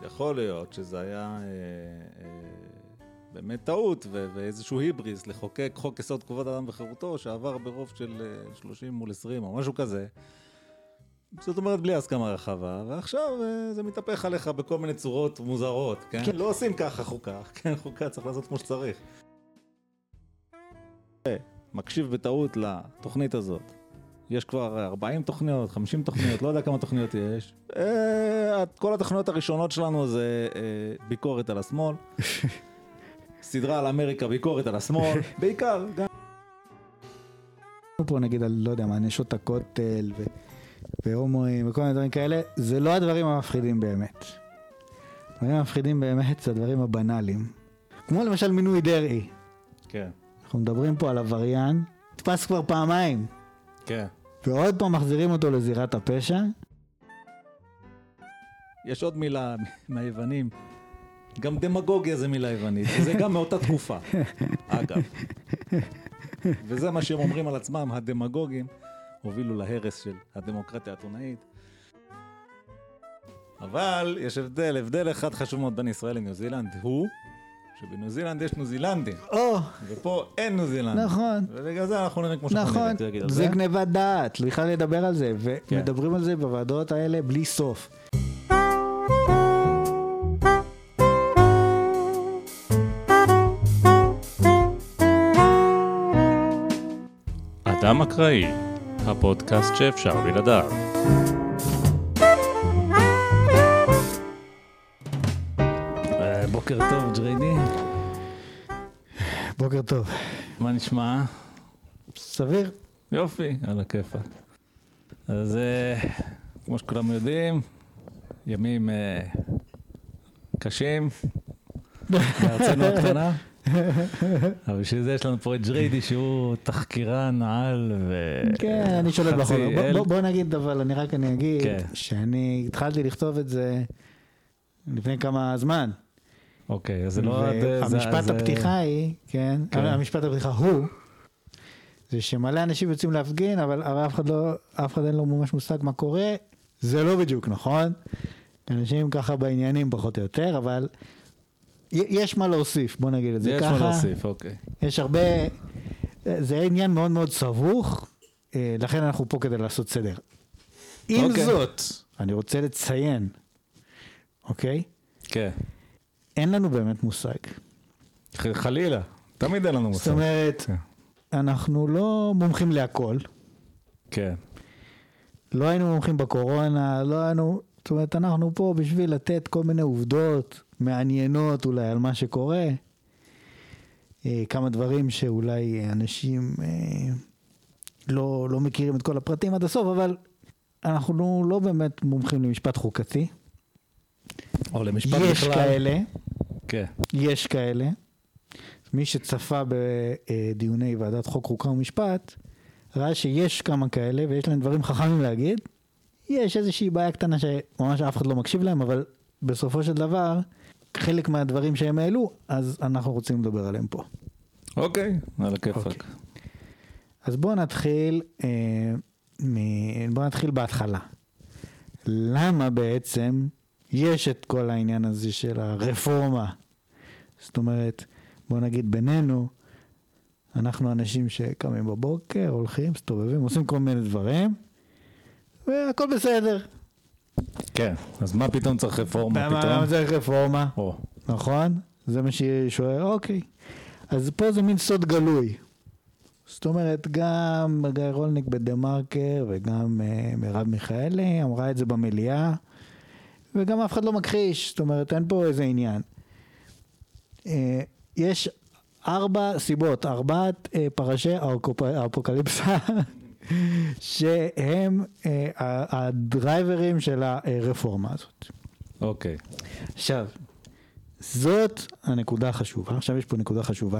יכול להיות שזה היה באמת טעות ואיזשהו היבריס לחוקק חוק יסוד כבוד האדם וחירותו שעבר ברוב של 30 מול 20 או משהו כזה. זאת אומרת בלי הסכמה רחבה, ועכשיו זה מתהפך עליך בכל מיני צורות מוזרות, כן? לא עושים ככה חוקה, כן? חוקה צריך לעשות כמו שצריך. מקשיב בטעות לתוכנית הזאת. יש כבר 40 תוכניות, 50 תוכניות, לא יודע כמה תוכניות יש. כל התוכניות הראשונות שלנו זה ביקורת על השמאל. סדרה על אמריקה, ביקורת על השמאל. בעיקר גם. פה נגיד על, לא יודע מה, נשות הכותל והומואים וכל מיני דברים כאלה, זה לא הדברים המפחידים באמת. הדברים המפחידים באמת זה הדברים הבנאליים. כמו למשל מינוי דרעי. כן. אנחנו מדברים פה על עבריין, תפס כבר פעמיים. כן. ועוד פעם מחזירים אותו לזירת הפשע. יש עוד מילה מהיוונים. גם דמגוגיה זה מילה יוונית. זה גם מאותה תקופה. אגב. וזה מה שהם אומרים על עצמם, הדמגוגים. הובילו להרס של הדמוקרטיה האתונאית. אבל יש הבדל אחד חשוב מאוד בין ישראל לניו זילנד, הוא שבניו זילנד יש ניו זילנדים. ופה אין ניו זילנדים. נכון. ובגלל זה אנחנו נראים כמו שאנחנו נראים. נכון, זה גניבת דעת, בכלל לדבר על זה, ומדברים על זה בוועדות האלה בלי סוף. אדם אקראי, הפודקאסט שאפשר בלעדיו. בוקר טוב, ג'ריידי. בוקר טוב. מה נשמע? סביר. יופי, על הכיפה. אז כמו שכולם יודעים, ימים קשים בארצנו הקטנה. אבל בשביל זה יש לנו פה את ג'ריידי שהוא תחקירן על כן, אני שולט בחול. בוא נגיד, אבל אני אגיד שאני התחלתי לכתוב את זה לפני כמה זמן. אוקיי, אז זה לא... המשפט הפתיחה היא, כן, המשפט הפתיחה הוא, זה שמלא אנשים יוצאים להפגין, אבל אף אחד אין לו ממש מושג מה קורה, זה לא בדיוק נכון. אנשים ככה בעניינים פחות או יותר, אבל יש מה להוסיף, בוא נגיד את זה ככה. יש מה להוסיף, אוקיי. יש הרבה, זה עניין מאוד מאוד סבוך, לכן אנחנו פה כדי לעשות סדר. עם זאת, אני רוצה לציין, אוקיי? כן. אין לנו באמת מושג. חלילה, תמיד אין לנו מושג. זאת אומרת, אנחנו לא מומחים להכל. כן. לא היינו מומחים בקורונה, זאת אומרת, אנחנו פה בשביל לתת כל מיני עובדות מעניינות אולי על מה שקורה. כמה דברים שאולי אנשים לא מכירים את כל הפרטים עד הסוף, אבל אנחנו לא באמת מומחים למשפט חוקתי. או למשפט יש בכלל. כאלה. כן. יש כאלה. מי שצפה בדיוני ועדת חוק חוקה ומשפט, ראה שיש כמה כאלה ויש להם דברים חכמים להגיד. יש איזושהי בעיה קטנה שממש אף אחד לא מקשיב להם, אבל בסופו של דבר, חלק מהדברים שהם העלו, אז אנחנו רוצים לדבר עליהם פה. אוקיי, על הכיפק. אז בואו נתחיל בהתחלה. למה בעצם יש את כל העניין הזה של הרפורמה? זאת אומרת, בואו נגיד בינינו, אנחנו אנשים שקמים בבוקר, הולכים, מסתובבים, עושים כל מיני דברים, והכל בסדר. כן, אז מה פתאום צריך רפורמה? מה צריך רפורמה? נכון? זה מה ששואל, אוקיי. אז פה זה מין סוד גלוי. זאת אומרת, גם גיא רולניק בדה-מרקר, וגם מרב מיכאלי אמרה את זה במליאה, וגם אף אחד לא מכחיש, זאת אומרת, אין פה איזה עניין. יש 4 סיבות, 4 פרשי האפוקליפסה, שהם הדרייברים של הרפורמה הזאת. אוקיי. עכשיו, זאת הנקודה החשובה, עכשיו יש פה נקודה חשובה,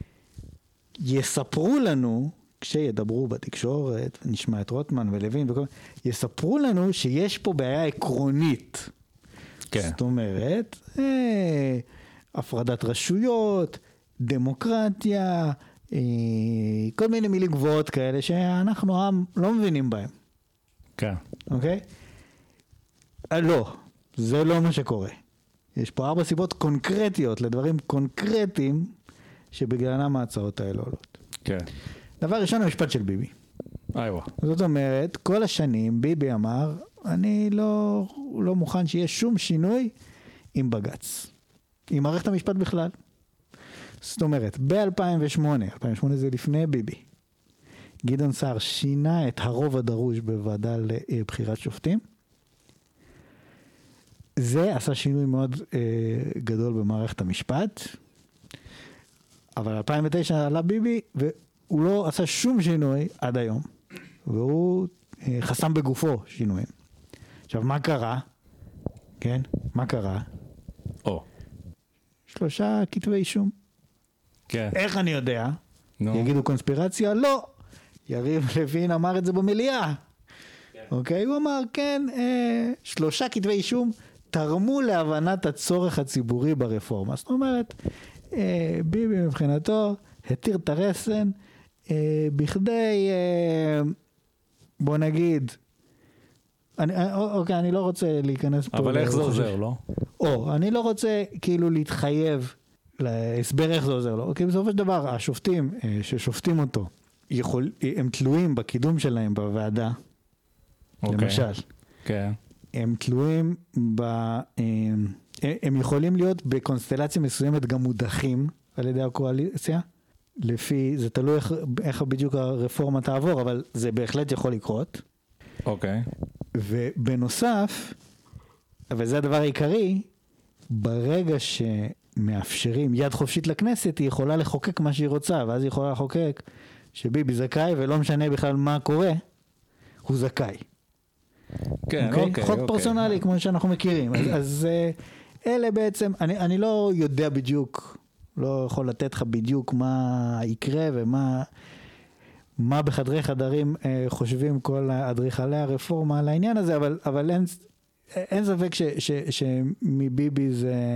יספרו לנו, כשידברו בתקשורת, נשמע את רוטמן ולוין, יספרו לנו שיש פה בעיה עקרונית. כן. זאת אומרת, הפרדת רשויות, דמוקרטיה, כל מיני מילים גבוהות כאלה שאנחנו עם לא מבינים בהם. כן. אוקיי? לא, זה לא מה שקורה. יש פה 4 סיבות קונקרטיות, לדברים קונקרטיים, שבגללם ההצעות האלה עולות. כן. דבר ראשון, המשפט של ביבי. איווה. זאת אומרת, כל השנים ביבי אמר, אני לא מוכן שיהיה שום שינוי עם בג"ץ. עם מערכת המשפט בכלל. זאת אומרת, ב-2008, 2008 זה לפני ביבי, גדעון סער שינה את הרוב הדרוש בוועדה לבחירת שופטים. זה עשה שינוי מאוד גדול במערכת המשפט. אבל 2009 עלה ביבי, והוא לא עשה שום שינוי עד היום. והוא חסם בגופו שינויים. עכשיו, מה קרה? כן? מה קרה? 3 כתבי אישום. כן. איך אני יודע? נו. יגידו קונספירציה? לא. יריב לוין אמר את זה במליאה. אוקיי? הוא אמר, כן, 3 כתבי אישום תרמו להבנת הצורך הציבורי ברפורמה. זאת אומרת, ביבי מבחינתו התיר את הרסן בכדי, בוא נגיד, אוקיי, אני לא רוצה להיכנס פה. אבל איך זה עוזר, לא? אני לא רוצה כאילו להתחייב להסבר איך זה עוזר לו. כי בסופו של דבר, השופטים ששופטים אותו, הם תלויים בקידום שלהם בוועדה, למשל. כן. הם תלויים הם יכולים להיות בקונסטלציה מסוימת גם מודחים על ידי הקואליציה, זה תלוי איך בדיוק הרפורמה תעבור, אבל זה בהחלט יכול לקרות. אוקיי. ובנוסף, וזה הדבר העיקרי, ברגע שמאפשרים יד חופשית לכנסת, היא יכולה לחוקק מה שהיא רוצה, ואז היא יכולה לחוקק שביבי זכאי, ולא משנה בכלל מה קורה, הוא זכאי. כן, אוקיי. חוק פרסונלי, כמו שאנחנו מכירים. אז אלה בעצם, אני לא יודע בדיוק, לא יכול לתת לך בדיוק מה יקרה, ומה בחדרי חדרים חושבים כל אדריכלי הרפורמה על העניין הזה, אבל אין ספק שמביבי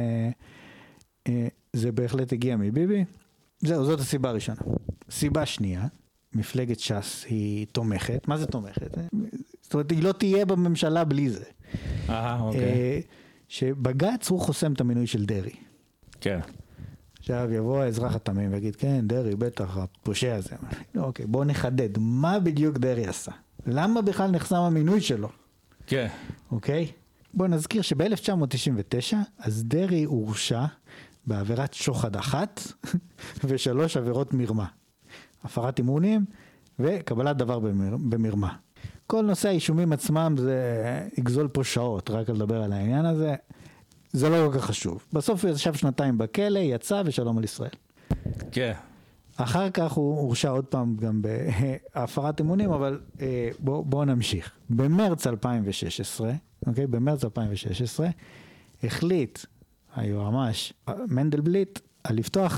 זה בהחלט הגיע מביבי. זאת הסיבה הראשונה. סיבה שנייה, מפלגת ש"ס היא תומכת. מה זה תומכת? זאת אומרת, היא לא תהיה בממשלה בלי זה. אוקיי. שבג"ץ הוא חוסם את המינוי של דרי. כן. עכשיו יבוא האזרח התמים ויגיד, כן, דרי, בטח, הפושע הזה. אוקיי, בואו נחדד, מה בדיוק דרי עשה? למה בכלל נחסם המינוי שלו? כן. אוקיי? בואו נזכיר שב-1999, אז דרי הורשע בעבירת שוחד 1 ו3 עבירות מרמה. הפרת אמונים וקבלת דבר במרמה. כל נושא האישומים עצמם זה יגזול פה שעות, רק לדבר על העניין הזה. זה לא כל כך חשוב. בסוף הוא ישב 2 בכלא, יצא ושלום על ישראל. כן. אחר כך הוא הורשע עוד פעם גם בהפרת אמונים, אבל בואו נמשיך. במרץ 2016, אוקיי? במרץ 2016, החליט היועמ"ש מנדלבליט על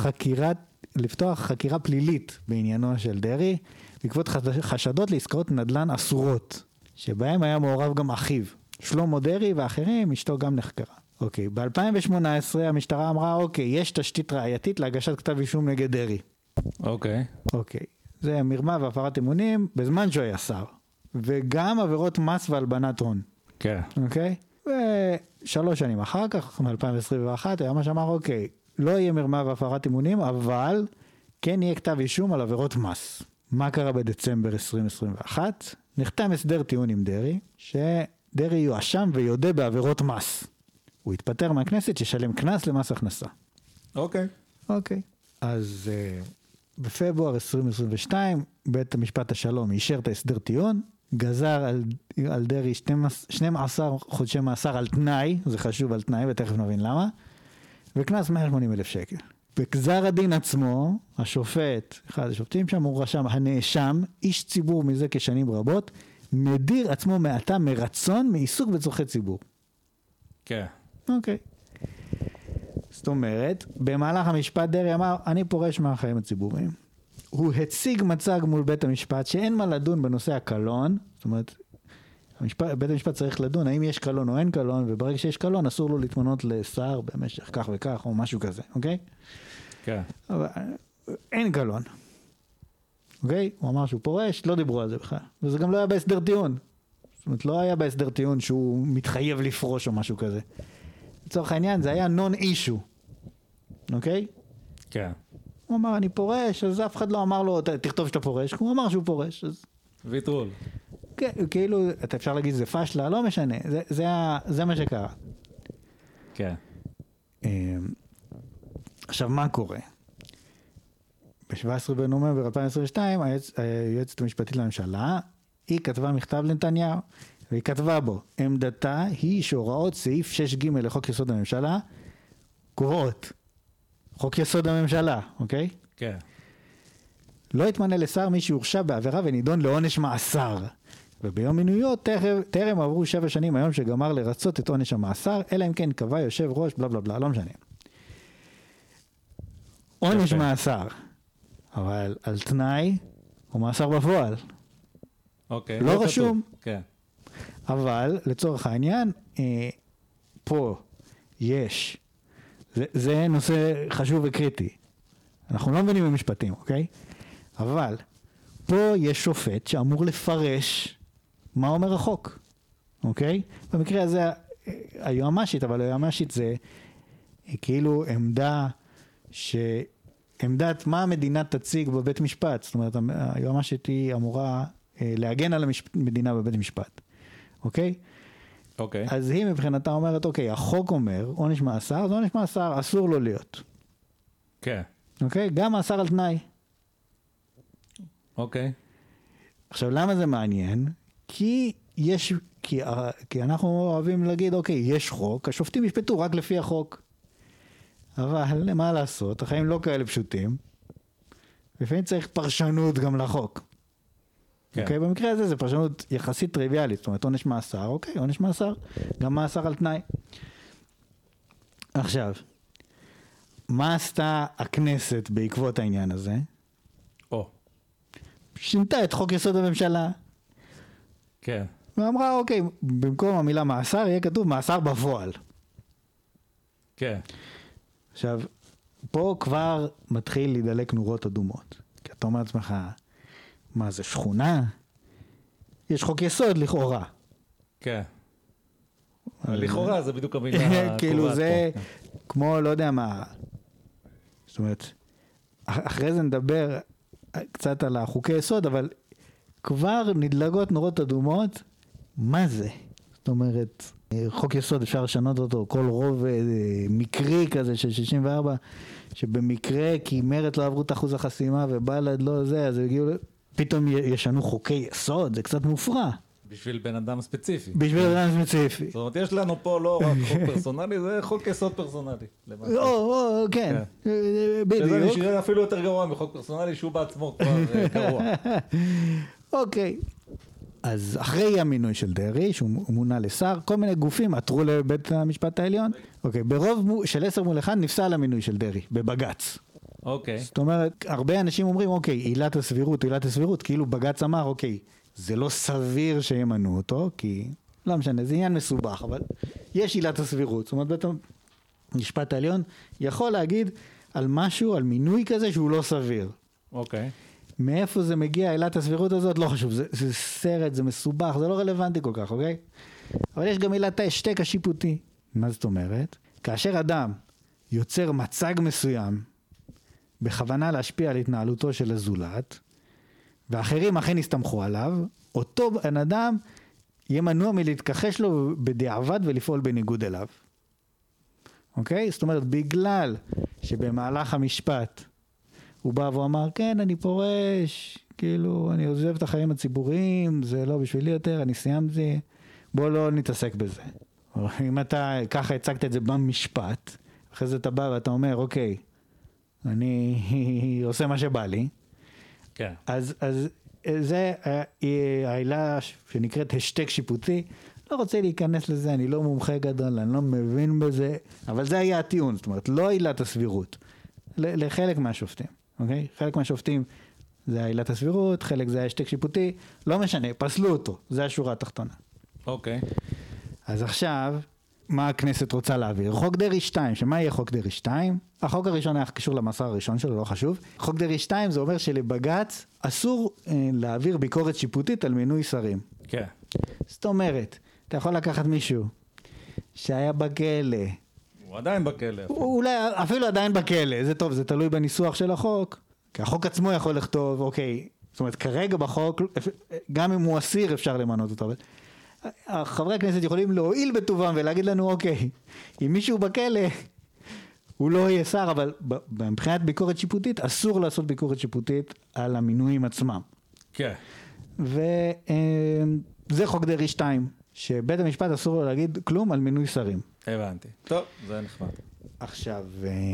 לפתוח חקירה פלילית בעניינו של דרי, בעקבות חשדות לעסקאות נדל"ן אסורות, שבהם היה מעורב גם אחיו, שלמה דרי ואחרים, אשתו גם נחקרה. אוקיי, ב-2018 המשטרה אמרה, אוקיי, יש תשתית ראייתית להגשת כתב אישום נגד דרי. אוקיי. אוקיי, זה מרמה והפרת אמונים בזמן שהוא היה שר, וגם עבירות מס והלבנת הון. כן. אוקיי? ו3 שנים אחר כך, מ-2021, היה מה שאמר, אוקיי, לא יהיה מרמה והפרת אמונים, אבל כן יהיה כתב אישום על עבירות מס. מה קרה בדצמבר 2021? נחתם הסדר טיעון עם דרי, שדרי יואשם ויודה בעבירות מס. הוא התפטר מהכנסת ששלם קנס למס הכנסה. אוקיי. אוקיי. אז בפברואר 2022, בית המשפט השלום אישר את ההסדר טיעון, גזר על דרי 12 חודשי מאסר על תנאי, זה חשוב על תנאי ותכף נבין למה, וקנס 180,000 שקל. בגזר הדין עצמו, השופט, אחד השופטים שם, הוא רשם, הנאשם, איש ציבור מזה כשנים רבות, מדיר עצמו מעתה מרצון מעיסוק בצורכי ציבור. כן. אוקיי. זאת אומרת, במהלך המשפט דרי אמר, אני פורש מהחיים הציבוריים. הוא הציג מצג מול בית המשפט שאין מה לדון בנושא הקלון, זאת אומרת, בית המשפט צריך לדון האם יש קלון או אין קלון, וברגע שיש קלון אסור לו להתמנות לשר במשך כך וכך או משהו כזה, אוקיי? כן. אבל אין קלון. אוקיי? הוא אמר שהוא פורש, לא דיברו על זה בכלל. וזה גם לא היה בהסדר טיעון. זאת אומרת, לא היה בהסדר טיעון שהוא מתחייב לפרוש או משהו כזה. לצורך העניין זה היה נון אישו, אוקיי? כן. הוא אמר אני פורש, אז אף אחד לא אמר לו תכתוב שאתה פורש, הוא אמר שהוא פורש, אז... ויטרול. כן, כאילו, אתה אפשר להגיד זה פשלה, לא משנה, זה מה שקרה. כן. עכשיו, מה קורה? ב-17 בנובמבר 2022, היועצת המשפטית לממשלה, היא כתבה מכתב לנתניהו, והיא כתבה בו, עמדתה היא שהוראות סעיף 6ג לחוק יסוד הממשלה, קובעות. חוק יסוד הממשלה, אוקיי? כן. לא יתמנה לשר מי שהורשע בעבירה ונידון לעונש מאסר. וביום מינויו טרם עברו 7 שנים היום שגמר לרצות את עונש המאסר, אלא אם כן קבע יושב ראש, בלה בלה בלה, לא משנה. עונש מאסר, אבל על תנאי או מאסר בפועל. אוקיי. לא רשום. כן. אבל לצורך העניין, פה יש, זה נושא חשוב וקריטי. אנחנו לא מבינים במשפטים, אוקיי? אבל פה יש שופט שאמור לפרש מה אומר החוק, אוקיי? במקרה הזה היועמ"שית, אבל היועמ"שית זה כאילו עמדת מה המדינה תציג בבית משפט. זאת אומרת, היועמ"שית היא אמורה להגן על המדינה בבית משפט, אוקיי? אוקיי. אז היא מבחינתה אומרת, אוקיי, החוק אומר, עונש מאסר, זה עונש מאסר, אסור לו להיות. כן. אוקיי? גם מאסר על תנאי. אוקיי. עכשיו, למה זה מעניין? כי אנחנו אוהבים להגיד, אוקיי, יש חוק, השופטים ישפטו רק לפי החוק. אבל מה לעשות? החיים לא כאלה פשוטים. לפעמים צריך פרשנות גם לחוק. כן. אוקיי? במקרה הזה זה פרשנות יחסית טריוויאלית. זאת אומרת, עונש מאסר, אוקיי, עונש מאסר, גם מאסר על תנאי. עכשיו, מה עשתה הכנסת בעקבות העניין הזה? שינתה את חוק יסוד הממשלה. כן. ואמרה, אוקיי, במקום המילה מאסר, יהיה כתוב מאסר בפועל. כן. עכשיו, פה כבר מתחיל להידלק נורות אדומות. כי אתה אומר לעצמך, מה זה שכונה? יש חוק יסוד לכאורה. כן. לכאורה זה בדיוק המילה. כאילו זה כמו, לא יודע מה. זאת אומרת, אחרי זה נדבר קצת על החוקי יסוד, אבל כבר נדלגות נורות אדומות, מה זה? זאת אומרת, חוק יסוד אפשר לשנות אותו, כל רוב מקרי כזה של 64, שבמקרה כי מרצ לא עברו את אחוז החסימה ובל"ד לא זה, אז הגיעו, פתאום ישנו חוקי יסוד, זה קצת מופרע. בשביל בן אדם ספציפי. בשביל בן אדם ספציפי. זאת אומרת, יש לנו פה לא רק חוק פרסונלי, זה חוק יסוד פרסונלי. כן, בדיוק. שזה נשאר אפילו יותר גרוע מחוק פרסונלי, שהוא בעצמו כבר גרוע. אוקיי. אז אחרי המינוי של דרעי, שהוא מונה לשר, כל מיני גופים עתרו לבית המשפט העליון. אוקיי, ברוב של 10-1 נפסל המינוי של דרעי, בבגץ. אוקיי. זאת אומרת, הרבה אנשים אומרים, אוקיי, עילת הסבירות, כאילו בגץ אמר, אוקיי, זה לא סביר שימנו אותו, כי לא משנה, זה עניין מסובך, אבל יש עילת הסבירות. זאת אומרת, בית המשפט העליון יכול להגיד על משהו, על מינוי כזה שהוא לא סביר. אוקיי. מאיפה זה מגיע, עילת הסבירות הזאת? לא חשוב, זה סרט, זה מסובך, זה לא רלוונטי כל כך, אוקיי? אבל יש גם עילת ההשתק השיפוטי. מה זאת אומרת? כאשר אדם יוצר מצג מסוים, בכוונה להשפיע על התנהלותו של הזולת, ואחרים אכן הסתמכו עליו, אותו בן אדם יהיה מנוע מלהתכחש לו בדיעבד ולפעול בניגוד אליו. אוקיי? זאת אומרת, בגלל שבמהלך המשפט הוא בא ואמר, כן, אני פורש, כאילו, אני עוזב את החיים הציבוריים, זה לא בשבילי יותר, אני סיימתי, בוא לא נתעסק בזה. אם אתה ככה הצגת את זה במשפט, אחרי זה אתה בא ואתה אומר, אוקיי, אני עושה מה שבא לי, כן. אז זה העילה שנקראת השתק שיפוטי, לא רוצה להיכנס לזה, אני לא מומחה גדול, אני לא מבין בזה, אבל זה היה הטיעון, זאת אומרת, לא עילת הסבירות, לחלק מהשופטים, אוקיי? חלק מהשופטים זה עילת הסבירות, חלק זה השתק שיפוטי, לא משנה, פסלו אותו, זה השורה התחתונה. אוקיי. אז עכשיו, מה הכנסת רוצה להעביר? חוק דרעי 2, שמה יהיה חוק דרעי 2? החוק הראשון היה קשור למאסר הראשון שלו, לא חשוב. חוק דרעי 2 זה אומר שלבג"ץ אסור להעביר ביקורת שיפוטית על מינוי שרים. כן. זאת אומרת, אתה יכול לקחת מישהו שהיה בכלא הוא עדיין בכלא. אולי אפילו עדיין בכלא, זה טוב, זה תלוי בניסוח של החוק, כי החוק עצמו יכול לכתוב, אוקיי, זאת אומרת, כרגע בחוק, גם אם הוא אסיר אפשר למנות אותו, אבל חברי הכנסת יכולים להועיל בטובם ולהגיד לנו, אוקיי, אם מישהו בכלא, הוא לא יהיה שר, אבל מבחינת ביקורת שיפוטית, אסור לעשות ביקורת שיפוטית על המינויים עצמם. כן. וזה חוק דרעי 2, שבית המשפט אסור לו להגיד כלום על מינוי שרים. הבנתי. טוב, זה נחמד. עכשיו,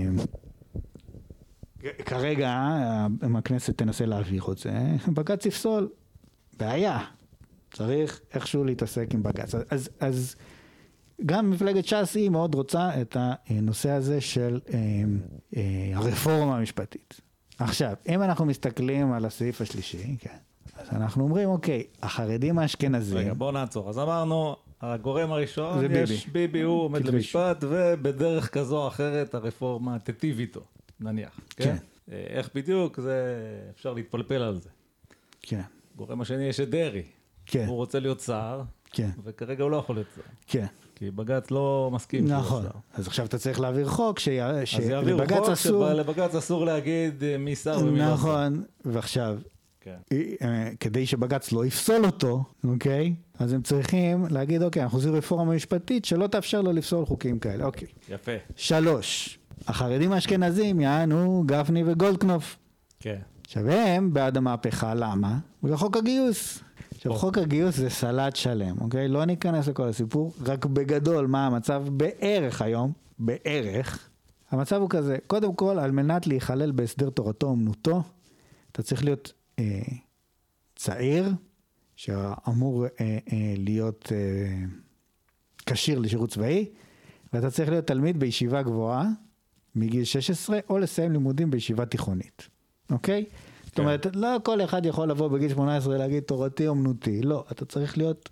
כרגע, אם הכנסת תנסה להעביר את זה, בג"ץ יפסול. בעיה. צריך איכשהו להתעסק עם בג"ץ. אז גם מפלגת ש"ס היא מאוד רוצה את הנושא הזה של הרפורמה המשפטית. עכשיו, אם אנחנו מסתכלים על הסעיף השלישי, כן, אז אנחנו אומרים, אוקיי, החרדים האשכנזים... רגע, בוא נעצור. אז אמרנו, הגורם הראשון, יש ביבי, הוא עומד למשפט, ובדרך כזו או אחרת הרפורמה תיטיב איתו, נניח. כן. איך בדיוק, זה אפשר להתפלפל על זה. כן. גורם השני יש את דרעי. כן. הוא רוצה להיות שר, כן. וכרגע הוא לא יכול להיות שר. כן. כי בג"ץ לא מסכים. נכון. אז עכשיו אתה צריך להעביר חוק שלבג"ץ אסור... שלבג"ץ אסור להגיד מי שר ומי לא שר. נכון. ועכשיו, כדי שבג"ץ לא יפסול אותו, אוקיי? אז הם צריכים להגיד, אוקיי, אנחנו עושים רפורמה משפטית שלא תאפשר לו לפסול חוקים כאלה. אוקיי. יפה. 3. החרדים האשכנזים יענו גפני וגולדקנופ. כן. עכשיו הם בעד המהפכה, למה? בגלל חוק הגיוס. עכשיו חוק הגיוס זה סלט שלם, אוקיי? לא ניכנס לכל הסיפור, רק בגדול מה המצב בערך היום, בערך. המצב הוא כזה, קודם כל על מנת להיכלל בהסדר תורתו אומנותו, אתה צריך להיות צעיר, שאמור להיות כשיר לשירות צבאי, ואתה צריך להיות תלמיד בישיבה גבוהה, מגיל 16, או לסיים לימודים בישיבה תיכונית. אוקיי? זאת אומרת, לא כל אחד יכול לבוא בגיל 18 להגיד תורתי אומנותי. לא, אתה צריך להיות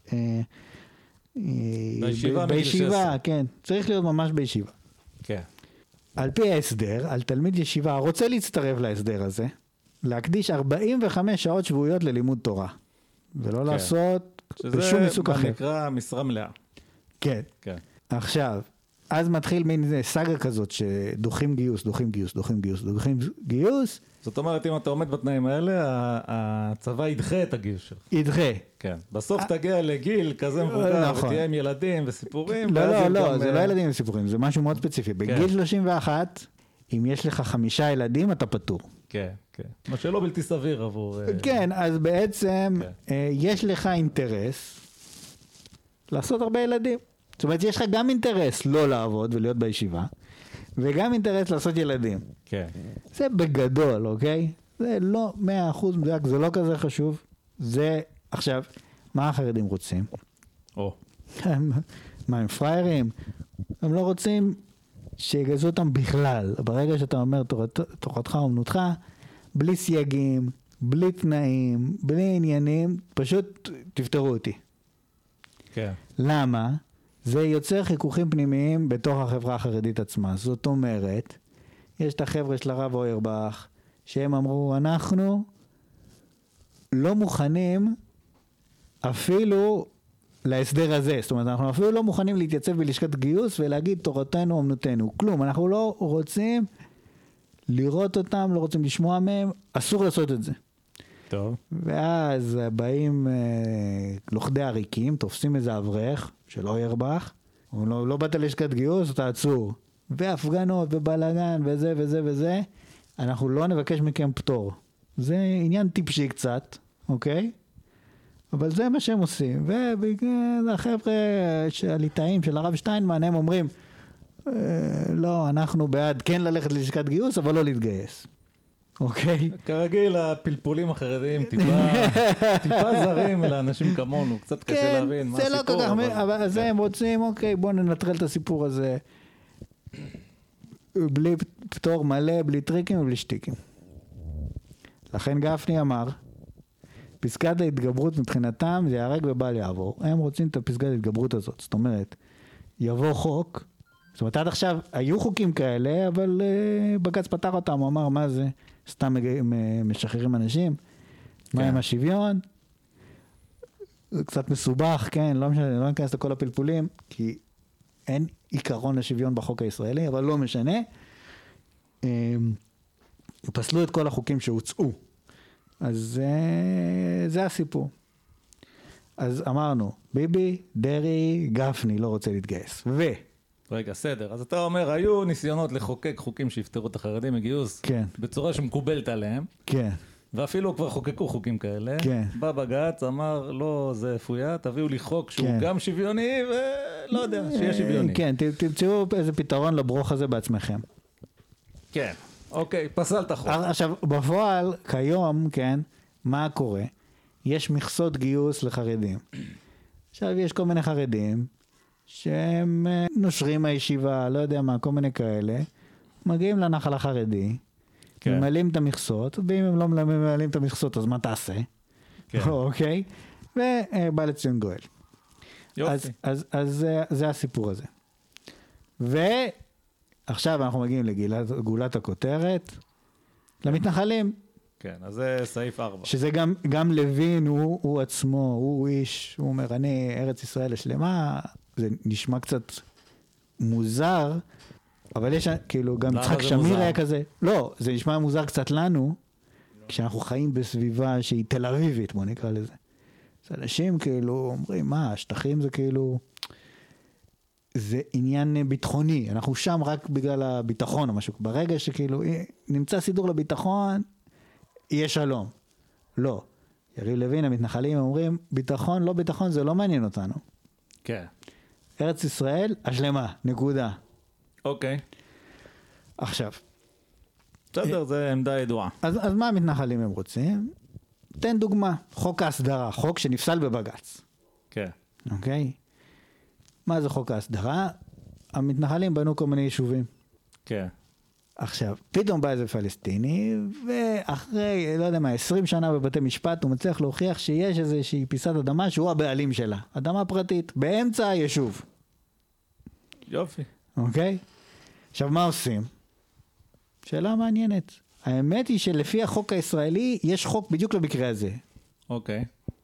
בישיבה, כן. צריך להיות ממש בישיבה. כן. על פי ההסדר, על תלמיד ישיבה רוצה להצטרף להסדר הזה, להקדיש 45 שעות שבועיות ללימוד תורה. ולא לעשות בשום עיסוק אחר. שזה נקרא משרה מלאה. כן. כן. עכשיו, אז מתחיל מין סאגה כזאת שדוחים גיוס, דוחים גיוס, דוחים גיוס, דוחים גיוס. זאת אומרת, אם אתה עומד בתנאים האלה, הצבא ידחה את הגיוס שלך. ידחה. כן. בסוף תגיע לגיל כזה מבוגר, ותהיה עם ילדים וסיפורים. לא, זה לא ילדים וסיפורים, זה משהו מאוד ספציפי. בגיל 31, אם יש לך 5 ילדים, אתה פטור. כן, כן. מה שלא בלתי סביר עבור... כן, אז בעצם יש לך אינטרס לעשות הרבה ילדים. זאת אומרת, יש לך גם אינטרס לא לעבוד ולהיות בישיבה, וגם אינטרס לעשות ילדים. כן. זה בגדול, אוקיי? זה לא 100% מדויק, זה לא כזה חשוב. זה, עכשיו, מה החרדים רוצים? מה, הם פריירים? הם לא רוצים שיגזו אותם בכלל. ברגע שאתה אומר תורתך אומנותך, בלי סייגים, בלי תנאים, בלי עניינים, פשוט תפטרו אותי. כן. למה? זה יוצר חיכוכים פנימיים בתוך החברה החרדית עצמה. זאת אומרת, יש את החבר'ה של הרב אוירבך, שהם אמרו, אנחנו לא מוכנים אפילו להסדר הזה. זאת אומרת, אנחנו אפילו לא מוכנים להתייצב בלשכת גיוס ולהגיד תורתנו אומנותנו. כלום, אנחנו לא רוצים לראות אותם, לא רוצים לשמוע מהם, אסור לעשות את זה. טוב. ואז באים לוכדי עריקים, תופסים איזה אברך של אוירבך, לא באת לשכת גיוס, אתה עצור. והפגנות ובלגן וזה וזה וזה, אנחנו לא נבקש מכם פטור. זה עניין טיפשי קצת, אוקיי? אבל זה מה שהם עושים. והחבר'ה הליטאים של הרב שטיינמן, הם אומרים, לא, אנחנו בעד כן ללכת לשכת גיוס, אבל לא להתגייס. אוקיי? כרגיל, הפלפולים החרדיים טיפה זרים לאנשים כמונו, קצת קשה להבין מה הסיפור. זה לא כל כך, אבל זה הם רוצים, אוקיי, בואו ננטרל את הסיפור הזה, בלי פטור מלא, בלי טריקים ובלי שטיקים. לכן גפני אמר, פסקת ההתגברות מבחינתם זה ירק ובל יעבור. הם רוצים את הפסקת ההתגברות הזאת. זאת אומרת, יבוא חוק, זאת אומרת, עד עכשיו היו חוקים כאלה, אבל בג"ץ פתח אותם, הוא אמר, מה זה? סתם משחררים אנשים? מה עם השוויון? זה קצת מסובך, כן, לא משנה, לא ניכנס לכל הפלפולים, כי אין עיקרון לשוויון בחוק הישראלי, אבל לא משנה. פסלו את כל החוקים שהוצאו. אז זה הסיפור. אז אמרנו, ביבי, דרי, גפני לא רוצה להתגייס. רגע, סדר. אז אתה אומר, היו ניסיונות לחוקק חוקים שיפטרו את החרדים מגיוס, כן. בצורה שמקובלת עליהם, כן. ואפילו כבר חוקקו חוקים כאלה. כן. בא בג"ץ, אמר, לא, זה פויה, תביאו לי חוק שהוא כן. גם שוויוני, ולא יודע, שיהיה שוויוני. כן, תמצאו איזה פתרון לברוך הזה בעצמכם. כן. אוקיי, פסל את החוק. עכשיו, בפועל, כיום, כן, מה קורה? יש מכסות גיוס לחרדים. עכשיו, יש כל מיני חרדים, שהם נושרים מהישיבה, לא יודע מה, כל מיני כאלה, מגיעים לנחל החרדי, כן. ממלאים את המכסות, ואם הם לא ממלאים את המכסות, אז מה תעשה? כן. אוקיי? ובא לציון גואל. יופי. אז זה הסיפור הזה. ועכשיו אנחנו מגיעים לגאולת הכותרת, למתנחלים. כן, אז זה סעיף 4. שזה גם לוין, הוא עצמו, הוא איש, הוא אומר, אני ארץ ישראל השלמה, זה נשמע קצת מוזר, אבל יש כאילו גם יצחק שמיר היה כזה, לא, זה נשמע מוזר קצת לנו, כשאנחנו חיים בסביבה שהיא תל אביבית, בוא נקרא לזה. אז אנשים כאילו אומרים, מה, השטחים זה כאילו, זה עניין ביטחוני, אנחנו שם רק בגלל הביטחון או משהו, ברגע שכאילו נמצא סידור לביטחון, יהיה שלום. לא. יריב לוין, המתנחלים אומרים, ביטחון, לא ביטחון, זה לא מעניין אותנו. כן. ארץ ישראל, השלמה, נקודה. אוקיי. עכשיו. בסדר, זה עמדה ידועה. אז מה המתנחלים הם רוצים? תן דוגמה, חוק ההסדרה, חוק שנפסל בבג"ץ. כן. אוקיי? מה זה חוק ההסדרה? המתנחלים בנו כל מיני יישובים. כן. עכשיו, פתאום בא איזה פלסטיני, ואחרי, לא יודע מה, 20 שנה בבתי משפט, הוא מצליח להוכיח שיש איזושהי פיסת אדמה שהוא הבעלים שלה. אדמה פרטית, באמצע היישוב. יופי. אוקיי? עכשיו, מה עושים? שאלה מעניינת. האמת היא שלפי החוק הישראלי, יש חוק בדיוק למקרה הזה. אוקיי.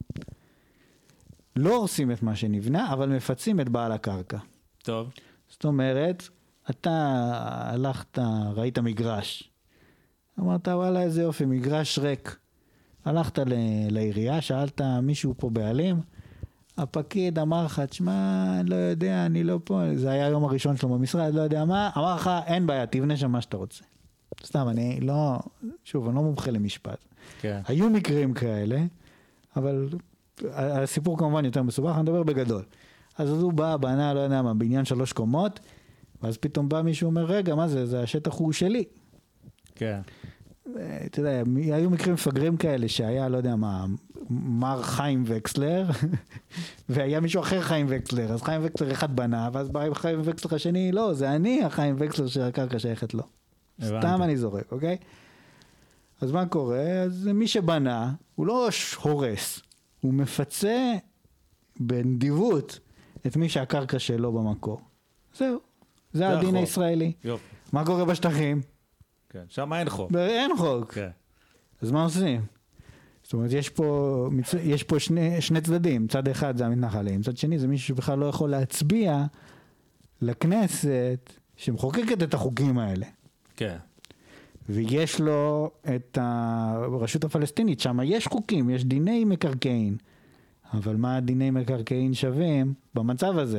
לא הורסים את מה שנבנה, אבל מפצים את בעל הקרקע. טוב. זאת אומרת, אתה הלכת, ראית מגרש. אמרת, וואלה, איזה יופי, מגרש ריק. הלכת לעירייה, שאלת מישהו פה בעלים, הפקיד אמר לך, תשמע, לא יודע, אני לא פה, זה היה היום הראשון שלו במשרד, לא יודע מה, אמר לך, אין בעיה, תבנה שם מה שאתה רוצה. סתם, אני לא, שוב, אני לא מומחה למשפט. כן. היו מקרים כאלה, אבל הסיפור כמובן יותר מסובך, אני מדבר בגדול. אז הוא בא, בנה, לא יודע מה, בעניין 3 קומות, ואז פתאום בא מישהו אומר, רגע, מה זה? זה השטח הוא שלי. כן. אתה יודע, היו מקרים מפגרים כאלה שהיה, לא יודע מה, מר חיים וקסלר, והיה מישהו אחר חיים וקסלר, אז חיים וקסלר אחד בנה, ואז בא חיים וקסלר השני, לא, זה אני החיים וקסלר שהקרקע שייכת לו. סתם אני זורק, אוקיי? אז מה קורה? אז מי שבנה, הוא לא הורס, הוא מפצה בנדיבות את מי שהקרקע שלו במקור. זהו. זה הדין הישראלי. יופי. מה קורה בשטחים? כן, שם אין חוק. אין חוק. כן. אז מה עושים? זאת אומרת, יש פה שני צדדים. צד אחד זה המתנחלים, צד שני זה מישהו שבכלל לא יכול להצביע לכנסת שמחוקקת את החוקים האלה. כן. ויש לו את הרשות הפלסטינית, שם יש חוקים, יש דיני מקרקעין. אבל מה דיני מקרקעין שווים במצב הזה?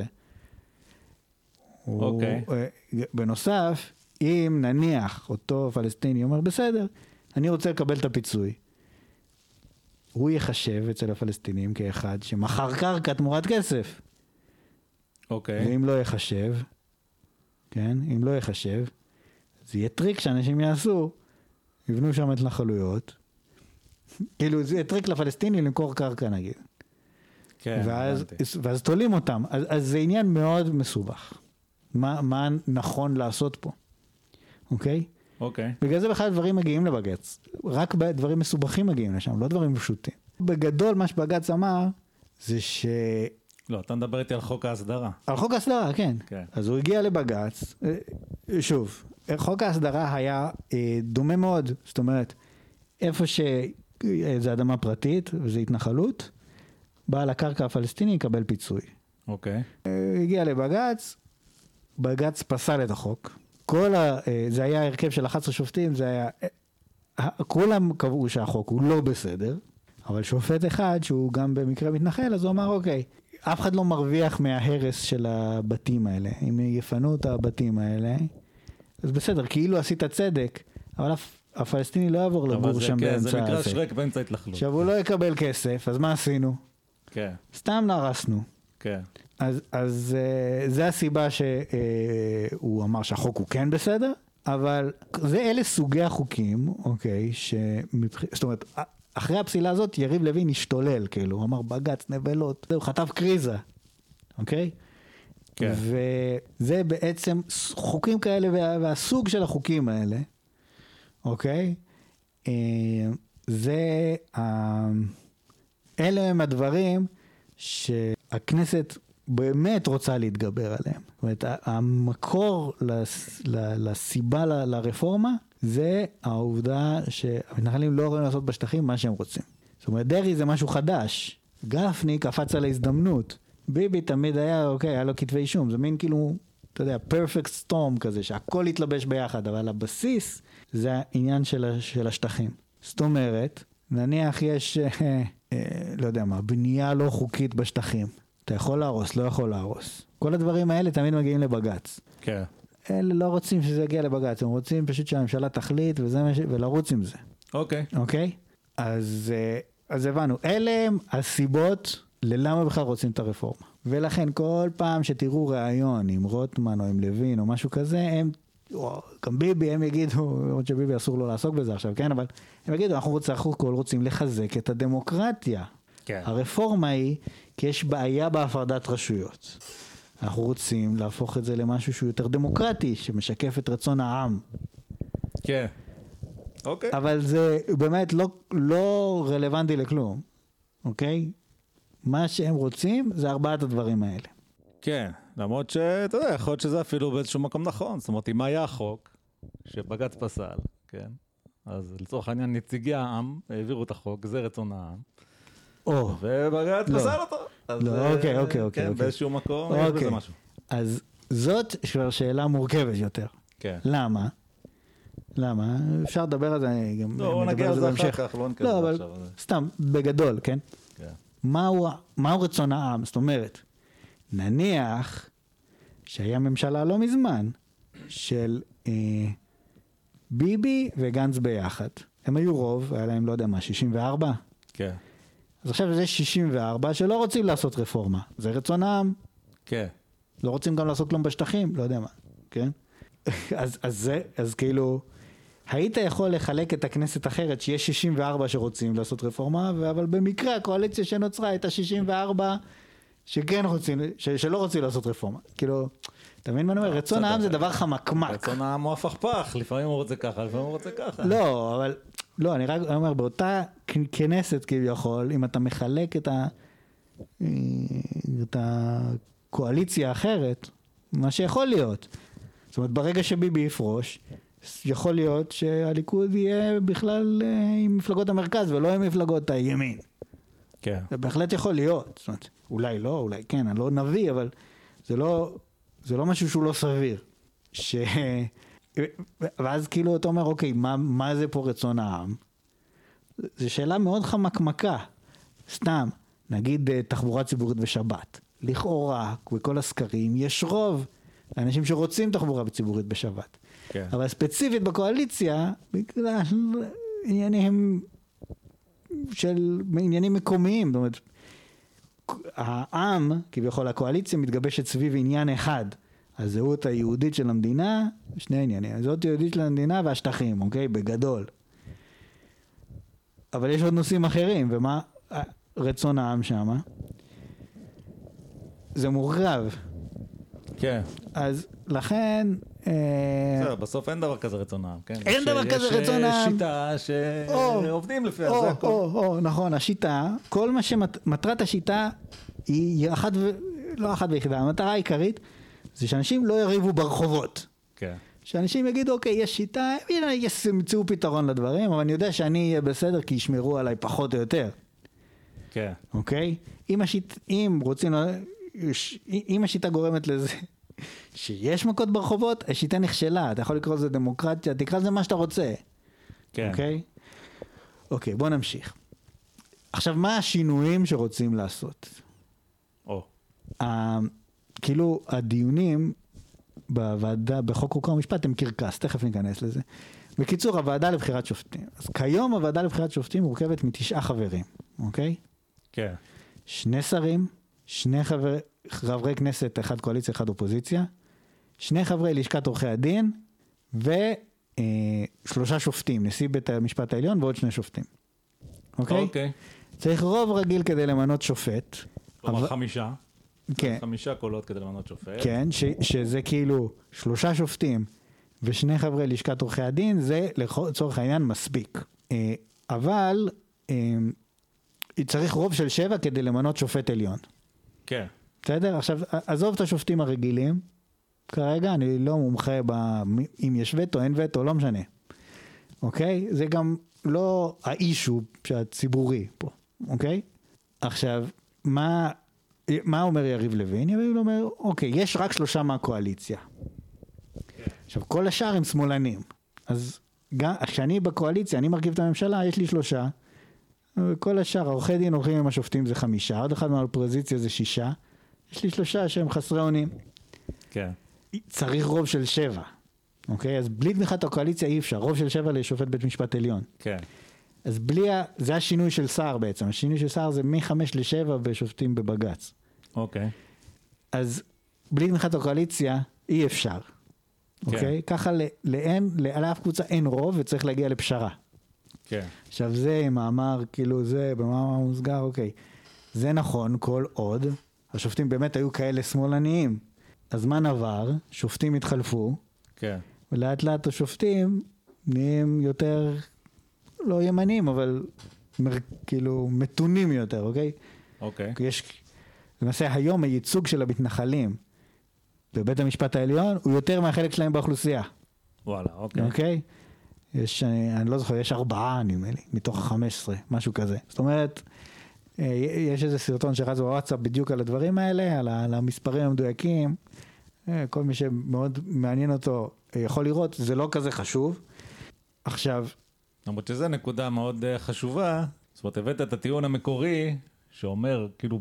אוקיי. בנוסף, אם נניח אותו פלסטיני אומר, בסדר, אני רוצה לקבל את הפיצוי. הוא יחשב אצל הפלסטינים כאחד שמחר קרקע תמורת כסף. אוקיי. ואם לא יחשב, כן, אם לא יחשב, זה יהיה טריק שאנשים יעשו, יבנו שם התנחלויות, כאילו זה יהיה טריק לפלסטיני למכור קרקע נגיד. כן, ואז תולים אותם. אז זה עניין מאוד מסובך. מה נכון לעשות פה? אוקיי? אוקיי. בגלל זה בכלל דברים מגיעים לבג"ץ. רק דברים מסובכים מגיעים לשם, לא דברים פשוטים. בגדול מה שבג"ץ אמר, זה ש... לא, אתה מדבר איתי על חוק ההסדרה. על חוק ההסדרה, כן. כן. אז הוא הגיע לבג"ץ, שוב, חוק ההסדרה היה דומה מאוד, זאת אומרת, איפה שזה אדמה פרטית וזה התנחלות, בעל הקרקע הפלסטיני יקבל פיצוי. אוקיי. הגיע לבג"ץ, בג"ץ פסל את החוק. זה היה הרכב של 11 שופטים, זה היה, כולם קבעו שהחוק הוא לא בסדר, אבל שופט אחד שהוא גם במקרה מתנחל, אז הוא אמר אוקיי, אף אחד לא מרוויח מההרס של הבתים האלה. אם יפנו את הבתים האלה, אז בסדר, כאילו עשית צדק, אבל הפלסטיני לא יעבור לגור שם באמצע. זה מקרה שרק באמצע התנחלות. עכשיו הוא לא יקבל כסף, אז מה עשינו? כן. סתם נרסנו. כן. אז זה הסיבה שהוא אמר שהחוק הוא כן בסדר, אבל אלה סוגי החוקים, אוקיי, זאת אומרת, אחרי הפסילה הזאת יריב לוין השתולל, כאילו, הוא אמר בג"ץ נבלות, הוא חטף קריזה, אוקיי? כן. וזה בעצם חוקים כאלה, והסוג של החוקים האלה, אוקיי? אלה הם הדברים שהכנסת באמת רוצה להתגבר עליהם. זאת אומרת, המקור לסיבה לרפורמה, זה העובדה שהמתנחלים לא יכולים לעשות בשטחים מה שהם רוצים. זאת אומרת, דרעי זה משהו חדש. גפני קפץ על ההזדמנות. ביבי תמיד היה, אוקיי, היה לו כתבי אישום. זה מין כאילו, אתה יודע, perfect storm כזה, שהכל יתלבש ביחד, אבל הבסיס זה העניין של השטחים. זאת אומרת, נניח יש, לא יודע מה, בנייה לא חוקית בשטחים. אתה יכול להרוס, לא יכול להרוס. כל הדברים האלה תמיד מגיעים לבג"ץ. כן. אלה לא רוצים שזה יגיע לבג"ץ, הם רוצים פשוט שהממשלה תחליט ולרוץ עם זה. אוקיי. אוקיי? אז הבנו, אלה הם הסיבות ללמה בכלל רוצים את הרפורמה. ולכן כל פעם שתראו ראיון עם רוטמן או עם לוין או משהו כזה, גם ביבי, הם יגידו, למרות שביבי אסור לו לעסוק בזה עכשיו, כן? אבל הם יגידו, אנחנו רוצים לחזק את הדמוקרטיה. כן. הרפורמה היא, כי יש בעיה בהפרדת רשויות. אנחנו רוצים להפוך את זה למשהו שהוא יותר דמוקרטי, שמשקף את רצון העם. כן. אוקיי. אבל זה באמת לא רלוונטי לכלום. אוקיי? מה שהם רוצים זה 4 הדברים האלה. כן. למרות שאתה יודע, יכול להיות שזה אפילו באיזשהו מקום נכון. זאת אומרת, אם היה החוק שבג"ץ פסל, כן? אז לצורך העניין נציגי העם העבירו את החוק, זה רצון העם. ובג"ץ פסל אותו. לא, אוקיי. כן, באיזשהו מקום יש בזה משהו. אז זאת כבר שאלה מורכבת יותר. כן. למה? אפשר לדבר על זה, גם לא, נגיע על זה אחר כך, לא נקרא לא, עכשיו. אבל סתם, בגדול, כן? כן. מהו רצון העם? זאת אומרת, נניח שהיה ממשלה לא מזמן של ביבי וגנץ ביחד. הם היו רוב, היה להם לא יודע מה, 64? כן. אז עכשיו זה 64 שלא רוצים לעשות רפורמה. זה רצון העם. כן. לא רוצים גם לעשות כלום בשטחים, לא יודע מה, כן? אז כאילו, היית יכול לחלק את הכנסת אחרת, שיש 64 שרוצים לעשות רפורמה, אבל במקרה הקואליציה שנוצרה הייתה 64 שכן רוצים, שלא רוצים לעשות רפורמה. כאילו, אתה מבין מה אני אומר? רצון העם זה דבר חמקמק. רצון העם הוא הפכפך, לפעמים הוא רוצה ככה, לפעמים הוא רוצה ככה. לא, אבל, לא, אני רק אומר, באותה כנסת כביכול, אם אתה מחלק את הקואליציה האחרת, מה שיכול להיות. זאת אומרת, ברגע שביבי יפרוש, יכול להיות שהליכוד יהיה בכלל עם מפלגות המרכז, ולא עם מפלגות הימין. כן. זה בהחלט יכול להיות. זאת אומרת, אולי לא, אולי כן, אני לא נביא, אבל זה לא משהו שהוא לא סביר. ואז כאילו אתה אומר, אוקיי, מה זה פה רצון העם? זו שאלה מאוד חמקמקה. סתם, נגיד תחבורה ציבורית בשבת. לכאורה, בכל הסקרים, יש רוב לאנשים שרוצים תחבורה ציבורית בשבת. כן. אבל ספציפית בקואליציה, בגלל עניינים מקומיים, זאת אומרת, העם, כביכול הקואליציה מתגבשת סביב עניין אחד, הזהות היהודית של המדינה, שני עניינים, הזהות היהודית של המדינה והשטחים, אוקיי? בגדול. אבל יש עוד נושאים אחרים, ומה רצון העם שם? זה מורכב. כן. אז לכן... בסוף אין דבר כזה רצון העם, כן? אין דבר כזה רצון העם. יש שיטה שעובדים לפי זה הכל. נכון, השיטה, כל מה שמטרת השיטה היא לא אחת ויחידה, המטרה העיקרית זה שאנשים לא יריבו ברחובות. כן. שאנשים יגידו, אוקיי, יש שיטה, ימצאו פתרון לדברים, אבל אני יודע שאני אהיה בסדר כי ישמרו עליי פחות או יותר. כן. אוקיי? אם השיטה גורמת לזה שיש מכות ברחובות, השיטה נכשלה, אתה יכול לקרוא לזה דמוקרטיה, תקרא לזה מה שאתה רוצה. כן. אוקיי? אוקיי, בוא נמשיך. עכשיו, מה השינויים שרוצים לעשות? כאילו, הדיונים בוועדה, בחוק חוקה ומשפט, הם קרקס, תכף ניכנס לזה. בקיצור, הוועדה לבחירת שופטים. אז כיום הוועדה לבחירת שופטים מורכבת מ9 חברים, אוקיי? כן. 2 שרים, 2 חברי כנסת, 1 קואליציה, 1 אופוזיציה, 2 חברי לשכת עורכי הדין, ו3 שופטים, נשיא בית המשפט העליון ועוד 2 שופטים. אוקיי? אוקיי. צריך רוב רגיל כדי למנות שופט. כלומר 5. כן. 5 קולות כדי למנות שופט. כן, שזה כאילו 3 שופטים ו2 חברי לשכת עורכי הדין, זה לצורך העניין מספיק. אבל צריך רוב של 7 כדי למנות שופט עליון. כן. בסדר? עכשיו, עזוב את השופטים הרגילים, כרגע אני לא מומחה אם יש וטו, אין וטו, לא משנה. אוקיי? זה גם לא האישו הציבורי פה, אוקיי? עכשיו, מה אומר יריב לוין? יריב לוין אומר, אוקיי, יש רק 3 מהקואליציה. עכשיו, כל השאר הם שמאלנים. אז כשאני בקואליציה, אני מרכיב את הממשלה, יש לי 3. כל השאר, עורכי דין הולכים עם השופטים זה 5, עוד אחד מהאופוזיציה זה 6. יש לי 3 שהם חסרי אונים. כן. צריך רוב של 7. אוקיי? אז בלי תמיכת הקואליציה אי אפשר. רוב של 7 לשופט בית משפט עליון. כן. אז זה השינוי של שר בעצם. השינוי של שר זה מ5 ל7 בשופטים בבגץ. אוקיי. אז בלי תמיכת הקואליציה אי אפשר. אוקיי? ככה לאף קבוצה אין רוב וצריך להגיע לפשרה. כן. עכשיו זה מאמר, כאילו זה במאמר מוסגר, אוקיי. זה נכון כל עוד השופטים באמת היו כאלה שמאלניים. הזמן עבר, שופטים התחלפו. כן. ולאט לאט השופטים נהיים יותר, לא ימנים, אבל כאילו מתונים יותר, אוקיי? אוקיי. יש, למעשה היום הייצוג של המתנחלים בבית המשפט העליון הוא יותר מהחלק שלהם באוכלוסייה. וואלה, אוקיי. אוקיי? אני לא זוכר, יש 4 נדמה לי, מתוך 15, משהו כזה. זאת אומרת, יש איזה סרטון שרץ בוואטסאפ בדיוק על הדברים האלה, על המספרים המדויקים. כל מי שמאוד מעניין אותו יכול לראות, זה לא כזה חשוב. עכשיו... למרות שזו נקודה מאוד חשובה, זאת אומרת, הבאת את הטיעון המקורי, שאומר כאילו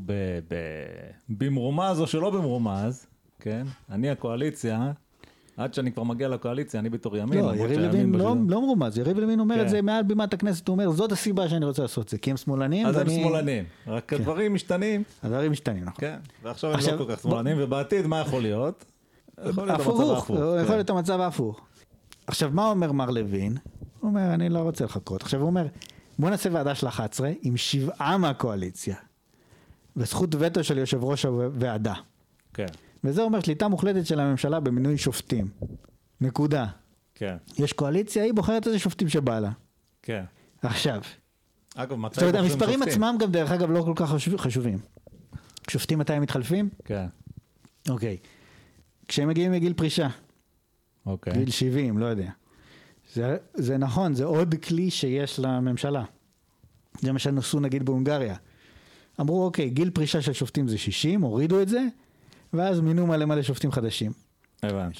במרומז או שלא במרומז, כן? אני הקואליציה, עד שאני כבר מגיע לקואליציה, אני בתור ימין. לא, יריב לוין לא מרומז, יריב לוין אומר את זה מעל בימת הכנסת, הוא אומר, זאת הסיבה שאני רוצה לעשות את זה, כי הם שמאלנים. אז הם שמאלנים, רק הדברים משתנים. הדברים משתנים, נכון. כן, ועכשיו הם לא כל כך שמאלנים, ובעתיד מה יכול להיות? יכול להיות המצב ההפוך. יכול להיות המצב ההפוך. עכשיו, מה אומר מר לוין? הוא אומר, אני לא רוצה לחכות. עכשיו הוא אומר, בוא נעשה ועדה של 11 עם 7 מהקואליציה, וזכות וטו של יושב ראש הוועדה. כן. וזה אומר שליטה מוחלטת של הממשלה במינוי שופטים. נקודה. כן. יש קואליציה, היא בוחרת איזה שופטים שבא לה. כן. עכשיו. אגב, מתי זאת אומרת, המספרים עצמם גם דרך אגב לא כל כך חשובים. שופטים מתי הם מתחלפים? כן. אוקיי. כשהם מגיעים מגיל פרישה. אוקיי. גיל 70, לא יודע. זה נכון, זה עוד כלי שיש לממשלה. זה מה שנסו נגיד בהונגריה. אמרו, אוקיי, גיל פרישה של שופטים זה 60, הורידו את זה, ואז מינו מלא שופטים חדשים. הבנתי.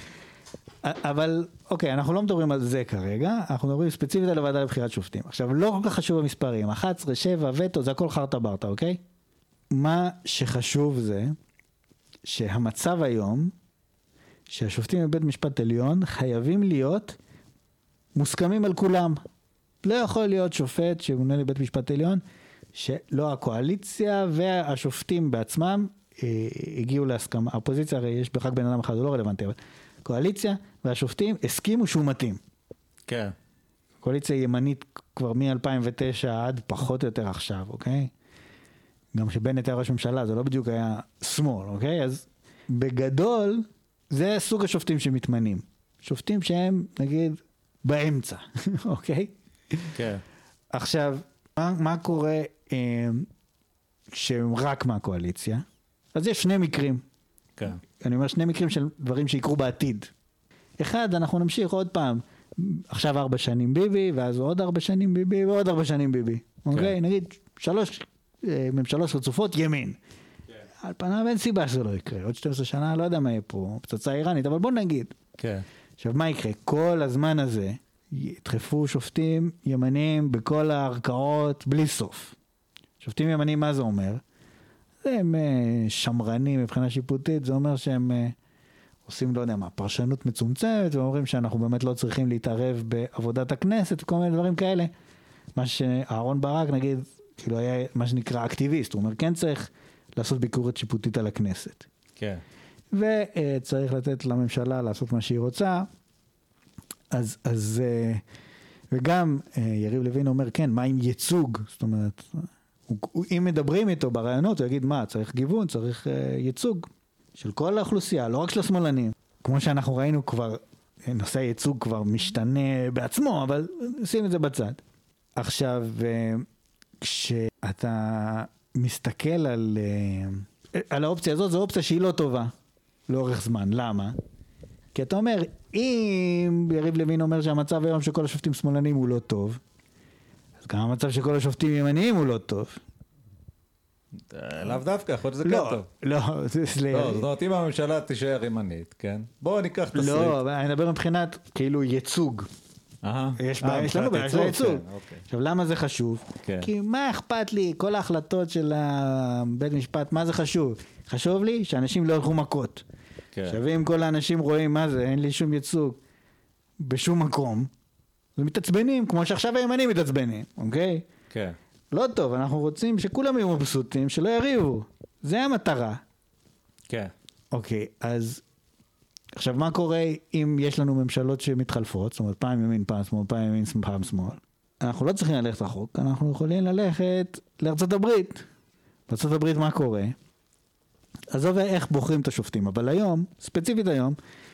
אבל, אוקיי, אנחנו לא מדברים על זה כרגע, אנחנו מדברים ספציפית על הוועדה לבחירת שופטים. עכשיו, לא כל כך חשוב המספרים, 11, 7, וטו, זה הכל חרטה ברטה, אוקיי? מה שחשוב זה, שהמצב היום, שהשופטים בבית משפט עליון חייבים להיות מוסכמים על כולם. לא יכול להיות שופט שמונה לבית משפט עליון, שלא הקואליציה והשופטים בעצמם הגיעו להסכמה. האופוזיציה הרי יש רק בן אדם אחד, זה לא רלוונטי, אבל קואליציה והשופטים הסכימו שהוא מתאים. כן. קואליציה ימנית כבר מ-2009 עד פחות או יותר עכשיו, אוקיי? גם שבנט היה ראש ממשלה, זה לא בדיוק היה שמאל, אוקיי? אז בגדול, זה סוג השופטים שמתמנים. שופטים שהם, נגיד, באמצע, אוקיי? כן. עכשיו, מה קורה שהם רק מהקואליציה? אז יש 2 מקרים. כן. אני אומר 2 מקרים של דברים שיקרו בעתיד. אחד, אנחנו נמשיך עוד פעם, עכשיו 4 שנים ביבי, ואז עוד 4 שנים ביבי, ועוד 4 שנים ביבי. אוקיי? נגיד 3 ממשלות רצופות ימין. על פניו אין סיבה שזה לא יקרה. עוד 12 שנה, לא יודע מה יהיה פה, פצצה איראנית, אבל בוא נגיד. כן. עכשיו, מה יקרה? כל הזמן הזה, ידחפו שופטים ימנים בכל הערכאות בלי סוף. שופטים ימנים, מה זה אומר? הם שמרנים מבחינה שיפוטית, זה אומר שהם עושים, לא יודע מה, פרשנות מצומצמת, ואומרים שאנחנו באמת לא צריכים להתערב בעבודת הכנסת, וכל מיני דברים כאלה. מה שאהרון ברק, נגיד, כאילו היה מה שנקרא אקטיביסט, הוא אומר, כן צריך לעשות ביקורת שיפוטית על הכנסת. כן. וצריך לתת לממשלה לעשות מה שהיא רוצה, אז וגם יריב לוין אומר, כן, מה עם ייצוג? זאת אומרת, אם מדברים איתו ברעיונות, הוא יגיד, מה, צריך גיוון, צריך ייצוג של כל האוכלוסייה, לא רק של השמאלנים. כמו שאנחנו ראינו כבר, נושא הייצוג כבר משתנה בעצמו, אבל שים את זה בצד. עכשיו, כשאתה מסתכל על האופציה הזאת, זו אופציה שהיא לא טובה לאורך זמן. למה? כי אתה אומר, אם יריב לוין אומר שהמצב היום שכל השופטים שמאלנים הוא לא טוב, אז גם המצב שכל השופטים ימניים הוא לא טוב. לאו דווקא, יכול להיות שזה כן טוב. לא, זאת אומרת, אם הממשלה תישאר ימנית, כן? בואו ניקח את הסריט. לא, אני מדבר מבחינת כאילו ייצוג. יש לנו בעיה של הייצוג. עכשיו, למה זה חשוב? כי מה אכפת לי, כל ההחלטות של בית משפט, מה זה חשוב? חשוב לי שאנשים לא הלכו מכות. עכשיו, אם כל האנשים רואים מה זה, אין לי שום ייצוג בשום מקום, ומתעצבנים, כמו שעכשיו הימנים מתעצבנים, אוקיי? כן. לא טוב, אנחנו רוצים שכולם יהיו מבסוטים, שלא יריבו. זה המטרה. כן. אוקיי, אז עכשיו מה קורה אם יש לנו ממשלות שמתחלפות, זאת אומרת פעם ימין, פעם שמאל, פעם ימין, פעם שמאל. אנחנו לא צריכים ללכת רחוק, אנחנו יכולים ללכת לארצות הברית. בארצות הברית מה קורה? עזוב איך בוחרים את השופטים, אבל היום, ספציפית היום,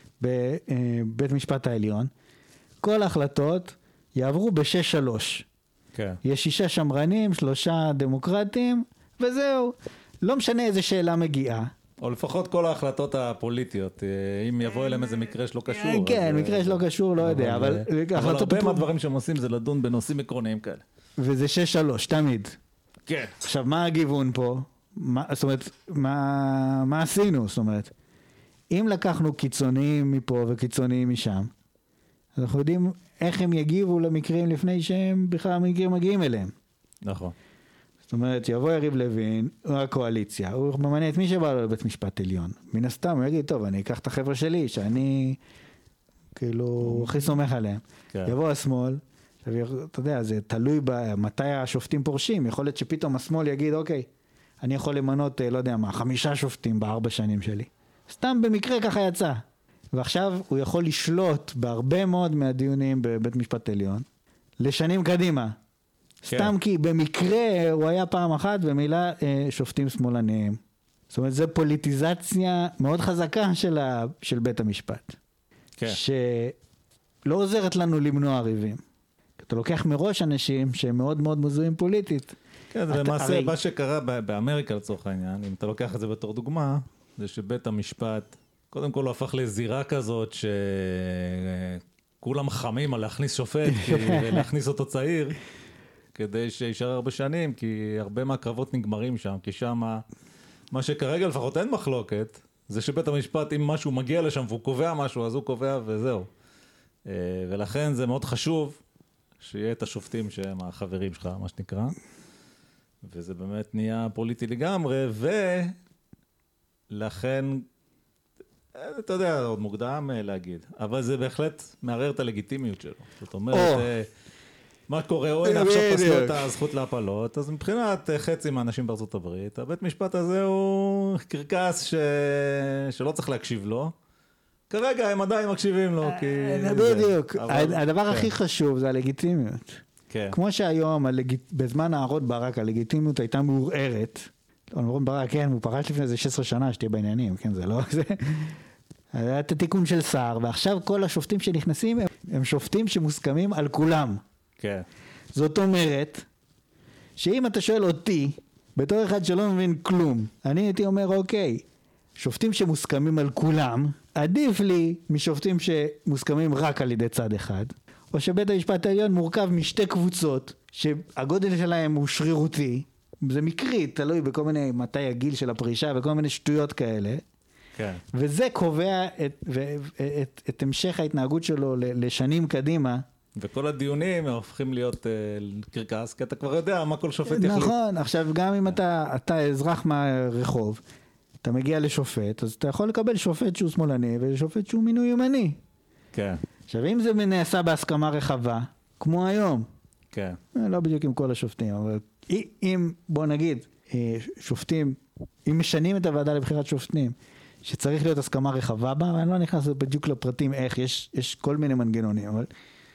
בבית משפט העליון, כל ההחלטות יעברו ב-6-3. כן. יש 6 שמרנים, 3 דמוקרטים, וזהו. לא משנה איזה שאלה מגיעה. או לפחות כל ההחלטות הפוליטיות, אם יבוא אליהם איזה מקרה שלא קשור. כן, מקרה שלא קשור, לא יודע, אבל הרבה מהדברים שהם עושים זה לדון בנושאים עקרוניים כאלה. וזה 6-3, תמיד. כן. עכשיו, מה הגיוון פה? זאת אומרת, מה עשינו? זאת אומרת, אם לקחנו קיצוניים מפה וקיצוניים משם, אז אנחנו יודעים איך הם יגיבו למקרים לפני שהם בכלל המקרים מגיעים אליהם. נכון. זאת אומרת, יבוא יריב לוין, הוא הקואליציה, הוא ממנה את מי שבא לו לבית משפט עליון. מן הסתם, הוא יגיד, טוב, אני אקח את החבר'ה שלי, שאני כאילו הכי סומך עליהם. כן. יבוא השמאל, אתה יודע, זה תלוי מתי השופטים פורשים, יכול להיות שפתאום השמאל יגיד, אוקיי, אני יכול למנות, לא יודע מה, 5 שופטים ב4 שנים שלי. סתם במקרה ככה יצא. ועכשיו הוא יכול לשלוט בהרבה מאוד מהדיונים בבית משפט עליון, לשנים קדימה. כן. סתם כי במקרה הוא היה פעם אחת במילה שופטים שמאלניים. זאת אומרת, זו פוליטיזציה מאוד חזקה של בית המשפט. כן. שלא עוזרת לנו למנוע ריבים. אתה לוקח מראש אנשים שהם מאוד מאוד מזוהים פוליטית. כן, זה למעשה מה שקרה באמריקה לצורך העניין, אם אתה לוקח את זה בתור דוגמה, זה שבית המשפט, קודם כל הוא הפך לזירה כזאת שכולם חמים על להכניס שופט ולהכניס אותו צעיר, כדי שישאר הרבה שנים, כי הרבה מהקרבות נגמרים שם, כי שם מה שכרגע לפחות אין מחלוקת, זה שבית המשפט אם משהו מגיע לשם והוא קובע משהו, אז הוא קובע וזהו. ולכן זה מאוד חשוב שיהיה את השופטים שהם החברים שלך, מה שנקרא, וזה באמת נהיה פוליטי לגמרי, ולכן, אתה יודע, עוד מוקדם להגיד, אבל זה בהחלט מערער את הלגיטימיות שלו. זאת אומרת, מה קורה, או הנה עכשיו פסלו את הזכות להפלות, אז מבחינת חצי מהאנשים בארצות הברית, הבית משפט הזה הוא קרקס שלא צריך להקשיב לו, כרגע הם עדיין מקשיבים לו, כי... בדיוק, הדבר הכי חשוב זה הלגיטימיות. כמו שהיום, בזמן אהרון ברק, הלגיטימיות הייתה מעורערת. אהרון ברק, כן, הוא פרש לפני איזה 16 שנה, שתהיה בעניינים, כן, זה לא... היה את התיקון של שר, ועכשיו כל השופטים שנכנסים, הם שופטים שמוסכמים על כולם. כן. זאת אומרת, שאם אתה שואל אותי, בתור אחד שלא מבין כלום, אני הייתי אומר, אוקיי, שופטים שמוסכמים על כולם, עדיף לי משופטים שמוסכמים רק על ידי צד אחד, או שבית המשפט העליון מורכב משתי קבוצות, שהגודל שלהם הוא שרירותי, זה מקרי, תלוי בכל מיני, מתי הגיל של הפרישה, וכל מיני שטויות כאלה. כן. וזה קובע את המשך ההתנהגות שלו לשנים קדימה. וכל הדיונים הופכים להיות קרקס, כי אתה כבר יודע מה כל שופט יחליט. נכון, עכשיו גם אם אתה אזרח מהרחוב, אתה מגיע לשופט, אז אתה יכול לקבל שופט שהוא שמאלני, ושופט שהוא מינוי ימני. כן. עכשיו, אם זה נעשה בהסכמה רחבה, כמו היום, כן. לא בדיוק עם כל השופטים, אבל אם, בוא נגיד, שופטים, אם משנים את הוועדה לבחירת שופטים, שצריך להיות הסכמה רחבה בה, ואני לא נכנס בדיוק לפרטים איך, יש כל מיני מנגנונים, אבל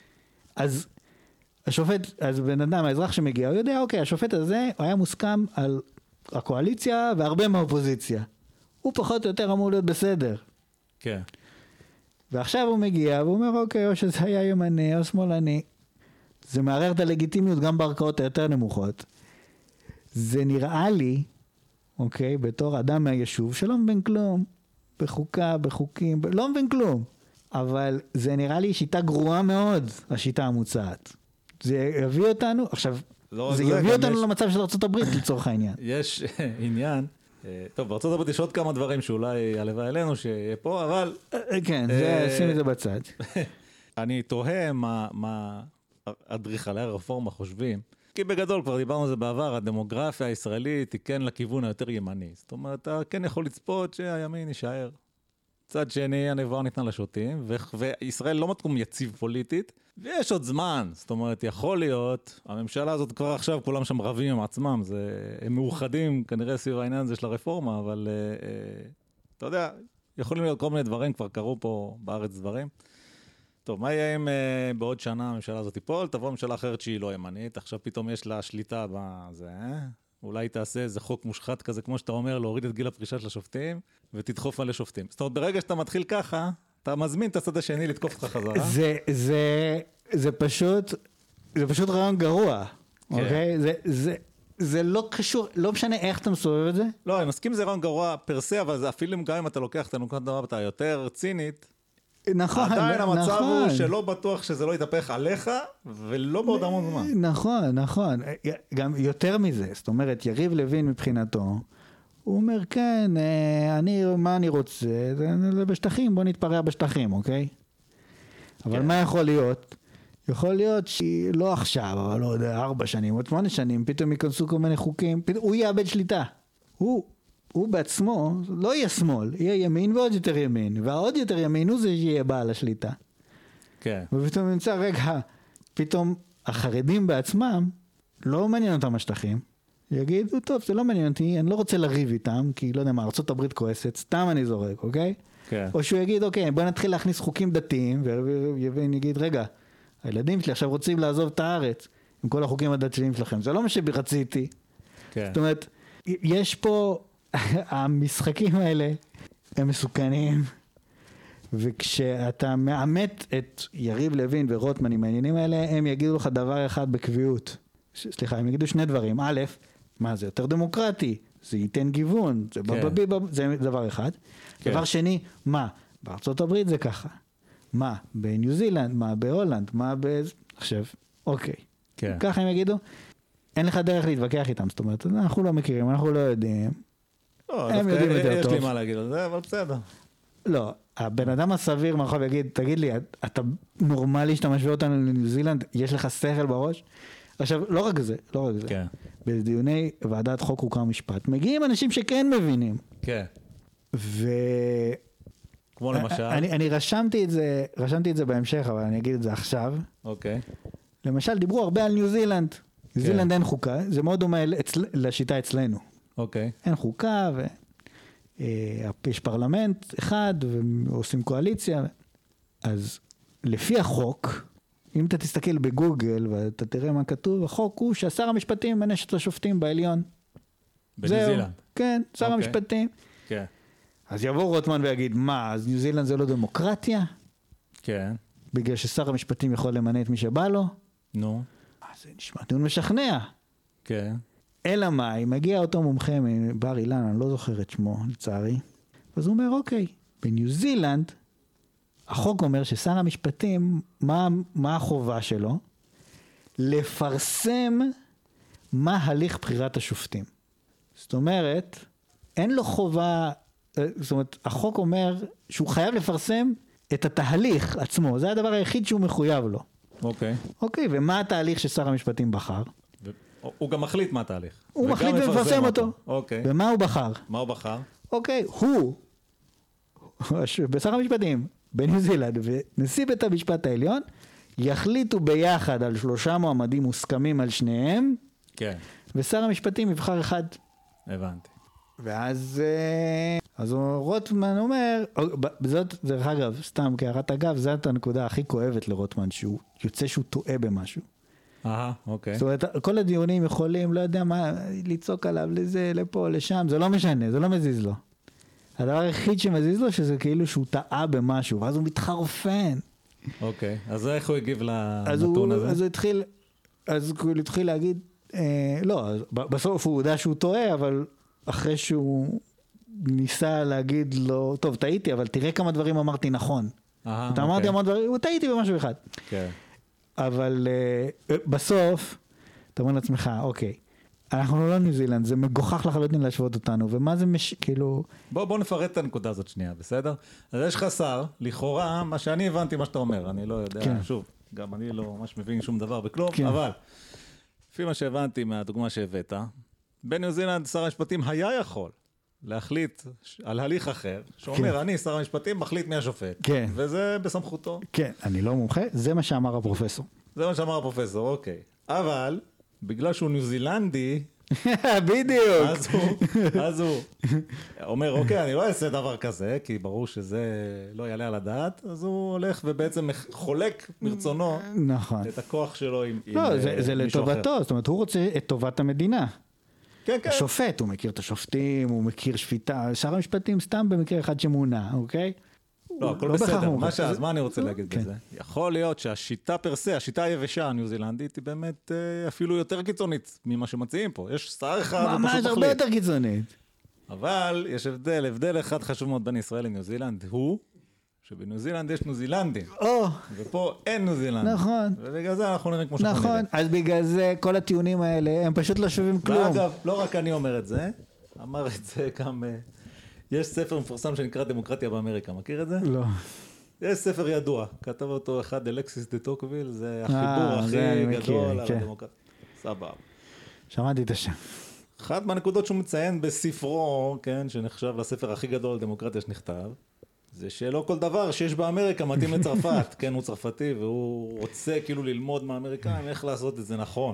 אז השופט, אז בן אדם, האזרח שמגיע, הוא יודע, אוקיי, השופט הזה היה מוסכם על הקואליציה והרבה מהאופוזיציה. הוא פחות או יותר אמור להיות בסדר. כן. ועכשיו הוא מגיע, והוא אומר, אוקיי, או שזה היה ימני או שמאלני. זה מערער את הלגיטימיות גם בערכאות היותר נמוכות. זה נראה לי, אוקיי, בתור אדם מהיישוב, שלא מבין כלום, בחוקה, בחוקים, לא מבין כלום. אבל זה נראה לי שיטה גרועה מאוד, השיטה המוצעת. זה יביא אותנו, עכשיו, זה יביא אותנו למצב של ארצות הברית לצורך העניין. יש עניין, טוב, בארצות הברית יש עוד כמה דברים שאולי הלוואי אלינו שיהיה פה, אבל... כן, שים את זה בצד. אני תוהה מה אדריכלי הרפורמה חושבים, כי בגדול כבר דיברנו על זה בעבר, הדמוגרפיה הישראלית היא כן לכיוון היותר ימני. זאת אומרת, אתה כן יכול לצפות שהימין יישאר. צד שני, הנבואה ניתנה לשוטים, וישראל לא מתקום יציב פוליטית, ויש עוד זמן. זאת אומרת, יכול להיות, הממשלה הזאת כבר עכשיו, כולם שם רבים עם עצמם, הם מאוחדים כנראה סביב העניין הזה של הרפורמה, אבל אתה יודע, יכולים להיות כל מיני דברים, כבר קרו פה בארץ דברים. טוב, מה יהיה אם בעוד שנה הממשלה הזאת תיפול? תבוא ממשלה אחרת שהיא לא ימנית, עכשיו פתאום יש לה שליטה בזה, אולי תעשה איזה חוק מושחת כזה, כמו שאתה אומר, להוריד את גיל הפרישה של השופטים, ותדחוף על השופטים. זאת אומרת, ברגע שאתה מתחיל ככה, אתה מזמין את הצד השני לתקוף אותך חזרה. זה פשוט רעיון גרוע, אוקיי? זה לא קשור, לא משנה איך אתה מסובב את זה. לא, אני מסכים זה רעיון גרוע פרסה, אבל זה אפילו גם אם אתה לוקח את הנקודת דבר, אתה יותר צינית, נכון, עדיין המצב הוא שלא בטוח שזה לא יתהפך עליך, ולא בעוד המון זמן. נכון. גם יותר מזה, זאת אומרת, יריב לוין מבחינתו, הוא אומר, כן, מה אני רוצה? זה בשטחים, בוא נתפרע בשטחים, אוקיי? אבל מה יכול להיות? יכול להיות שהיא לא עכשיו, אבל לא יודע, 4 שנים, עוד 8 שנים, פתאום ייכנסו כל מיני חוקים, הוא יאבד שליטה. הוא בעצמו לא יהיה שמאל, יהיה ימין ועוד יותר ימין, והעוד יותר ימין הוא זה שיהיה בעל השליטה. כן. ופתאום נמצא רגע, פתאום החרדים בעצמם, לא מעניין אותם השטחים, יגידו, טוב, זה לא מעניין אותי, אני לא רוצה לריב איתם, כי לא יודע מה, ארצות הברית כועסת, סתם אני זורק, אוקיי? כן. או שהוא יגיד, אוקיי, בוא נתחיל להכניס חוקים דתיים, ויבין יגיד, רגע, הילדים שלי עכשיו רוצים לעזוב את הארץ, עם כל החוקים הדתיים שלכם, זה לא מה שרציתי. כן. זאת אומרת, יש פה, המשחקים האלה הם מסוכנים, וכשאתה מאמת את יריב לוין ורוטמן עם העניינים האלה, הם יגידו לך דבר אחד בקביעות. סליחה, הם יגידו 2 דברים. א', מה זה יותר דמוקרטי? זה ייתן גיוון, זה זה דבר אחד. דבר שני, מה? בארצות הברית זה ככה. מה? בניו זילנד, מה? בהולנד, מה עכשיו, אוקיי. ככה הם יגידו, אין לך דרך להתווכח איתם, זאת אומרת, אנחנו לא מכירים, אנחנו לא יודעים. הם יודעים יותר טוב. יש לי מה להגיד על זה, אבל בסדר. לא, הבן אדם הסביר מרחוב יגיד, תגיד לי, אתה נורמלי שאתה משווה אותנו לניו זילנד, יש לך שכל בראש? עכשיו, לא רק זה. כן. בדיוני ועדת חוק חוקה ומשפט, מגיעים אנשים שכן מבינים. כן. כמו למשל? אני רשמתי את זה בהמשך, אבל אני אגיד את זה עכשיו. אוקיי. למשל, דיברו הרבה על ניו זילנד. ניו זילנד אין חוקה, זה מאוד דומה לשיטה אצלנו. אוקיי. אין חוקה, יש פרלמנט אחד, ועושים קואליציה. אז לפי החוק, אם אתה תסתכל בגוגל, ואתה תראה מה כתוב, החוק הוא שהשר המשפטים מנש את השופטים בעליון. בניו זילנד? כן, שר המשפטים. כן. אז יבוא רוטמן ויגיד, מה, אז ניו זילנד זה לא דמוקרטיה? כן. בגלל ששר המשפטים יכול למנה את מי שבא לו? נו. זה נשמע טיעון משכנע. כן. אלא מה, אם מגיע אותו מומחה מבר אילן, אני לא זוכר את שמו, לצערי. אז הוא אומר, אוקיי, בניו זילנד, החוק אומר ששר המשפטים, מה החובה שלו? לפרסם מה הליך בחירת השופטים. זאת אומרת, אין לו חובה, זאת אומרת, החוק אומר שהוא חייב לפרסם את התהליך עצמו, זה הדבר היחיד שהוא מחויב לו. אוקיי. אוקיי, ומה התהליך ששר המשפטים בחר? הוא גם מחליט מה התהליך. הוא מחליט ומפרסם אותו. אוקיי. ומה הוא בחר? מה הוא בחר? אוקיי, בשר המשפטים, בניו זילנד ונשיא בית המשפט העליון, יחליטו ביחד על 3 מועמדים מוסכמים על שניהם, כן. ושר המשפטים יבחר אחד. הבנתי. ואז רוטמן אומר, זאת, דרך אגב, סתם כהערת אגב, זאת הנקודה הכי כואבת לרוטמן, שהוא יוצא שהוא טועה במשהו. אוקיי. זאת אומרת, כל הדיונים יכולים, לא יודע מה, לצעוק עליו לזה, לפה, לשם, זה לא משנה, זה לא מזיז לו. הדבר היחיד שמזיז לו, שזה כאילו שהוא טעה במשהו, ואז הוא מתחרפן. אוקיי, אז איך הוא הגיב לנתון הזה? אז הוא התחיל להגיד, לא, בסוף הוא יודע שהוא טועה, אבל אחרי שהוא ניסה להגיד לו, טוב, טעיתי, אבל תראה כמה דברים אמרתי נכון. אתה אמרתי המון דברים, הוא טעיתי במשהו אחד. כן. אבל בסוף, אתה אומר לעצמך, אוקיי, אנחנו לא ניו זילנד, זה מגוחך לחלוטין להשוות אותנו, ומה זה כאילו... בוא נפרט את הנקודה הזאת שנייה, בסדר? אז יש לך שר, לכאורה, מה שאני הבנתי מה שאתה אומר, אני לא יודע, כן. שוב, גם אני לא ממש מבין שום דבר בכלום, כן. אבל לפי מה שהבנתי מהדוגמה שהבאת, בניו זילנד שר המשפטים היה יכול להחליט על הליך אחר, שאומר, כן. אני שר המשפטים מחליט מי השופט, כן. וזה בסמכותו. כן, אני לא מומחה, זה מה שאמר הפרופסור. זה מה שאמר הפרופסור, אוקיי. אבל, בגלל שהוא ניו זילנדי, בדיוק. אז הוא אומר, אוקיי, אני לא אעשה דבר כזה, כי ברור שזה לא יעלה על הדעת, אז הוא הולך ובעצם חולק מרצונו נכון. את הכוח שלו עם מישהו לא, אחר. זה לטובתו, זאת אומרת, הוא רוצה את טובת המדינה. כן, כן. השופט, הוא מכיר את השופטים, הוא מכיר שפיטה, שר המשפטים סתם במקרה אחד שמונה, אוקיי? לא, הכל לא בהכרח בסדר. מומחה. אז מה אני רוצה להגיד כן. בזה? יכול להיות שהשיטה פרסה, השיטה היבשה הניו זילנדית, היא באמת אפילו יותר קיצונית ממה שמציעים פה. יש שר אחד ופשוט ממש הרבה מחליט. יותר קיצונית. אבל יש הבדל אחד חשוב מאוד בין ישראל לניו זילנד, הוא שבניו זילנד יש ניו זילנדים, ופה אין ניו זילנד. נכון. ובגלל זה אנחנו נראים כמו שאנחנו נראים. נכון, אז בגלל זה כל הטיעונים האלה, הם פשוט לא שווים כלום. ואגב, לא רק אני אומר את זה, אמר את זה גם, יש ספר מפורסם שנקרא דמוקרטיה באמריקה, מכיר את זה? לא. יש ספר ידוע, כתב אותו אחד אלכסיס דה טוקוויל, זה החיבור הכי גדול על הדמוקרטיה. סבבה. שמעתי את השם. אחת מהנקודות שהוא מציין בספרו, כן, שנחשב לספר הכי גדול על דמוקרטיה שנכתב, זה שלא כל דבר שיש באמריקה מתאים לצרפת, כן, הוא צרפתי, והוא רוצה כאילו ללמוד מהאמריקאים איך לעשות את זה נכון.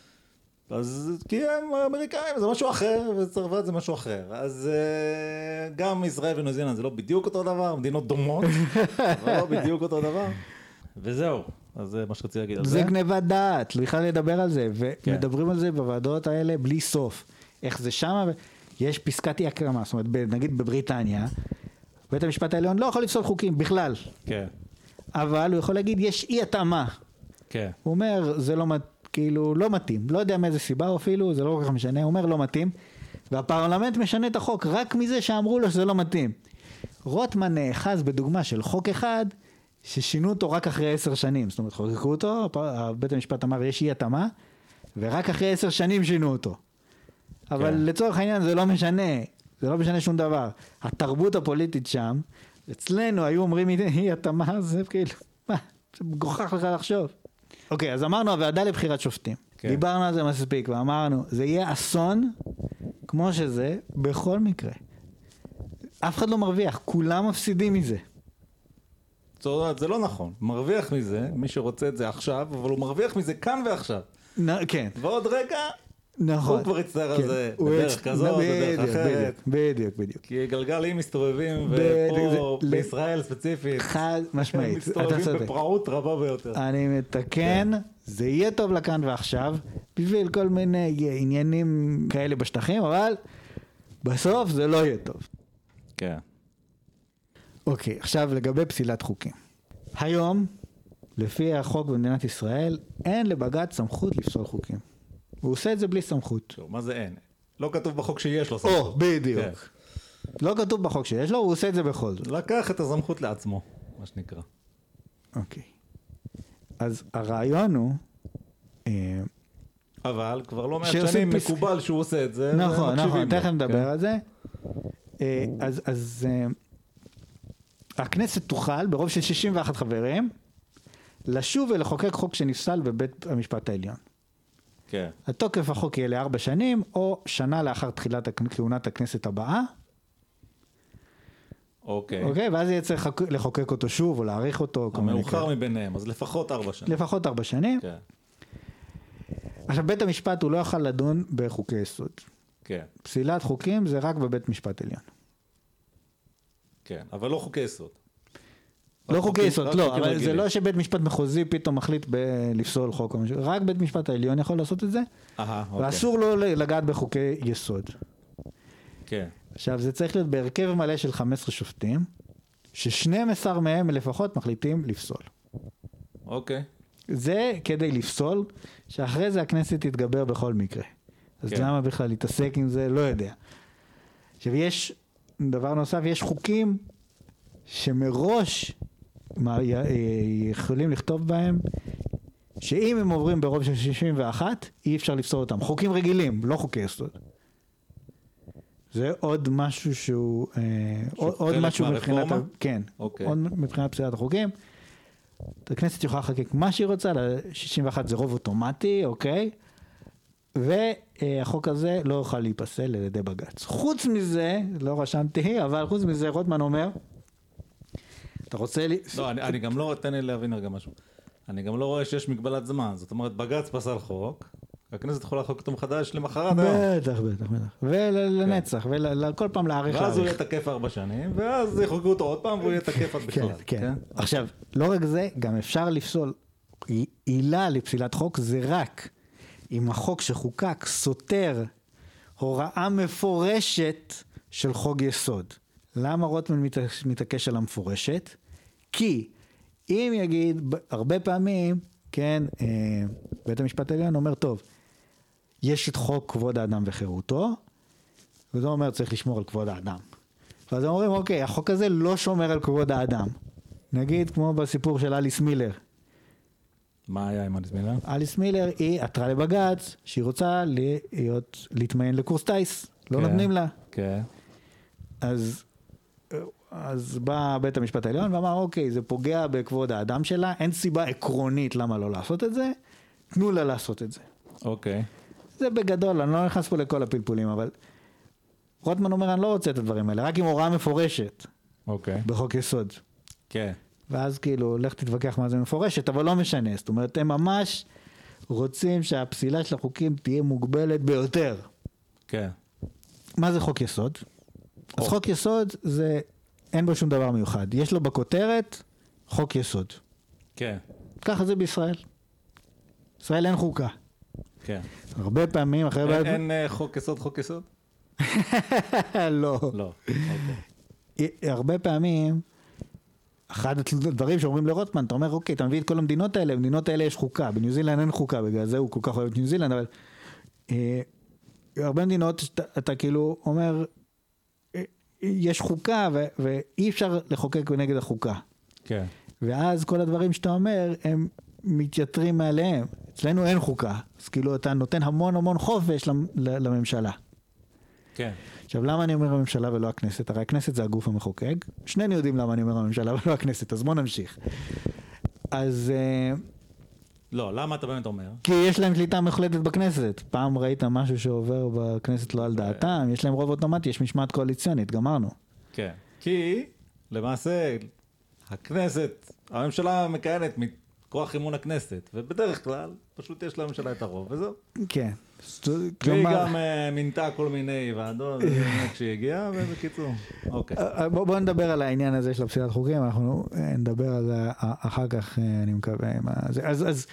אז כי הם אמריקאים, זה משהו אחר, וצרפת זה משהו אחר. אז גם ישראל וניו זילנד זה לא בדיוק אותו דבר, מדינות דומות, אבל לא בדיוק אותו דבר. וזהו, אז זה מה שרציתי להגיד על זה. זה גניבת דעת, בכלל לדבר על זה, ומדברים על זה בוועדות האלה בלי סוף. איך זה שמה, יש פסקת אי הקמה, זאת אומרת, נגיד בבריטניה, בית המשפט העליון לא יכול לפסול חוקים בכלל. כן. אבל הוא יכול להגיד, יש אי התאמה. כן. הוא אומר, זה לא, כאילו, לא מתאים. לא יודע מאיזה סיבה אפילו, זה לא כל כך משנה. הוא אומר, לא מתאים. והפרלמנט משנה את החוק, רק מזה שאמרו לו שזה לא מתאים. רוטמן נאחז בדוגמה של חוק אחד, ששינו אותו רק אחרי 10 שנים. זאת אומרת, חוקקו אותו, בית המשפט אמר, יש אי התאמה, ורק אחרי 10 שנים שינו אותו. אבל כן. לצורך העניין זה לא משנה. זה לא משנה שום דבר. התרבות הפוליטית שם, אצלנו היו אומרים, אי התאמה, זה כאילו, מה? זה מגוחך לך לחשוב. אוקיי, אז אמרנו, הוועדה לבחירת שופטים. כן. דיברנו על זה מספיק, ואמרנו, זה יהיה אסון, כמו שזה, בכל מקרה. אף אחד לא מרוויח, כולם מפסידים מזה. זאת אומרת, זה לא נכון. מרוויח מזה, מי שרוצה את זה עכשיו, אבל הוא מרוויח מזה כאן ועכשיו. כן. ועוד רגע, נכון. הוא כבר יצטער על זה בדרך כזאת, בדרך אחרת. בדיוק. כי גלגלים מסתובבים, ופה בישראל ספציפית, חד משמעית. מסתובבים בפרעות רבה ביותר. אני מתקן, זה יהיה טוב לכאן ועכשיו, בשביל כל מיני עניינים כאלה בשטחים, אבל בסוף זה לא יהיה טוב. כן. אוקיי, עכשיו לגבי פסילת חוקים. היום, לפי החוק במדינת ישראל, אין לבג"ץ סמכות לפסול חוקים. הוא עושה את זה בלי סמכות. מה זה אין? לא כתוב בחוק שיש לו סמכות. בדיוק. לא כתוב בחוק שיש לו, הוא עושה את זה בכל זאת. לקח את הסמכות לעצמו, מה שנקרא. אוקיי. אז הרעיון הוא, אבל כבר לא מעט שנים מקובל שהוא עושה את זה. נכון, נכון, תכף נדבר על זה. אז הכנסת תוכל, ברוב של 61 חברים, לשוב ולחוקק חוק שנפסל בבית המשפט העליון. כן. התוקף החוק יהיה ל4 שנים, או שנה לאחר תחילת כהונת הכנסת הבאה. אוקיי, ואז יהיה צריך לחוקק אותו שוב, או להאריך אותו. המאוחר מביניהם, אז לפחות 4 שנים. לפחות 4 שנים. כן. עכשיו, בית המשפט הוא לא יכול לדון בחוקי יסוד. כן. פסילת חוקים זה רק בבית משפט עליון. כן, אבל לא חוקי יסוד. לא חוקי יסוד, לא, אבל זה לא שבית משפט מחוזי פתאום מחליט לפסול חוק או משהו, רק בית משפט העליון יכול לעשות את זה, ואסור לו לגעת בחוקי יסוד. כן. עכשיו, זה צריך להיות בהרכב מלא של 15 שופטים, ש12 מהם לפחות מחליטים לפסול. אוקיי. זה כדי לפסול, שאחרי זה הכנסת תתגבר בכל מקרה. אז למה בכלל להתעסק עם זה? לא יודע. עכשיו, יש דבר נוסף, יש חוקים שמראש יכולים לכתוב בהם, שאם הם עוברים ברוב של 61, אי אפשר לפסול אותם. חוקים רגילים, לא חוקי יסוד. זה עוד משהו שהוא, עוד משהו מבחינת, כן, עוד מבחינת פסילת החוקים. הכנסת יכולה לחוקק מה שהיא רוצה, ל-61 זה רוב אוטומטי, אוקיי? והחוק הזה לא יוכל להיפסל על ידי בג"ץ. חוץ מזה, לא רשמתי, אבל חוץ מזה, רוטמן אומר, אתה רוצה לי... לא, אני גם לא, תן לי להבין רגע משהו. אני גם לא רואה שיש מגבלת זמן. זאת אומרת, בג"ץ פסל חוק, הכנסת יכולה לחוקק אותו מחדש למחרת היום. בטח. ולנצח, וכל פעם להאריך. ואז הוא יהיה תקף 4 שנים, ואז יחוקקו אותו עוד פעם, והוא יהיה תקף עד בכלל. כן. עכשיו, לא רק זה, גם אפשר לפסול עילה לפסילת חוק, זה רק אם החוק שחוקק סותר הוראה מפורשת של חוק יסוד. למה רוטמן מתעקש על המפורשת? כי אם יגיד, הרבה פעמים, כן, בית המשפט העליון אומר, טוב, יש את חוק כבוד האדם וחירותו, וזה אומר צריך לשמור על כבוד האדם. ואז אומרים, אוקיי, החוק הזה לא שומר על כבוד האדם. נגיד, כמו בסיפור של אליס מילר. מה היה עם אליס מילר? אליס מילר היא עתרה לבג"ץ, שהיא רוצה להתמיין לקורס טייס. לא נותנים לה. כן. אז בא בית המשפט העליון ואמר, אוקיי, זה פוגע בכבוד האדם שלה, אין סיבה עקרונית למה לא לעשות את זה, תנו לה לעשות את זה. אוקיי. זה בגדול, אני לא נכנס פה לכל הפלפולים, אבל רוטמן אומר, אני לא רוצה את הדברים האלה, רק עם הוראה מפורשת. אוקיי. בחוק יסוד. כן. ואז כאילו, לך תתווכח מה זה מפורשת, אבל לא משנה. זאת אומרת, הם ממש רוצים שהפסילה של החוקים תהיה מוגבלת ביותר. כן. מה זה חוק יסוד? אז חוק יסוד זה, אין בו שום דבר מיוחד. יש לו בכותרת חוק יסוד. כן. ככה זה בישראל. ישראל אין חוקה. כן. הרבה פעמים אחרי... אין חוק יסוד, חוק יסוד? לא. לא. הרבה פעמים, אחד הדברים שאומרים לרוטמן, אתה אומר, אוקיי, אתה מביא את כל המדינות האלה, במדינות האלה יש חוקה, בניו זילנד אין חוקה, בגלל זה הוא כל כך אוהב את ניו זילנד, אבל הרבה מדינות, אתה כאילו אומר, יש חוקה, ואי אפשר לחוקק נגד החוקה. כן. ואז כל הדברים שאתה אומר, הם מתייתרים מעליהם. אצלנו אין חוקה, אז כאילו אתה נותן המון המון חופש לממשלה. כן. עכשיו, למה אני אומר הממשלה ולא הכנסת? הרי הכנסת זה הגוף המחוקק. שנינו יודעים למה אני אומר הממשלה ולא הכנסת, אז בוא נמשיך. אז... לא, למה אתה באמת אומר? כי יש להם שליטה מחולטת בכנסת. פעם ראית משהו שעובר בכנסת לא על דעתם, יש להם רוב אוטומטי, יש משמעת קואליציונית, גמרנו. כן. כי, למעשה, הכנסת, הממשלה מכהנת מכוח אמון הכנסת, ובדרך כלל, פשוט יש לממשלה את הרוב, וזהו. כן. והיא גם מינתה כל מיני ועדות כשהיא הגיעה, ובקיצור, אוקיי. בואו נדבר על העניין הזה של הפסילת חוקים, אנחנו נדבר על זה אחר כך, אני מקווה. אז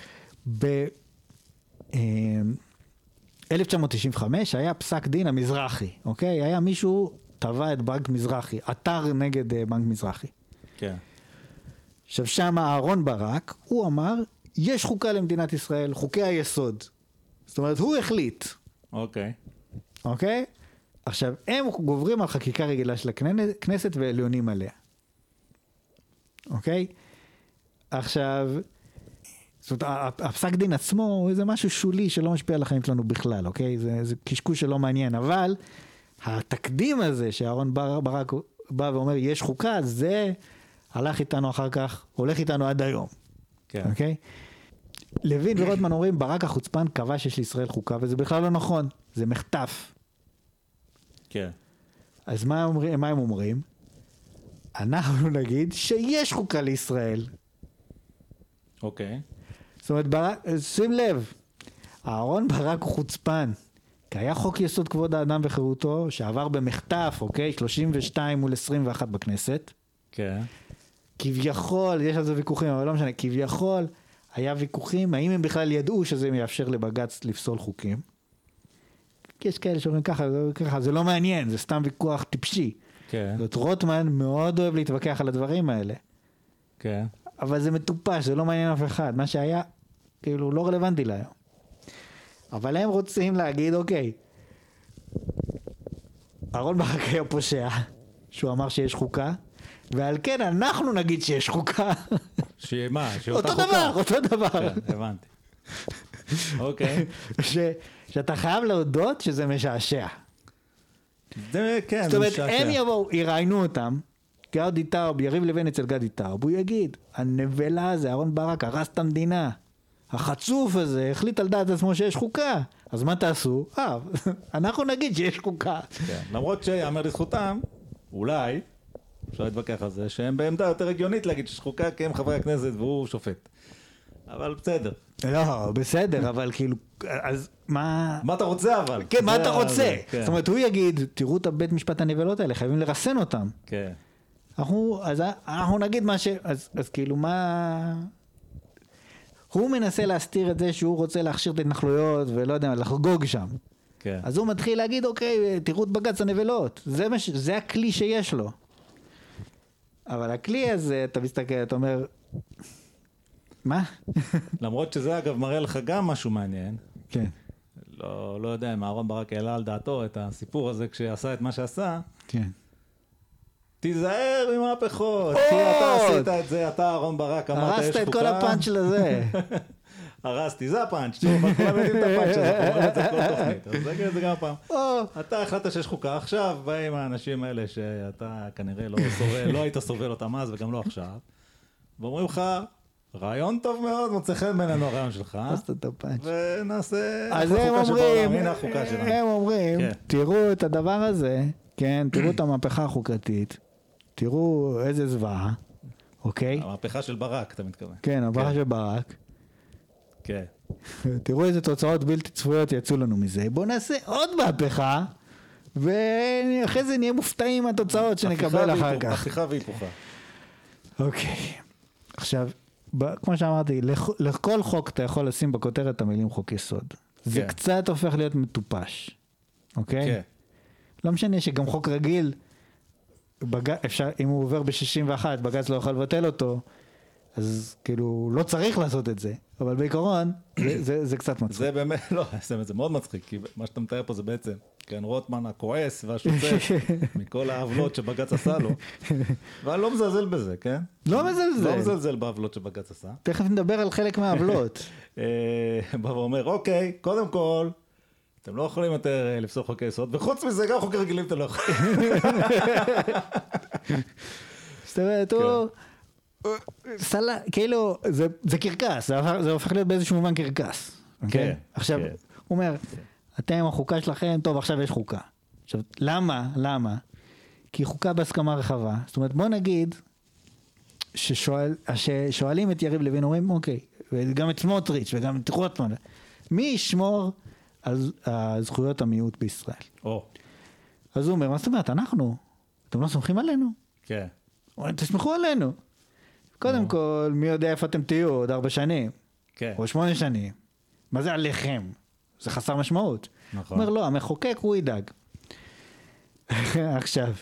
ב-1995 היה פסק דין המזרחי, אוקיי? היה מישהו תבע את בנק מזרחי, עתר נגד בנק מזרחי. כן. עכשיו שם אהרון ברק, הוא אמר, יש חוקה למדינת ישראל, חוקי היסוד. זאת אומרת, הוא החליט. אוקיי. אוקיי? עכשיו, הם גוברים על חקיקה רגילה של הכנסת ועליונים עליה. אוקיי? עכשיו, זאת אומרת, הפסק דין עצמו הוא איזה משהו שולי שלא משפיע על החיים שלנו בכלל, אוקיי? זה קשקוש שלא מעניין, אבל התקדים הזה שאהרון ברק בא ואומר, יש חוקה, זה הלך איתנו אחר כך, הולך איתנו עד היום. כן. אוקיי? לוין ורוטמן אומרים, ברק החוצפן קבע שיש לישראל חוקה, וזה בכלל לא נכון, זה מחטף. כן. אז מה הם אומרים? אנחנו נגיד שיש חוקה לישראל. אוקיי. זאת אומרת, שים לב, אהרון ברק הוא חוצפן, כי היה חוק יסוד כבוד האדם וחירותו, שעבר במחטף, אוקיי? 32 מול 21 בכנסת. כן. כביכול, יש על זה ויכוחים, אבל לא משנה, כביכול היה ויכוחים, האם הם בכלל ידעו שזה יאפשר לבג"ץ לפסול חוקים? כי יש כאלה שאומרים ככה, זה לא מעניין, זה סתם ויכוח טיפשי. כן. זאת רוטמן מאוד אוהב להתווכח על הדברים האלה. כן. אבל זה מטופש, זה לא מעניין אף אחד. מה שהיה, כאילו, לא רלוונטי להיום. אבל הם רוצים להגיד, אוקיי, אהרון ברק היה פושע, שהוא אמר שיש חוקה, ועל כן אנחנו נגיד שיש חוקה. שמה? שאותה אותו חוקה? דבר, אותו דבר. כן, הבנתי. אוקיי. שאתה חייב להודות שזה משעשע. זה, כן, זאת אומרת, הם יבואו, יראיינו אותם, גדי טאוב, יריב לוין אצל גדי טאוב, הוא יגיד, הנבלה הזה, אהרון ברק, הרס את המדינה, החצוף הזה, החליט על דעת עצמו שיש חוקה, אז מה תעשו? אנחנו נגיד שיש חוקה. כן, למרות שיאמר לזכותם, אולי, אפשר להתווכח על זה, שהם בעמדה יותר הגיונית להגיד שיש חוקה, כי הם חברי הכנסת והוא שופט. אבל בסדר. לא, בסדר, אבל כאילו, אז מה... מה אתה רוצה אבל? כן, מה אתה רוצה? כן. זאת אומרת, הוא יגיד, תראו את הבית משפט הנבלות האלה, חייבים לרסן אותם. כן. אז אנחנו נגיד מה אז כאילו מה... הוא מנסה להסתיר את זה שהוא רוצה להכשיר את ההתנחלויות ולא יודע, לחגוג שם. כן. אז הוא מתחיל להגיד, אוקיי, תראו את בג"ץ הנבלות. זה הכלי שיש לו. אבל הכלי הזה, אתה מסתכל, אתה אומר, מה? למרות שזה אגב מראה לך גם משהו מעניין. כן. לא יודע אם אהרון ברק העלה על דעתו את הסיפור הזה כשעשה את מה שעשה. כן. תיזהר ממהפכות, כי אתה עשית את זה, אתה אהרון ברק, אמרת יש חוקה. הרסת את כל הפאנץ' לזה. הרסתי, זה הפאנץ', כולם יודעים את הפאנץ' הזה, אנחנו אומרים את זה כל תוכנית, אז נגיד את זה גם פעם. אתה החלטת שיש חוקה, עכשיו באים האנשים האלה שאתה כנראה לא היית סובל אותם אז וגם לא עכשיו, ואומרים לך, רעיון טוב מאוד, מוצא חן בינינו הרעיון שלך, ונעשה החוקה שבעולם, הנה החוקה שלנו. הם אומרים, תראו את הדבר הזה, כן, תראו את המהפכה החוקתית, תראו איזה זוועה, אוקיי? המהפכה של ברק, אתה מתכוון. כן, המהפכה של ברק. כן. תראו איזה תוצאות בלתי צפויות יצאו לנו מזה. בואו נעשה עוד מהפכה, ואחרי זה נהיה מופתעים מהתוצאות שנקבל אחר כך. הפיכה והיפוכה. אוקיי. עכשיו, כמו שאמרתי, לכל חוק אתה יכול לשים בכותרת את המילים חוק יסוד. זה קצת הופך להיות מטופש. אוקיי? כן. לא משנה שגם חוק רגיל, אפשר, אם הוא עובר ב-61, בג"ץ לא יכול לבטל אותו, אז כאילו לא צריך לעשות את זה, אבל בעיקרון זה קצת מצחיק. זה באמת, לא, זה מאוד מצחיק, כי מה שאתה מתאר פה זה בעצם, כן, רוטמן הכועס והשופט, מכל העוולות שבג"ץ עשה לו, ואני לא מזלזל בזה, כן? לא מזלזל. לא מזלזל בעוולות שבג"ץ עשה. תכף נדבר על חלק מהעוולות. בא ואומר, אוקיי, קודם כל, אתם לא יכולים יותר לפסול חוקי יסוד, וחוץ מזה גם חוקי רגילים אתם לא יכולים. זאת אומרת, הוא... סלה, כאילו, זה קרקס, זה הופך להיות באיזשהו מובן קרקס. כן. עכשיו, הוא אומר, אתם החוקה שלכם, טוב, עכשיו יש חוקה. עכשיו, למה? כי חוקה בהסכמה רחבה. זאת אומרת, בוא נגיד, ששואלים את יריב לוין, אומרים, אוקיי, וגם את סמוטריץ' וגם את רוטמן, מי ישמור על זכויות המיעוט בישראל? אז הוא אומר, מה זאת אומרת, אתם לא סומכים עלינו? כן. תסמכו עלינו. קודם כל, מי יודע איפה אתם תהיו עוד 4 שנים, או 8 שנים. מה זה עליכם? זה חסר משמעות. נכון. אומר, לא, המחוקק הוא ידאג. עכשיו,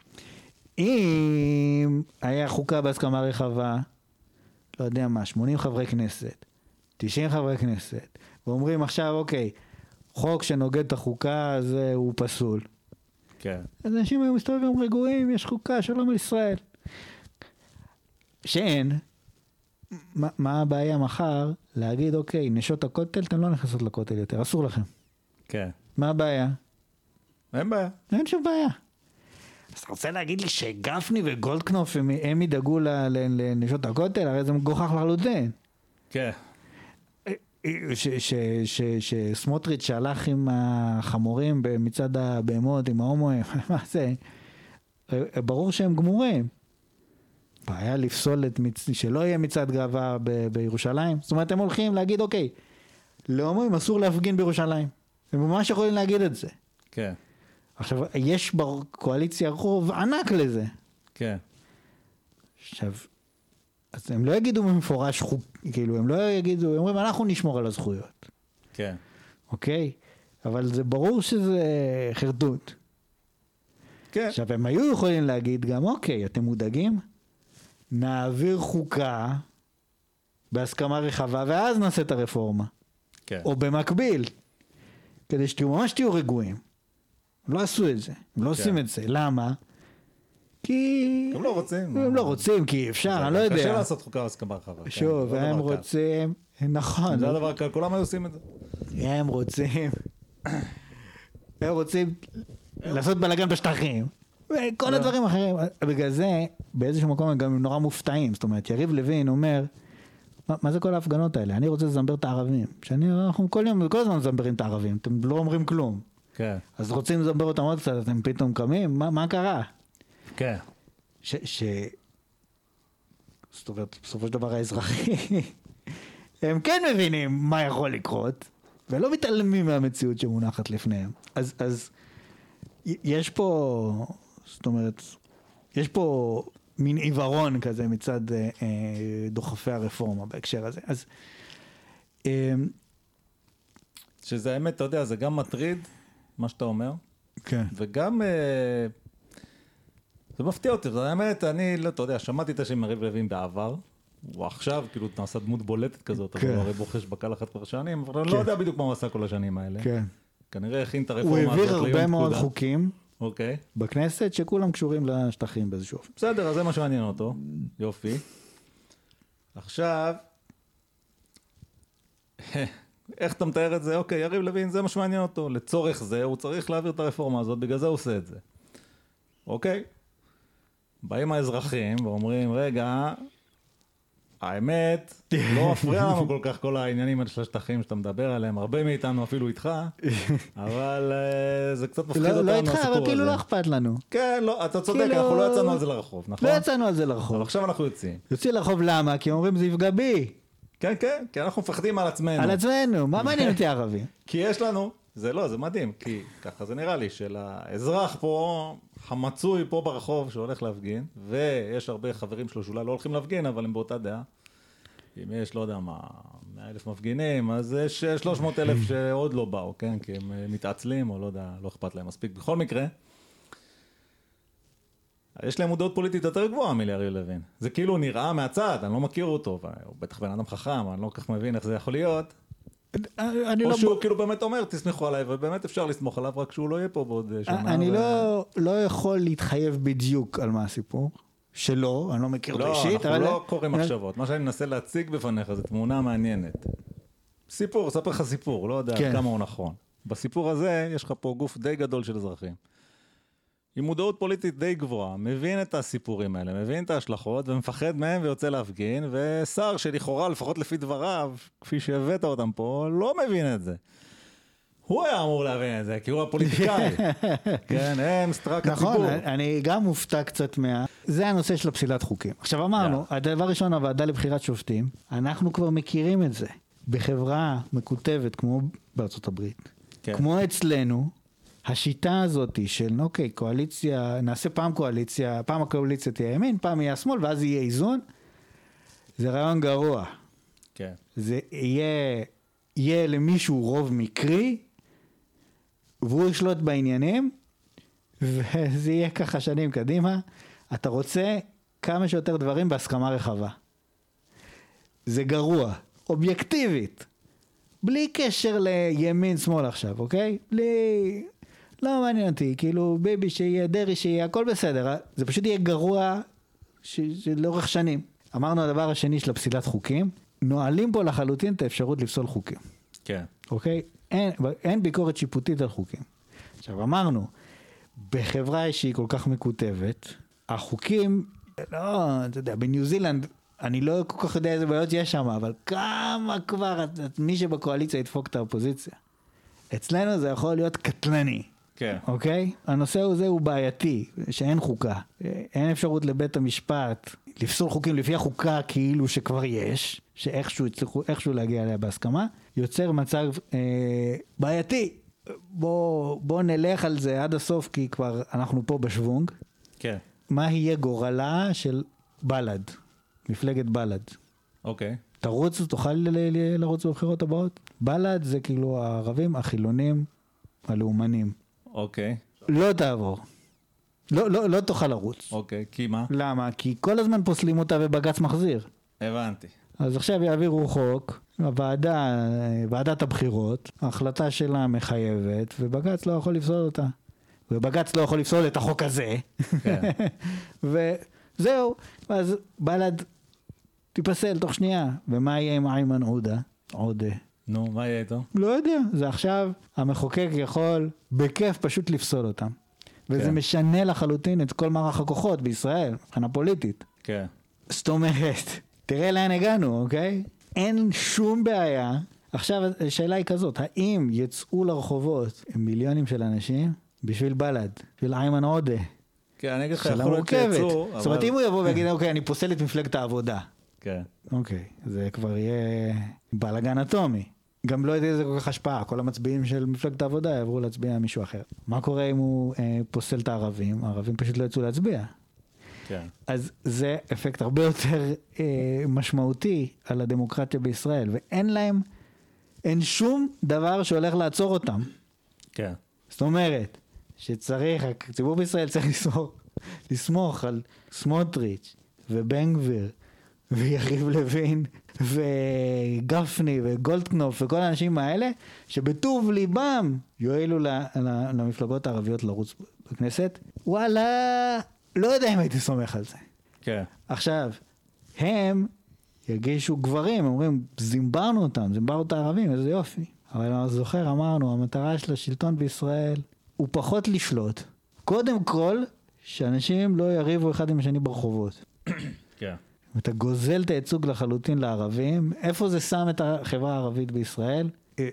אם היה חוקה בהסכמה רחבה, לא יודע מה, 80 חברי כנסת, 90 חברי כנסת, ואומרים עכשיו, אוקיי, חוק שנוגד את החוקה הזה הוא פסול. כן. אז אנשים היו מסתובבים רגועים, יש חוקה, שלום על ישראל. שאין, מה הבעיה מחר להגיד, אוקיי, נשות הכותל, אתם לא נכנסות לכותל יותר, אסור לכם. כן. מה הבעיה? אין בעיה. אין שום בעיה. אז אתה רוצה להגיד לי שגפני וגולדקנופ הם ידאגו לנשות הכותל? הרי זה מגוחך לחלוטין. כן. שסמוטריץ' שהלך עם החמורים במצד הבהמות, עם ההומואים, מה זה? ברור שהם גמורים. בעיה לפסול שלא יהיה מצעד גאווה בירושלים. זאת אומרת, הם הולכים להגיד, אוקיי, להומואים אסור להפגין בירושלים. הם ממש יכולים להגיד את זה. כן. עכשיו, יש בקואליציה רוב ענק לזה. כן. עכשיו, אז הם לא יגידו במפורש כאילו, הם לא יגידו, הם אומרים, אנחנו נשמור על הזכויות. כן. אוקיי? אבל זה ברור שזה חרדות. כן. עכשיו, הם היו יכולים להגיד גם, אוקיי, אתם מודאגים? נעביר חוקה בהסכמה רחבה, ואז נעשה את הרפורמה. כן. או במקביל, כדי ממש תהיו רגועים. הם לא עשו את זה, הם לא עושים את זה. למה? כי... הם לא רוצים. הם לא רוצים, כי אפשר, אני לא יודע. קשה לעשות חוקה בהסכמה רחבה. שוב, הם רוצים... נכון. זה הדבר קל, כולם היו עושים את זה. הם רוצים לעשות בלגן בשטחים. וכל הדברים אחרים. בגלל זה, באיזשהו מקום הם גם נורא מופתעים. זאת אומרת, יריב לוין אומר, מה זה כל ההפגנות האלה? אני רוצה לזמבר את הערבים. אנחנו כל הזמן מזמברים את הערבים, אתם לא אומרים כלום. כן. אז רוצים לזמבר אותם עוד קצת, אתם פתאום קמים? מה קרה? כן. זאת אומרת, בסופו של דבר האזרחי, הם כן מבינים מה יכול לקרות, ולא מתעלמים מהמציאות שמונחת לפניהם. אז יש פה, זאת אומרת, יש פה מין עיוורון כזה מצד דוחפי הרפורמה בהקשר הזה. אז... שזה האמת, אתה יודע, זה גם מטריד, מה שאתה אומר. כן. וגם... זה מפתיע אותי, זאת האמת, אני לא, אתה יודע, שמעתי את השם יריב לוין בעבר, הוא עכשיו כאילו נעשה דמות בולטת כזאת, אבל הוא הרי בוחש בקל אחת כבר שנים, אבל אני לא יודע בדיוק מה הוא עשה כל השנים האלה. כן. כנראה הכין את הוא הרפורמה הזאת ליום העביר פקודה. הרבה מאוד חוקים אוקיי. בכנסת שכולם קשורים לשטחים באיזשהו אופן. בסדר, אז זה מה שמעניין אותו, יופי. עכשיו, איך אתה מתאר את זה? אוקיי, יריב לוין, זה מה שמעניין אותו, לצורך זה הוא צריך להעביר את הרפורמה הזאת, בגלל זה הוא עושה את זה. אוקיי? באים האזרחים ואומרים, רגע, האמת, לא מפריע לנו כל כך כל העניינים של השטחים שאתה מדבר עליהם, הרבה מאיתנו אפילו איתך, אבל זה קצת מפחיד אותנו לא הסיפור איתך, הזה. אבל כאילו לא אכפת לנו. כן, לא, אתה צודק, אנחנו לא יצאנו על זה לרחוב, נכון? לא יצאנו על זה לרחוב. אבל עכשיו אנחנו יוצאים. יוצאים לרחוב למה? כי אומרים זה יפגע בי. כן, כן, כי אנחנו מפחדים על עצמנו. על עצמנו, מה מעניין אותי ערבי? כי יש לנו, זה מדהים, כי ככה זה נראה לי, של האזרח פה, המצוי פה ברחוב שהולך להפגין, ויש הרבה חברים שלו שאולי לא הולכים להפגין, אבל הם באותה דעה. אם יש, לא יודע מה, 100,000 מפגינים, אז יש 300,000 שעוד לא באו, כן? כי הם מתעצלים, או לא יודע, לא אכפת להם מספיק. בכל מקרה, יש להם מודעות פוליטית יותר גבוהה מיריב לוין. זה כאילו נראה מהצד, אני לא מכיר אותו, הוא בטח בן אדם חכם, אני לא כל כך מבין איך זה יכול להיות. או שהוא כאילו באמת אומר, תסמכו עליי, ובאמת אפשר לסמוך עליו, רק שהוא לא יהיה פה בעוד שנה. אני לא יכול להתחייב בדיוק על מה הסיפור. שלא, אני לא מכיר אותו אישית. לא, אנחנו לא קוראים מחשבות. מה שאני מנסה להציג בפניך זה תמונה מעניינת. סיפור, ספר לך סיפור, לא יודע כמה הוא נכון. בסיפור הזה יש לך פה גוף די גדול של אזרחים. עם מודעות פוליטית די גבוהה, מבין את הסיפורים האלה, מבין את ההשלכות, ומפחד מהם ויוצא להפגין, ושר שלכאורה, לפחות לפי דבריו, כפי שהבאת אותם פה, לא מבין את זה. הוא היה אמור להבין את זה, כי הוא הפוליטיקאי. כן, הם סטרק הציבור. נכון, אני גם מופתע קצת זה הנושא של הפסילת חוקים. עכשיו אמרנו, הדבר ראשון, הוועדה לבחירת שופטים, אנחנו כבר מכירים את זה. בחברה מקוטבת, כמו בארצות הברית, כמו אצלנו, השיטה הזאת של, אוקיי, קואליציה, נעשה פעם קואליציה, פעם הקואליציה תהיה ימין, פעם יהיה שמאל, ואז יהיה איזון, זה רעיון גרוע. כן. זה יהיה למישהו רוב מקרי, והוא ישלוט בעניינים, וזה יהיה ככה שנים קדימה. אתה רוצה כמה שיותר דברים בהסכמה רחבה. זה גרוע, אובייקטיבית, בלי קשר לימין שמאל עכשיו, אוקיי? לא מעניין אותי, כאילו ביבי שיהיה, דרי שיהיה, הכל בסדר, זה פשוט יהיה גרוע לאורך שנים. אמרנו הדבר השני של הפסילת חוקים, נועלים פה לחלוטין את האפשרות לפסול חוקים. כן. אוקיי? אין ביקורת שיפוטית על חוקים. עכשיו אמרנו, בחברה שהיא כל כך מקוטבת, החוקים, לא, אתה יודע, בניו זילנד, אני לא כל כך יודע איזה בעיות יש שם, אבל כמה כבר מי שבקואליציה ידפוק את האופוזיציה. אצלנו זה יכול להיות קטלני. כן. אוקיי? הנושא הזה הוא בעייתי, שאין חוקה. אין אפשרות לבית המשפט לפסול חוקים לפי החוקה כאילו שכבר יש, שאיכשהו הצליחו איכשהו להגיע אליה בהסכמה, יוצר מצב בעייתי. בוא נלך על זה עד הסוף, כי כבר אנחנו פה בשוונג. כן. מה יהיה גורלה של בל"ד, מפלגת בל"ד? אוקיי. תוכל לרוץ בבחירות הבאות? בל"ד זה כאילו הערבים, החילונים, הלאומנים. אוקיי. לא תעבור. לא תוכל לרוץ. אוקיי, כי מה? למה? כי כל הזמן פוסלים אותה ובג"ץ מחזיר. הבנתי. אז עכשיו יעבירו חוק, ועדת הבחירות, ההחלטה שלה מחייבת, ובג"ץ לא יכול לפסול אותה. ובג"ץ לא יכול לפסול את החוק הזה. כן. וזהו. אז בל"ד תיפסל תוך שנייה. ומה יהיה עם איימן עודה? נו, מה יהיה איתו? לא יודע. זה עכשיו, המחוקק יכול בכיף פשוט לפסול אותם. וזה כן. משנה לחלוטין את כל מערך הכוחות בישראל, מבחינה פוליטית. כן. זאת אומרת, תראה לאן הגענו, אוקיי? אין שום בעיה. עכשיו, השאלה היא כזאת, האם יצאו לרחובות מיליונים של אנשים בשביל בל"ד, בשביל איימן עודה? כן, אני אגיד לך, שאלה יכול להיות שיצאו, מורכבת. זאת אומרת, אם הוא יבוא ויגיד, אוקיי, אני פוסל את מפלגת העבודה. כן. אוקיי, זה כבר יהיה בלגן אטומי. גם לא יודע איזה כל כך השפעה, כל המצביעים של מפלגת העבודה יעברו להצביע מישהו אחר. מה קורה אם הוא פוסל את הערבים? הערבים פשוט לא יצאו להצביע. כן. אז זה אפקט הרבה יותר משמעותי על הדמוקרטיה בישראל, אין שום דבר שהולך לעצור אותם. כן. זאת אומרת, הציבור בישראל צריך לסמוך על סמוטריץ' ובן גביר ויריב לוין וגפני וגולדקנופ וכל האנשים האלה, שבטוב ליבם יועילו למפלגות הערביות לרוץ בכנסת. וואלה, לא יודע אם הייתי סומך על זה. כן. עכשיו, הם ירגישו גברים, אומרים, זימברנו את הערבים, איזה יופי. אבל אני זוכר, אמרנו, המטרה של השלטון בישראל הוא פחות לשלוט. קודם כל, שאנשים לא יריבו אחד עם השני ברחובות. כן. אתה גוזל את הייצוג לחלוטין לערבים, איפה זה שם את החברה הערבית בישראל?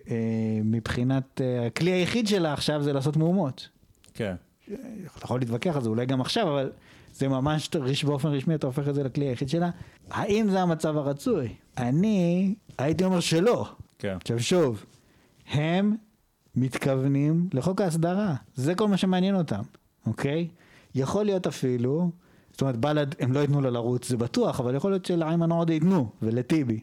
מבחינת, הכלי היחיד שלה עכשיו זה לעשות מהומות. כן. אתה יכול להתווכח על זה, אולי גם עכשיו, אבל זה ממש באופן רשמי, אתה הופך את זה לכלי היחיד שלה. האם זה המצב הרצוי? אני הייתי אומר שלא. כן. עכשיו שוב, הם מתכוונים לחוק ההסדרה. זה כל מה שמעניין אותם, אוקיי? יכול להיות אפילו, זאת אומרת, בל"ד, הם לא ייתנו לו לרוץ, זה בטוח, אבל יכול להיות שלאיימן עודה ייתנו, ולטיבי.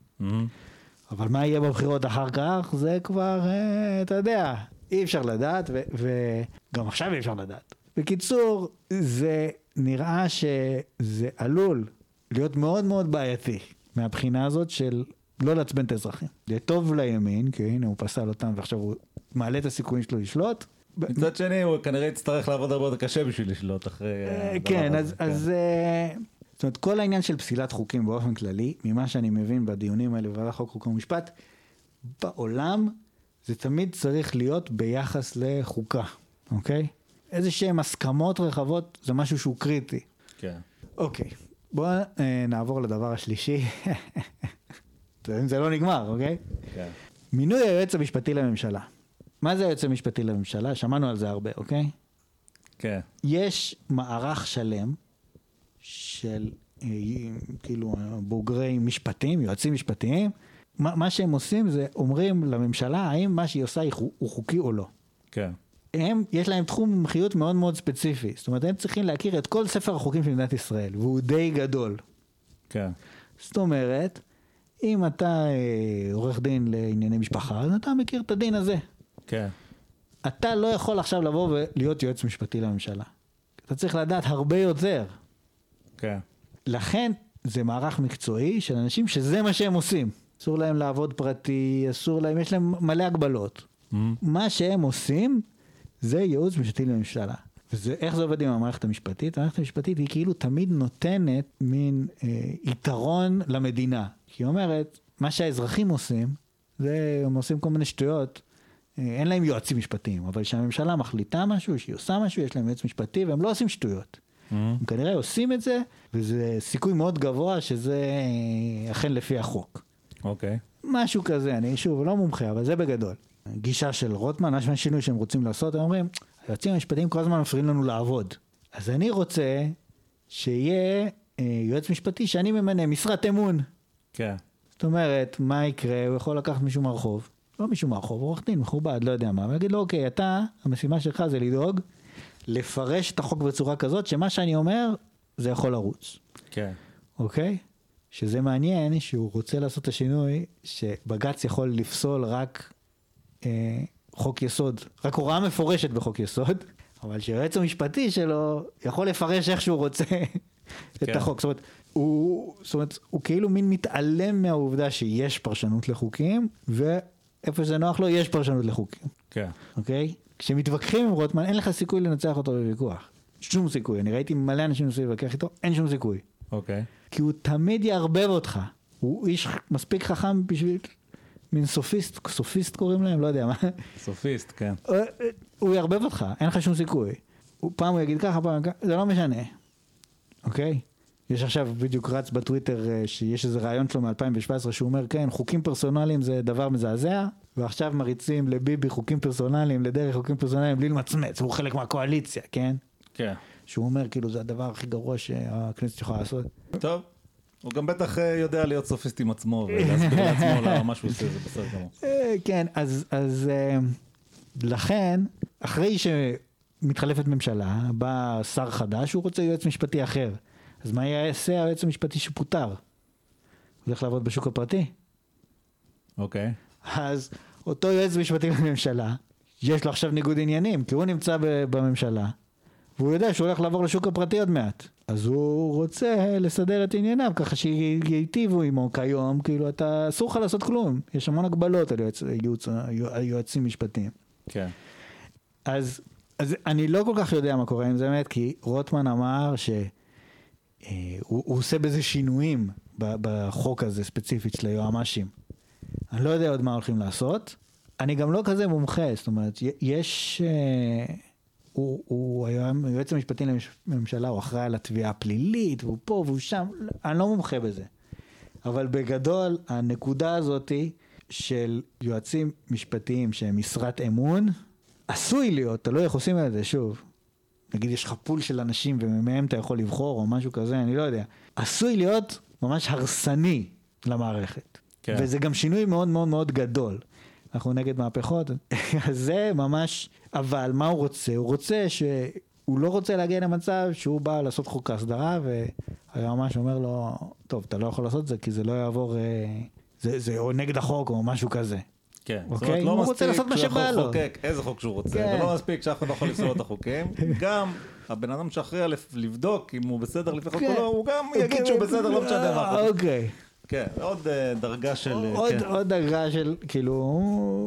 אבל מה יהיה בבחירות אחר כך, זה כבר, אתה יודע, אי אפשר לדעת, וגם עכשיו אי אפשר לדעת. בקיצור, זה נראה שזה עלול להיות מאוד מאוד בעייתי, מהבחינה הזאת של לא לעצבן את האזרחים. זה טוב לימין, כי הנה הוא פסל אותם, ועכשיו הוא מעלה את הסיכויים שלו לשלוט. מצד שני, הוא כנראה יצטרך לעבוד הרבה יותר קשה בשביל לשלוט אחרי... כן, אז זאת אומרת, כל העניין של פסילת חוקים באופן כללי, ממה שאני מבין בדיונים האלה בוועדת חוק חוק ומשפט, בעולם זה תמיד צריך להיות ביחס לחוקה, אוקיי? איזה שהן הסכמות רחבות, זה משהו שהוא קריטי. כן. אוקיי, בואו נעבור לדבר השלישי. זה לא נגמר, אוקיי? כן. מינוי היועץ המשפטי לממשלה. מה זה היועץ המשפטי לממשלה? שמענו על זה הרבה, אוקיי? כן. יש מערך שלם של כאילו בוגרי משפטים, יועצים משפטיים. מה שהם עושים זה אומרים לממשלה האם מה שהיא עושה הוא חוקי או לא. כן. יש להם תחום מומחיות מאוד מאוד ספציפי. זאת אומרת, הם צריכים להכיר את כל ספר החוקים של מדינת ישראל, והוא די גדול. כן. זאת אומרת, אם אתה עורך דין לענייני משפחה, אז אתה מכיר את הדין הזה. כן. אתה לא יכול עכשיו לבוא ולהיות יועץ משפטי לממשלה. אתה צריך לדעת הרבה יותר. כן. לכן זה מערך מקצועי של אנשים שזה מה שהם עושים. אסור להם לעבוד פרטי, אסור להם, יש להם מלא הגבלות. מה שהם עושים זה ייעוץ משפטי לממשלה. איך זה עובד עם המערכת המשפטית? המערכת המשפטית היא כאילו תמיד נותנת מין יתרון למדינה. כי היא אומרת, מה שהאזרחים עושים, הם עושים כל מיני שטויות, אין להם יועצים משפטיים, אבל כשהממשלה מחליטה משהו, שהיא עושה משהו, יש להם יועץ משפטי, והם לא עושים שטויות. הם כנראה עושים את זה, וזה סיכוי מאוד גבוה שזה אכן לפי החוק. אוקיי. משהו כזה, אני שוב לא מומחה, אבל זה בגדול. גישה של רוטמן, יש שינוי שהם רוצים לעשות, הם אומרים, היועצים המשפטיים כל הזמן מפריעים לנו לעבוד. אז אני רוצה שיהיה יועץ משפטי שאני ממנה, משרת אמון. כן. זאת אומרת, מה יקרה? הוא יכול לקחת מישהו מהרחוב, לא מישהו מהרחוב, עורך דין, מכובד, לא יודע מה, ויגיד לו, אוקיי, אתה, המשימה שלך זה לדאוג, לפרש את החוק בצורה כזאת, שמה שאני אומר, זה יכול לרוץ. כן. אוקיי? שזה מעניין שהוא רוצה לעשות את השינוי, שבג"ץ יכול לפסול רק חוק יסוד, רק הוראה מפורשת בחוק יסוד, אבל שהיועץ המשפטי שלו יכול לפרש איך שהוא רוצה את החוק. זאת אומרת, הוא כאילו מין מתעלם מהעובדה שיש פרשנות לחוקים, ואיפה שזה נוח לו, יש פרשנות לחוקים. כן. אוקיי? כשמתווכחים עם רוטמן, אין לך סיכוי לנצח אותו בוויכוח. שום סיכוי. אני ראיתי מלא אנשים ניסו להתווכח איתו, אין שום סיכוי. אוקיי. כי הוא תמיד יערבב אותך. הוא איש מספיק חכם בשביל מין סופיסט קוראים להם, לא יודע מה. סופיסט, כן. הוא יערבב אותך, אין לך שום סיכוי. פעם הוא יגיד ככה, פעם ככה, זה לא משנה. אוקיי? יש עכשיו בדיוק רץ בטוויטר שיש איזה רעיון שלו מ-2017 שהוא אומר, כן, חוקים פרסונליים זה דבר מזעזע, ועכשיו מריצים לביבי חוקים פרסונליים, לדרך חוקים פרסונליים בלי למצמץ, הוא חלק מהקואליציה, כן? כן. שהוא אומר, כאילו, זה הדבר הכי גרוע שהכנסת יכולה לעשות. טוב. הוא גם בטח יודע להיות סופיסט עם עצמו, ולהסביר לעצמו למה שהוא עושה, זה בסדר גמור. כן, אז לכן, אחרי שמתחלפת ממשלה, בא שר חדש, הוא רוצה יועץ משפטי אחר. אז מה יעשה היועץ המשפטי שפוטר? הוא הולך לעבוד בשוק הפרטי. אוקיי. אז אותו יועץ משפטי בממשלה, יש לו עכשיו ניגוד עניינים, כי הוא נמצא בממשלה, והוא יודע שהוא הולך לעבור לשוק הפרטי עוד מעט. אז הוא רוצה לסדר את ענייניו, ככה שייטיבו עמו כיום, כאילו אתה אסור לך לעשות כלום. יש המון הגבלות על יועצים משפטיים. כן. אז אני לא כל כך יודע מה קורה עם זה באמת, כי רוטמן אמר שהוא עושה בזה שינויים בחוק הזה ספציפית של היועמ"שים. אני לא יודע עוד מה הולכים לעשות. אני גם לא כזה מומחה, זאת אומרת, יש... הוא היועץ המשפטי לממשלה, הוא אחראי על התביעה הפלילית, והוא פה והוא שם, אני לא מומחה בזה. אבל בגדול, הנקודה הזאת של יועצים משפטיים שהם משרת אמון, עשוי להיות, תלוי איך עושים את זה, שוב. נגיד יש לך פול של אנשים ומהם אתה יכול לבחור או משהו כזה, אני לא יודע. עשוי להיות ממש הרסני למערכת. כן. וזה גם שינוי מאוד מאוד מאוד גדול. אנחנו נגד מהפכות, אז זה ממש, אבל מה הוא רוצה? הוא רוצה שהוא לא רוצה להגיע למצב שהוא בא לעשות חוק ההסדרה, והיועמ"ש אומר לו, טוב, אתה לא יכול לעשות זה, כי זה לא יעבור, זה או נגד החוק או משהו כזה. כן, אוקיי? הוא רוצה לעשות מה שבא לו. חוקק איזה חוק שהוא רוצה, ולא מספיק שאנחנו לא יכולים לפסול את החוקים, גם הבן אדם שאחראי לבדוק אם הוא בסדר לפי חוק או לא, הוא גם יגיד שהוא בסדר, לא משנה מה. אוקיי. כן, עוד דרגה של... עוד דרגה של, כאילו,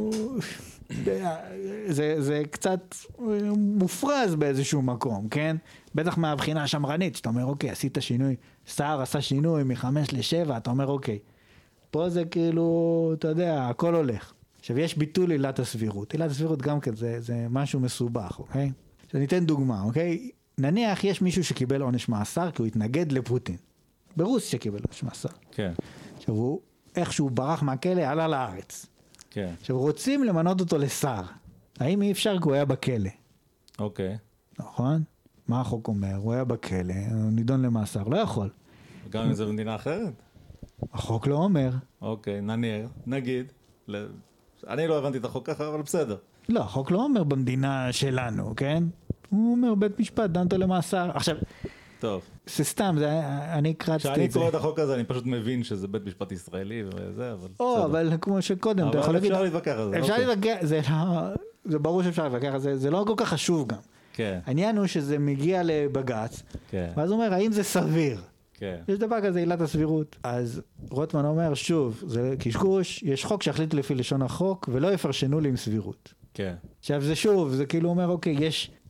זה קצת מופרז באיזשהו מקום, כן? בטח מהבחינה השמרנית, שאתה אומר, אוקיי, עשית שינוי, שר עשה שינוי מ5 ל7, אתה אומר, אוקיי, פה זה כאילו, אתה יודע, הכל הולך. עכשיו, יש ביטול עילת הסבירות. עילת הסבירות גם כן, זה משהו מסובך, אוקיי? עכשיו, ניתן דוגמה, אוקיי? נניח, יש מישהו שקיבל עונש מאסר, כי הוא התנגד לפוטין. ברוסיה קיבל עונש מאסר. כן. עכשיו, הוא, איכשהו ברח מהכלא, עלה לארץ. כן. עכשיו, רוצים למנות אותו לשר. האם אי אפשר? כי הוא היה בכלא. אוקיי. נכון? מה החוק אומר? הוא היה בכלא, הוא נידון למאסר. לא יכול. גם אם זה במדינה אחרת? החוק לא אומר. אוקיי, נגיד. אני לא הבנתי את החוק ככה, אבל בסדר. לא, החוק לא אומר במדינה שלנו, כן? הוא אומר בית משפט, דן אותו למאסר. עכשיו, טוב. זה סתם, אני קרצתי את זה. כשאני קורא את החוק הזה, אני פשוט מבין שזה בית משפט ישראלי וזה, אבל בסדר. אבל כמו שקודם, אתה יכול להגיד... אבל אפשר להתווכח על זה. אפשר להתווכח, זה ברור שאפשר להתווכח על זה, זה לא כל כך חשוב גם. כן. העניין הוא שזה מגיע לבג"ץ, ואז הוא אומר, האם זה סביר? כן. יש דבר כזה, עילת הסבירות. אז רוטמן אומר, שוב, זה קשקוש, יש חוק שהחליטו לפי לשון החוק, ולא יפרשנו לי עם סבירות. כן. עכשיו זה שוב, זה כאילו אומר, אוקיי,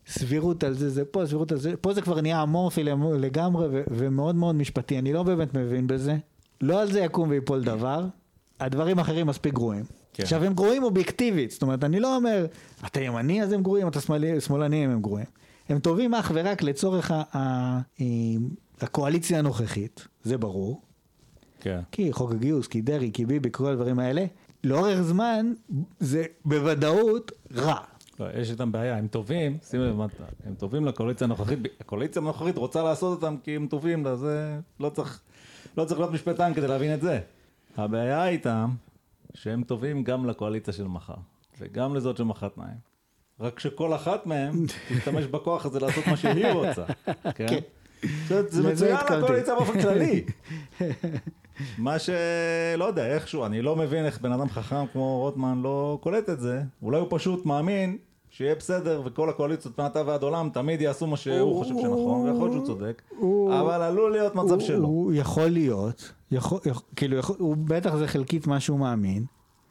סבירות על זה פה, סבירות על זה, פה זה כבר נהיה אמורפי לגמרי ומאוד מאוד משפטי, אני לא באמת מבין בזה. לא על זה יקום ויפול דבר, הדברים האחרים מספיק גרועים. כן. עכשיו הם גרועים אובייקטיבית, זאת אומרת אני לא אומר, אתה ימני אז הם גרועים, אתה שמאלני הם גרועים. הם טובים אך ורק לצורך הקואליציה הנוכחית, זה ברור. כן. כי חוק הגיוס, כי דרי, כי ביבי, כל הדברים האלה, לאורך זמן זה בוודאות רע. לא, יש איתם בעיה, הם טובים, שימו לב, הם טובים לקואליציה הנוכחית, הקואליציה הנוכחית רוצה לעשות אותם כי הם טובים לה, זה לא צריך להיות משפטן כדי להבין את זה. הבעיה איתם, שהם טובים גם לקואליציה של מחר, וגם לזאת של מחרתיים. רק שכל אחת מהם תשתמש בכוח הזה לעשות מה שהיא רוצה, כן? זה מצוין לקואליציה באופן כללי. מה שלא יודע, איכשהו, אני לא מבין איך בן אדם חכם כמו רוטמן לא קולט את זה, אולי הוא פשוט מאמין שיהיה בסדר וכל הקואליציות מעתה ועד עולם תמיד יעשו מה שהוא חושב שנכון, ויכול להיות שהוא צודק, אבל עלול להיות מצב שלו. הוא יכול להיות, כאילו, הוא בטח זה חלקית מה שהוא מאמין,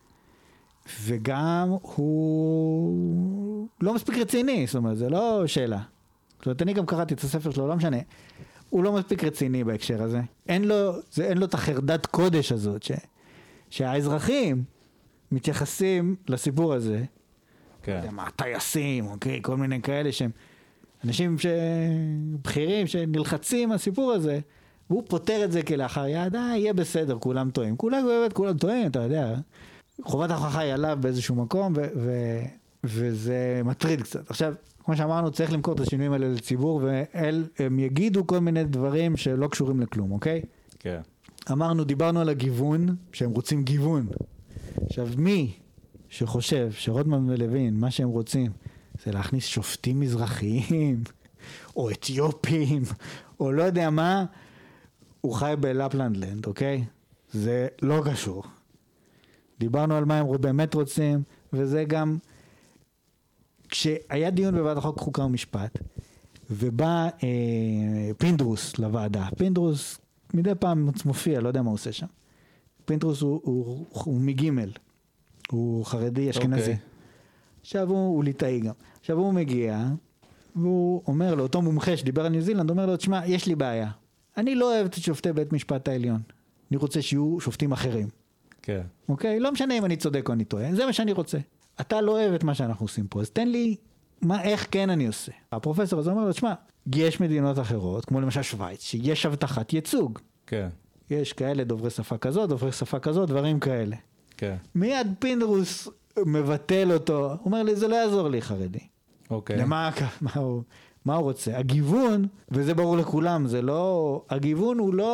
וגם הוא לא מספיק רציני, זאת אומרת, זה לא שאלה. זאת אומרת, אני גם קראתי את הספר שלו, לא משנה. הוא לא מספיק רציני בהקשר הזה. אין לו את החרדת קודש הזאת, שהאזרחים מתייחסים לסיפור הזה. כן. מה, טייסים, אוקיי, כל מיני כאלה שהם אנשים בכירים שנלחצים מהסיפור הזה, והוא פותר את זה כלאחר יד, יהיה בסדר, כולם טועים. כולם טועים, אתה יודע. חובת ההוכחה היא עליו באיזשהו מקום, וזה מטריד קצת. עכשיו, כמו שאמרנו, צריך למכור את השינויים האלה לציבור, והם יגידו כל מיני דברים שלא קשורים לכלום, אוקיי? כן. דיברנו על הגיוון, שהם רוצים גיוון. עכשיו, מי שחושב שרוטמן ולוין, מה שהם רוצים, זה להכניס שופטים מזרחיים, או אתיופים, או לא יודע מה, הוא חי בלפלנדלנד, אוקיי? זה לא קשור. דיברנו על מה הם באמת רוצים, וזה גם, כשהיה דיון בוועדת החוק חוקה ומשפט, ובא פינדרוס לוועדה, פינדרוס מדי פעם מופיע, לא יודע מה הוא עושה שם. פינדרוס הוא מגימל, הוא חרדי אשכנזי. עכשיו הוא ליטאי גם. עכשיו הוא מגיע, והוא אומר לו, אותו מומחה שדיבר על ניו זילנד, אומר לו, תשמע, יש לי בעיה. אני לא אוהב את שופטי בית משפט העליון. אני רוצה שיהיו שופטים אחרים. כן. אוקיי? לא משנה אם אני צודק או אני טועה, זה מה שאני רוצה. אתה לא אוהב את מה שאנחנו עושים פה, אז תן לי איך כן אני עושה. הפרופסור הזה אומר לו, תשמע, יש מדינות אחרות, כמו למשל שוויץ, שיש הבטחת ייצוג. כן. יש כאלה דוברי שפה כזאת, דוברי שפה כזאת, דברים כאלה. כן. מיד פינדרוס מבטל אותו, הוא אומר לי, זה לא יעזור לי חרדי. אוקיי. מה הוא רוצה? הגיוון, וזה ברור לכולם, זה לא, הגיוון הוא לא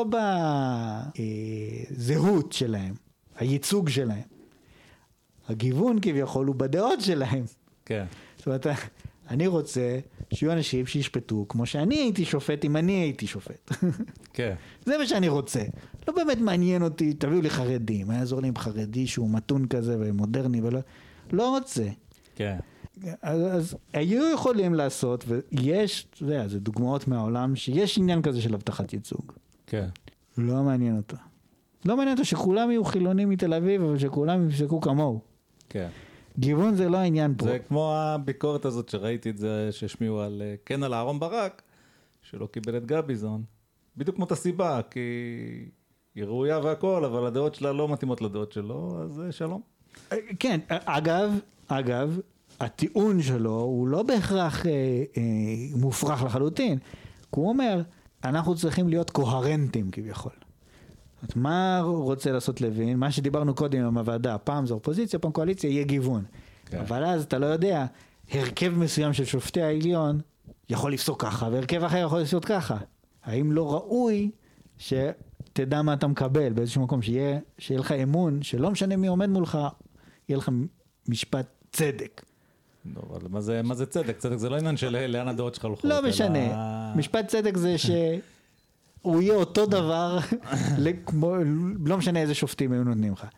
בזהות שלהם, הייצוג שלהם. הגיוון כביכול הוא בדעות שלהם. כן. זאת אומרת, אני רוצה שיהיו אנשים שישפטו כמו שאני הייתי שופט אם אני הייתי שופט. כן. זה מה שאני רוצה. לא באמת מעניין אותי, תביאו לי חרדים, מה יעזור לי עם חרדי שהוא מתון כזה ומודרני ולא, לא רוצה. כן. אז היו יכולים לעשות, ויש, זה דוגמאות מהעולם, שיש עניין כזה של הבטחת ייצוג. כן. לא מעניין אותו. לא מעניין אותו שכולם יהיו חילונים מתל אביב, אבל שכולם יפסקו כמוהו. כן. גיוון זה לא העניין פה. זה כמו הביקורת הזאת שראיתי את זה, שהשמיעו על, כן על אהרון ברק, שלא קיבל את גביזון. בדיוק כמו את הסיבה, כי היא ראויה והכל, אבל הדעות שלה לא מתאימות לדעות שלו, אז שלום. כן, אגב, הטיעון שלו הוא לא בהכרח מופרך לחלוטין. הוא אומר, אנחנו צריכים להיות קוהרנטים כביכול. מה רוצה לעשות לוין? מה שדיברנו קודם עם הוועדה, פעם זו אופוזיציה, פעם קואליציה, יהיה גיוון. כן. אבל אז אתה לא יודע, הרכב מסוים של שופטי העליון יכול לפסוק ככה, והרכב אחר יכול לפסוק ככה. האם לא ראוי שתדע מה אתה מקבל באיזשהו מקום, שיהיה לך אמון, שלא משנה מי עומד מולך, יהיה לך משפט צדק. לא, אבל מה זה צדק? צדק זה לא עניין של לאן הדעות שלך הולכות. לא משנה. משפט צדק זה הוא יהיה אותו דבר, לא משנה איזה שופטים היו נותנים לך.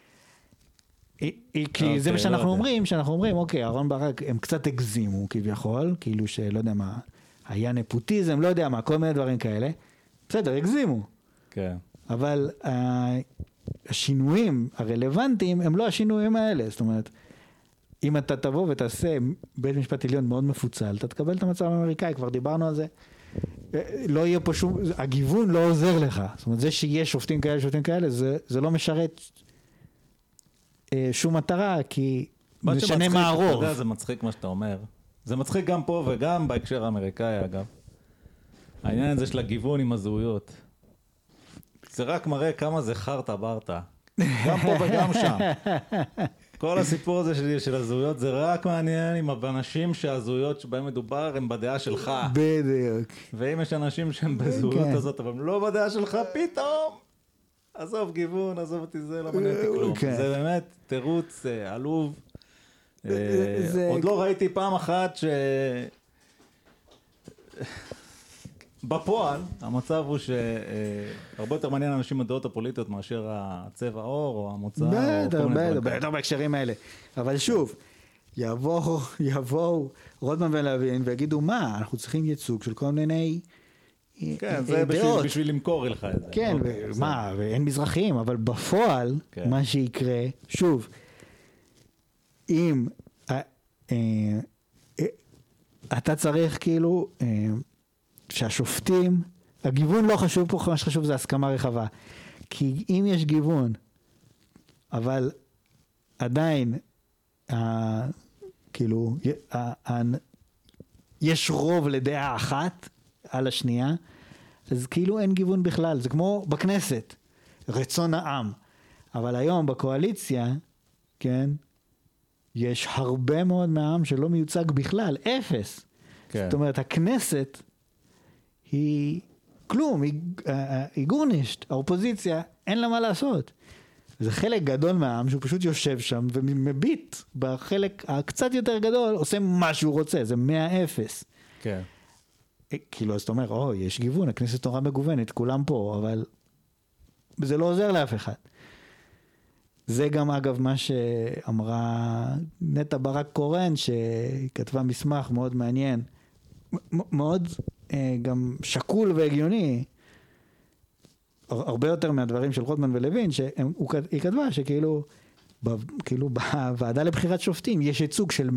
כי זה מה שאנחנו אומרים, שאנחנו אומרים, אוקיי, אהרון ברק, הם קצת הגזימו כביכול, כאילו שלא יודע מה, היה נפוטיזם, לא יודע מה, כל מיני דברים כאלה. בסדר, הגזימו. כן. אבל השינויים הרלוונטיים הם לא השינויים האלה, זאת אומרת, אם אתה תבוא ותעשה בית משפט עליון מאוד מפוצל, אתה תקבל את המצב האמריקאי, כבר דיברנו על זה. לא יהיה פה שום, הגיוון לא עוזר לך. זאת אומרת, זה שיש שופטים כאלה, זה לא משרת שום מטרה, כי משנה מה הרוב. אתה יודע, זה מצחיק מה שאתה אומר. זה מצחיק גם פה וגם בהקשר האמריקאי, אגב. העניין הזה של הגיוון עם הזהויות. זה רק מראה כמה זה חרטה ברטה. גם פה וגם שם. כל הסיפור הזה של הזהויות זה רק מעניין עם האנשים שהזהויות שבהם מדובר הם בדעה שלך. בדיוק. ואם יש אנשים שהם בזהויות הזאת, אבל הם לא בדעה שלך, פתאום! עזוב גיוון, עזוב אותי, זה לא מעניין אותי כלום. זה באמת תירוץ עלוב. עוד לא ראיתי פעם אחת בפועל, המצב הוא שהרבה יותר מעניין אנשים בדעות הפוליטיות מאשר הצבע העור או המוצא. בטח בהקשרים האלה. אבל שוב, יבואו רוטמן ולוין ויגידו מה, אנחנו צריכים ייצוג של כל מיני דעות. כן, זה בשביל למכור לך את זה. כן, מה, ואין מזרחיים, אבל בפועל, מה שיקרה, שוב, אם אתה צריך כאילו שהשופטים, הגיוון לא חשוב פה, מה שחשוב זה הסכמה רחבה. כי אם יש גיוון, אבל עדיין, כאילו, יש רוב לדעה אחת על השנייה, אז כאילו אין גיוון בכלל. זה כמו בכנסת, רצון העם. אבל היום בקואליציה, כן, יש הרבה מאוד מהעם שלא מיוצג בכלל, אפס. כן. זאת אומרת, הכנסת היא כלום, היא גורנישט, האופוזיציה, אין לה מה לעשות. זה חלק גדול מהעם שהוא פשוט יושב שם ומביט בחלק הקצת יותר גדול, עושה מה שהוא רוצה, זה 100-0. כן. כאילו, אז אתה אומר, יש גיוון, הכנסת נורא מגוונת, כולם פה, אבל זה לא עוזר לאף אחד. זה גם אגב מה שאמרה נטע ברק קורן, שכתבה מסמך מאוד מעניין, מאוד גם שקול והגיוני, הרבה יותר מהדברים של רוטמן ולוין, שהיא כתבה שכאילו, בוועדה לבחירת שופטים יש ייצוג של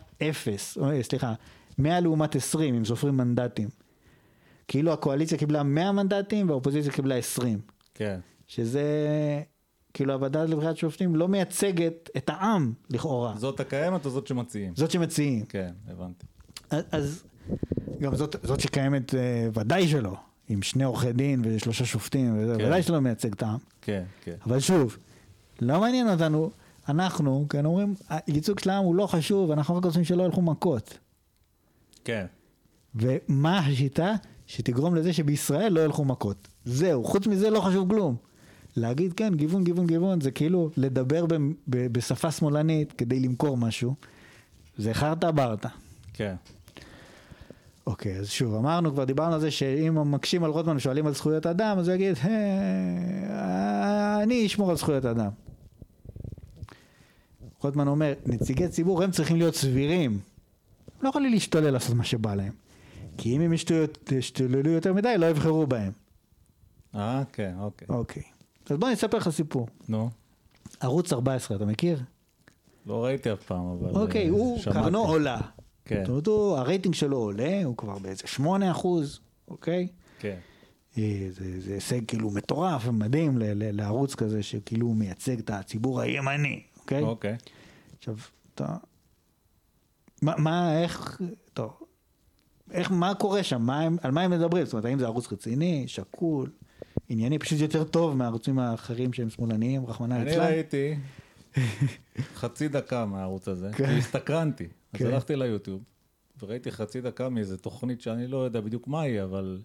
100 לעומת 20, אם סופרים מנדטים. כאילו הקואליציה קיבלה 100 מנדטים, והאופוזיציה קיבלה 20. כן. שזה, כאילו הוועדה לבחירת שופטים לא מייצגת את העם, לכאורה. זאת הקיימת או זאת שמציעים? זאת שמציעים. כן, הבנתי. אז גם זאת שקיימת ודאי שלא, עם 2 עורכי דין ו3 שופטים, ודאי שלא מייצג את העם. כן, כן. אבל שוב, לא מעניין אותנו, אנחנו, כן, אומרים, הייצוג של העם הוא לא חשוב, אנחנו רק רוצים שלא ילכו מכות. כן. ומה השיטה שתגרום לזה שבישראל לא ילכו מכות? זהו, חוץ מזה לא חשוב כלום. להגיד כן, גיוון, גיוון, גיוון, זה כאילו לדבר בשפה שמאלנית כדי למכור משהו. זה חרטה ברטה. כן. אוקיי, אז שוב, אמרנו, כבר דיברנו על זה שאם מקשים על רוטמן ושואלים על זכויות אדם, אז הוא יגיד, אני אשמור על זכויות אדם. רוטמן אומר, נציגי ציבור הם צריכים להיות סבירים. הם לא יכולים להשתולל לעשות מה שבא להם. כי אם הם ישתוללו יותר מדי, לא יבחרו בהם. כן, אוקיי. אוקיי. אז בוא נספר לך סיפור. נו. ערוץ 14, אתה מכיר? לא ראיתי אף פעם, אבל אוקיי, הוא קרנו עולה. כן. זאת אומרת, הרייטינג שלו עולה, הוא כבר באיזה 8%, אוקיי? כן. זה הישג כאילו מטורף ומדהים לערוץ כזה, שכאילו הוא מייצג את הציבור הימני, אוקיי? אוקיי. עכשיו, מה קורה שם? על מה הם מדברים? זאת אומרת, האם זה ערוץ רציני, שקול, ענייני, פשוט יותר טוב מהערוצים האחרים שהם שמאלניים, רחמנא ליצלן? אני ראיתי חצי דקה מהערוץ הזה, כי הסתקרנתי. אז הלכתי ליוטיוב, וראיתי חצי דקה מאיזו תוכנית שאני לא יודע בדיוק מה היא, אבל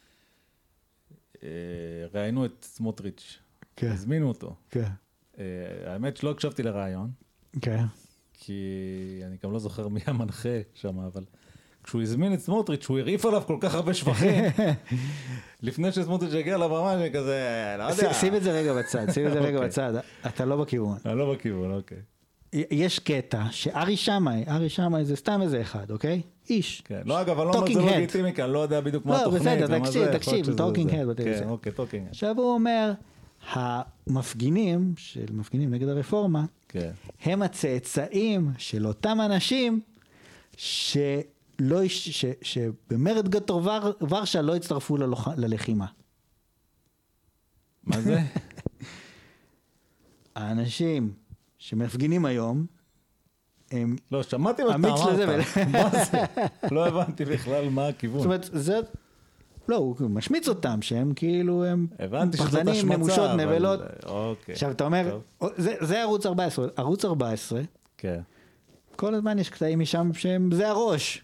ראיינו את סמוטריץ', הזמינו אותו. האמת שלא הקשבתי לרעיון, כי אני גם לא זוכר מי המנחה שם, אבל כשהוא הזמין את סמוטריץ', הוא הרעיף עליו כל כך הרבה שבחים, לפני שסמוטריץ' הגיע לבמה, אני כזה, לא יודע. שים את זה רגע בצד, אתה לא בכיוון. אני לא בכיוון, אוקיי. יש קטע שארי שמאי זה סתם איזה אחד, אוקיי? איש. לא, אגב, אני לא אומר זה לא לגיטימי, כי אני לא יודע בדיוק מה התוכנית. לא, בסדר, תקשיב, טוקינג הד. כן, אוקיי, טוקינג הד. עכשיו הוא אומר, המפגינים, של מפגינים נגד הרפורמה, כן. הם הצאצאים של אותם אנשים שבמרד גטו ורשה לא הצטרפו ללחימה. מה זה? האנשים שמפגינים היום, הם... לא, שמעתי מה שאתה אמרת. מה זה? לא הבנתי בכלל מה הכיוון. זאת אומרת, זה... לא, הוא משמיץ אותם, שהם כאילו, הם פחדנים, נמושות, נבלות. עכשיו, אתה אומר, זה ערוץ 14. ערוץ 14, כן. כל הזמן יש קטעים משם שהם, זה הראש.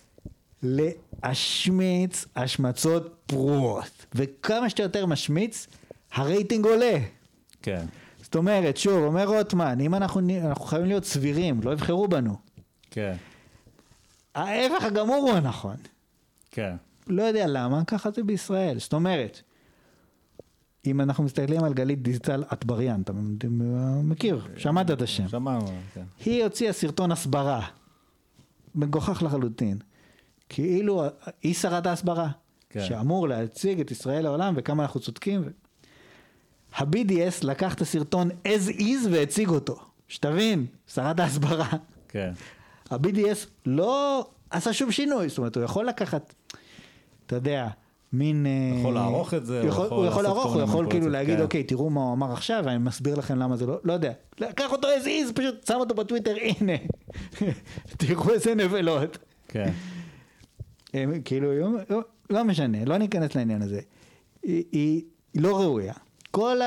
להשמיץ השמצות פרועות. וכמה שאתה יותר משמיץ, הרייטינג עולה. כן. זאת אומרת, שוב, אומר רוטמן, אם אנחנו חייבים להיות סבירים, לא יבחרו בנו. כן. ההפך הגמור הוא הנכון. כן. לא יודע למה, ככה זה בישראל. זאת אומרת, אם אנחנו מסתכלים על גלית דיסטל אטבריאן, אתה מכיר, שמעת את השם. שמענו, כן. היא הוציאה סרטון הסברה, מגוחך לחלוטין. כאילו, היא שרת ההסברה, שאמור להציג את ישראל לעולם וכמה אנחנו צודקים. ה-BDS לקח את הסרטון as is והציג אותו. שתבין, שרת ההסברה. כן. ה-BDS לא עשה שום שינוי, זאת אומרת, הוא יכול לקחת, אתה יודע, מין... יכול לערוך את זה, הוא יכול לערוך, הוא יכול כאילו להגיד, אוקיי, תראו מה הוא אמר עכשיו, ואני מסביר לכם למה זה לא יודע. לקח אותו as is, פשוט שם אותו בטוויטר, הנה. תראו איזה נבלות. כן. כאילו, לא משנה, לא ניכנס לעניין הזה. היא לא ראויה. כל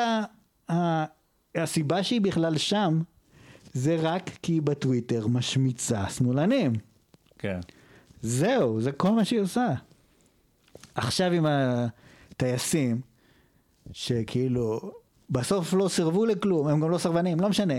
הסיבה שהיא בכלל שם, זה רק כי בטוויטר משמיצה שמאלנים. כן. זהו, זה כל מה שהיא עושה. עכשיו עם הטייסים, שכאילו, בסוף לא סירבו לכלום, הם גם לא סרבנים, לא משנה.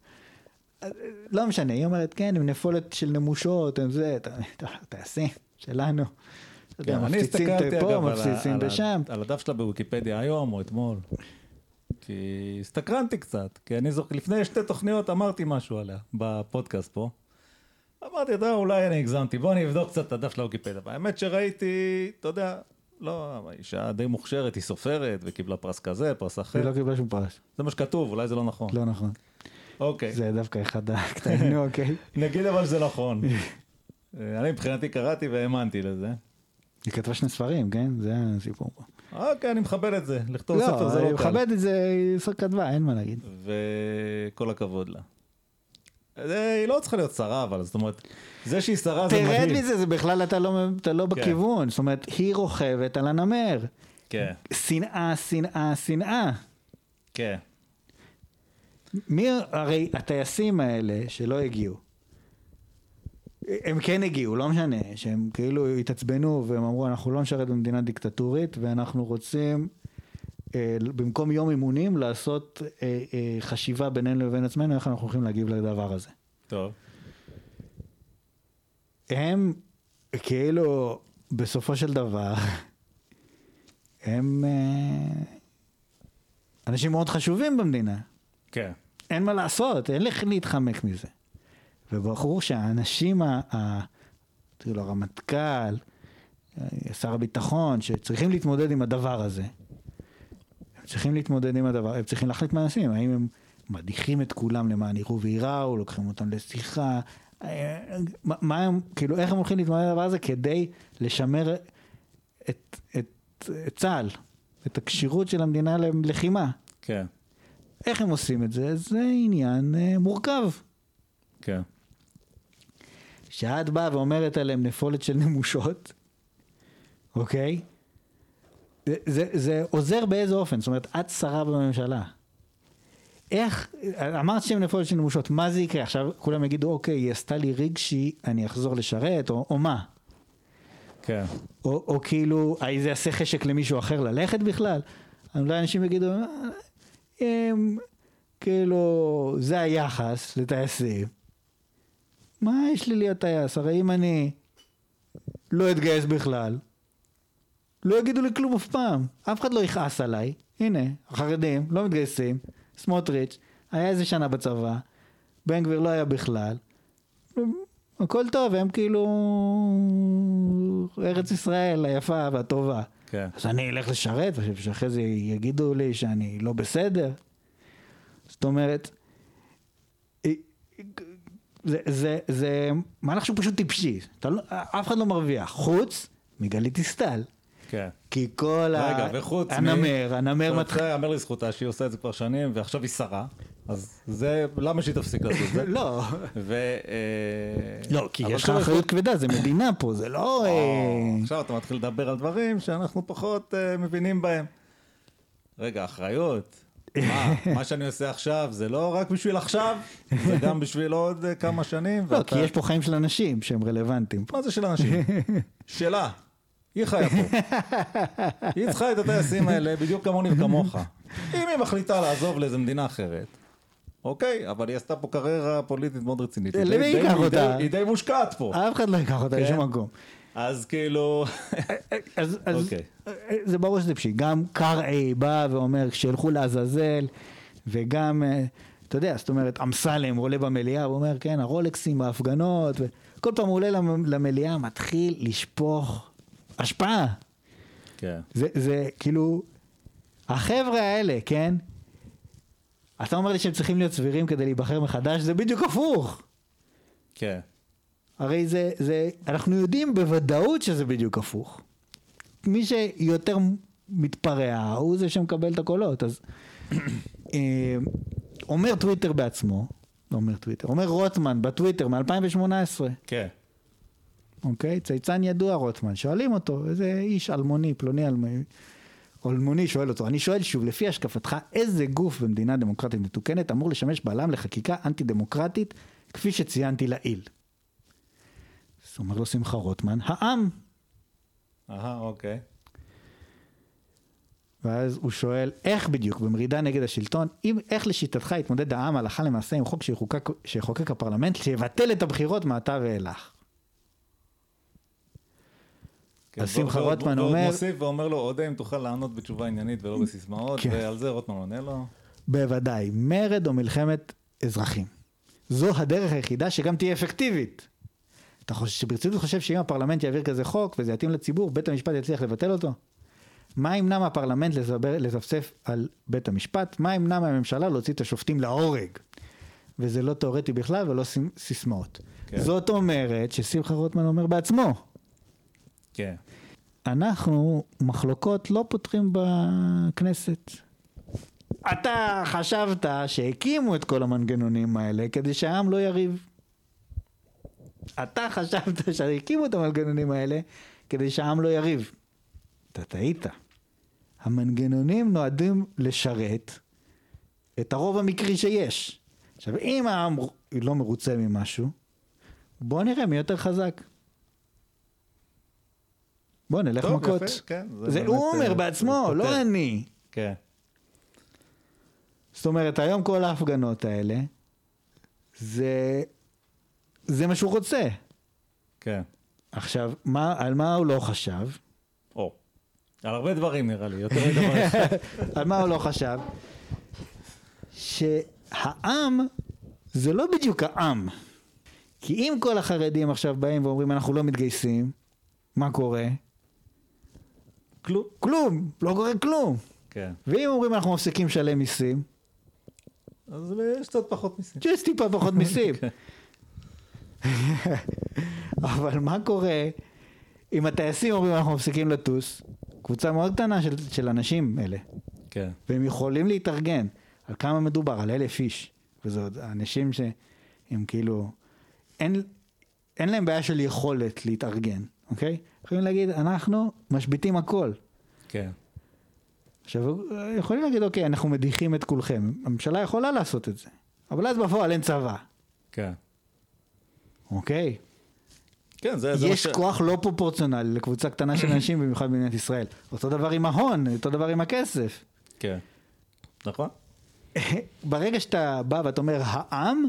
לא משנה, היא אומרת, כן, עם נפולת של נמושות, הם זה, טייסים שלנו. אני הסתכלתי אגב על הדף שלה בוויקיפדיה היום או אתמול. כי הסתקרנתי קצת, כי אני זוכר, לפני 2 תוכניות אמרתי משהו עליה, בפודקאסט פה. אמרתי, אולי אני הגזמתי, בוא אני אבדוק קצת את הדף של הוויקיפדיה. האמת שראיתי, אתה יודע, לא, אישה די מוכשרת, היא סופרת, וקיבלה פרס כזה, פרס אחר. היא לא קיבלה שום פרס. זה מה שכתוב, אולי זה לא נכון. לא נכון. אוקיי. זה דווקא אחד הקטעים, אוקיי. נגיד אבל זה נכון. אני מבחינתי קראתי והאמנתי לזה. היא כתבה 2 ספרים, כן? זה הסיפור פה. אוקיי, אני מכבד את זה. לכתוב ספר זה לא קל. אני מכבד את זה, היא כתבה, אין מה להגיד. וכל הכבוד לה. היא לא צריכה להיות שרה, אבל זאת אומרת, זה שהיא שרה זה מדהים. תרד מזה, זה בכלל אתה לא בכיוון. זאת אומרת, היא רוכבת על הנמר. כן. שנאה, שנאה, שנאה. כן. הרי הטייסים האלה שלא הגיעו, הם כן הגיעו, לא משנה, שהם כאילו התעצבנו והם אמרו, אנחנו לא נשרת במדינה דיקטטורית, ואנחנו רוצים, במקום יום אימונים, לעשות חשיבה בינינו לבין עצמנו, איך אנחנו הולכים להגיב לדבר הזה. טוב. הם כאילו, בסופו של דבר, הם אנשים מאוד חשובים במדינה. כן. אין מה לעשות, אין לך להתחמק מזה. וברור שהאנשים, תראו, הרמטכ"ל, שר הביטחון, שצריכים להתמודד עם הדבר הזה, הם צריכים להתמודד עם הדבר, הם צריכים להחליט מה עושים, האם הם מדיחים את כולם למען יראו ויראו, לוקחים אותם לשיחה, מה הם, כאילו, איך הם הולכים להתמודד עם הדבר הזה, כדי לשמר את צה"ל, את הקשירות של המדינה ללחימה. כן. איך הם עושים את זה? זה עניין מורכב. כן. שאת באה ואומרת עליהם נפולת של נמושות, אוקיי? זה עוזר באיזה אופן? זאת אומרת, את שרה בממשלה. איך, אמרת שהם נפולת של נמושות, מה זה יקרה? עכשיו כולם יגידו, אוקיי, היא עשתה לי רגשי, אני אחזור לשרת, או מה? כן. או כאילו, זה יעשה חשק למישהו אחר ללכת בכלל? אולי אנשים יגידו, כאילו, זה היחס לטייסים. מה יש לי להיות טייס? הרי אם אני לא אתגייס בכלל, לא יגידו לי כלום אף פעם. אף אחד לא יכעס עליי. הנה, החרדים לא מתגייסים. סמוטריץ' היה איזה שנה בצבא. בן גביר לא היה בכלל. הכל טוב, הם כאילו ארץ ישראל היפה והטובה. כן. אז אני אלך לשרת, ושאחרי זה יגידו לי שאני לא בסדר. זאת אומרת, זה מהלך שהוא פשוט טיפשי. אף אחד לא מרוויח, חוץ מגלית דיסטל. כן. כי כל רגע, וחוץ הנמר מתחיל... זה יאמר לזכותה שהיא עושה את זה כבר שנים, ועכשיו היא שרה. אז זה, למה שהיא תפסיק לעשות את זה? לא. לא, כי יש לך אחריות כבדה, זה מדינה פה, זה לא... עכשיו אתה מתחיל לדבר על דברים שאנחנו פחות מבינים בהם. רגע, אחריות. מה שאני עושה עכשיו זה לא רק בשביל עכשיו, זה גם בשביל עוד כמה שנים. לא, כי יש פה חיים של אנשים שהם רלוונטיים. מה זה של אנשים? שלה. היא חיה פה. היא צריכה את הטייסים האלה בדיוק כמוני וכמוך. אם היא מחליטה לעזוב לאיזו מדינה אחרת, אוקיי, אבל היא עשתה פה קריירה פוליטית מאוד רצינית. למי ייקח אותה? היא די מושקעת פה. אף אחד לא ייקח אותה לשום מקום. אז כאילו... אז זה ברור שזה פשיט. גם קראי בא ואומר, כשילכו לעזאזל, וגם, אתה יודע, זאת אומרת, אמסלם עולה במליאה, הוא אומר, כן, הרולקסים בהפגנות, וכל פעם הוא עולה למליאה, מתחיל לשפוך השפעה. כן. זה כאילו, החבר'ה האלה, כן? אתה אומר לי שהם צריכים להיות סבירים כדי להיבחר מחדש, זה בדיוק הפוך. כן. הרי אנחנו יודעים בוודאות שזה בדיוק הפוך. מי שיותר מתפרע, הוא זה שמקבל את הקולות. אז אומר טוויטר בעצמו, אומר רוטמן בטוויטר מ-2018. כן. אוקיי? צייצן ידוע רוטמן, שואלים אותו, איזה איש אלמוני, פלוני אלמוני שואל אותו, אני שואל שוב, לפי השקפתך, איזה גוף במדינה דמוקרטית מתוקנת אמור לשמש בעלם לחקיקה אנטי דמוקרטית, כפי שציינתי לעיל? אז אומר לו שמחה רוטמן, העם. אוקיי. ואז הוא שואל, איך בדיוק במרידה נגד השלטון, איך לשיטתך יתמודד העם הלכה למעשה עם חוק שיחוקק הפרלמנט, שיבטל את הבחירות מעתה ואילך? אז שמחה רוטמן אומר... מוסיף ואומר לו, עוד אם תוכל לענות בתשובה עניינית ולא בסיסמאות, ועל זה רוטמן עונה לו. בוודאי, מרד או מלחמת אזרחים. זו הדרך היחידה שגם תהיה אפקטיבית. אתה ברצינות חושב שאם הפרלמנט יעביר כזה חוק וזה יתאים לציבור, בית המשפט יצליח לבטל אותו? מה ימנע מהפרלמנט לזפצף על בית המשפט? מה ימנע מהממשלה להוציא את השופטים להורג? וזה לא תיאורטי בכלל ולא סיסמאות. כן. זאת אומרת ששמחה רוטמן אומר בעצמו. כן. אנחנו מחלוקות לא פותרים בכנסת. אתה חשבת שהקימו את כל המנגנונים האלה כדי שהעם לא יריב. אתה חשבת שהקימו את המנגנונים האלה כדי שהעם לא יריב. אתה טעית. המנגנונים נועדים לשרת את הרוב המקרי שיש. עכשיו, אם העם לא מרוצה ממשהו, בוא נראה מי יותר חזק. בוא נלך טוב, מכות. יפה, כן, זה הוא אומר בעצמו, לא אני. כן. זאת אומרת, היום כל ההפגנות האלה, זה מה שהוא רוצה. כן. עכשיו, על מה הוא לא חשב? על הרבה דברים נראה לי, יותר מדבר אחד. על מה הוא לא חשב? שהעם זה לא בדיוק העם. כי אם כל החרדים עכשיו באים ואומרים אנחנו לא מתגייסים, מה קורה? כלום, לא קורה כלום. כן. ואם אומרים אנחנו מפסיקים לשלם מיסים, אז יש קצת פחות מיסים. יש טיפה פחות מיסים. אבל מה קורה אם הטייסים אומרים אנחנו מפסיקים לטוס? קבוצה מאוד קטנה של אנשים אלה. כן. והם יכולים להתארגן. על כמה מדובר? על 1,000 איש. וזה עוד אנשים שהם כאילו, אין להם בעיה של יכולת להתארגן. אוקיי? יכולים להגיד, אנחנו משביתים הכל. כן. עכשיו, יכולים להגיד, אוקיי, אנחנו מדיחים את כולכם. הממשלה יכולה לעשות את זה. אבל אז בפועל אין צבא. כן. אוקיי? כן, זה יש כוח לא פרופורציונלי לקבוצה קטנה של אנשים, במיוחד במדינת ישראל. אותו דבר עם ההון, אותו דבר עם הכסף. כן. נכון? ברגע שאתה בא ואתה אומר, העם,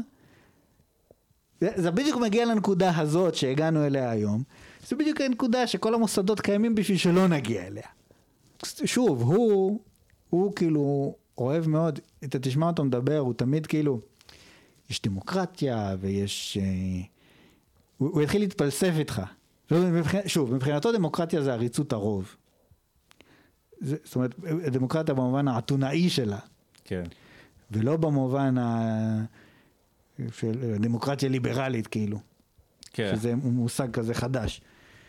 זה בדיוק מגיע לנקודה הזאת שהגענו אליה היום. זה בדיוק הנקודה שכל המוסדות קיימים בשביל שלא נגיע אליה. שוב, הוא כאילו אוהב מאוד, אתה תשמע אותו מדבר, הוא תמיד כאילו, יש דמוקרטיה ויש... הוא התחיל להתפלסף איתך. שוב, מבחינתו דמוקרטיה זה עריצות הרוב. זאת אומרת, הדמוקרטיה במובן האתונאי שלה, כן. ולא במובן של דמוקרטיה ליברלית, כאילו. כן. שזה מושג כזה חדש.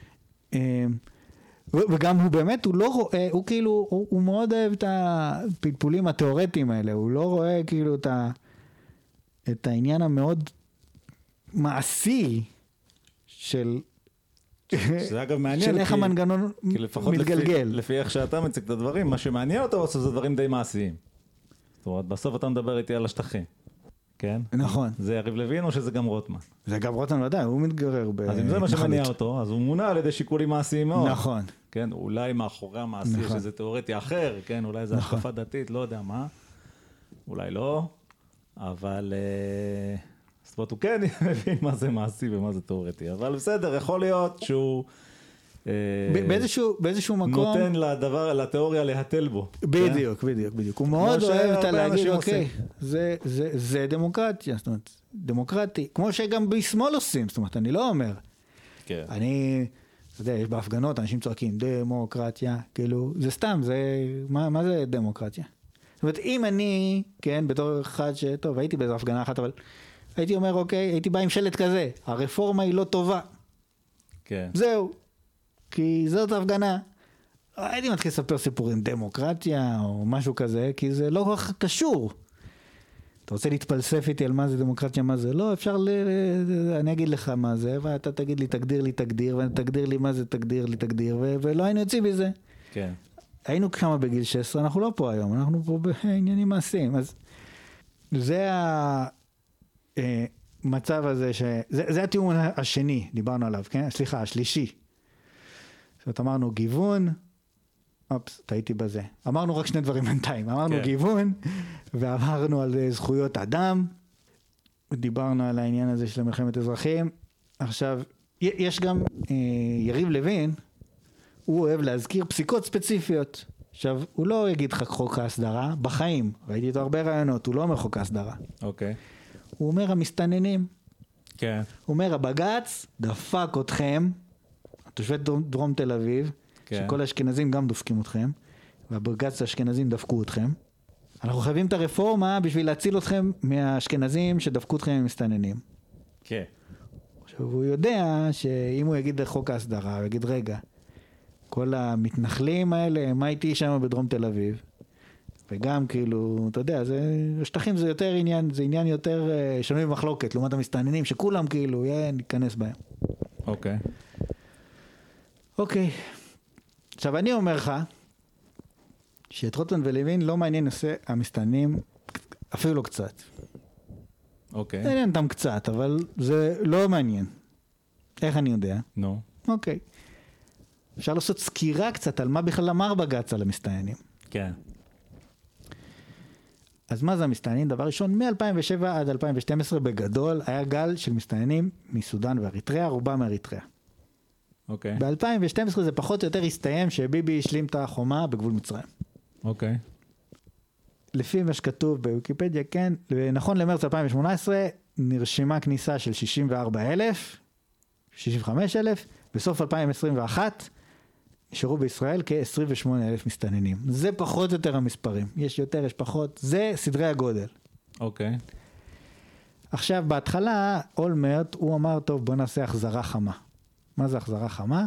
וגם הוא באמת, הוא לא רואה, הוא כאילו, הוא מאוד אוהב את הפלפולים התיאורטיים האלה, הוא לא רואה כאילו את העניין המאוד מעשי של... שזה אגב מעניין. של איך המנגנון מתגלגל. לפי איך שאתה מציג את הדברים, מה שמעניין אותו בסוף זה דברים די מעשיים. זאת אומרת, בסוף אתה מדבר איתי על השטחים. כן? נכון. זה יריב לוין או שזה גם רוטמן? זה גם רוטמן ודאי, הוא מתגרר אז אם זה מה שמניע אותו, אז הוא מונע על ידי שיקולים מעשיים מאוד. נכון. כן, אולי מאחורי המעשי שזה תיאורטי אחר, כן, אולי זה השקפה דתית, לא יודע מה. אולי לא, אבל... זאת אומרת, הוא כן מבין מה זה מעשי ומה זה תיאורטי, אבל בסדר, יכול להיות שהוא... באיזשהו מקום... נותן לתיאוריה להתל בו. בדיוק, בדיוק, בדיוק. הוא מאוד אוהב את להגיד, אוקיי, זה דמוקרטיה, זאת אומרת, דמוקרטי, כמו שגם בשמאל עושים, זאת אומרת, אני לא אומר. כן. אתה יודע, יש בהפגנות, אנשים צועקים, דמוקרטיה, כאילו, זה סתם, מה זה דמוקרטיה? זאת אומרת, אם אני, כן, בתור אחד שטוב, הייתי באיזו הפגנה אחת, אבל הייתי אומר, אוקיי, הייתי בא עם שלט כזה, הרפורמה היא לא טובה. כן. זהו. כי זאת ההפגנה. הייתי מתחיל לספר סיפורים דמוקרטיה או משהו כזה, כי זה לא כל כך קשור. אתה רוצה להתפלסף איתי על מה זה דמוקרטיה, מה זה לא, אפשר אני אגיד לך מה זה, ואתה תגיד לי, תגדיר לי תגדיר, ואני תגדיר לי מה זה תגדיר לי תגדיר, ולא היינו יוצאים בזה. כן. היינו כמה בגיל 16, אנחנו לא פה היום, אנחנו פה בעניינים מעשיים. אז זה המצב הזה, זה הטיעון השני, דיברנו עליו, כן? סליחה, השלישי. זאת אמרנו גיוון, טעיתי בזה. אמרנו רק שני דברים בינתיים. אמרנו גיוון, ואמרנו על זכויות אדם, ודיברנו על העניין הזה של מלחמת אזרחים. עכשיו, יש גם יריב לוין, הוא אוהב להזכיר פסיקות ספציפיות. עכשיו, הוא לא יגיד לך חוק ההסדרה, בחיים. ראיתי איתו הרבה רעיונות, הוא לא אומר חוק ההסדרה. אוקיי. הוא אומר המסתננים. כן. הוא אומר, הבג"ץ דפק אתכם, תושבי דרום תל אביב, שכל האשכנזים גם דופקים אתכם, והבג"ץ האשכנזים דפקו אתכם. אנחנו חייבים את הרפורמה בשביל להציל אתכם מהאשכנזים שדפקו אתכם עם מסתננים. כן. עכשיו, הוא יודע שאם הוא יגיד לחוק ההסדרה, הוא יגיד, רגע, כל המתנחלים האלה, מה איתי שם בדרום תל אביב? וגם כאילו, אתה יודע, השטחים זה יותר עניין, זה עניין יותר שנוי במחלוקת, לעומת המסתננים, שכולם כאילו, ניכנס בהם. אוקיי. אוקיי. עכשיו אני אומר לך, שאת רוטמן ולוין לא מעניין נושא המסתננים, אפילו לא קצת. אוקיי. מעניין אותם קצת, אבל זה לא מעניין. איך אני יודע? נו. אוקיי. אפשר לעשות סקירה קצת על מה בכלל אמר בג"ץ על המסתננים. כן. אז מה זה המסתננים? דבר ראשון, מ-2007 עד 2012 בגדול היה גל של מסתננים מסודן ואריתריאה, רובם מאריתריאה. אוקיי. ב-2012 זה פחות או יותר הסתיים שביבי השלים את החומה בגבול מצרים. אוקיי. לפי מה שכתוב בוויקיפדיה, כן, נכון למרץ 2018 נרשמה כניסה של 64,000, 65,000, בסוף 2021 נשארו בישראל כ-28,000 מסתננים. זה פחות או יותר המספרים. יש יותר, יש פחות, זה סדרי הגודל. אוקיי. עכשיו, בהתחלה, אולמרט, הוא אמר, טוב, בוא נעשה החזרה חמה. מה זה החזרה חמה?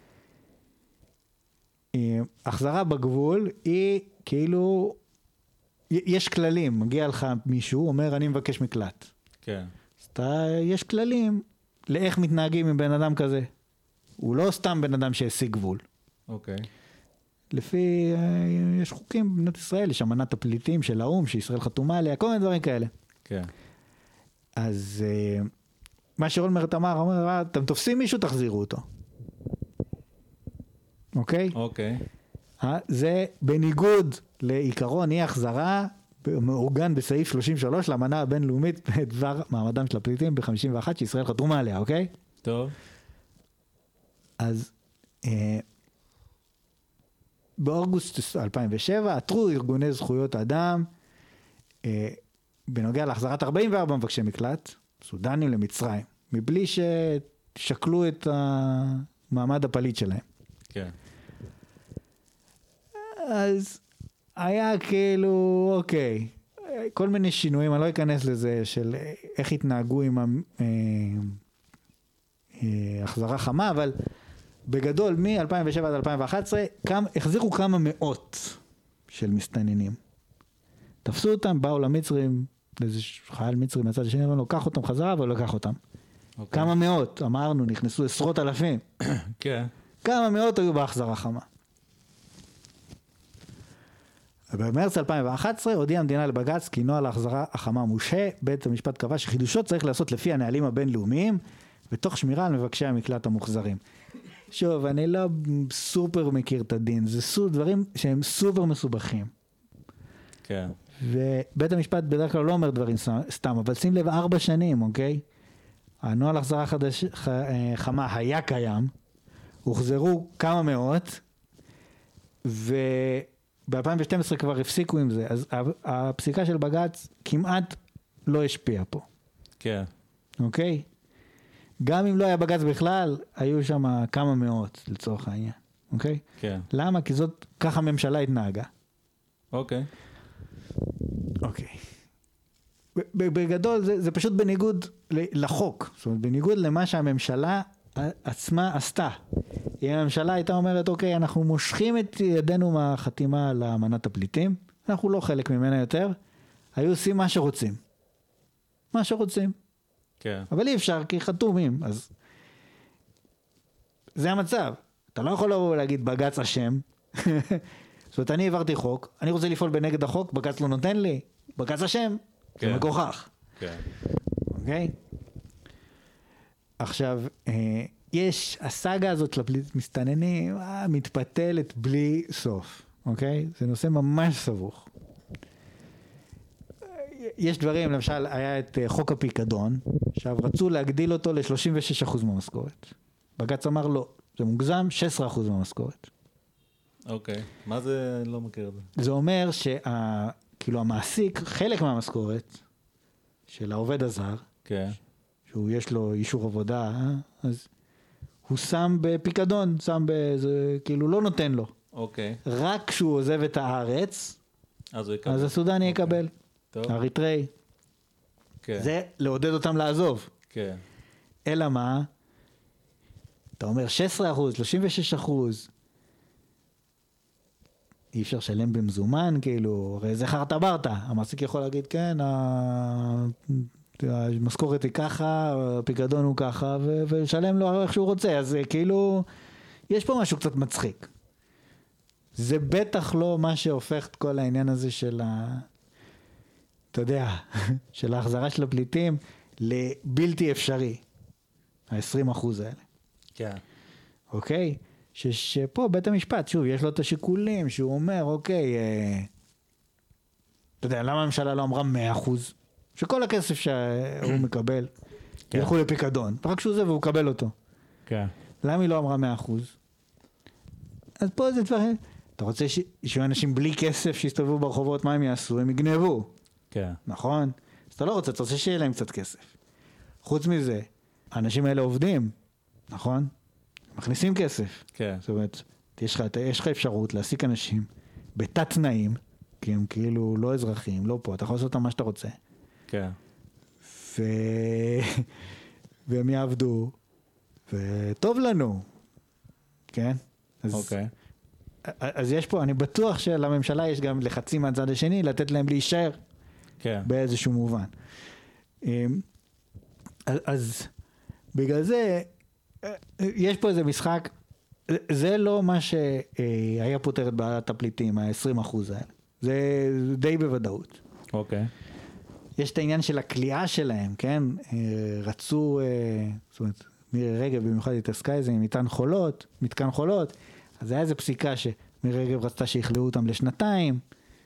החזרה בגבול היא כאילו, יש כללים, מגיע לך מישהו, אומר אני מבקש מקלט. כן. אז יש כללים לאיך מתנהגים עם בן אדם כזה. הוא לא סתם בן אדם שהשיג גבול. אוקיי. לפי, יש חוקים במדינת ישראל, יש אמנת הפליטים של האו"ם, שישראל חתומה עליה, כל מיני דברים כאלה. כן. אז מה שאולמרט אמר, אתם תופסים מישהו, תחזירו אותו. אוקיי? אוקיי. זה בניגוד לעיקרון אי החזרה, מעוגן בסעיף 33 לאמנה הבינלאומית בדבר מעמדם של הפליטים ב-51 שישראל חתומה עליה, אוקיי? טוב. אז באוגוסט 2007 עתרו ארגוני זכויות אדם בנוגע להחזרת 44 מבקשי מקלט, סודנים למצרים, מבלי ששקלו את המעמד הפליט שלהם. כן. אז היה כאילו, אוקיי, כל מיני שינויים, אני לא אכנס לזה, של איך התנהגו עם החזרה חמה, אבל בגדול, מ-2007 עד 2011, החזירו כמה מאות של מסתננים. תפסו אותם, באו למצרים, איזה חייל מצרי מהצד השני, לא לקח אותם חזרה, אבל לקח אותם. כמה מאות, אמרנו, נכנסו עשרות אלפים. כן. כמה מאות היו בהחזרה חמה. במרץ 2011 הודיעה המדינה לבג"ץ כי נוהל ההחזרה החמה מושהה, בית המשפט קבע שחידושו צריך לעשות לפי הנהלים הבינלאומיים, ותוך שמירה על מבקשי המקלט המוחזרים. שוב, אני לא סופר מכיר את הדין, זה דברים שהם סופר מסובכים. כן. ובית המשפט בדרך כלל לא אומר דברים סתם, אבל שים לב 4 שנים, אוקיי? הנוהל החזרה חמה היה קיים, הוחזרו כמה מאות, וב-2012 כבר הפסיקו עם זה, אז הפסיקה של בג"ץ כמעט לא השפיעה פה. כן. אוקיי? גם אם לא היה בג"ץ בכלל, היו שם כמה מאות לצורך העניין, אוקיי? כן. למה? כי זאת, ככה הממשלה התנהגה. אוקיי. אוקיי. בגדול זה פשוט בניגוד לחוק, זאת אומרת בניגוד למה שהממשלה עצמה עשתה. אם הממשלה הייתה אומרת אוקיי אנחנו מושכים את ידינו מהחתימה על אמנת הפליטים, אנחנו לא חלק ממנה יותר, היו עושים מה שרוצים. מה שרוצים. כן. אבל אי אפשר כי חתומים, אז זה המצב. אתה לא יכול לבוא ולהגיד בג"ץ אשם. זאת אומרת אני העברתי חוק, אני רוצה לפעול בנגד החוק, בג"ץ לא נותן לי, בג"ץ אשם. כן. זה מגוחך. כן. אוקיי? עכשיו, יש, הסאגה הזאת למסתננים מתפתלת בלי סוף. אוקיי? זה נושא ממש סבוך. יש דברים, למשל, היה את חוק הפיקדון, עכשיו רצו להגדיל אותו ל-36% מהמשכורת. בג"ץ אמר לא, זה מוגזם, 16% מהמשכורת. אוקיי. מה זה? אני לא מכיר את זה. זה אומר כאילו המעסיק, חלק מהמשכורת של העובד הזר, כן. שהוא יש לו אישור עבודה, אז הוא שם בפיקדון, שם באיזה, כאילו לא נותן לו. אוקיי. רק כשהוא עוזב את הארץ, אז הוא יקבל. אז הסודני יקבל. טוב. אריתראי. כן. זה לעודד אותם לעזוב. כן. אלא מה? אתה אומר 16%, 36%, אי אפשר לשלם במזומן, כאילו, הרי זה חרטה ברטה. המעסיק יכול להגיד, כן, המשכורת היא ככה, הפיקדון הוא ככה, ולשלם לו איך שהוא רוצה. אז כאילו, יש פה משהו קצת מצחיק. זה בטח לא מה שהופך את כל העניין הזה של אתה יודע, של ההחזרה של הפליטים לבלתי אפשרי. ה-20% האלה. כן. אוקיי? שפה בית המשפט, שוב, יש לו את השיקולים, שהוא אומר, אוקיי, אתה יודע, למה הממשלה לא אמרה 100%? שכל הכסף שהוא מקבל, ילכו לפיקדון. רק שהוא זה והוא מקבל אותו. כן. למה היא לא אמרה 100%? אז פה זה דברים, אתה רוצה שיהיו אנשים בלי כסף שיסתובבו ברחובות, מה הם יעשו? הם יגנבו. כן. נכון? אז אתה לא רוצה, אתה רוצה שיהיה להם קצת כסף. חוץ מזה, האנשים האלה עובדים, נכון? מכניסים כסף. כן. זאת אומרת, יש לך אפשרות להעסיק אנשים בתת תנאים, כי הם כאילו לא אזרחים, לא פה, אתה יכול לעשות אותם מה שאתה רוצה. כן. והם יעבדו, וטוב לנו. כן? אוקיי. אז יש פה, אני בטוח שלממשלה יש גם לחצים מהצד השני, לתת להם להישאר. כן. באיזשהו מובן. אז בגלל זה, יש פה איזה משחק, זה לא מה שהיה פותר את בעיית הפליטים, ה-20% האלה. זה די בוודאות. אוקיי. יש את העניין של הכליאה שלהם, כן? רצו, זאת אומרת, מירי רגב במיוחד התעסקה איזה עם מתקן חולות, אז היה איזה פסיקה שמירי רגב רצתה שיכלאו אותם לשנתיים,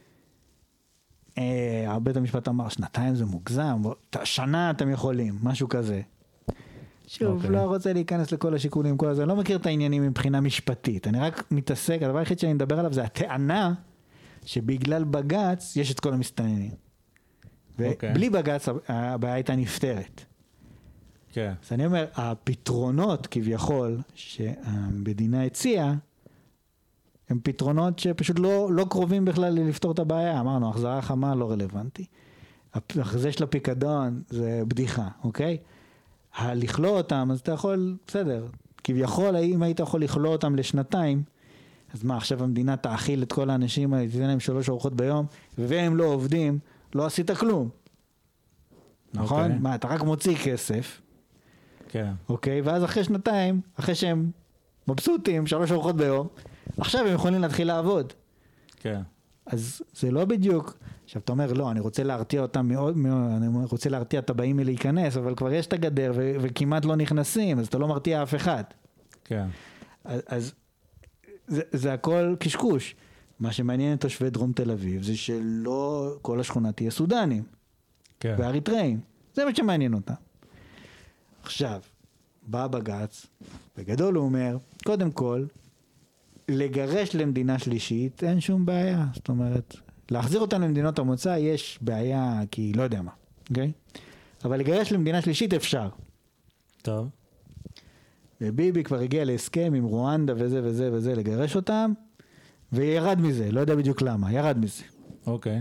בית המשפט אמר, 2 זה מוגזם, שנה אתם יכולים, משהו כזה. שוב, לא רוצה להיכנס לכל השיקולים, כל הזה, אני לא מכיר את העניינים מבחינה משפטית, אני רק מתעסק, הדבר היחיד שאני מדבר עליו זה הטענה, שבגלל בג"ץ יש את כל המסתננים. ובלי בג"ץ הבעיה הייתה נפתרת. כן. אז אני אומר, הפתרונות כביכול שהמדינה הציעה, הם פתרונות שפשוט לא קרובים בכלל לפתור את הבעיה. אמרנו, החזרה חמה לא רלוונטי. זה של הפיקדון זה בדיחה, אוקיי? לכלוא אותם, אז אתה יכול, בסדר, כביכול, אם היית יכול לכלוא אותם לשנתיים, אז מה, עכשיו המדינה תאכיל את כל האנשים האלה, תיתן להם 3 ארוחות ביום, והם לא עובדים, לא עשית כלום. נכון? מה, אתה רק מוציא כסף. כן. אוקיי? ואז אחרי שנתיים, אחרי שהם מבסוטים, 3 ארוחות ביום, עכשיו הם יכולים להתחיל לעבוד. כן. אז זה לא בדיוק, עכשיו אתה אומר, לא, אני רוצה להרתיע אותם מאוד, אני רוצה להרתיע את הבאים להיכנס, אבל כבר יש את הגדר וכמעט לא נכנסים, אז אתה לא מרתיע אף אחד. כן. אז זה הכל קשקוש. מה שמעניין את תושבי דרום תל אביב, זה שלא כל השכונה תהיה סודנים. כן. ואריתראים. זה מה שמעניין אותם. עכשיו, בא בג"ץ, בגדול הוא אומר, קודם כל, לגרש למדינה שלישית, אין שום בעיה. זאת אומרת, להחזיר אותם למדינות המוצא, יש בעיה, כי לא יודע מה. אוקיי? אבל לגרש למדינה שלישית אפשר. טוב. וביבי כבר הגיע להסכם עם רואנדה וזה וזה וזה, לגרש אותם, וירד מזה, לא יודע בדיוק למה, ירד מזה. אוקיי.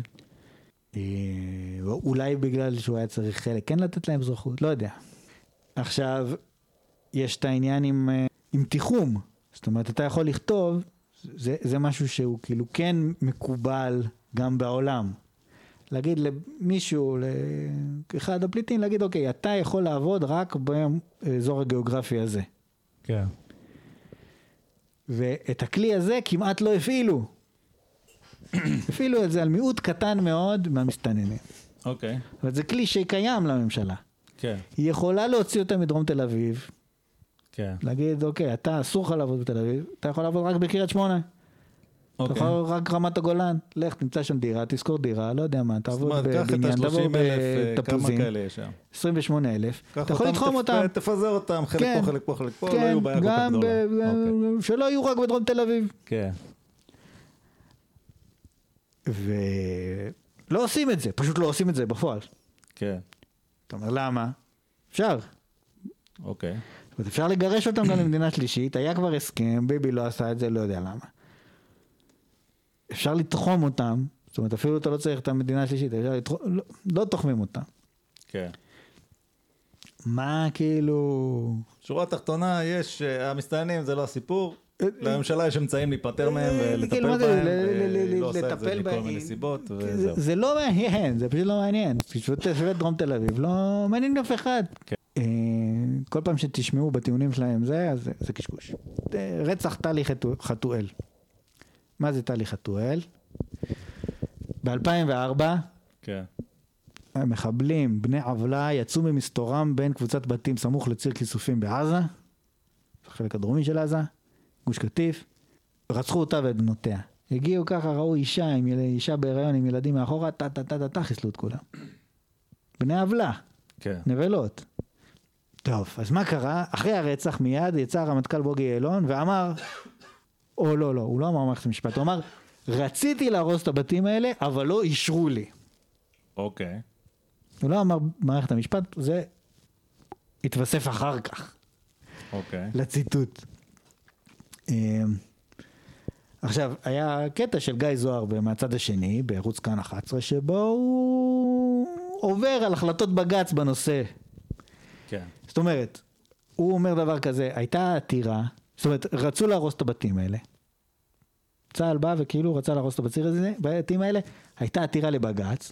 אולי בגלל שהוא היה צריך חלק, כן לתת להם אזרחות, לא יודע. עכשיו, יש את העניין עם תיחום, זאת אומרת, אתה יכול לכתוב, זה משהו שהוא כאילו כן מקובל גם בעולם. להגיד למישהו, לאחד הפליטים, להגיד, אוקיי, אתה יכול לעבוד רק באזור הגיאוגרפי הזה. כן. ואת הכלי הזה כמעט לא הפעילו. הפעילו את זה על מיעוט קטן מאוד מהמסתננים. אוקיי. אבל זה כלי שקיים לממשלה. כן. היא יכולה להוציא אותה מדרום תל אביב, כן. להגיד, אוקיי, אתה אסור לך לעבוד בתל אביב, אתה יכול לעבוד רק בקריית שמונה. אתה יכול רק רמת הגולן, לך תמצא שם דירה, תזכור דירה, לא יודע מה, תעבוד בבניין, תעבור בתפוזים, 28,000, אתה יכול לתחום אותם. תפזר אותם, חלק פה, חלק פה, חלק פה, לא יהיו בעיה כל כך גדולה. שלא יהיו רק בדרום תל אביב. כן. ולא עושים את זה, פשוט לא עושים את זה בפועל. כן. אתה אומר, למה? אפשר. אוקיי. אפשר לגרש אותם גם למדינה שלישית, היה כבר הסכם, ביבי לא עשה את זה, לא יודע למה. אפשר לתחום אותם, זאת אומרת, אפילו אתה לא צריך את המדינה השלישית, לא תוחמים אותם. כן. מה כאילו... שורה התחתונה, יש, המסתננים זה לא הסיפור, לממשלה יש אמצעים להיפטר מהם ולטפל בהם, ולא עושה את זה מכל מיני סיבות, וזהו. זה לא מעניין, זה פשוט לא מעניין. פשוט תושבי דרום תל אביב, לא מעניין אף אחד. כל פעם שתשמעו בטיעונים שלהם זה, אז זה קשקוש. רצח טלי חתואל. מה זה טלי חתואל? ב-2004, כן. המחבלים, בני עוולה, יצאו ממסתורם בין קבוצת בתים סמוך לציר כיסופים בעזה, החלק הדרומי של עזה, גוש קטיף, רצחו אותה ואת בנותיה. הגיעו ככה, ראו אישה בהיריון עם ילדים מאחורה, חיסלו את כולם. בני עוולה, כן. נבלות. טוב, אז מה קרה? אחרי הרצח מיד יצא הרמטכ"ל בוגי יעלון ואמר, או לא, הוא לא אמר מערכת המשפט, הוא אמר, רציתי להרוס את הבתים האלה, אבל לא אישרו לי. אוקיי. הוא לא אמר מערכת המשפט, זה התווסף אחר כך. אוקיי. לציטוט. עכשיו, היה קטע של גיא זוהר מהצד השני, בערוץ כאן 11, שבו הוא עובר על החלטות בג"ץ בנושא. כן. זאת אומרת, הוא אומר דבר כזה, הייתה עתירה, זאת אומרת, רצו להרוס את הבתים האלה. צה"ל בא וכאילו רצה להרוס את הבתים האלה, הייתה עתירה לבג"ץ,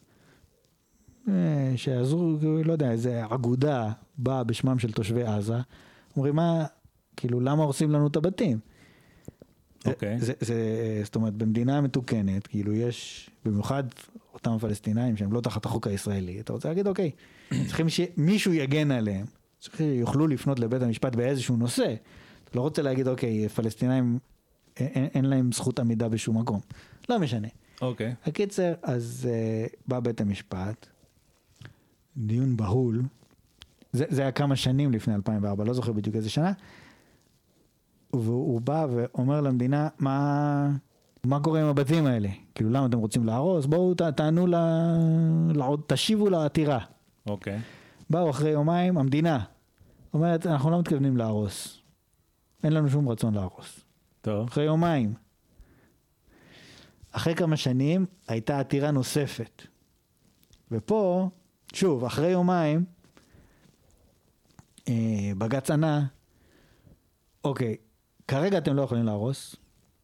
שעזרו, לא יודע, איזה אגודה באה בשמם של תושבי עזה, אומרים, מה, כאילו, למה הורסים לנו את הבתים? אוקיי. זאת אומרת, במדינה מתוקנת, כאילו יש, במיוחד אותם פלסטינאים שהם לא תחת החוק הישראלי, אתה רוצה להגיד, אוקיי, צריכים שמישהו יגן עליהם, צריכים שיוכלו לפנות לבית המשפט באיזשהו נושא, אתה לא רוצה להגיד, אוקיי, פלסטינאים, אין להם זכות עמידה בשום מקום. לא משנה. אוקיי. הקיצר, אז בא בית המשפט, דיון בהול, זה היה כמה שנים לפני 2004, לא זוכר בדיוק איזה שנה, והוא בא ואומר למדינה, מה קורה עם הבתים האלה? כאילו, למה אתם רוצים להרוס? בואו תענו תשיבו לעתירה. אוקיי. באו אחרי יומיים, המדינה אומרת, אנחנו לא מתכוונים להרוס. אין לנו שום רצון להרוס. טוב. אחרי יומיים, אחרי כמה שנים הייתה עתירה נוספת. ופה, שוב, אחרי יומיים, בג"ץ ענה, אוקיי, כרגע אתם לא יכולים להרוס,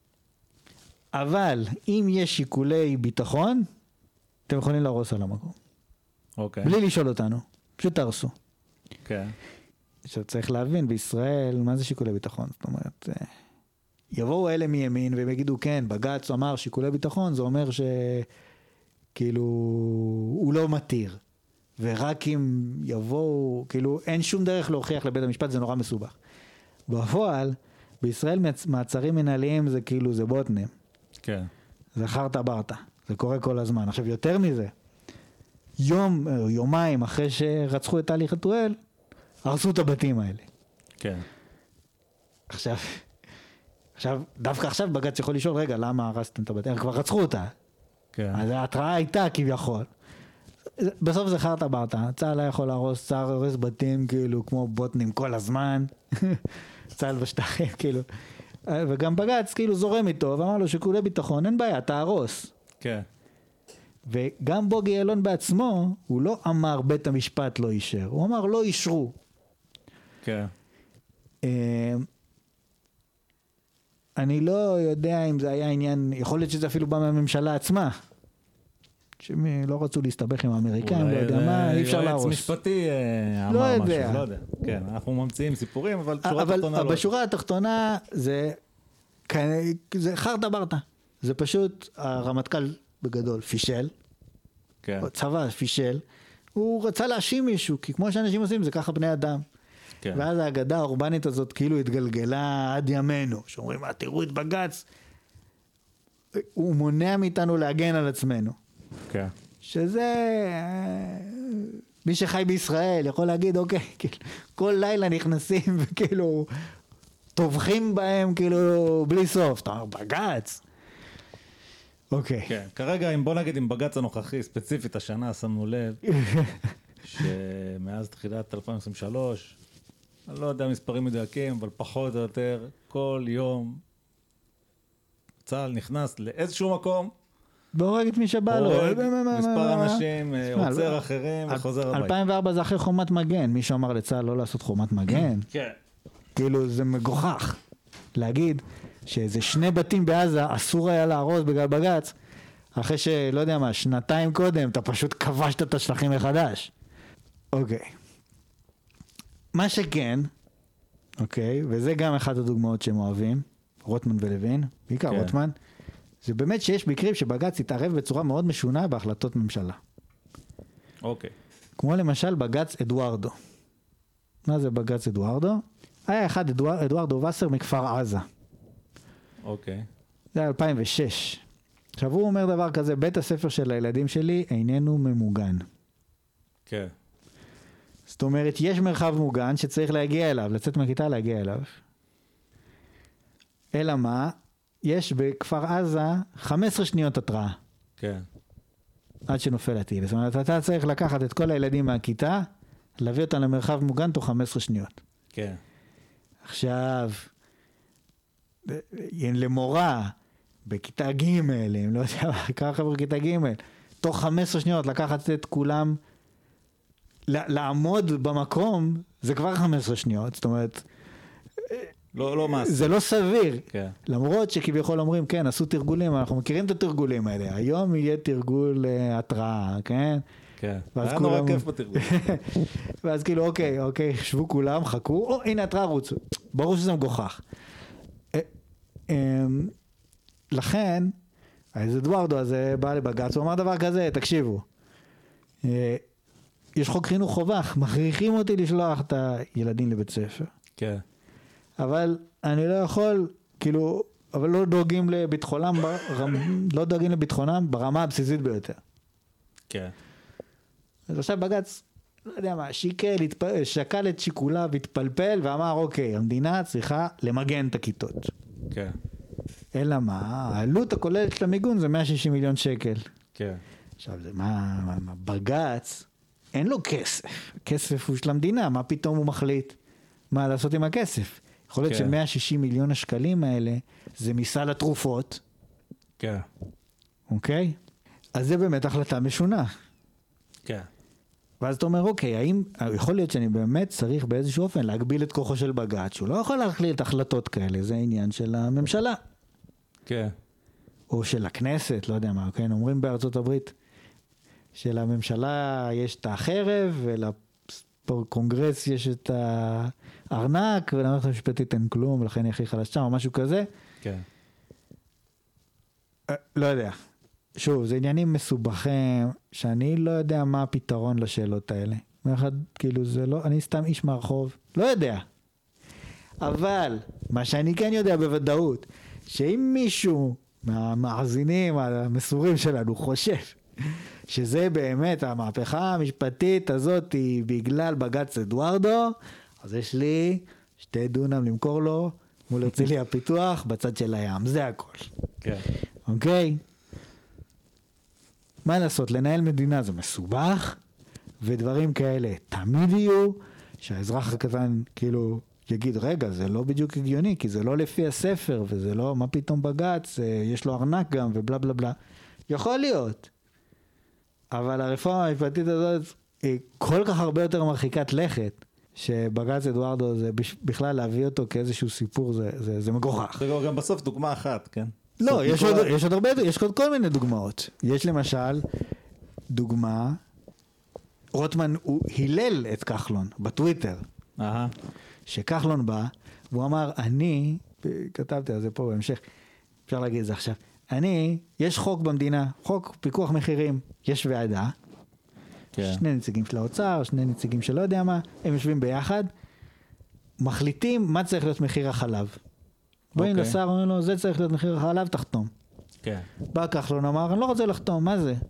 אבל אם יש שיקולי ביטחון, אתם יכולים להרוס על המקום. אוקיי. בלי לשאול אותנו, פשוט תהרסו. כן. עכשיו צריך להבין, בישראל, מה זה שיקולי ביטחון? זאת אומרת, יבואו אלה מימין והם יגידו, כן, בג"ץ אמר שיקולי ביטחון, זה אומר שכאילו, הוא לא מתיר. ורק אם יבואו, כאילו, אין שום דרך להוכיח לבית המשפט, זה נורא מסובך. בפועל, בישראל מעצרים מנהליים זה כאילו, זה בוטנים. כן. זה חרטה ברטה. זה קורה כל הזמן. עכשיו, יותר מזה, יומיים אחרי שרצחו את טלי חטואל, הרסו את הבתים האלה. כן. עכשיו, דווקא עכשיו בג"ץ יכול לשאול, רגע, למה הרסתם את הבתים? כבר רצחו אותה. כן. אז ההתראה הייתה כביכול. בסוף זה חרטה ברטה. צה"ל יכול להרוס, צה"ל הורס בתים כאילו כמו בוטנים כל הזמן. צה"ל בשטחים כאילו. וגם בג"ץ כאילו זורם איתו, ואמר לו שיקולי ביטחון, אין בעיה, תהרוס. כן. וגם בוגי יעלון בעצמו, הוא לא אמר בית המשפט לא אישר, הוא אמר לא אישרו. כן. אני לא יודע אם זה היה עניין, יכול להיות שזה אפילו בא מהממשלה עצמה, שלא רצו להסתבך עם האמריקאים, לא יודע מה, אי אפשר להרוס. יועץ משפטי אמר משהו, לא יודע. כן, אנחנו ממציאים סיפורים, אבל בשורה התחתונה לא. אבל בשורה התחתונה זה חרטה ברטה. זה פשוט הרמטכ"ל בגדול פישל, צבא פישל, הוא רצה להאשים מישהו, כי כמו שאנשים עושים זה ככה בני אדם. ואז האגדה האורבנית הזאת כאילו התגלגלה עד ימינו, שאומרים, תראו את בג"ץ, הוא מונע מאיתנו להגן על עצמנו. כן. שזה, מי שחי בישראל יכול להגיד, אוקיי, כל לילה נכנסים וכאילו, טובחים בהם כאילו בלי סוף. אתה אומר, בג"ץ. אוקיי. כן, כרגע, בוא נגיד, עם בג"ץ הנוכחי, ספציפית השנה, שמנו לב, שמאז תחילת 2023, אני לא יודע מספרים מדויקים, אבל פחות או יותר, כל יום, צה"ל נכנס לאיזשהו מקום, והורג את מי שבא לו. מספר אנשים, עוצר אחרים וחוזר הבית. 2004 זה אחרי חומת מגן, מישהו אמר לצה"ל לא לעשות חומת מגן. כן. כאילו זה מגוחך להגיד שאיזה 2 בתים בעזה אסור היה להרוס בגלל בג"ץ, אחרי שלא יודע מה, 2 קודם אתה פשוט כבשת את השטחים מחדש. אוקיי. מה שכן, אוקיי, וזה גם אחת הדוגמאות שהם אוהבים, רוטמן ולוין, בעיקר רוטמן, זה באמת שיש מקרים שבג"ץ התערב בצורה מאוד משונה בהחלטות ממשלה. אוקיי. כמו למשל בג"ץ אדוארדו. מה זה בג"ץ אדוארדו? היה אחד אדוארדו וסר מכפר עזה. אוקיי. זה היה 2006. עכשיו הוא אומר דבר כזה, בית הספר של הילדים שלי איננו ממוגן. כן. זאת אומרת, יש מרחב מוגן שצריך להגיע אליו, לצאת מהכיתה להגיע אליו. אלא מה? יש בכפר עזה 15 שניות התראה. כן. עד שנופל הטיל. זאת אומרת, אתה צריך לקחת את כל הילדים מהכיתה, להביא אותם למרחב מוגן תוך 15 שניות. כן. עכשיו, למורה, בכיתה ג', לא יודע, ככה חבר'ה בכיתה ג', תוך 15 שניות לקחת את כולם, לעמוד במקום, זה כבר 15 שניות. זאת אומרת, לא מעשי. זה לא סביר. כן. למרות שכביכול אומרים, כן, עשו תרגולים, אנחנו מכירים את התרגולים האלה. היום יהיה תרגול התראה, כן? כן. היה נורא כיף בתרגול. ואז כאילו, אוקיי, שבו כולם, חכו, הנה התראה רוצו. ברור שזה מגוחך. לכן, אז אדוארדו הזה בא לבג"ץ, הוא אמר דבר כזה, תקשיבו, יש חוק חינוך חובה, מכריחים אותי לשלוח את הילדים לבית ספר. כן. אבל אני לא יכול, כאילו, אבל לא דואגים לביטחונם ברמה הבסיסית ביותר. כן. אז עכשיו בג"ץ, לא יודע מה, שקל את שיקוליו, התפלפל ואמר, אוקיי, המדינה צריכה למגן את הכיתות. כן. אלא מה, העלות הכוללת של המיגון זה 160 מיליון שקל. כן. עכשיו, זה מה, בג"ץ, אין לו כסף. הכסף הוא של המדינה, מה פתאום הוא מחליט? מה לעשות עם הכסף? יכול להיות ש160 מיליון השקלים האלה, זה מסל התרופות. כן. אוקיי? אז זה באמת החלטה משונה. כן. ואז אתה אומר, אוקיי, האם, יכול להיות שאני באמת צריך באיזשהו אופן להגביל את כוחו של בג"ץ, שהוא לא יכול להחליט החלטות כאלה, זה עניין של הממשלה. כן. או של הכנסת, לא יודע מה, כן? אומרים בארצות הברית, שלממשלה יש את החרב, ולקונגרס יש את הארנק, ולמערכת המשפטית אין כלום, ולכן היא הכי חלשה, או משהו כזה. כן. לא יודע. שוב, זה עניינים מסובכים, שאני לא יודע מה הפתרון לשאלות האלה. מאחד, כאילו, זה לא, אני סתם איש מהרחוב, לא יודע. אבל, מה שאני כן יודע בוודאות, שאם מישהו מהמאזינים המסורים שלנו חושב שזה באמת המהפכה המשפטית הזאת היא בגלל בג"ץ אדוארדו, אז יש לי 2 דונם למכור לו מול הרצליה פיתוח בצד של הים, זה הכל. כן. אוקיי? מה לעשות, לנהל מדינה זה מסובך, ודברים כאלה תמיד יהיו, שהאזרח הקטן כאילו יגיד, רגע, זה לא בדיוק הגיוני, כי זה לא לפי הספר, וזה לא, מה פתאום בג"ץ, יש לו ארנק גם, ובלה בלה בלה. יכול להיות. אבל הרפורמה המשפטית הזאת היא כל כך הרבה יותר מרחיקת לכת, שבג"ץ אדוארדו זה בכלל להביא אותו כאיזשהו סיפור, זה מגוחך. זה גם בסוף דוגמה אחת, כן? לא, יש עוד הרבה, יש עוד כל מיני דוגמאות. יש למשל דוגמה, רוטמן הוא הילל את כחלון בטוויטר, שכחלון בא, והוא אמר, אני, כתבתי על זה פה בהמשך, אפשר להגיד את זה עכשיו, יש חוק במדינה, חוק פיקוח מחירים, יש ועדה, כן. 2 נציגים של האוצר, 2 נציגים של לא יודע מה, הם יושבים ביחד, מחליטים מה צריך להיות מחיר החלב. בואי לשר, אומר לו, זה צריך להיות מחיר החלב, תחתום. כן. בא כחלון אמר, אני לא רוצה לחתום, מה זה?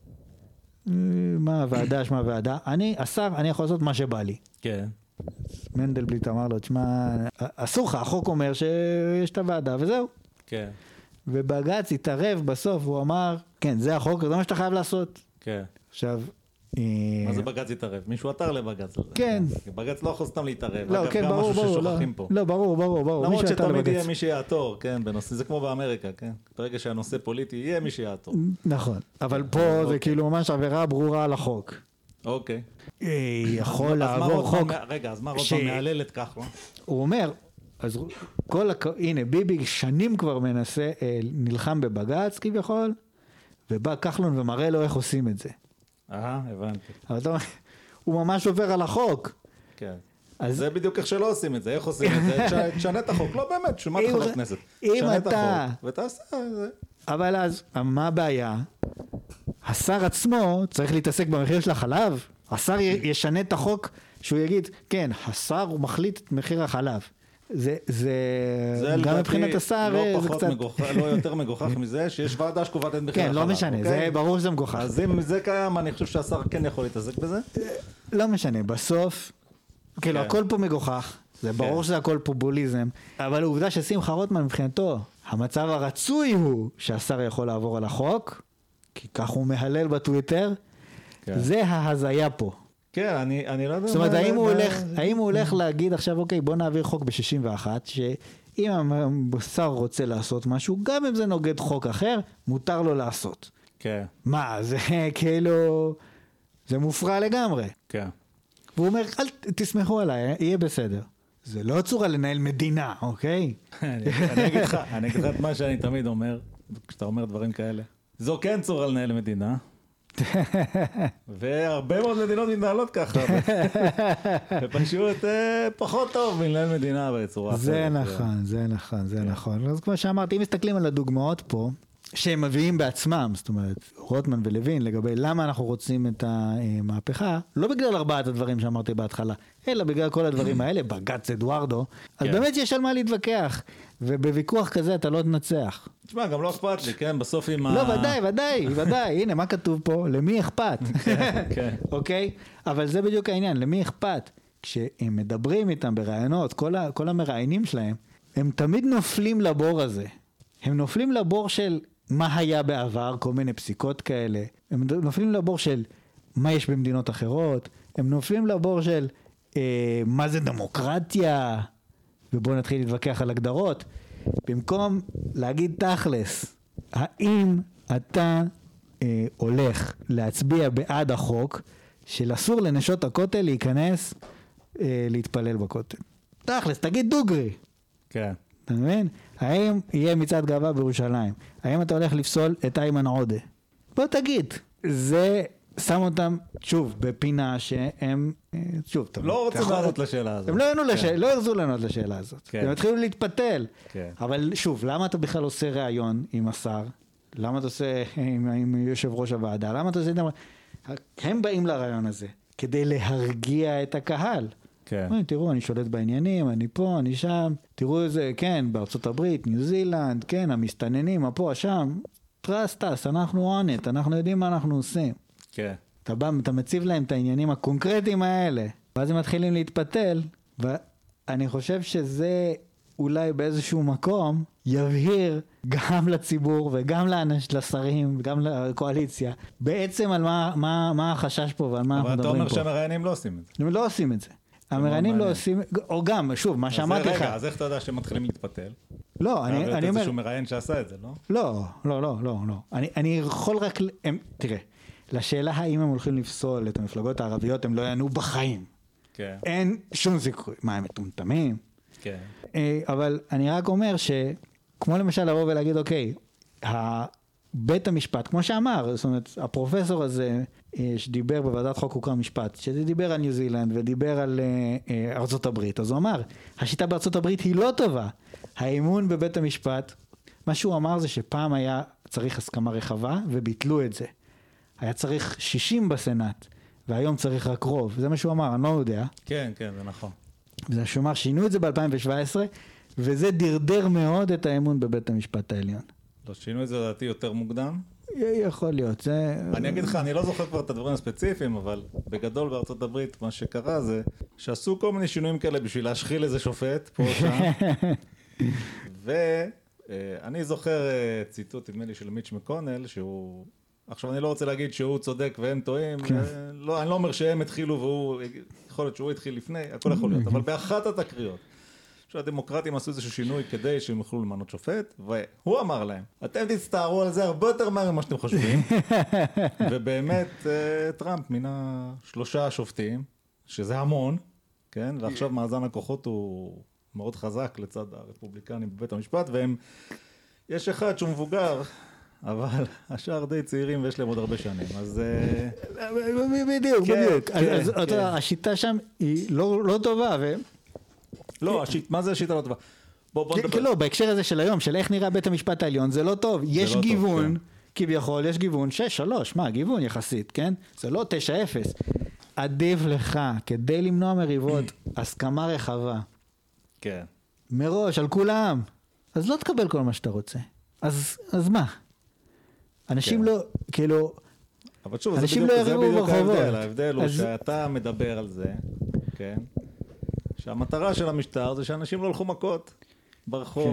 מה הוועדה, שמה הוועדה? השר, אני יכול לעשות מה שבא לי. כן. מנדלבליט אמר לו, תשמע, אסור לך, החוק אומר שיש את הוועדה, וזהו. כן. ובג"ץ התערב בסוף, הוא אמר, כן, זה החוק, זה מה שאתה חייב לעשות. כן. עכשיו... מה זה בג"ץ התערב? מישהו עתר לבג"ץ על זה. כן. בג"ץ לא יכול סתם להתערב. לא, כן, ברור, ברור. לא, ברור. למרות שתמיד יהיה מי שיעתור, כן, בנושא, זה כמו באמריקה, כן. ברגע שהנושא פוליטי, יהיה מי שיעתור. נכון. אבל פה זה כאילו ממש עבירה ברורה על החוק. אוקיי. יכול לעבור חוק... רגע, אז מה רוטמן מעלל את כחלון? הוא אומר, אז הנה, ביבי שנים כבר מנסה, נלחם בבג"ץ כביכול, ובא כחלון ומראה לו איך עושים את זה. הבנתי. אבל אתה אומר, הוא ממש עובר על החוק. כן. זה בדיוק איך שלא עושים את זה, איך עושים את זה, תשנה את החוק, לא באמת, שומעת חבר כנסת. אם אתה... ותעשה את זה. אבל אז, מה הבעיה? השר עצמו צריך להתעסק במחיר של החלב, השר ישנה את החוק שהוא יגיד, כן, השר הוא מחליט את מחיר החלב. זה גם מבחינת השר זה קצת... לא יותר מגוחך מזה, שיש ועדה שקובעת את מחיר החלב. כן, לא משנה, זה ברור שזה מגוחך. אז אם זה קיים, אני חושב שהשר כן יכול להתעסק בזה. לא משנה, בסוף, כאילו, הכל פה מגוחך, זה ברור שזה הכל פופוליזם, אבל העובדה ששמחה רוטמן מבחינתו, המצב הרצוי הוא שהשר יכול לעבור על החוק, כי כך הוא מהלל בטוויטר, זה ההזיה פה. כן, אני לא יודע... זאת אומרת, האם הוא הולך להגיד עכשיו, אוקיי, בוא נעביר חוק ב-61, שאם השר רוצה לעשות משהו, גם אם זה נוגד חוק אחר, מותר לו לעשות. כן. מה, זה כאילו... זה מופרע לגמרי. כן. והוא אומר, אל תסמכו עליי, יהיה בסדר. זה לא צורה לנהל מדינה, אוקיי? אני אגיד לך את מה שאני תמיד אומר, כשאתה אומר דברים כאלה. זו כן צורה לנהל מדינה. והרבה מאוד מדינות מתנהלות ככה. ופשוט פחות טוב מלנהל מדינה בצורה אחרת. זה נכון. אז כמו שאמרתי, אם מסתכלים על הדוגמאות פה, שהם מביאים בעצמם, זאת אומרת, רוטמן ולוין, לגבי למה אנחנו רוצים את המהפכה, לא בגלל 4 הדברים שאמרתי בהתחלה, אלא בגלל כל הדברים האלה, בג"ץ אדוארדו, אז באמת יש על מה להתווכח, ובוויכוח כזה אתה לא תנצח. תשמע, גם לא אכפת לי, כן? בסוף עם לא, ודאי, הנה, מה כתוב פה? למי אכפת? כן. אוקיי? אבל זה בדיוק העניין, למי אכפת? כשהם מדברים איתם ברעיונות, כל המראיינים שלהם, הם תמיד נופלים לבור הזה. הם נופלים לבור של מה היה בעבר, כל מיני פסיקות כאלה. הם נופלים לבור של מה יש במדינות אחרות. הם נופלים לבור של מה זה דמוקרטיה. ובואו נתחיל להתווכח על הגדרות. במקום להגיד תכלס, האם אתה הולך להצביע בעד החוק של אסור לנשות הכותל להיכנס להתפלל בכותל. תכלס, תגיד דוגרי. כן. אתה מבין? האם יהיה מצעד גאווה בירושלים? האם אתה הולך לפסול את איימן עודה? בוא תגיד. זה שם אותם, שוב, בפינה שהם, שוב, לא רוצים לענות לשאלה הזאת. הם לא ירזו לענות לשאלה הזאת. הם התחילו להתפתל. אבל שוב, למה אתה בכלל עושה ראיון עם השר? למה אתה עושה עם יושב ראש הוועדה? למה אתה עושה... הם באים לראיון הזה כדי להרגיע את הקהל. כן. תראו, אני שולט בעניינים, אני פה, אני שם. תראו איזה, כן, בארצות הברית, ניו זילנד, כן, המסתננים, הפה, שם. טרסטס, אנחנו עונת, אנחנו יודעים מה אנחנו עושים. כן. אתה בא, אתה מציב להם את העניינים הקונקרטיים האלה, ואז הם מתחילים להתפתל, ואני חושב שזה אולי באיזשהו מקום יבהיר גם לציבור וגם לשרים וגם לקואליציה, בעצם על מה החשש פה ועל מה אנחנו מדברים פה. אבל אתה אומר שהמראיינים לא עושים את זה. הם לא עושים את זה. המראיינים לא עושים, או גם, שוב, מה שאמרתי לך. רגע, אז איך אתה יודע שהם מתחילים להתפתל? לא, אני אומר... איזשהו מראיין שעשה את זה, לא? לא. אני יכול רק... תראה, לשאלה האם הם הולכים לפסול את המפלגות הערביות, הם לא יענו בחיים. כן. אין שום סיכוי. מה, הם מטומטמים? כן. אבל אני רק אומר שכמו למשל לבוא ולהגיד, אוקיי, בית המשפט, כמו שאמר, זאת אומרת, הפרופסור הזה שדיבר בוועדת חוק חוקה משפט, שדיבר על ניו זילנד ודיבר על ארצות הברית, אז הוא אמר, השיטה בארצות הברית היא לא טובה. האמון בבית המשפט, מה שהוא אמר זה שפעם היה צריך הסכמה רחבה וביטלו את זה. היה צריך 60 בסנאט, והיום צריך רק רוב. זה מה שהוא אמר, אני לא יודע. כן, זה נכון. זה שהוא אמר, שינו את זה ב-2017, וזה דרדר מאוד את האמון בבית המשפט העליון. לא, שינו את זה לדעתי יותר מוקדם. יכול להיות, זה... אני אגיד לך, אני לא זוכר כבר את הדברים הספציפיים, אבל בגדול בארצות הברית מה שקרה זה שעשו כל מיני שינויים כאלה בשביל להשחיל איזה שופט פה או שם. ואני זוכר ציטוט, נדמה לי, של מיץ' מקונל, שהוא... עכשיו אני לא רוצה להגיד שהוא צודק והם טועים, לא, אני לא אומר שהם התחילו והוא, יכול להיות שהוא התחיל לפני, הכל יכול להיות, אבל באחת התקריות, שהדמוקרטים עשו איזשהו שינוי כדי שהם יוכלו למנות שופט, והוא אמר להם, אתם תצטערו על זה הרבה יותר מהר ממה שאתם חושבים, ובאמת טראמפ מינה 3 שופטים, שזה המון, כן, ועכשיו מאזן הכוחות הוא מאוד חזק לצד הרפובליקנים בבית המשפט, יש אחד שהוא מבוגר, אבל השאר די צעירים ויש להם עוד הרבה שנים, אז... בדיוק. אז השיטה שם היא לא טובה, לא, מה זה השיטה לא טובה? בוא נדבר. לא, בהקשר הזה של היום, של איך נראה בית המשפט העליון, זה לא טוב. יש גיוון, כביכול, יש גיוון 6-3, מה, גיוון יחסית, כן? זה לא 9-0. עדיף לך, כדי למנוע מריבות, הסכמה רחבה. כן. מראש, על כולם. אז לא תקבל כל מה שאתה רוצה. אז מה? אנשים לא, כאילו, אנשים לא יריבו ברחובות. ההבדל הוא שאתה מדבר על זה, כן? שהמטרה של המשטר זה שאנשים לא הלכו מכות ברחוב.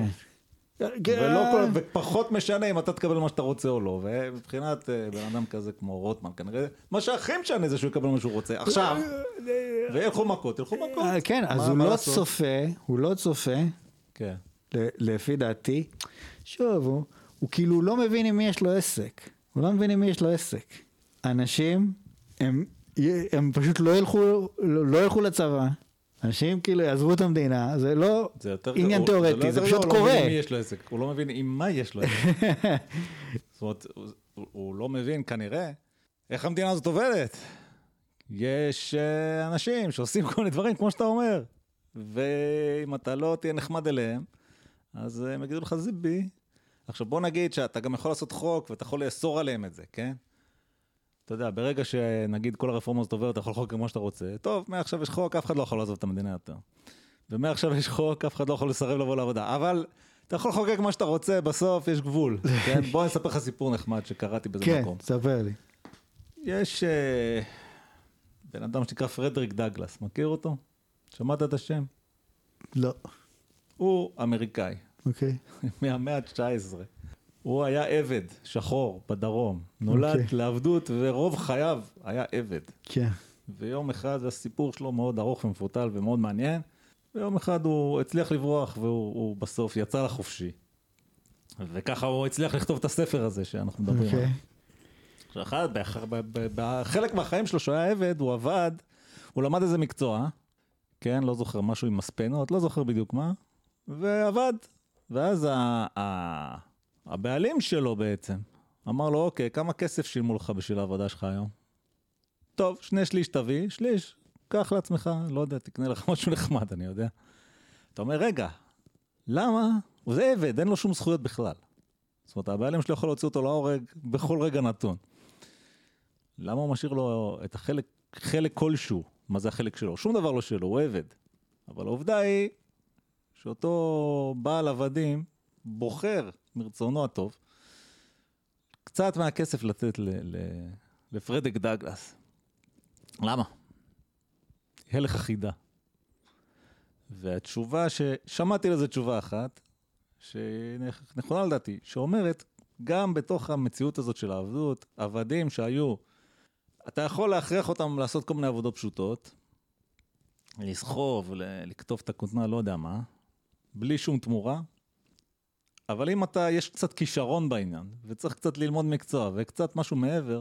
ופחות משנה אם אתה תקבל מה שאתה רוצה או לא. ובבחינת בן אדם כזה כמו רוטמן, כנראה, מה שהכי משנה זה שהוא יקבל מה שהוא רוצה. עכשיו, וילכו מכות, ילכו מכות. כן, אז הוא לא צופה, לפי דעתי, שוב, הוא כאילו לא מבין עם מי יש לו עסק. הוא לא מבין עם מי יש לו עסק. אנשים, הם פשוט לא ילכו לצבא. אנשים כאילו יעזבו את המדינה, זה לא עניין תיאורטי, זה פשוט קורה. הוא לא מבין עם מה יש לו עסק. זאת אומרת, הוא לא מבין כנראה איך המדינה הזאת עובדת. יש אנשים שעושים כל מיני דברים כמו שאתה אומר, ואם אתה לא תהיה נחמד אליהם, אז הם יגידו לך זיבי. עכשיו בוא נגיד שאתה גם יכול לעשות חוק ואתה יכול לאסור עליהם את זה, כן? אתה יודע, ברגע שנגיד כל הרפורמה הזאת עוברת, אתה יכול לחוק כמו שאתה רוצה. טוב, מעכשיו יש חוק, אף אחד לא יכול לעזוב את המדינה יותר. ומעכשיו יש חוק, אף אחד לא יכול לסרב לבוא לעבודה. אבל אתה יכול לחוקק מה שאתה רוצה, בסוף יש גבול. כן? בוא אני אספר לך סיפור נחמד שקראתי בזה מקום. כן, ספר לי. יש בן אדם שנקרא פרדריק דאגלס, מכיר אותו? שמעת את השם? לא. הוא אמריקאי. אוקיי. מהמאה ה-19. הוא היה עבד, שחור, בדרום. נולד לעבדות, ורוב חייו היה עבד. כן. ויום אחד, הסיפור שלו מאוד ארוך ומפותל ומאוד מעניין, ויום אחד הוא הצליח לברוח, והוא בסוף יצא לחופשי. וככה הוא הצליח לכתוב את הספר הזה שאנחנו מדברים עליו. בחלק מהחיים שלו שהוא היה עבד, הוא עבד, הוא למד איזה מקצוע, כן, לא זוכר משהו עם מספנות, לא זוכר בדיוק מה, ועבד. ואז הבעלים שלו בעצם אמר לו, אוקיי, כמה כסף שילמו לך בשביל העבודה שלך היום? טוב, 2/3 תביא, 1/3, קח לעצמך, לא יודע, תקנה לך משהו נחמד, אני יודע. אתה אומר, רגע, למה? זה עבד, אין לו שום זכויות בכלל. זאת אומרת, הבעלים שלו יכול להוציא אותו להורג בכל רגע נתון. למה הוא משאיר לו את חלק כלשהו? מה זה החלק שלו? שום דבר לא שלו, הוא עבד. אבל העובדה היא שאותו בעל עבדים בוחר מרצונו הטוב, קצת מהכסף לתת לפרדריק דאגלס. למה? הלך אחידה. והתשובה ששמעתי לזה תשובה אחת, שנכונה לדעתי, שאומרת, גם בתוך המציאות הזאת של העבדות, עבדים שהיו, אתה יכול להכריח אותם לעשות כל מיני עבודות פשוטות, לסחוב, לכתוב את הכותנה, לא יודע מה, בלי שום תמורה, אבל אם יש קצת כישרון בעניין, וצריך קצת ללמוד מקצוע, וקצת משהו מעבר,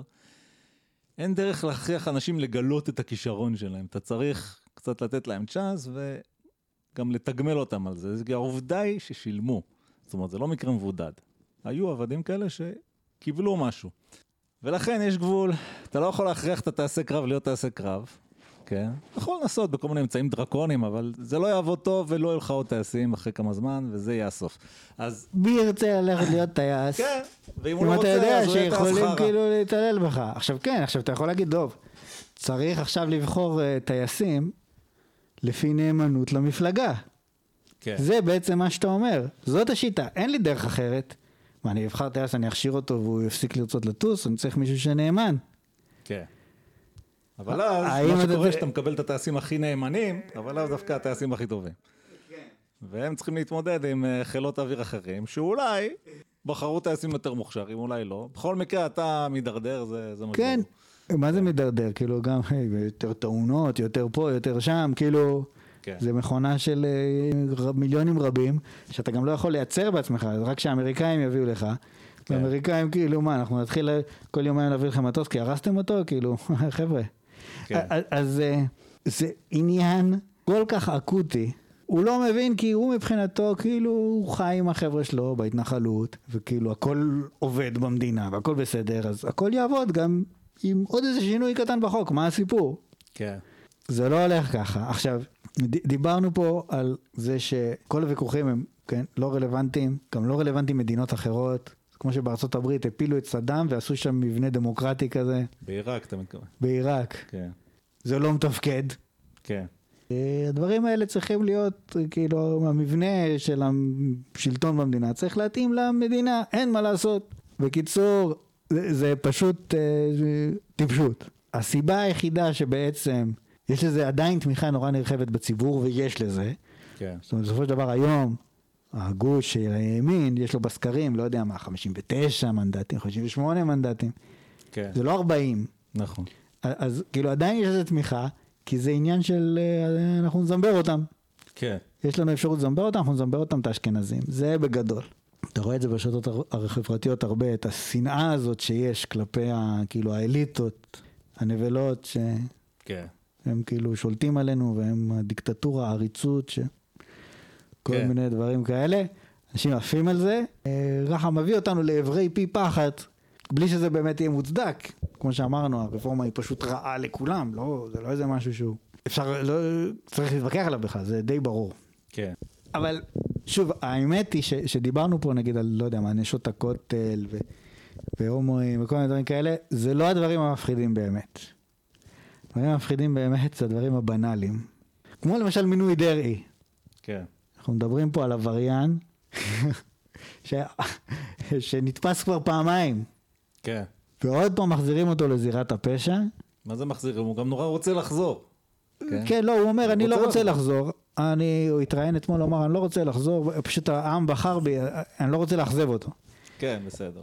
אין דרך להכריח אנשים לגלות את הכישרון שלהם. אתה צריך קצת לתת להם צ'אנס, וגם לתגמל אותם על זה. העובדה היא ששילמו. זאת אומרת, זה לא מקרה מבודד. היו עבדים כאלה שקיבלו משהו. ולכן יש גבול. אתה לא יכול להכריח את התעשה קרב להיות תעשה קרב. כן? אתה יכול לנסות בכל מיני אמצעים דרקונים, אבל זה לא יעבוד טוב ולא יהיו לך עוד טייסים אחרי כמה זמן, וזה יהיה הסוף. אז מי ירצה ללכת להיות טייס? כן, ואם הוא לא רוצה, אז הוא יהיה טייס חרא. אם אתה יודע שיכולים כאילו להתעלל בך. עכשיו כן, עכשיו אתה יכול להגיד, טוב, צריך עכשיו לבחור טייסים לפי נאמנות למפלגה. כן. זה בעצם מה שאתה אומר. זאת השיטה, אין לי דרך אחרת. מה, אני אבחר טייס, אני אכשיר אותו והוא יפסיק לרצות לטוס, אני צריך מישהו שנאמן. כן. אבל אז, מה שקורה שאתה מקבל את הטייסים הכי נאמנים, אבל אז דווקא הטייסים הכי טובים. והם צריכים להתמודד עם חילות אוויר אחרים, שאולי בחרו טייסים יותר מוכשרים, אולי לא. בכל מקרה אתה מדרדר, זה מה כן, מה זה מדרדר? כאילו גם יותר תאונות, יותר פה, יותר שם, כאילו זה מכונה של מיליונים רבים, שאתה גם לא יכול לייצר בעצמך, רק שהאמריקאים יביאו לך. האמריקאים כאילו מה, אנחנו נתחיל כל יומיים להביא לכם מטוס, כי הרסתם אותו, כאילו, חבר'ה. אז זה עניין כל כך אקוטי, הוא לא מבין כי הוא מבחינתו כאילו הוא חי עם החבר'ה שלו בהתנחלות, וכאילו הכל עובד במדינה והכל בסדר, אז הכל יעבוד גם עם עוד איזה שינוי קטן בחוק, מה הסיפור? כן. זה לא הולך ככה. עכשיו, דיברנו פה על זה שכל הוויכוחים הם כן, לא רלוונטיים, גם לא רלוונטיים מדינות אחרות, כמו שבארצות הברית הפילו את סדאם ועשו שם מבנה דמוקרטי כזה. בעיראק אתה מתכוון. בעיראק. כן. זה לא מתפקד. כן. הדברים האלה צריכים להיות, כאילו, המבנה של השלטון במדינה צריך להתאים למדינה, אין מה לעשות. בקיצור, זה פשוט טיפשות. הסיבה היחידה שבעצם יש לזה עדיין תמיכה נורא נרחבת בציבור, ויש לזה. כן. זאת אומרת, בסופו של דבר היום, הגוש של הימין, יש לו בסקרים, לא יודע מה, 59 מנדטים, 58 מנדטים. כן. זה לא 40. נכון. אז כאילו עדיין יש לזה תמיכה, כי זה עניין של, אנחנו נזמבר אותם. כן. יש לנו אפשרות לזמבר אותם, אנחנו נזמבר אותם את האשכנזים. זה בגדול. אתה רואה את זה ברשתות החברתיות הרבה, את השנאה הזאת שיש כלפי כאילו האליטות, הנבלות, כן. הם כאילו שולטים עלינו, והם הדיקטטורה, העריצות, כל כן. מיני דברים כאלה. אנשים עפים על זה, רחם מביא אותנו לעברי פי פחת, בלי שזה באמת יהיה מוצדק. כמו שאמרנו, הרפורמה היא פשוט רעה לכולם, לא, זה לא איזה משהו שהוא אפשר, לא, צריך להתווכח עליו בכלל, זה די ברור. כן. אבל שוב, האמת היא שדיברנו פה נגיד על, לא יודע מה, נשות הכותל והומואים וכל מיני דברים כאלה, זה לא הדברים המפחידים באמת. הדברים המפחידים באמת זה הדברים הבנאליים. כמו למשל מינוי דרעי. כן. אנחנו מדברים פה על עבריין שנתפס כבר פעמיים. כן. ועוד פעם מחזירים אותו לזירת הפשע. מה זה מחזירים? הוא גם נורא רוצה לחזור. כן, לא, הוא אומר, אני לא רוצה לחזור. הוא התראיין אתמול, הוא אמר, אני לא רוצה לחזור, פשוט העם בחר בי, אני לא רוצה לאכזב אותו. כן, בסדר.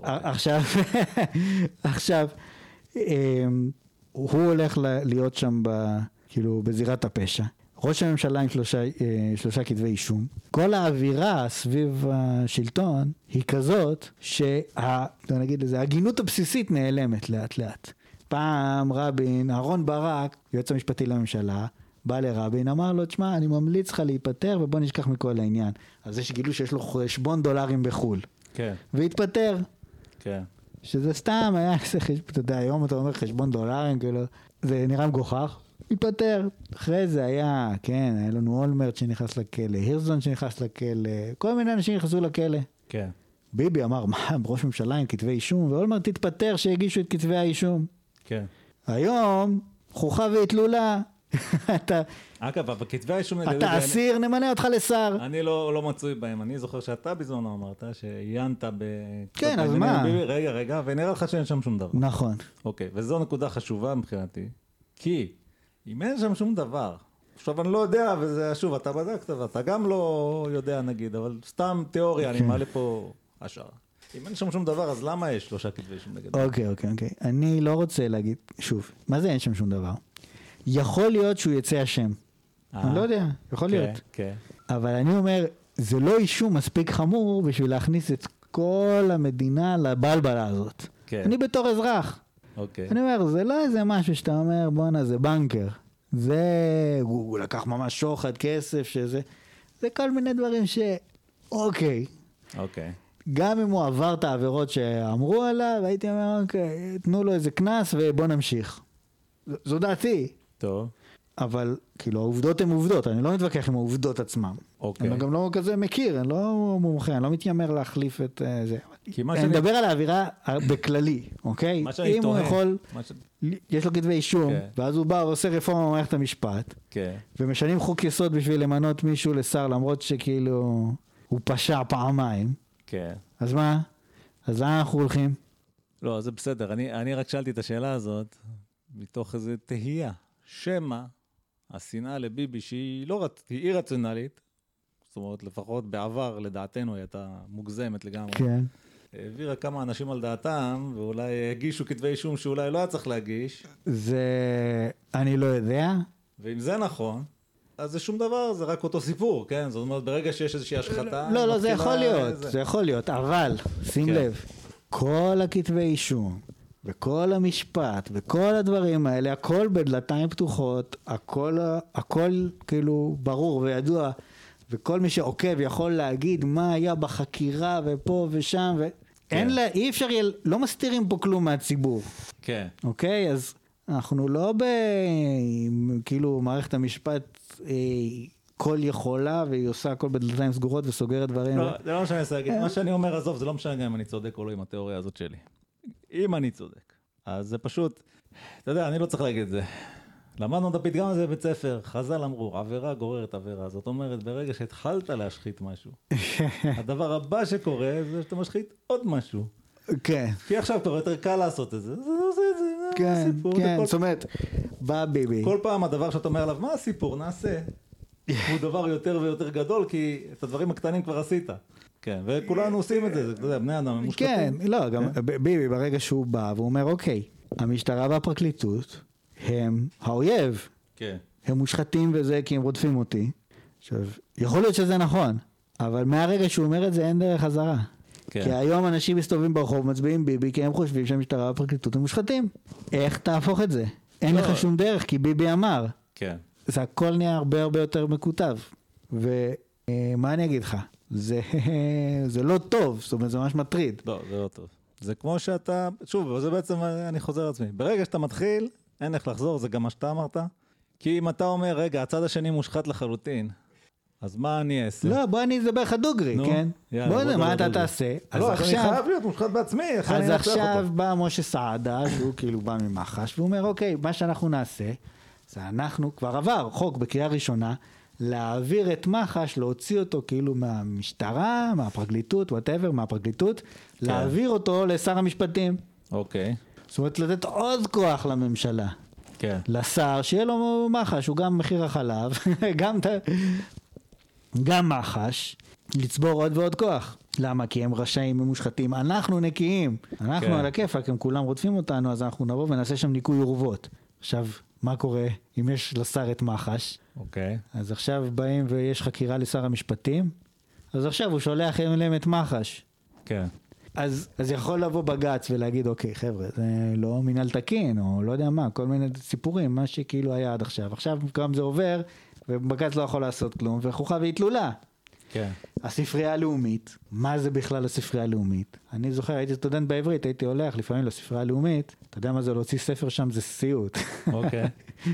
עכשיו, הוא הולך להיות שם כאילו בזירת הפשע. ראש הממשלה עם שלושה כתבי אישום. כל האווירה סביב השלטון היא כזאת נגיד לזה, הגינות הבסיסית נעלמת לאט לאט. פעם רבין, אהרון ברק, יועץ המשפטי לממשלה, בא לרבין, אמר לו, תשמע, אני ממליץ לך להיפטר ובוא נשכח מכל העניין. אז זה שגילו שיש לו חשבון דולרים בחול. כן. והתפטר. כן. שזה סתם היה, אתה יודע, היום אתה אומר חשבון דולרים, כאילו, זה נראה מגוחך. התפטר. אחרי זה היה, כן, היה לנו אולמרט שנכנס לכלא, הירזון שנכנס לכלא, כל מיני אנשים נכנסו לכלא. כן. ביבי אמר, מה, ראש ממשלה עם כתבי אישום, ואולמרט תתפטר שהגישו את כתבי האישום. כן. היום, חוכה והתלולה. אגב, אבל כתבי האישום... אתה אסיר, נמנה אותך לשר. אני לא מצוי בהם. אני זוכר שאתה בזמנו אמרת שעיינת ב... כן, אז מה? רגע, ונראה לך שאין שם שום דבר. נכון. אוקיי, וזו נקודה חשובה מבחינתי, כי אם אין שם שום דבר, עכשיו אני לא יודע, וזה שוב, אתה בדקת, ואתה גם לא יודע נגיד, אבל סתם תיאוריה, אני מעלה פה השערה. אם אין שם שום דבר, אז למה יש 3 כתבי אישום נגד? אוקיי. אני לא רוצה להגיד, שוב, מה זה אין שם שום דבר? יכול להיות שהוא יצא אשם. אני לא יודע, יכול להיות. כן. אבל אני אומר, זה לא אישום מספיק חמור בשביל להכניס את כל המדינה לבלבלה הזאת. כן. אני בתור אזרח. אוקיי. אני אומר, זה לא איזה משהו שאתה אומר, בוא'נה, זה בנקר. זה, הוא לקח ממש שוחד, כסף, שזה, זה כל מיני דברים אוקיי. גם אם הוא עבר את העבירות שאמרו עליו, הייתי אומר, אוקיי, תנו לו איזה כנס ובוא נמשיך. זו דעתי. טוב. אבל, כאילו, העובדות הן עובדות, אני לא מתווכח עם העובדות עצמם. אוקיי. אני גם לא כזה מכיר, אני לא מומחה, אני לא מתיימר להחליף את זה. אני מדבר על האווירה בכללי, אוקיי? אם הוא יכול, יש לו כתבי אישום, ואז הוא בא ועושה רפורמה במערכת המשפט, ומשנים חוק יסוד בשביל למנות מישהו לשר, למרות שכאילו הוא פשע פעמיים. אז מה? אז לאן אנחנו הולכים? לא, זה בסדר. אני רק שאלתי את השאלה הזאת, מתוך איזו תהייה. שמה השנאה לביבי שהיא לא היא רציונלית, זאת אומרת לפחות בעבר לדעתנו היא הייתה מוגזמת לגמרי. כן. העבירה כמה אנשים על דעתם ואולי הגישו כתבי אישום שאולי לא היה צריך להגיש. זה אני לא יודע. ואם זה נכון, אז זה שום דבר, זה רק אותו סיפור, כן? זאת אומרת ברגע שיש איזושהי השחתה... לא, זה יכול להיות, זה יכול להיות, אבל שים לב, כל הכתבי אישום וכל המשפט, וכל הדברים האלה, הכל בדלתיים פתוחות, הכל כאילו ברור וידוע, וכל מי שעוקב יכול להגיד מה היה בחקירה ופה ושם, אי אפשר, לא מסתירים פה כלום מהציבור. כן. אוקיי? אז אנחנו לא כאילו מערכת המשפט כל יכולה, והיא עושה הכל בדלתיים סגורות וסוגרת דברים. לא, זה לא מה שאני אעשה להגיד. מה שאני אומר, עזוב, זה לא משנה גם אם אני צודק או לא עם התיאוריה הזאת שלי. אם אני צודק. אז זה פשוט, אתה יודע, אני לא צריך להגיד את זה. למדנו את הפתגם הזה בבית ספר, חז"ל אמרו, עבירה גוררת עבירה. זאת אומרת, ברגע שהתחלת להשחית משהו, הדבר הבא שקורה זה שאתה משחית עוד משהו. כן. כי עכשיו כבר יותר קל לעשות את זה. זה עושה את זה, כן, הסיפור. כן, זאת אומרת, בא ביבי. כל פעם הדבר שאתה אומר עליו, מה הסיפור? נעשה. הוא דבר יותר ויותר גדול, כי את הדברים הקטנים כבר עשית. כן, וכולנו עושים את זה, אתה יודע, בני אדם הם מושחתים. כן, לא, גם ביבי ברגע שהוא בא והוא אומר, אוקיי, המשטרה והפרקליטות הם האויב. כן. הם מושחתים וזה כי הם רודפים אותי. עכשיו, יכול להיות שזה נכון, אבל מהרגע שהוא אומר את זה אין דרך חזרה. כי היום אנשים מסתובבים ברחוב, מצביעים ביבי, כי הם חושבים שהמשטרה והפרקליטות הם מושחתים. איך תהפוך את זה? אין לך שום דרך, כי ביבי אמר. כן. זה הכל נהיה הרבה יותר מקוטב. ומה אני אגיד לך? זה לא טוב, זאת אומרת, זה ממש מטריד. לא, זה לא טוב. זה כמו שאתה, שוב, זה בעצם, אני חוזר לעצמי. ברגע שאתה מתחיל, אין איך לחזור, זה גם מה שאתה אמרת. כי אם אתה אומר, רגע, הצד השני מושחת לחלוטין, אז מה אני אעשה? לא, בוא אני אדבר לך דוגרי, כן? בוא נדבר, מה אתה תעשה? לא, אני חייב להיות מושחת בעצמי. אז עכשיו בא משה סעדה, שהוא כאילו בא ממח"ש, והוא אומר, אוקיי, מה שאנחנו נעשה, זה אנחנו, כבר עבר חוק בקריאה ראשונה, להעביר את מח"ש, להוציא אותו כאילו מהמשטרה, מהפרקליטות, whatever, מהפרקליטות, להעביר אותו לשר המשפטים. אוקיי. זאת אומרת, לתת עוד כוח לממשלה. כן. לשר, שיהיה לו מח"ש, הוא גם מחיר החלב, גם מח"ש, לצבור עוד ועוד כוח. למה? כי הם רשעים, הם מושחתים, אנחנו נקיים, אנחנו על הכיפק, הם כולם רודפים אותנו, אז אנחנו נבוא ונעשה שם ניקוי אורוות. עכשיו, מה קורה אם יש לשר את מח"ש? אוקיי. אז עכשיו באים ויש חקירה לשר המשפטים, אז עכשיו הוא שולח אליהם את מח"ש. כן. אז יכול לבוא בג"ץ ולהגיד, אוקיי, חבר'ה, זה לא מנהל תקין, או לא יודע מה, כל מיני סיפורים, מה שכאילו היה עד עכשיו. עכשיו גם זה עובר, ובג"ץ לא יכול לעשות כלום, וחוכה והתלולה. כן. הספרייה הלאומית, מה זה בכלל הספרייה הלאומית? אני זוכר, הייתי סטודנט בעברית, הייתי הולך לפעמים לספרייה הלאומית, אתה יודע מה זה להוציא ספר שם, זה סיוט. אוקיי.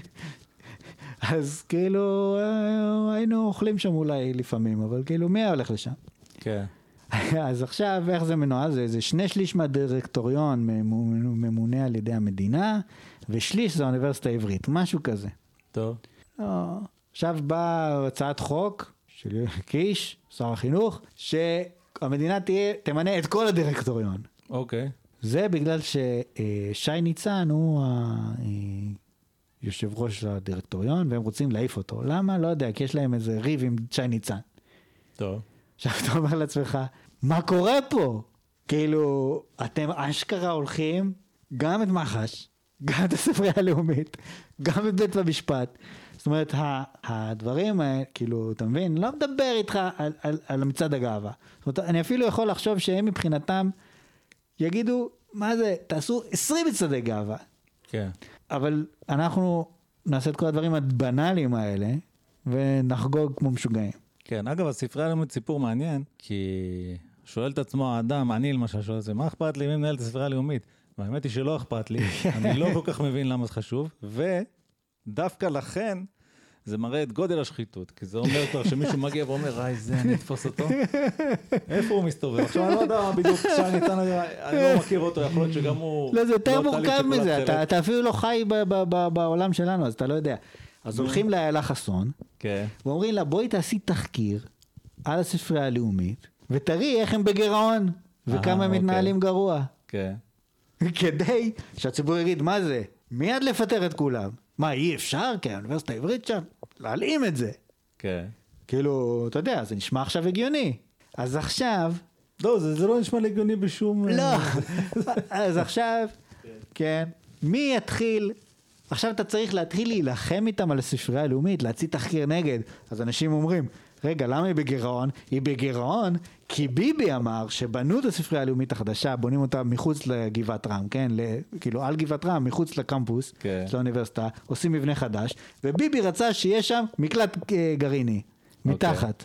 אז כאילו, היינו אוכלים שם אולי לפעמים, אבל כאילו, מי היה הולך לשם? כן. אז עכשיו, איך זה מנוהל? זה 2/3 מהדירקטוריון ממונה על ידי המדינה, ושליש זה האוניברסיטה העברית, משהו כזה. טוב. עכשיו באה הצעת חוק של קיש, שר החינוך, שהמדינה תמנה את כל הדירקטוריון. אוקיי. זה בגלל ששי ניצן הוא יושב ראש הדירקטוריון, והם רוצים להעיף אותו. למה? לא יודע, כי יש להם איזה ריב עם שי ניצן. טוב. עכשיו אתה אומר לעצמך, מה קורה פה? כאילו, אתם אשכרה הולכים גם את מח"ש, גם את הספרייה הלאומית, גם את בית המשפט. זאת אומרת, הדברים האלה, כאילו, אתה מבין? לא מדבר איתך על מצעד הגאווה. זאת אומרת, אני אפילו יכול לחשוב שהם מבחינתם יגידו, מה זה, תעשו 20 מצעדי גאווה. כן. אבל אנחנו נעשה את כל הדברים הבנאליים האלה, ונחגוג כמו משוגעים. כן, אגב, הספרייה הלאומית סיפור מעניין, כי שואל את עצמו האדם, אני למשל שואל את זה, מה אכפת לי מי מנהל את הספרייה הלאומית? והאמת היא שלא אכפת לי, אני לא כל כך מבין למה זה חשוב, ודווקא לכן זה מראה את גודל השחיתות, כי זה אומר כבר שמישהו מגיע ואומר, זה, אני אתפוס אותו. איפה הוא מסתובב? עכשיו אני לא יודע בדיוק, שאני לא מכיר אותו, יכול להיות שגם הוא... לא, זה יותר מורכב מזה, אתה אפילו לא חי בעולם שלנו, אז אתה לא יודע. אז הולכים לאיילה חסון, ואומרים לה, בואי תעשי תחקיר על הספרייה הלאומית, ותראי איך הם בגירעון, וכמה הם מתנהלים גרוע. כן. כדי שהציבור יגיד, מה זה? מיד לפטר את כולם. מה, אי אפשר? כי האוניברסיטה העברית שם, להעלים את זה. כן. כאילו, אתה יודע, זה נשמע עכשיו הגיוני. אז עכשיו... לא, זה לא נשמע הגיוני בשום... לא. אז עכשיו, כן, מי יתחיל... עכשיו אתה צריך להתחיל להילחם איתם על הספרייה הלאומית, להציע תחקיר נגד. אז אנשים אומרים, רגע, למה היא בגירעון? היא בגירעון כי ביבי אמר שבנו את הספרייה הלאומית החדשה, בונים אותה מחוץ לגבעת רם, כן? כאילו על גבעת רם, מחוץ לקמפוס של האוניברסיטה, עושים מבנה חדש, וביבי רצה שיהיה שם מקלט גרעיני, מתחת.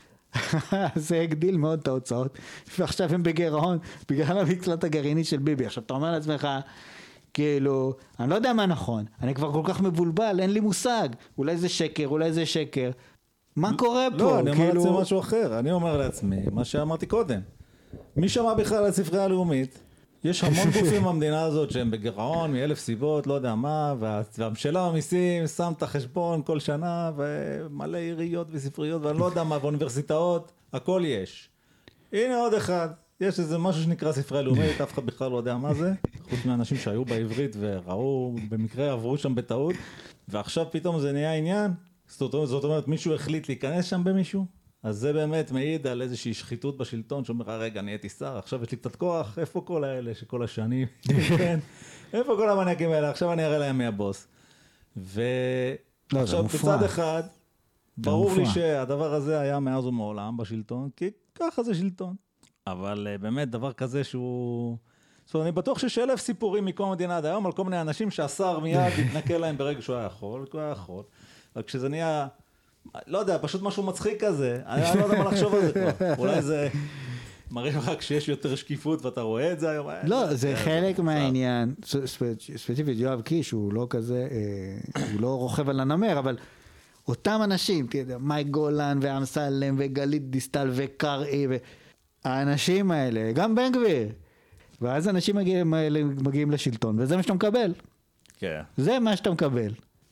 זה הגדיל מאוד את ההוצאות, ועכשיו הם בגירעון בגלל המקלט הגרעיני של ביבי. עכשיו אתה אומר לעצמך, כאילו, אני לא יודע מה נכון, אני כבר כל כך מבולבל, אין לי מושג, אולי זה שקר, אולי זה שקר. מה קורה פה? לא, אני אומר לעצמי משהו אחר, אני אומר לעצמי, מה שאמרתי קודם. מי שמע בכלל על הספרייה הלאומית? יש המון גופים במדינה הזאת שהם בגירעון, מ1,000 סיבות, לא יודע מה, והמשלה המיסים שם את החשבון כל שנה, ומלא עיריות וספריות, ואני לא יודע מה, ואוניברסיטאות, הכל יש. הנה עוד אחד, יש איזה משהו שנקרא ספרייה לאומית, אף אחד בכלל לא יודע מה זה, חוץ מאנשים שהיו בעברית וראו, במקרה עברו שם בטעות, ועכשיו פתאום זה נהיה עניין. זאת אומרת, מישהו החליט להיכנס שם במישהו, אז זה באמת מעיד על איזושהי שחיתות בשלטון, שאומר, רגע, נהייתי שר, עכשיו יש לי קצת כוח, איפה כל האלה שכל השנים, כן, איפה כל המניאקים האלה, עכשיו אני אראה להם מי הבוס. ועכשיו בצד אחד, ברור לי שהדבר הזה היה מאז ומעולם בשלטון, כי ככה זה שלטון. אבל באמת דבר כזה שהוא... זאת אומרת, אני בטוח שיש 1,000 סיפורים מקום המדינה עד היום, על כל מיני אנשים שהשר מיד יתנקה להם ברגע שהוא היה יכול, וכהוא היה יכול. אבל כשזה נהיה, לא יודע, פשוט משהו מצחיק כזה, אני לא יודע מה לחשוב על זה כבר. אולי זה מראה רק שיש יותר שקיפות ואתה רואה את זה היום. לא, זה חלק מהעניין, ספציפית יואב קיש, הוא לא כזה, הוא לא רוכב על הנמר, אבל אותם אנשים, מאי גולן ואמסלם וגלית דיסטל וקראי, האנשים האלה, גם בן גביר, ואז אנשים מגיעים לשלטון, וזה מה שאתה מקבל. כן. זה מה שאתה מקבל.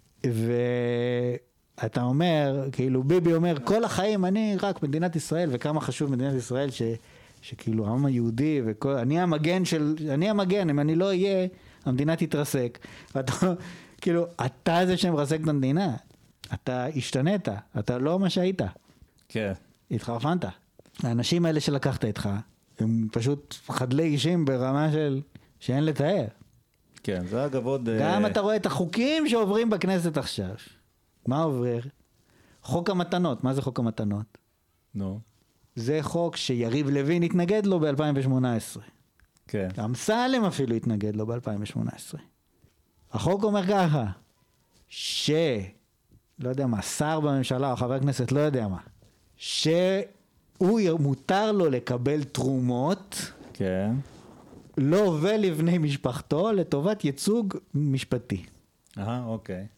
ואתה אומר, כאילו ביבי אומר, כל החיים אני רק מדינת ישראל, וכמה חשוב מדינת ישראל שכאילו העם היהודי, אני המגן, אם אני לא אהיה, המדינה תתרסק. ואתה, כאילו, אתה זה שמרסק את המדינה. אתה השתנית, אתה לא מה שהיית. כן. התחרפנת. האנשים האלה שלקחת איתך, הם פשוט חדלי אישים ברמה שאין לתאר. כן, זה אגב עוד... גם אתה רואה את החוקים שעוברים בכנסת עכשיו. מה עובר? חוק המתנות. מה זה חוק המתנות? נו. זה חוק שיריב לוין התנגד לו ב-2018. כן. אמסלם אפילו התנגד לו ב-2018. החוק אומר ככה, לא יודע מה, שר בממשלה או חבר כנסת, לא יודע מה, שהוא מותר לו לקבל תרומות, כן. לו ולבני משפחתו, לטובת ייצוג משפטי. אוקיי.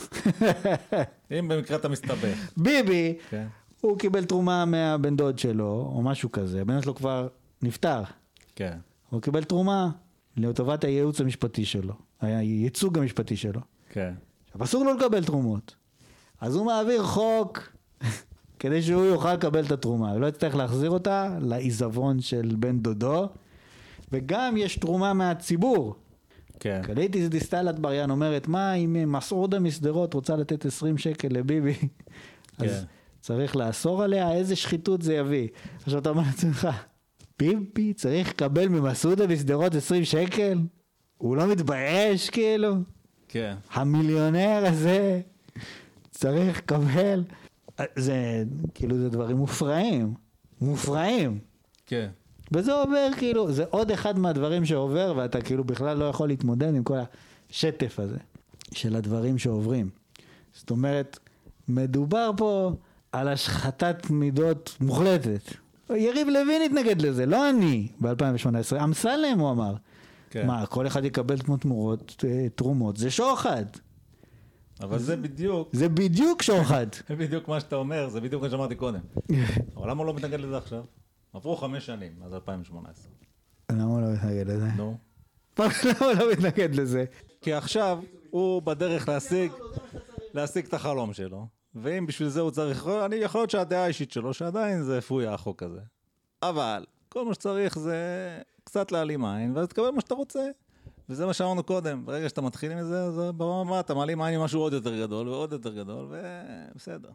אם במקרה אתה מסתבך. ביבי, כן. הוא קיבל תרומה מהבן דוד שלו, או משהו כזה, הבן שלו כבר נפטר. כן. הוא קיבל תרומה לטובת הייעוץ המשפטי שלו, הייצוג המשפטי שלו. כן. עכשיו, אסור לו לקבל תרומות. אז הוא מעביר חוק כדי שהוא יוכל לקבל את התרומה. הוא לא יצטרך להחזיר אותה לעיזבון של בן דודו. וגם יש תרומה מהציבור. כן. קליטי דיסטל אטבריאן אומרת, מה אם מסעודה מסדרות רוצה לתת 20 שקל לביבי? אז צריך לאסור עליה, איזה שחיתות זה יביא. עכשיו אתה אומר לעצמך, ביבי צריך לקבל ממסעודה מסדרות 20 שקל? הוא לא מתבייש כאילו? כן. המיליונר הזה צריך לקבל, זה כאילו זה דברים מופרעים, מופרעים. כן. וזה עובר כאילו, זה עוד אחד מהדברים שעובר, ואתה כאילו בכלל לא יכול להתמודד עם כל השטף הזה של הדברים שעוברים. זאת אומרת, מדובר פה על השחתת מידות מוחלטת. יריב לוין התנגד לזה, לא אני, ב-2018. אמסלם הוא אמר. כן. מה, כל אחד יקבל תרומות, זה שוחד. אבל זה בדיוק... זה בדיוק שוחד. זה בדיוק מה שאתה אומר, זה בדיוק מה שאמרתי קודם. אבל למה הוא לא מתנגד לזה עכשיו? עברו 5 שנים, אז 2018. למה הוא לא מתנגד לזה? נו. למה הוא לא מתנגד לזה? כי עכשיו הוא בדרך להשיג את החלום שלו, ואם בשביל זה הוא צריך... אני יכול להיות שהדעה האישית שלו, שעדיין זה פויה החוק הזה. אבל כל מה שצריך זה קצת להעלים עין, ואז תקבל מה שאתה רוצה. וזה מה שאמרנו קודם, ברגע שאתה מתחיל עם זה, אז במה אתה מעלים עין עם משהו עוד יותר גדול, ועוד יותר גדול, ובסדר.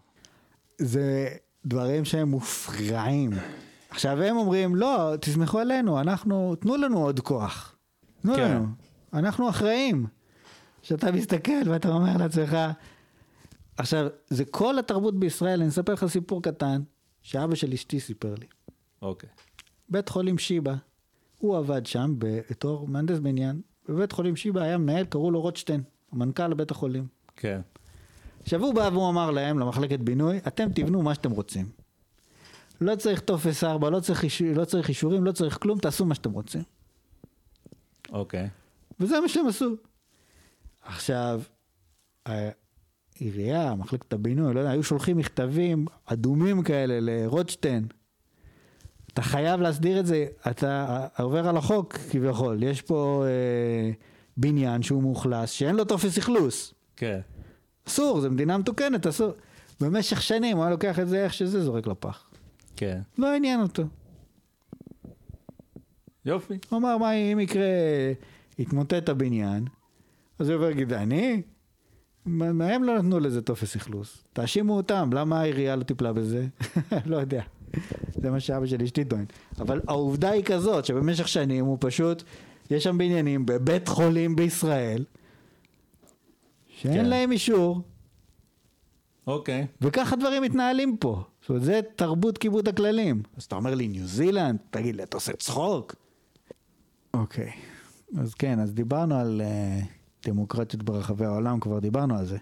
זה דברים שהם מופרעים. עכשיו הם אומרים, לא, תסמכו עלינו, תנו לנו עוד כוח. תנו לנו, אנחנו אחראים. שאתה מסתכל ואתה אומר לעצמך, עכשיו, זה כל התרבות בישראל, אני אספר לך סיפור קטן, שאבא של אשתי סיפר לי. אוקיי. בית חולים שיבא, הוא עבד שם בתור מהנדס בניין, בבית חולים שיבא היה מנהל, קראו לו רוטשטיין, המנכ"ל לבית החולים. כן. עכשיו הוא בא והוא אמר להם, למחלקת בינוי, אתם תבנו מה שאתם רוצים. לא צריך טופס 4, לא צריך אישורים, לא צריך כלום, תעשו מה שאתם רוצים. אוקיי. וזה מה שהם עשו. עכשיו, העירייה, מחלקת הבינוי, לא יודע, היו שולחים מכתבים אדומים כאלה לרוטשטיין. אתה חייב להסדיר את זה, אתה עובר על החוק כביכול. יש פה בניין שהוא מאוכלס, שאין לו טופס אכלוס. כן. אסור, זה מדינה מתוקנת, אסור. במשך שנים הוא היה לוקח את זה איך שזה זורק לפח. כן. לא עניין אותו. יופי. הוא אמר, מה אם יקרה, יתמוטט הבניין, אז הוא עובר גדעני, מהם לא נתנו לזה טופס אכלוס. תאשימו אותם, למה העירייה לא טיפלה בזה? לא יודע. זה מה שאבא שלי אשתי טוען. אבל העובדה היא כזאת, שבמשך שנים הוא פשוט, יש שם בניינים בבית חולים בישראל, שאין להם אישור. אוקיי. וככה דברים מתנהלים פה. זאת אומרת, זה תרבות כיבוד הכללים. אז אתה אומר לי, ניו זילנד, תגיד לי, אתה עושה צחוק? אוקיי. אז כן, אז דיברנו על דמוקרטיות ברחבי העולם, כבר דיברנו על זה.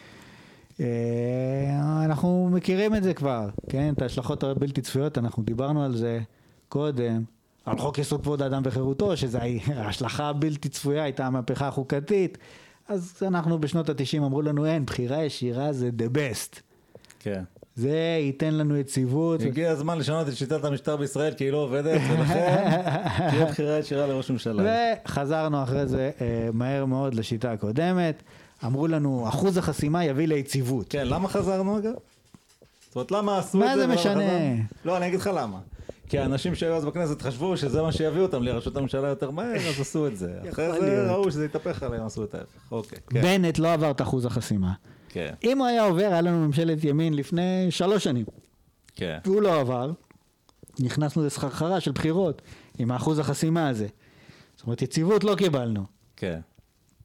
אנחנו מכירים את זה כבר, כן? את ההשלכות הבלתי צפויות, אנחנו דיברנו על זה קודם, על חוק יסוד כבוד האדם וחירותו, שזה ההשלכה הבלתי צפויה, הייתה המהפכה החוקתית, אז אנחנו בשנות ה-90 אמרו לנו, אין, בחירה ישירה זה the best. כן. זה ייתן לנו יציבות. הגיע הזמן לשנות את שיטת המשטר בישראל, כי היא לא עובדת, ולכן תהיה בחירה ישירה לראש ממשלה. וחזרנו אחרי זה מהר מאוד לשיטה הקודמת, אמרו לנו, אחוז החסימה יביא ליציבות. כן, למה חזרנו אגב? זאת אומרת, למה עשו את זה? מה זה משנה? לא, אני אגיד לך למה. כי האנשים שהיו אז בכנסת חשבו שזה מה שיביא אותם לראשות הממשלה יותר מהר, אז עשו את זה. אחרי זה ראו שזה יתהפך עליהם, עשו את ההפך. אוקיי. בנט לא עבר את אחוז החסימה. כן. אם הוא היה עובר, היה לנו ממשלת ימין לפני 3 שנים. כן. והוא לא עבר, נכנסנו לסחרחרה של בחירות עם האחוז החסימה הזה. זאת אומרת, יציבות לא קיבלנו. כן.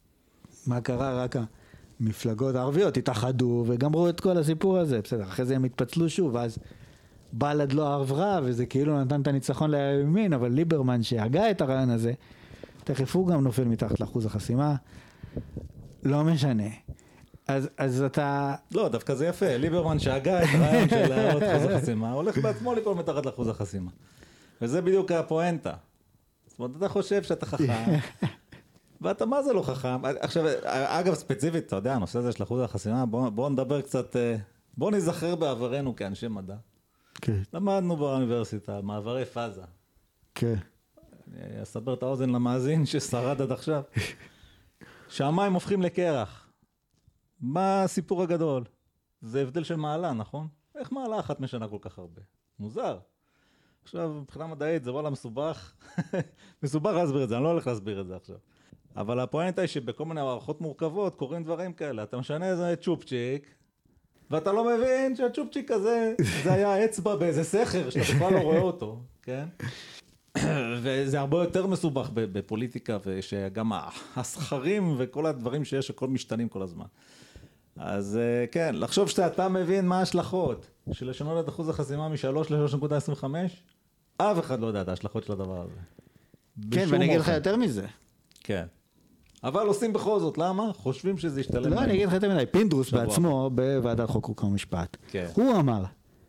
מה קרה? רק המפלגות הערביות התאחדו וגמרו את כל הסיפור הזה, בסדר, אחרי זה הם התפצלו שוב, אז בל"ד לא עברה, וזה כאילו נתן את הניצחון לימין, אבל ליברמן שהגה את הרעיון הזה, תכף הוא גם נופל מתחת לאחוז החסימה, לא משנה. אז אתה... לא, דווקא זה יפה, ליברמן שהגה את הרעיון של להעלות אחוז החסימה, הולך בעצמו ליפול מתחת לאחוז החסימה. וזה בדיוק הפואנטה. זאת אומרת, אתה חושב שאתה חכם, ואתה מה זה לא חכם? עכשיו, אגב, ספציפית, אתה יודע, הנושא הזה של אחוז החסימה, בואו נדבר קצת, בואו נזכר בעברנו כאנשי מדע. כן. למדנו באוניברסיטה, מעברי פאזה. כן. אני אסבר את האוזן למאזין ששרד עד עכשיו. שהמים הופכים לקרח. מה הסיפור הגדול? זה הבדל של מעלה, נכון? איך מעלה אחת משנה כל כך הרבה? מוזר. עכשיו, מבחינה מדעית זה וואלה מסובך. מסובך להסביר את זה, אני לא הולך להסביר את זה עכשיו. אבל הפואנטה היא שבכל מיני הערכות מורכבות קורים דברים כאלה. אתה משנה איזה צ'ופצ'יק, ואתה לא מבין שהצ'ופצ'יק הזה, זה היה אצבע באיזה סכר שאתה בכלל לא רואה אותו, כן? וזה הרבה יותר מסובך בפוליטיקה, ושגם הסכרים וכל הדברים שיש, שכל משתנים כל הזמן. אז כן, לחשוב שאתה מבין מה ההשלכות של לשנות את אחוז החסימה מ-3 ל-3.25, אף אחד לא יודע את ההשלכות של הדבר הזה. כן, ואני אגיד לך יותר מזה. כן. אבל עושים בכל זאת, למה? חושבים שזה ישתלם. לא, אני אגיד לך יותר מדי. פינדרוס בעצמו, בוועדת חוק ומשפט, הוא אמר,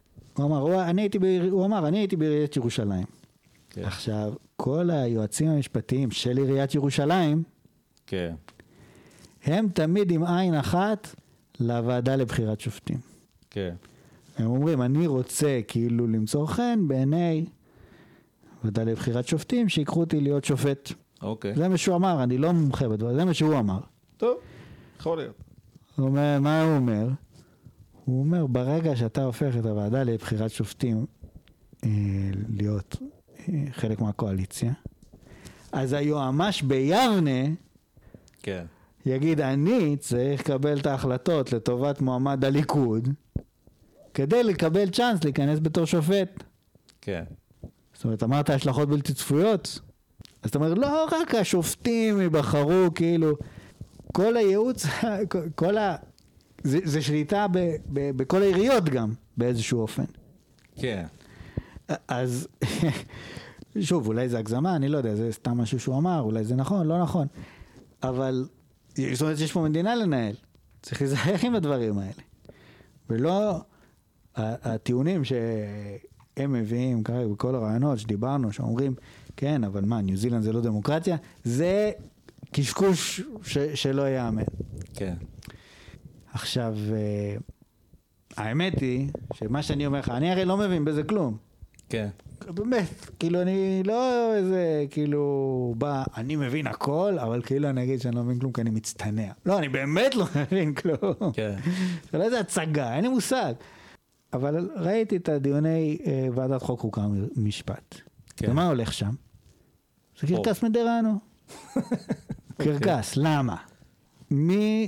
אני הייתי בעיריית ירושלים. עכשיו, כל היועצים המשפטיים של עיריית ירושלים, הם תמיד עם עין אחת לוועדה לבחירת שופטים. הם אומרים, אני רוצה כאילו למצוא חן בעיני ועדה לבחירת שופטים, שיקחו אותי להיות שופט. זה מה שהוא אמר, אני לא מומחה בדבר, זה מה שהוא אמר. טוב, יכול להיות. מה הוא אומר? הוא אומר, ברגע שאתה הופך את הוועדה לבחירת שופטים להיות חלק מהקואליציה, אז היועמ"ש ביבנה יגיד, אני צריך לקבל את ההחלטות לטובת מועמד הליכוד, כדי לקבל צ'אנס להיכנס בתור שופט. כן. זאת אומרת, אמרת השלכות בלתי צפויות, אז אתה אומר, לא רק השופטים יבחרו, כאילו, כל הייעוץ, זה שליטה בכל העיריות גם, באיזשהו אופן. כן. אז, שוב, אולי זה הגזמה, אני לא יודע, זה סתם משהו שהוא אמר, אולי זה נכון, לא נכון, אבל, זאת אומרת, יש פה מדינה לנהל, צריך להיזהר עם הדברים האלה, ולא, הטיעונים שהם מביאים, כרגע, בכל הרעיונות שדיברנו, שאומרים, כן, אבל מה, ניו זילנד זה לא דמוקרטיה, זה קשקוש שלא יאמן. כן. עכשיו, האמת היא, שמה שאני אומר לך, אני הרי לא מבין בזה כלום. כן. באמת, כאילו אני לא איזה, כאילו, אני מבין הכל, אבל כאילו אני אגיד שאני לא מבין כלום, כי אני מצטנע. לא, אני באמת לא מבין כלום. כן. זה לא איזה הצגה, אין לי מושג. אבל ראיתי את הדיוני ועדת חוק חוקה משפט. ומה הולך שם? זה קרקס מדרנו. קרקס, למה? מי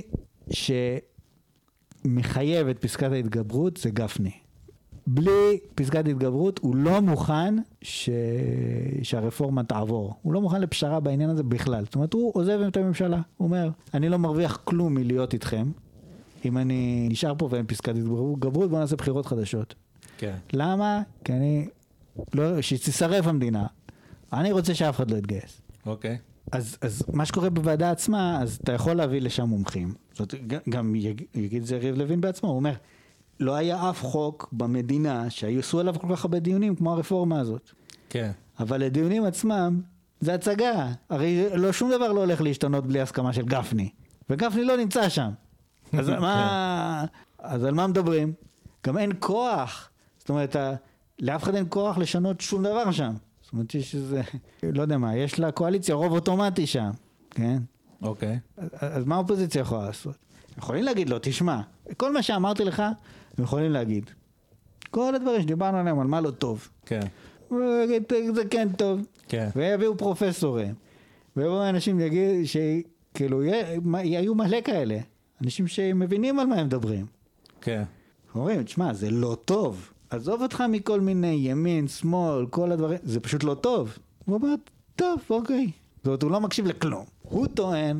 שמחייב את פסקת ההתגברות זה גפני. בלי פסקת התגברות הוא לא מוכן שהרפורמה תעבור. הוא לא מוכן לפשרה בעניין הזה בכלל. זאת אומרת, הוא עוזב את הממשלה. הוא אומר, אני לא מרוויח כלום מלהיות איתכם. אם אני נשאר פה ואין פסקת התגברות, בוא נעשה בחירות חדשות. כן. למה? כי אני לא, שתשרף המדינה. אני רוצה שאף אחד לא יתגייס. אוקיי. אז מה שקורה בוועדה עצמה, אז אתה יכול להביא לשם מומחים. זאת גם יגיד את זה יריב לוין בעצמו, הוא אומר, לא היה אף חוק במדינה שהיו עליו כל כך הרבה דיונים כמו הרפורמה הזאת. כן. אבל הדיונים עצמם זה הצגה. הרי לא, שום דבר לא הולך להשתנות בלי הסכמה של גפני. וגפני לא נמצא שם. אז אז על מה מדברים? גם אין כוח. זאת אומרת, לאף אחד אין כוח לשנות שום דבר שם. זאת אומרת, יש איזה, לא יודע מה, יש לקואליציה רוב אוטומטי שם. כן? אוקיי. אז מה האופוזיציה יכולה לעשות? יכולים להגיד לו, תשמע, כל מה שאמרתי לך, הם יכולים להגיד. כל הדברים שדיברנו עליהם, על מה לא טוב. כן. זה כן טוב. כן. ויביאו פרופסורים. ויבואו אנשים יגיד, שכאילו, יהיו מלא כאלה. אנשים שמבינים על מה הם מדברים. כן. אומרים, תשמע, זה לא טוב. עזוב אותך מכל מיני ימין, שמאל, כל הדברים, זה פשוט לא טוב. הוא אומר, טוב, אוקיי. זאת אומרת, הוא לא מקשיב לכלום. הוא טוען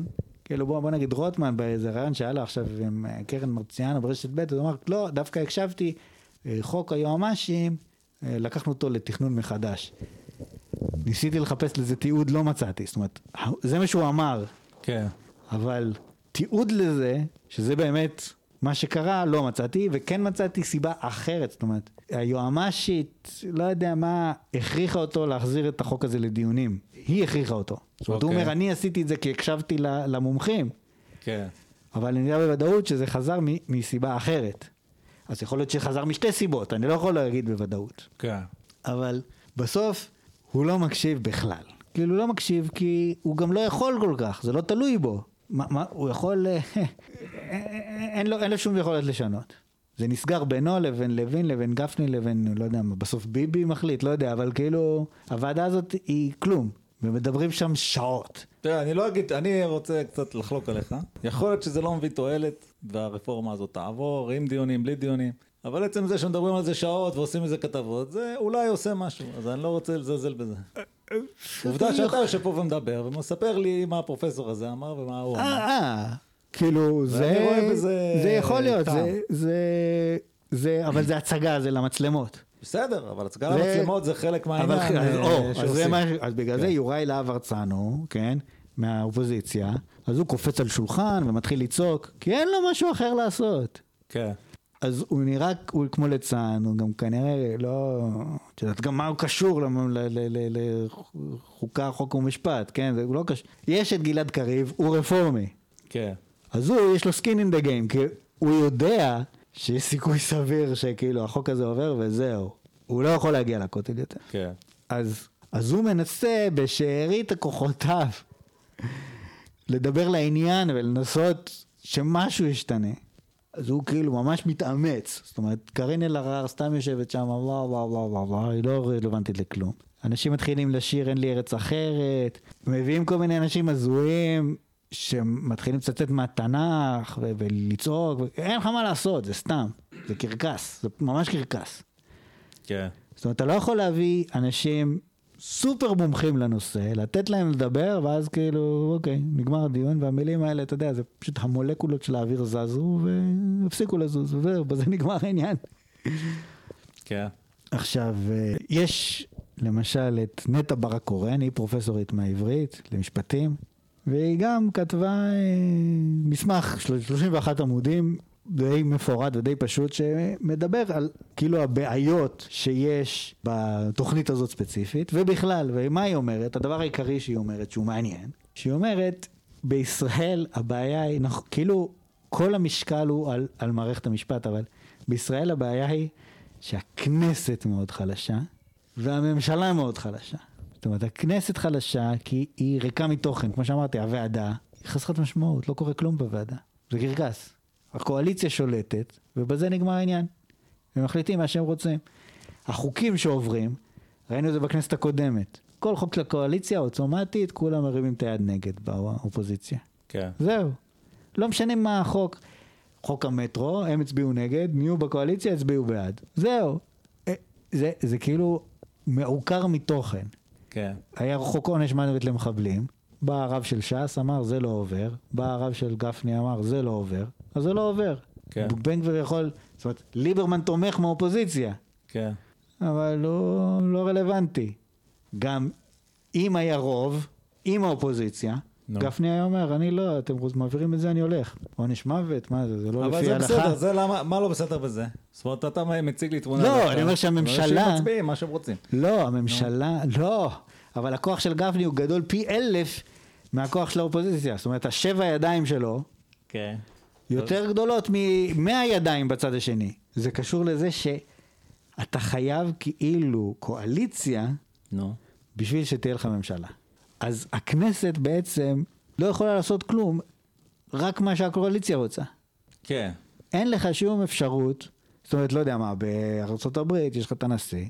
כאילו בוא נגיד רוטמן באיזה רעיון שהיה לו עכשיו עם קרן מרציאנו ברשת ב', הוא אמר, לא, דווקא הקשבתי, חוק היועמ"שים, לקחנו אותו לתכנון מחדש. ניסיתי לחפש לזה תיעוד, לא מצאתי, זאת אומרת, זה מה שהוא אמר. כן. אבל תיעוד לזה, שזה באמת מה שקרה, לא מצאתי, וכן מצאתי סיבה אחרת, זאת אומרת, היועמ"שית, לא יודע מה, הכריחה אותו להחזיר את החוק הזה לדיונים. היא הכריחה אותו. זאת אומרת, הוא אומר, אני עשיתי את זה כי הקשבתי למומחים. כן. אבל אני יודע בוודאות שזה חזר מסיבה אחרת. אז יכול להיות שחזר משתי סיבות, אני לא יכול להגיד בוודאות. כן. אבל בסוף הוא לא מקשיב בכלל. כאילו הוא לא מקשיב כי הוא גם לא יכול כל כך, זה לא תלוי בו. הוא יכול, אין לו שום יכולת לשנות. זה נסגר בינו לבין לוין, לבין גפני, לבין, לא יודע מה, בסוף ביבי מחליט, לא יודע, אבל כאילו, הוועדה הזאת היא כלום, ומדברים שם שעות. תראה, אני לא אגיד, אני רוצה קצת לחלוק עליך. יכול להיות שזה לא מביא תועלת, והרפורמה הזאת תעבור, עם דיונים, בלי דיונים. אבל עצם זה שמדברים על זה שעות ועושים מזה כתבות, זה אולי עושה משהו, אז אני לא רוצה לזלזל בזה. עובדה שאתה יושב פה ומדבר, ומספר לי מה הפרופסור הזה אמר ומה הוא אמר. כאילו, זה יכול להיות, אבל זה הצגה, זה למצלמות. בסדר, אבל הצגה למצלמות זה חלק מהעניין שעושים. אז בגלל זה יוראי להב הרצנו, כן, מהאופוזיציה, אז הוא קופץ על שולחן ומתחיל לצעוק, כי אין לו משהו אחר לעשות. כן. אז הוא נראה, הוא כמו ליצן, הוא גם כנראה לא, יודעת גם מה הוא קשור לחוקה, חוק ומשפט, כן, הוא לא קשור. יש את גלעד קריב, הוא רפורמי. כן. אז הוא, יש לו skin in the game, כי הוא יודע שיש סיכוי סביר שכאילו החוק הזה עובר וזהו. הוא לא יכול להגיע לכותל יותר. כן. אז הוא מנסה בשארית כוחותיו לדבר לעניין ולנסות שמשהו ישתנה. אז הוא כאילו ממש מתאמץ. זאת אומרת, קרין אלהרר סתם יושבת שם, היא לא רלוונטית לכלום. אנשים מתחילים לשיר אין לי ארץ אחרת, מביאים כל מיני אנשים הזויים שמתחילים לצטט מהתנ"ך ולצעוק, אין לך מה לעשות, זה סתם, זה קרקס, זה ממש קרקס. כן. זאת אומרת, אתה לא יכול להביא אנשים סופר מומחים לנושא, לתת להם לדבר, ואז כאילו, אוקיי, נגמר הדיון, והמילים האלה, אתה יודע, זה פשוט המולקולות של האוויר זזו, והפסיקו לזוז, ובזה נגמר העניין. כן. עכשיו, יש למשל את נטע ברק-קורן, היא פרופסורית מהעברית למשפטים, והיא גם כתבה מסמך 31 עמודים, די מפורט ודי פשוט, שמדבר על כאילו הבעיות שיש בתוכנית הזאת ספציפית, ובכלל, ומה היא אומרת? הדבר העיקרי שהיא אומרת, שהוא מעניין, שהיא אומרת, בישראל הבעיה היא, כאילו כל המשקל הוא על מערכת המשפט, אבל בישראל הבעיה היא שהכנסת מאוד חלשה, והממשלה מאוד חלשה. זאת אומרת, הכנסת חלשה כי היא ריקה מתוכן, כמו שאמרתי, הוועדה, היא חסרת משמעות, לא קורה כלום בוועדה, זה קרקס. הקואליציה שולטת, ובזה נגמר העניין. הם מחליטים מה שהם רוצים. החוקים שעוברים, ראינו את זה בכנסת הקודמת. כל חוק של הקואליציה, אוטומטית, כולם מרימים את היד נגד באופוזיציה. כן. זהו. לא משנה מה החוק. חוק המטרו, הם הצביעו נגד, נהיו בקואליציה, הצביעו בעד. זהו. זה כאילו מעוקר מתוכן. כן. היה חוק עונש מוות למחבלים, בא הרב של ש"ס, אמר זה לא עובר, בא הרב של גפני, אמר זה לא עובר, אז זה לא עובר. כן. בן גביר יכול, זאת אומרת, ליברמן תומך מהאופוזיציה. כן. אבל הוא לא רלוונטי. גם אם היה רוב, עם האופוזיציה, גפני היה אומר, אני לא, אתם מעבירים את זה, אני הולך. עונש מוות, מה זה? זה לא לפי ההלכה. אבל זה בסדר, זה למה, מה לא בסדר בזה? זאת אומרת, אתה מציג לי תמונה. לא, אני אומר שהממשלה... אנשים מצביעים, מה שהם רוצים. לא, הממשלה, לא. אבל הכוח של גפני הוא גדול פי 1000 מהכוח של האופוזיציה. זאת אומרת, 7 ידיים שלו, כן. יותר גדולות מ100 ידיים בצד השני. זה קשור לזה שאתה חייב כאילו קואליציה, בשביל שתהיה לך ממשלה. אז הכנסת בעצם לא יכולה לעשות כלום, רק מה שהקואליציה רוצה. כן. אין לך שום אפשרות, זאת אומרת, לא יודע מה, בארצות הברית יש לך את הנשיא,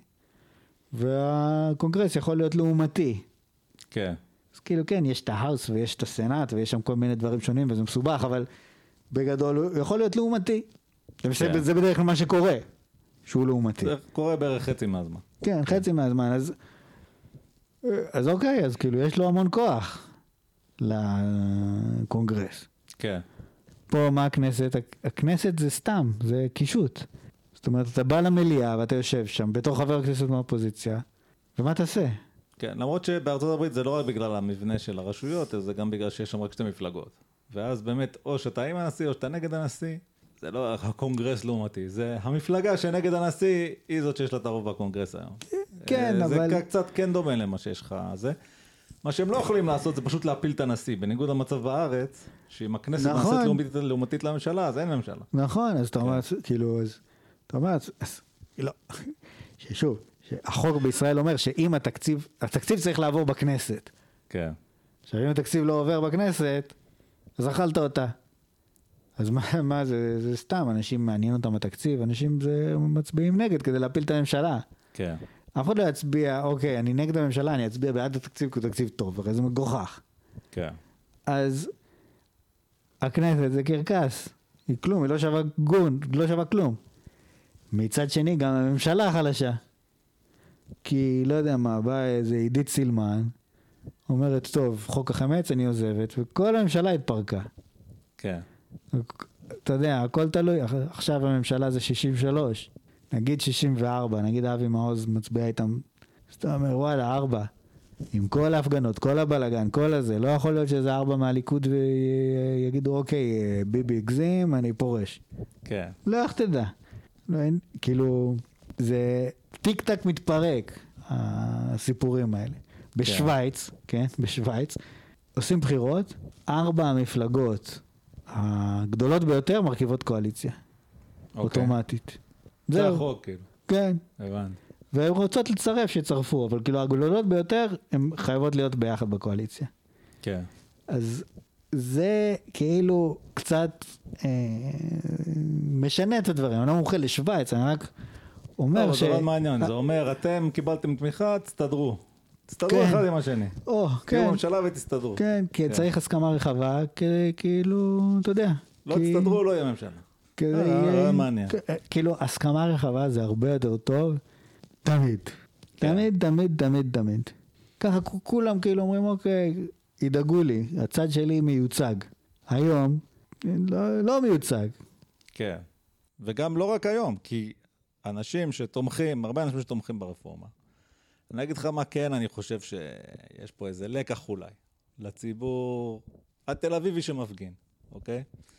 והקונגרס יכול להיות לעומתי. כן. אז כאילו כן, יש את ההאוס ויש את הסנאט, ויש שם כל מיני דברים שונים, וזה מסובך, אבל בגדול הוא יכול להיות לעומתי. כן. זה בדרך כלל מה שקורה, שהוא לעומתי. זה קורה בערך חצי מהזמן. כן, חצי מהזמן, אז אוקיי, אז כאילו יש לו המון כוח. לקונגרס. כן. פה מה הכנסת? הכנסת זה סתם, זה קישוט. זאת אומרת, אתה בא למליאה ואתה יושב שם, בתור חבר הכנסת מהאופוזיציה, ומה תעשה? כן, למרות שבארצות הברית זה לא רק בגלל המבנה של הרשויות, זה גם בגלל שיש שם רק שתי מפלגות. ואז באמת, או שאתה עם הנשיא או שאתה נגד הנשיא, זה לא הקונגרס לעומתי, זה המפלגה שנגד הנשיא היא זאת שיש לה את הרוב בקונגרס היום. כן, אבל... זה קצת כן דומה למה שיש לך זה. מה שהם לא יכולים לעשות זה פשוט להפיל את הנשיא, בניגוד למצב בארץ, שאם הכנסת נעשית לעומתית לממשלה, אז אין ממשלה. נכון, אז אתה אומר, כאילו, אתה אומר, לא, ששוב, החוק בישראל אומר שאם התקציב צריך לעבור בכנסת. כן. עכשיו, אם התקציב לא עובר בכנסת, אז אכלת אותה. אז מה זה? זה סתם, אנשים מעניין אותם התקציב, אנשים מצביעים נגד כדי להפיל את הממשלה. כן. אף אחד לא יצביע, אוקיי, אני נגד הממשלה, אני אצביע בעד התקציב כי הוא תקציב טוב, הרי זה מגוחך. כן. אז הכנסת זה קרקס, היא כלום, היא לא שווה גון, לא שווה כלום. מצד שני, גם הממשלה חלשה. כי לא יודע מה, באה איזה עידית סילמן, אומרת, טוב, חוק החמץ, אני עוזבת, וכל הממשלה התפרקה. כן. אתה יודע, הכל תלוי, עכשיו הממשלה זה 63, נגיד 64, נגיד אבי מעוז מצביע איתם, אז אתה אומר, וואלה, 4, עם כל ההפגנות, כל הבלגן, כל הזה, לא יכול להיות שזה 4 מהליכוד ויגידו, אוקיי, ביבי הגזים, אני פורש. כן. לא, איך תדע. לא, כאילו, זה טיק טק מתפרק, הסיפורים האלה. בשוויץ, כן, בשוויץ, עושים בחירות, 4 המפלגות הגדולות ביותר מרכיבות קואליציה. אוטומטית. זה החוק, כאילו. כן. הבנתי. והן רוצות לצרף שיצרפו, אבל כאילו הגדולות ביותר, הן חייבות להיות ביחד בקואליציה. כן. אז זה כאילו קצת משנה את הדברים. אני לא מומחה לשוויץ, אני רק אומר זה לא מעניין, זה אומר, אתם קיבלתם תמיכה, תסתדרו. תסתדרו אחד עם השני. תהיו ממשלה ותסתדרו. כן, כי צריך הסכמה רחבה, כאילו, אתה יודע. לא תסתדרו, לא יהיה ממשלה. לא מעניין. כאילו, הסכמה רחבה זה הרבה יותר טוב, תמיד. תמיד, תמיד, תמיד, תמיד. ככה כולם כאילו אומרים, אוקיי, ידאגו לי, הצד שלי מיוצג. היום, לא מיוצג. כן. וגם לא רק היום, כי אנשים שתומכים, הרבה אנשים שתומכים ברפורמה. אני אגיד לך מה כן, אני חושב שיש פה איזה לקח אולי, לציבור התל אביבי שמפגין, אוקיי?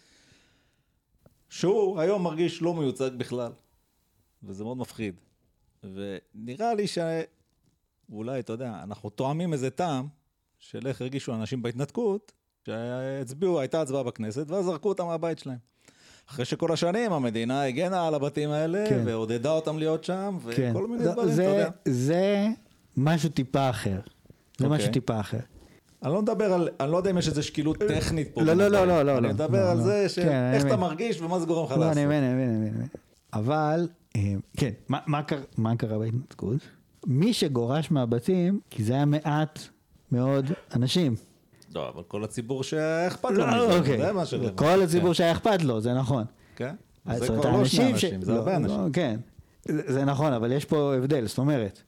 שהוא היום מרגיש לא מיוצג בכלל, וזה מאוד מפחיד. ונראה לי שאולי, אתה יודע, אנחנו תואמים איזה טעם, של איך הרגישו אנשים בהתנתקות, שהצביעו, הייתה הצבעה בכנסת, ואז זרקו אותם מהבית שלהם. אחרי שכל השנים המדינה הגנה על הבתים האלה, כן. ועודדה אותם להיות שם, כן. וכל מיני דברים, אתה יודע. זה משהו טיפה אחר. זה משהו טיפה אחר. אני לא מדבר על, אני לא יודע אם יש איזו שקילות טכנית פה. לא. אני מדבר על זה, איך אתה מרגיש ומה זה גורם לך לעשות. לא, אני מבין. אבל, כן, מה קרה בהתנתקות? מי שגורש מהבתים, כי זה היה מעט מאוד אנשים. לא, אבל כל הציבור שהיה אכפת לו מזה, זה מה שזה. כל הציבור שהיה אכפת לו, זה נכון. כן, זה כבר לא שני אנשים, זה הרבה אנשים. כן, זה נכון, אבל יש פה הבדל, זאת אומרת,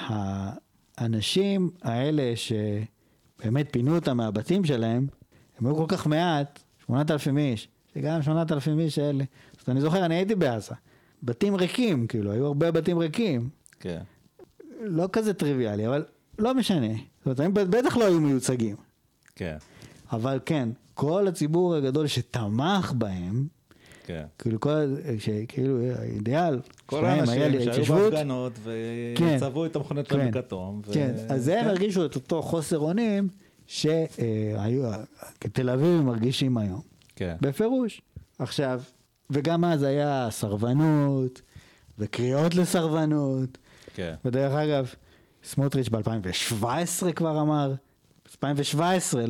האנשים האלה שבאמת פינו אותם מהבתים שלהם, הם היו כל כך מעט, 8,000 איש, שגם 8,000 איש האלה, אז אני זוכר, אני הייתי בעזה, בתים ריקים, כאילו, היו הרבה בתים ריקים. כן. לא כזה טריוויאלי, אבל לא משנה. זאת אומרת, הם בטח לא היו מיוצגים. כן. אבל כן, כל הציבור הגדול שתמך בהם, כן. כאילו האידיאל, כל האנשים שהיו בהפגנות וצבעו את המכוניות שלהם בכתום. כן, אז הם הרגישו את אותו חוסר אונים שהיו, כתל אביב מרגישים היום. כן. בפירוש. עכשיו, וגם אז היה סרבנות, וקריאות לסרבנות. כן. ודרך אגב, סמוטריץ' ב-2017 כבר אמר, 2017,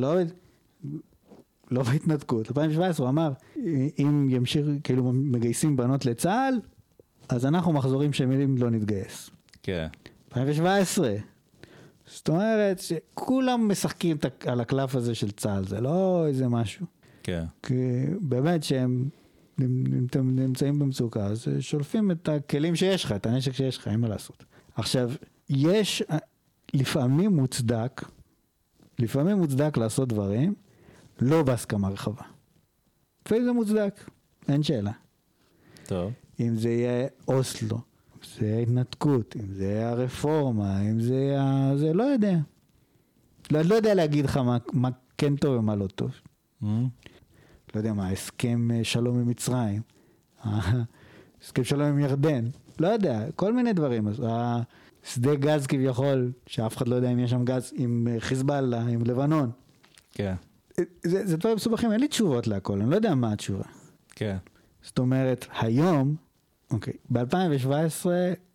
לא בהתנתקות, 2017 הוא אמר, אם ימשיך, כאילו מגייסים בנות לצה"ל, אז אנחנו מחזורים שמילים לא נתגייס. כן. 2017. זאת אומרת שכולם משחקים על הקלף הזה של צה"ל, זה לא איזה משהו. כן. כי באמת שהם נמצאים במצוקה, אז שולפים את הכלים שיש לך, את הנשק שיש לך, אין מה לעשות. עכשיו, יש לפעמים מוצדק לפעמים מוצדק לעשות דברים לא בהסכמה רחבה. לפעמים זה מוצדק, אין שאלה. טוב. אם זה יהיה אוסלו, אם זה יהיה התנתקות, אם זה יהיה הרפורמה, אם זה יהיה... זה לא יודע. לא יודע להגיד לך מה כן טוב ומה לא טוב. לא יודע מה, הסכם שלום עם מצרים, הסכם שלום עם ירדן, לא יודע, כל מיני דברים. שדה גז כביכול, שאף אחד לא יודע אם יש שם גז, עם חיזבאללה, עם לבנון. כן. זה דברים מסובכים, אין לי תשובות להכל, אני לא יודע מה התשובה. כן. זאת אומרת, היום, אוקיי, ב-2017,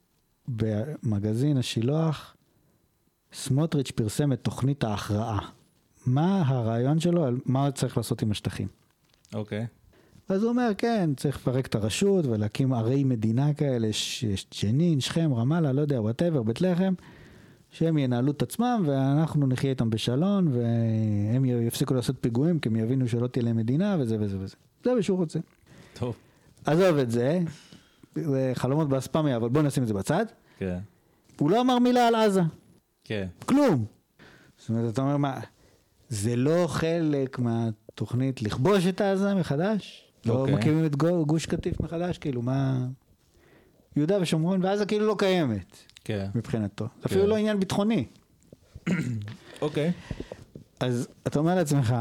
במגזין השילוח, סמוטריץ' פרסם את תוכנית ההכרעה. מה הרעיון שלו, על מה צריך לעשות עם השטחים. אוקיי. אז הוא אומר, כן, צריך לפרק את הרשות ולהקים ערי מדינה כאלה, ג'נין, שכם, רמאללה, לא יודע, whatever, בית לחם, שהם ינהלו את עצמם ואנחנו נחיה איתם בשלון, והם יפסיקו לעשות פיגועים, כי הם יבינו שלא תהיה להם מדינה וזה וזה וזה. זה מה שהוא רוצה. טוב. עזוב את זה, זה חלומות באספמיה, אבל בוא נשים את זה בצד. כן. הוא לא אמר מילה על עזה. כן. כלום. זאת אומרת, אתה אומר, מה, זה לא חלק מהתוכנית לכבוש את עזה מחדש? לא מקימים את גוש קטיף מחדש, כאילו, מה... יהודה ושומרון, ועזה כאילו לא קיימת. כן. מבחינתו. זה אפילו לא עניין ביטחוני. אוקיי. אז אתה אומר לעצמך,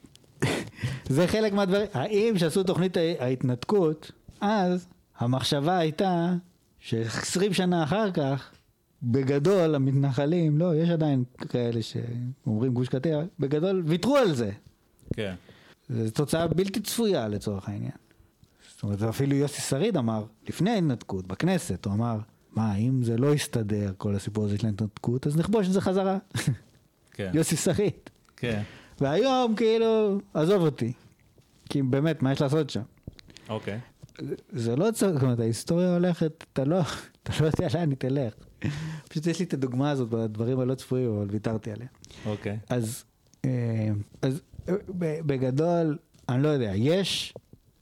זה חלק מהדברים, האם שעשו תוכנית ההתנתקות, אז המחשבה הייתה ש20 שנה אחר כך, בגדול המתנחלים, לא, יש עדיין כאלה שאומרים גוש קטיף, בגדול ויתרו על זה. כן. זו תוצאה בלתי צפויה לצורך העניין. זאת אומרת, אפילו יוסי שריד אמר, לפני ההתנתקות, בכנסת, הוא אמר, מה, אם זה לא יסתדר, כל הסיפור הזה של ההתנתקות, אז נכבוש את זה חזרה. כן. יוסי שריד. כן. והיום, כאילו, עזוב אותי. כי באמת, מה יש לעשות שם? אוקיי. זה לא צריך, זאת אומרת, ההיסטוריה הולכת, אתה לא יודע לאן היא תלך. פשוט יש לי את הדוגמה הזאת, בדברים הלא צפויים, אבל ויתרתי עליה. אוקיי. אז בגדול, אני לא יודע, יש,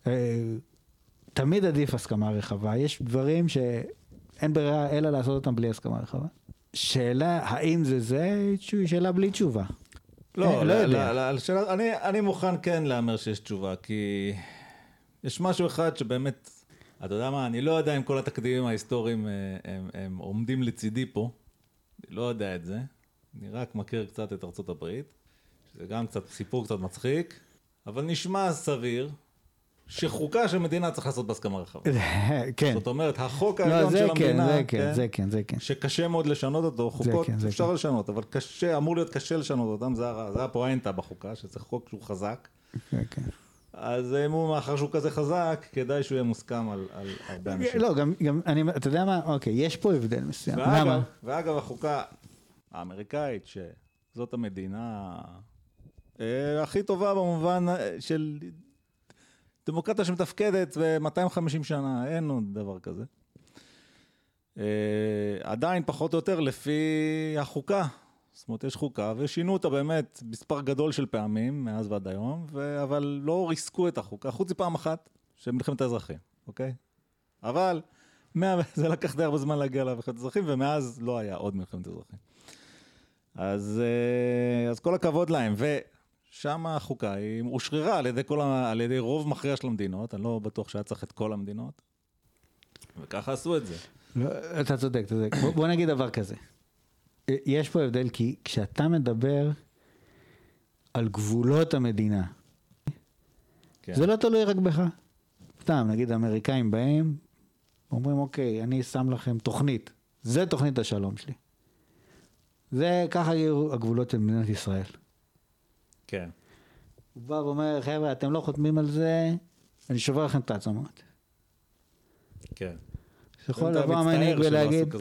תמיד עדיף הסכמה רחבה, יש דברים שאין ברירה אלא לעשות אותם בלי הסכמה רחבה. שאלה, האם זה, שאלה בלי תשובה. לא יודע. אני מוכן כן לאמר שיש תשובה, כי יש משהו אחד שבאמת, אתה יודע מה, אני לא יודע אם כל התקדימים ההיסטוריים הם עומדים לצידי פה, אני לא יודע את זה, אני רק מכיר קצת את ארצות הברית, שזה גם קצת סיפור קצת מצחיק, אבל נשמע סביר שחוקה של מדינה צריך לעשות בהסכמה רחבה. כן. זאת אומרת, החוק העליון של המדינה, זה כן. שקשה מאוד לשנות אותו, חוקות אפשר לשנות, אבל אמור להיות קשה לשנות אותם, זה הפואנטה בחוקה, שזה חוק שהוא חזק. כן. אז מאחר שהוא כזה חזק, כדאי שהוא יהיה מוסכם על הרבה אנשים. לא, גם, אתה יודע מה, אוקיי, יש פה הבדל מסוים. למה? ואגב, החוקה האמריקאית, שזאת המדינה הכי טובה במובן של דמוקרטיה שמתפקדת ב-250 שנה, אין עוד דבר כזה. עדיין פחות או יותר לפי החוקה. זאת אומרת, יש חוקה, ושינו אותה באמת מספר גדול של פעמים, מאז ועד היום, אבל לא ריסקו את החוקה, חוץ מפעם אחת, של מלחמת האזרחים, אוקיי? אבל זה לקח די הרבה זמן להגיע למלחמת האזרחים, ומאז לא היה עוד מלחמת האזרחים. אז כל הכבוד להם, ושם החוקה היא אושררה על ידי רוב מכריע של המדינות, אני לא בטוח שהיה צריך את כל המדינות, וככה עשו את זה. לא, אתה צודק. בוא נגיד דבר כזה. יש פה הבדל, כי כשאתה מדבר על גבולות המדינה, כן. זה לא תלוי רק בך. סתם, נגיד האמריקאים באים, אומרים, אוקיי, אני שם לכם תוכנית. זה תוכנית השלום שלי. זה, ככה יהיו הגבולות של מדינת ישראל. כן. הוא בא ואומר, חבר'ה, אתם לא חותמים על זה, אני שובר לכם את העצמות. כן. יכול לבוא המנהיג ולהגיד...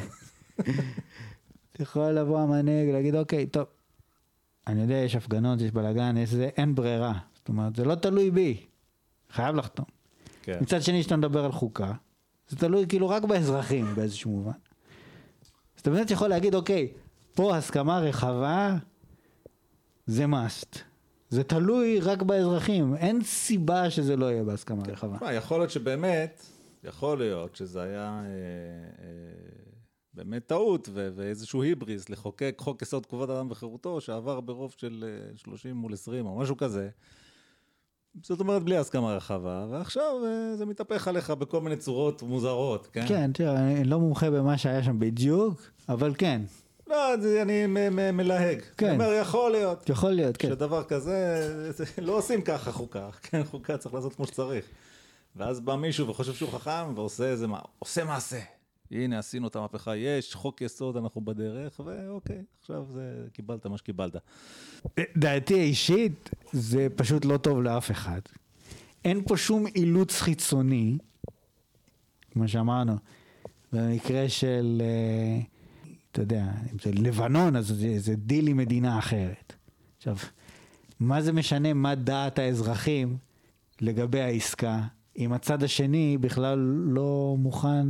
יכול לבוא המנהיג ולהגיד, אוקיי, טוב, אני יודע, יש הפגנות, יש בלגן, אין ברירה. זאת אומרת, זה לא תלוי בי. חייב לחתום. כן. מצד שני, שאתה מדבר על חוקה, זה תלוי כאילו רק באזרחים באיזשהו מובן. אז אתה באמת יכול להגיד, אוקיי, פה הסכמה רחבה, זה must. זה תלוי רק באזרחים. אין סיבה שזה לא יהיה בהסכמה רחבה. יכול להיות שבאמת, יכול להיות שזה היה באמת טעות ואיזשהו היבריס לחוקק חוק יסוד כבוד האדם וחירותו, שעבר ברוב של 30 מול 20 או משהו כזה. זאת אומרת, בלי הסכמה רחבה, ועכשיו זה מתהפך עליך בכל מיני צורות מוזרות, כן? כן, תראה, אני לא מומחה במה שהיה שם בדיוק, אבל כן. לא, אני מלהג. כן. אני אומר, יכול להיות. יכול להיות, כן. שדבר כזה, לא עושים ככה חוקה, כן? חוקה צריך לעשות כמו שצריך. ואז בא מישהו וחושב שהוא חכם, ועושה איזה עושה מעשה. הנה, עשינו את המהפכה, יש חוק יסוד, אנחנו בדרך, ואוקיי, עכשיו קיבלת מה שקיבלת. דעתי האישית, זה פשוט לא טוב לאף אחד. אין פה שום אילוץ חיצוני, כמו שאמרנו, במקרה של, אתה יודע, אם זה לבנון, אז זה דיל עם מדינה אחרת. עכשיו, מה זה משנה מה דעת האזרחים לגבי העסקה, אם הצד השני בכלל לא מוכן,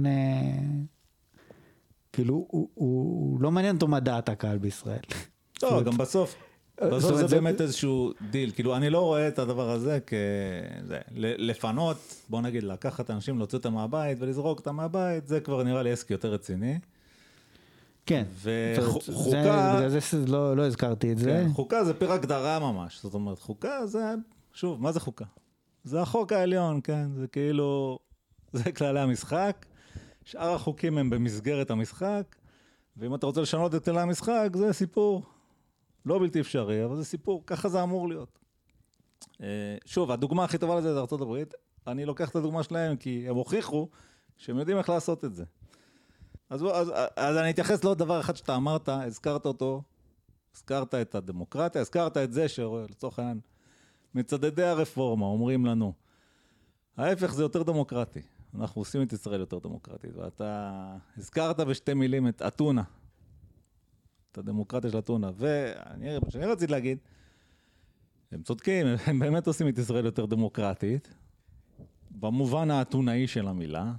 כאילו, הוא לא מעניין אותו מה דעת הקהל בישראל. לא, גם בסוף זה באמת איזשהו דיל, כאילו אני לא רואה את הדבר הזה לפנות, בוא נגיד, לקחת אנשים, להוציא אותם מהבית ולזרוק אותם מהבית, זה כבר נראה לי עסק יותר רציני. כן, וחוקה, לא הזכרתי את זה. חוקה זה פר הגדרה ממש, זאת אומרת, חוקה זה, שוב, מה זה חוקה? זה החוק העליון, כן, זה כאילו, זה כללי המשחק, שאר החוקים הם במסגרת המשחק, ואם אתה רוצה לשנות את כללי המשחק, זה סיפור לא בלתי אפשרי, אבל זה סיפור, ככה זה אמור להיות. שוב, הדוגמה הכי טובה לזה זה ארצות הברית, אני לוקח את הדוגמה שלהם, כי הם הוכיחו שהם יודעים איך לעשות את זה. אז אני אתייחס לעוד דבר אחד שאתה אמרת, הזכרת אותו, הזכרת את הדמוקרטיה, הזכרת את זה שלצורך העניין, מצדדי הרפורמה אומרים לנו, ההפך זה יותר דמוקרטי, אנחנו עושים את ישראל יותר דמוקרטית, ואתה הזכרת בשתי מילים את אתונה, את הדמוקרטיה של אתונה, ואני רציתי להגיד, הם צודקים, הם באמת עושים את ישראל יותר דמוקרטית, במובן האתונאי של המילה,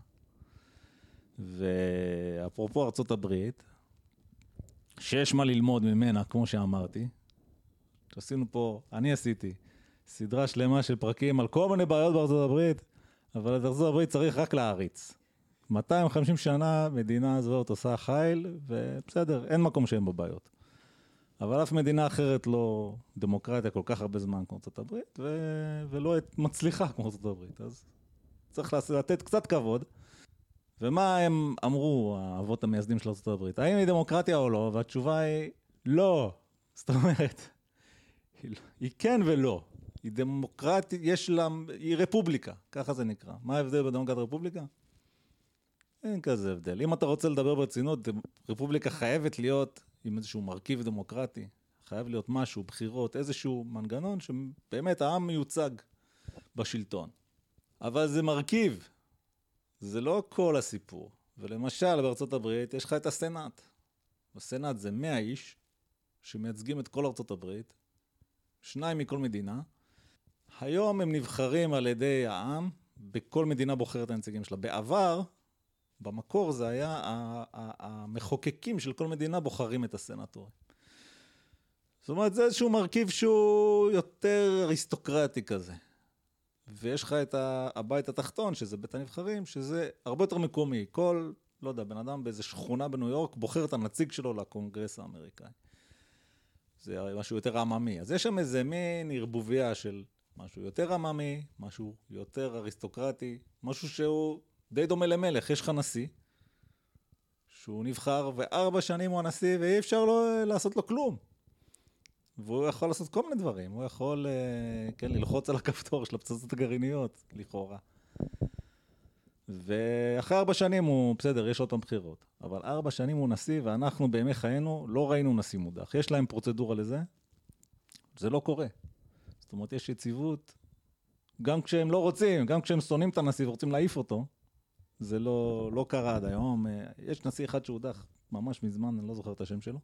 ואפרופו ארצות הברית, שיש מה ללמוד ממנה, כמו שאמרתי, שעשינו פה, אני עשיתי, סדרה שלמה של פרקים על כל מיני בעיות בארצות הברית, אבל את ארצות הברית צריך רק להריץ. 250 שנה מדינה הזאת עושה חיל, ובסדר, אין מקום שאין בבעיות. אבל אף מדינה אחרת לא דמוקרטיה כל כך הרבה זמן כמו ארצות הברית, ולא מצליחה כמו ארצות הברית. אז צריך לתת קצת כבוד. ומה הם אמרו, האבות המייסדים של ארצות הברית? האם היא דמוקרטיה או לא? והתשובה היא לא. זאת אומרת, היא כן ולא. היא דמוקרטית, היא רפובליקה, ככה זה נקרא. מה ההבדל בדמוקרטיה רפובליקה? אין כזה הבדל. אם אתה רוצה לדבר ברצינות, רפובליקה חייבת להיות עם איזשהו מרכיב דמוקרטי, חייב להיות משהו, בחירות, איזשהו מנגנון שבאמת העם מיוצג בשלטון. אבל זה מרכיב, זה לא כל הסיפור. ולמשל, בארצות הברית יש לך את הסנאט. הסנאט זה 100 איש שמייצגים את כל ארצות הברית, 2 מכל מדינה. היום הם נבחרים על ידי העם, בכל מדינה בוחרת הנציגים שלה. בעבר, במקור זה היה המחוקקים של כל מדינה בוחרים את הסנאטורים. זאת אומרת, זה איזשהו מרכיב שהוא יותר אריסטוקרטי כזה. ויש לך את הבית התחתון, שזה בית הנבחרים, שזה הרבה יותר מקומי. כל, לא יודע, בן אדם באיזו שכונה בניו יורק בוחר את הנציג שלו לקונגרס האמריקאי. זה משהו יותר עממי. אז יש שם איזה מין ערבוביה של משהו יותר עממי, משהו יותר אריסטוקרטי, משהו שהוא די דומה למלך. יש לך נשיא, שהוא נבחר, ו4 שנים הוא הנשיא, ואי אפשר לעשות לו כלום. והוא יכול לעשות כל מיני דברים. הוא יכול, כן, ללחוץ על הכפתור של הפצצות הגרעיניות, לכאורה. ואחרי 4 שנים הוא, בסדר, יש עוד פעם בחירות. אבל 4 שנים הוא נשיא, ואנחנו בימי חיינו לא ראינו נשיא מודח. יש להם פרוצדורה לזה. זה לא קורה. זאת אומרת, יש יציבות, גם כשהם לא רוצים, גם כשהם שונאים את הנשיא ורוצים להעיף אותו, זה לא קרה עד היום. יש נשיא אחד שהודח ממש מזמן, אני לא זוכר את השם שלו.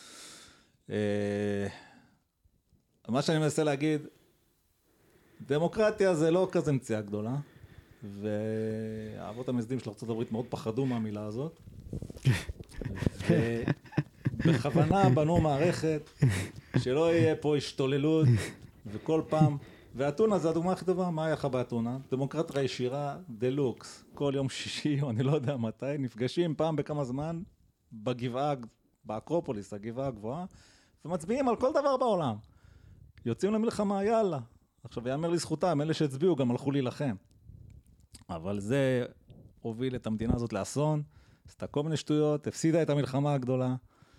מה שאני מנסה להגיד, דמוקרטיה זה לא כזה מציאה גדולה, והאבות המייסדים של ארצות הברית מאוד פחדו מהמילה הזאת, ובכוונה בנו מערכת שלא יהיה פה השתוללות, וכל פעם, ואתונה זה הדוגמה הכי טובה, מה היה לך באתונה? דמוקרטיה ישירה, דלוקס, כל יום שישי, או אני לא יודע מתי, נפגשים פעם בכמה זמן, בגבעה, באקרופוליס, הגבעה הגבוהה, ומצביעים על כל דבר בעולם. יוצאים למלחמה, יאללה. עכשיו, יאמר לזכותם, אלה שהצביעו גם הלכו להילחם. אבל זה הוביל את המדינה הזאת לאסון, עשתה כל מיני שטויות, הפסידה את המלחמה הגדולה,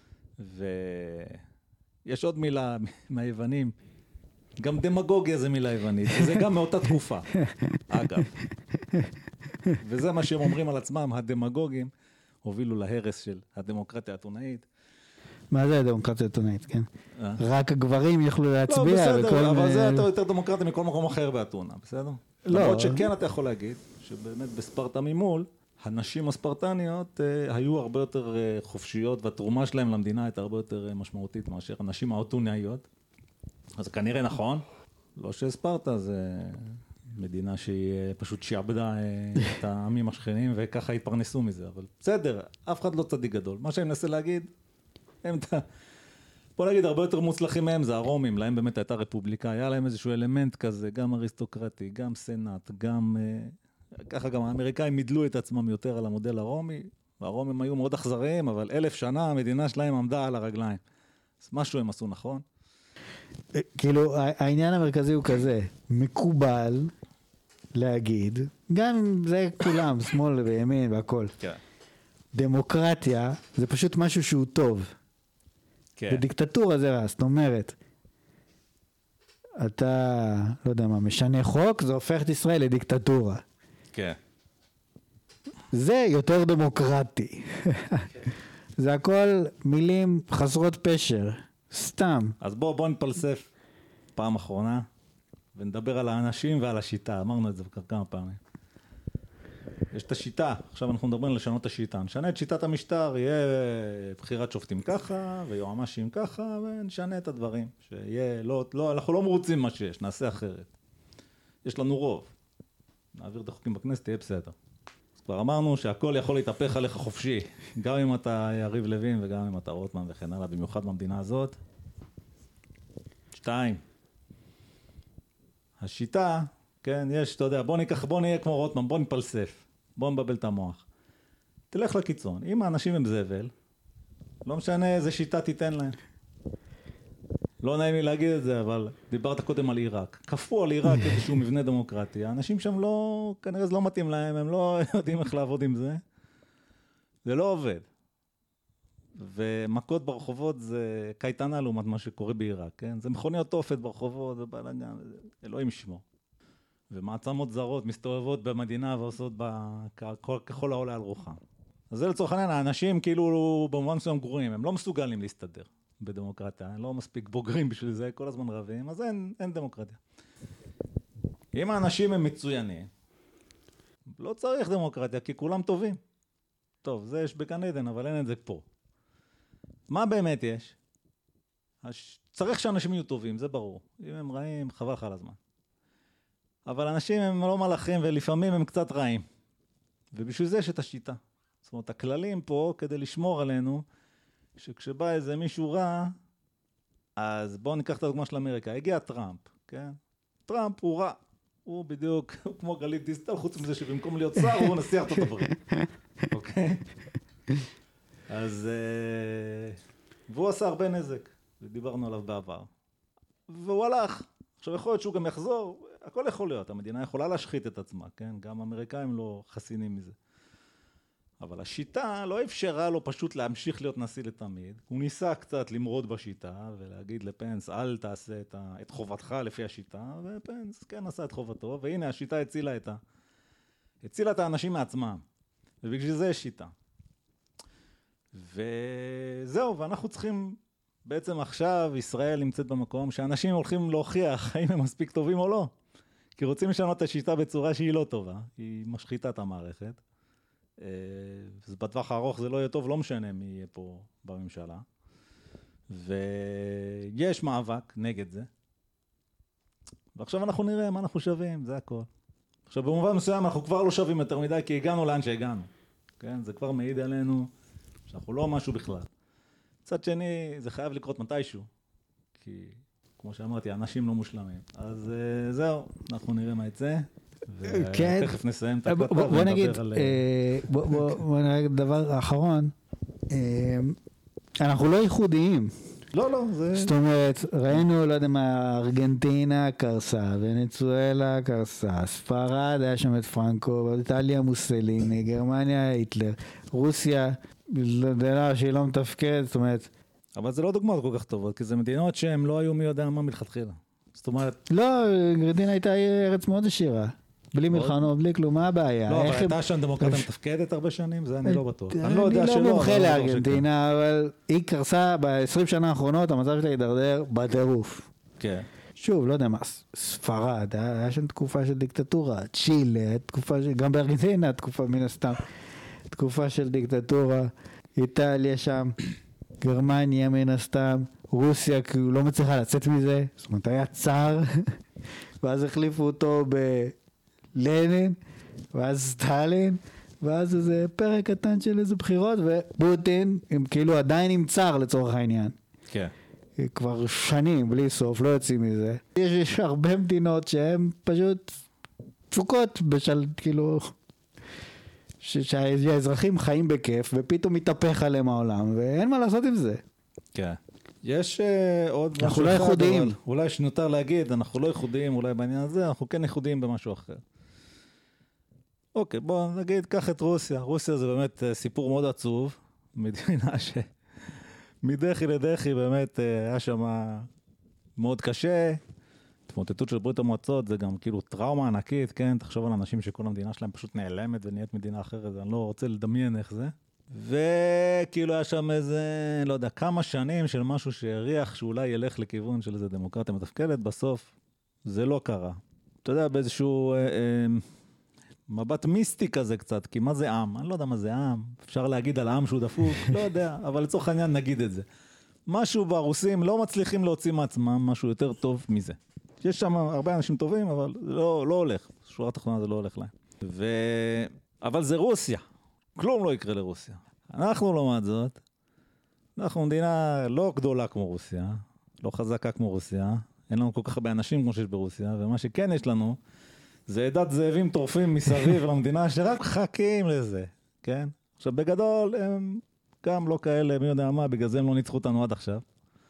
ויש עוד מילה מהיוונים, גם דמגוגיה זה מילה יוונית, וזה גם מאותה תקופה, אגב. וזה מה שהם אומרים על עצמם, הדמגוגים הובילו להרס של הדמוקרטיה האתונאית. מה זה הדמוקרטיה האתונאית, כן? רק הגברים יכלו להצביע. לא, בסדר, אבל זה יותר דמוקרטיה מכל מקום אחר באתונה, בסדר? למרות שכן אתה יכול להגיד, שבאמת בספרטה ממול, הנשים הספרטניות היו הרבה יותר חופשיות, והתרומה שלהם למדינה הייתה הרבה יותר משמעותית מאשר הנשים האתונאיות. אז זה כנראה נכון, לא שספרטה זה מדינה שהיא פשוט שעבדה את העמים השכנים, וככה התפרנסו מזה, אבל בסדר, אף אחד לא צדיק גדול. מה שאני מנסה להגיד, בוא נגיד, הרבה יותר מוצלחים מהם זה הרומים, להם באמת הייתה רפובליקה, היה להם איזשהו אלמנט כזה, גם אריסטוקרטי, גם סנאט, גם... ככה גם האמריקאים מידלו את עצמם יותר על המודל הרומי, והרומים היו מאוד אכזריים, אבל 1000 שנה המדינה שלהם עמדה על הרגליים. אז משהו הם עשו נכון. כאילו, העניין המרכזי הוא כזה, מקובל להגיד, גם אם זה כולם, שמאל וימין והכל. כן. דמוקרטיה זה פשוט משהו שהוא טוב. כן. ודיקטטורה זה רע, זאת אומרת, אתה, לא יודע מה, משנה חוק, זה הופך את ישראל לדיקטטורה. כן. זה יותר דמוקרטי. זה הכל מילים חסרות פשר, סתם. אז בוא נפלסף פעם אחרונה, ונדבר על האנשים ועל השיטה. אמרנו את זה כמה פעמים. יש את השיטה, עכשיו אנחנו מדברים על לשנות את השיטה. נשנה את שיטת המשטר, יהיה בחירת שופטים ככה, ויועמ"שים ככה, ונשנה את הדברים. שיהיה, לא, אנחנו לא מרוצים מה שיש, נעשה אחרת. יש לנו רוב. נעביר את החוקים בכנסת, תהיה בסדר. אז כבר אמרנו שהכל יכול להתהפך עליך חופשי, גם אם אתה יריב לוין וגם אם אתה רוטמן וכן הלאה, במיוחד במדינה הזאת. 2. השיטה, כן, יש, אתה יודע, בוא נהיה כמו רוטמן, בוא נפלסף, בוא נבבל את המוח. תלך לקיצון, אם האנשים הם זבל, לא משנה איזה שיטה תיתן להם. לא נעים לי להגיד את זה, אבל דיברת קודם על עיראק. כפו על עיראק איזשהו מבנה דמוקרטי. האנשים שם לא, כנראה זה לא מתאים להם, הם לא יודעים איך לעבוד עם זה. זה לא עובד. ומכות ברחובות זה קייטנה לעומת מה שקורה בעיראק, כן? זה מכוניות תופת ברחובות ובלגן, אלוהים ישמור. ומעצמות זרות מסתובבות במדינה ועושות ככל העולה על רוחם. אז זה לצורך העניין, האנשים כאילו במובן מסוים גרועים, הם לא מסוגלים להסתדר בדמוקרטיה, הם לא מספיק בוגרים בשביל זה, כל הזמן רבים, אז אין דמוקרטיה. אם האנשים הם מצוינים, לא צריך דמוקרטיה, כי כולם טובים. טוב, זה יש בגן עדן, אבל אין את זה פה. מה באמת יש? צריך שאנשים יהיו טובים, זה ברור. אם הם רעים, חבל לך על הזמן. אבל אנשים הם לא מלאכים, ולפעמים הם קצת רעים. ובשביל זה יש את השיטה. זאת אומרת, הכללים פה, כדי לשמור עלינו, שכשבא איזה מישהו רע, אז בואו ניקח את הדוגמה של אמריקה. הגיע טראמפ, כן? טראמפ הוא רע. הוא בדיוק כמו גלית דיסטל, חוץ מזה שבמקום להיות שר, הוא נשיא ארצות הברית. אוקיי? אז... והוא עשה הרבה נזק, ודיברנו עליו בעבר. והוא הלך. עכשיו יכול להיות שהוא גם יחזור, הכל יכול להיות. המדינה יכולה להשחית את עצמה, כן? גם האמריקאים לא חסינים מזה. אבל השיטה לא אפשרה לו פשוט להמשיך להיות נשיא לתמיד. הוא ניסה קצת למרוד בשיטה ולהגיד לפנס, אל תעשה את חובתך לפי השיטה, ופנס כן עשה את חובתו, והנה השיטה הצילה את האנשים מעצמם. ובגלל זה יש שיטה. וזהו, ואנחנו צריכים, בעצם עכשיו ישראל נמצאת במקום שאנשים הולכים להוכיח האם הם מספיק טובים או לא. כי רוצים לשנות את השיטה בצורה שהיא לא טובה, היא משחיתה את המערכת. אז בטווח הארוך זה לא יהיה טוב, לא משנה מי יהיה פה בממשלה. ויש מאבק נגד זה. ועכשיו אנחנו נראה מה אנחנו שווים, זה הכל. עכשיו במובן מסוים אנחנו כבר לא שווים יותר מדי, כי הגענו לאן שהגענו. כן? זה כבר מעיד עלינו שאנחנו לא משהו בכלל. מצד שני, זה חייב לקרות מתישהו. כי כמו שאמרתי, אנשים לא מושלמים. אז זהו, אנחנו נראה מה יצא. ותכף נסיים את הקלטה בוא נגיד, בוא נגיד דבר האחרון, אנחנו לא ייחודיים. לא, זה... זאת אומרת, ראינו, לא יודע מה, ארגנטינה קרסה, ונצואלה קרסה, ספרד היה שם את פרנקו, איטליה מוסליני, גרמניה היטלר, רוסיה, מדינה שהיא לא מתפקד, זאת אומרת... אבל זה לא דוגמאות כל כך טובות, כי זה מדינות שהן לא היו מי יודע מה מלכתחילה. זאת אומרת... לא, ארגנטינה הייתה ארץ מאוד עשירה. בלי מלחמות, בלי כלום, מה הבעיה? לא, אבל הייתה שם דמוקרטיה מתפקדת הרבה שנים, זה אני לא בטוח. אני לא מומחה לארגנטינה, אבל היא קרסה ב-20 שנה האחרונות, המצב שלה הידרדר בטירוף. כן. שוב, לא יודע מה, ספרד, היה שם תקופה של דיקטטורה, צ'ילה, גם בארגנטינה, תקופה מן הסתם, תקופה של דיקטטורה, איטליה שם, גרמניה מן הסתם, רוסיה, כי הוא לא מצליחה לצאת מזה, זאת אומרת, היה צאר, ואז החליפו אותו לנין, ואז סטלין, ואז איזה פרק קטן של איזה בחירות, ופוטין, הם כאילו עדיין עם צאר לצורך העניין. כן. כבר שנים, בלי סוף, לא יוצאים מזה. יש הרבה מדינות שהן פשוט תפוקות כאילו, שהאזרחים חיים בכיף, ופתאום מתהפך עליהם העולם, ואין מה לעשות עם זה. כן. יש עוד משהו אנחנו לא ייחודיים. אולי שנותר להגיד, אנחנו לא ייחודיים אולי בעניין הזה, אנחנו כן ייחודיים במשהו אחר. אוקיי, בואו נגיד, קח את רוסיה. רוסיה זה באמת סיפור מאוד עצוב, מדינה שמדחי לדחי באמת היה שם מאוד קשה, התמוטטות של ברית המועצות זה גם כאילו טראומה ענקית, כן? תחשוב על אנשים שכל המדינה שלהם פשוט נעלמת ונהיית מדינה אחרת, אני לא רוצה לדמיין איך זה. וכאילו היה שם איזה, לא יודע, כמה שנים של משהו שהריח שאולי ילך לכיוון של איזה דמוקרטיה מתפקדת, בסוף זה לא קרה. אתה יודע, באיזשהו מבט מיסטי כזה קצת, כי מה זה עם? אני לא יודע מה זה עם, אפשר להגיד על עם שהוא דפוק, לא יודע, אבל לצורך העניין נגיד את זה. משהו ברוסים לא מצליחים להוציא מעצמם משהו יותר טוב מזה. יש שם הרבה אנשים טובים, אבל לא הולך. שורה התחתונה זה לא הולך להם. אבל זה רוסיה. כלום לא יקרה לרוסיה. אנחנו לעומת זאת, אנחנו מדינה לא גדולה כמו רוסיה, לא חזקה כמו רוסיה, אין לנו כל כך הרבה אנשים כמו שיש ברוסיה, ומה שכן יש לנו, זה עדת זאבים טורפים מסביב למדינה שרק חכים לזה, כן? עכשיו בגדול הם גם לא כאלה, מי יודע מה, בגלל זה הם לא ניצחו אותנו עד עכשיו.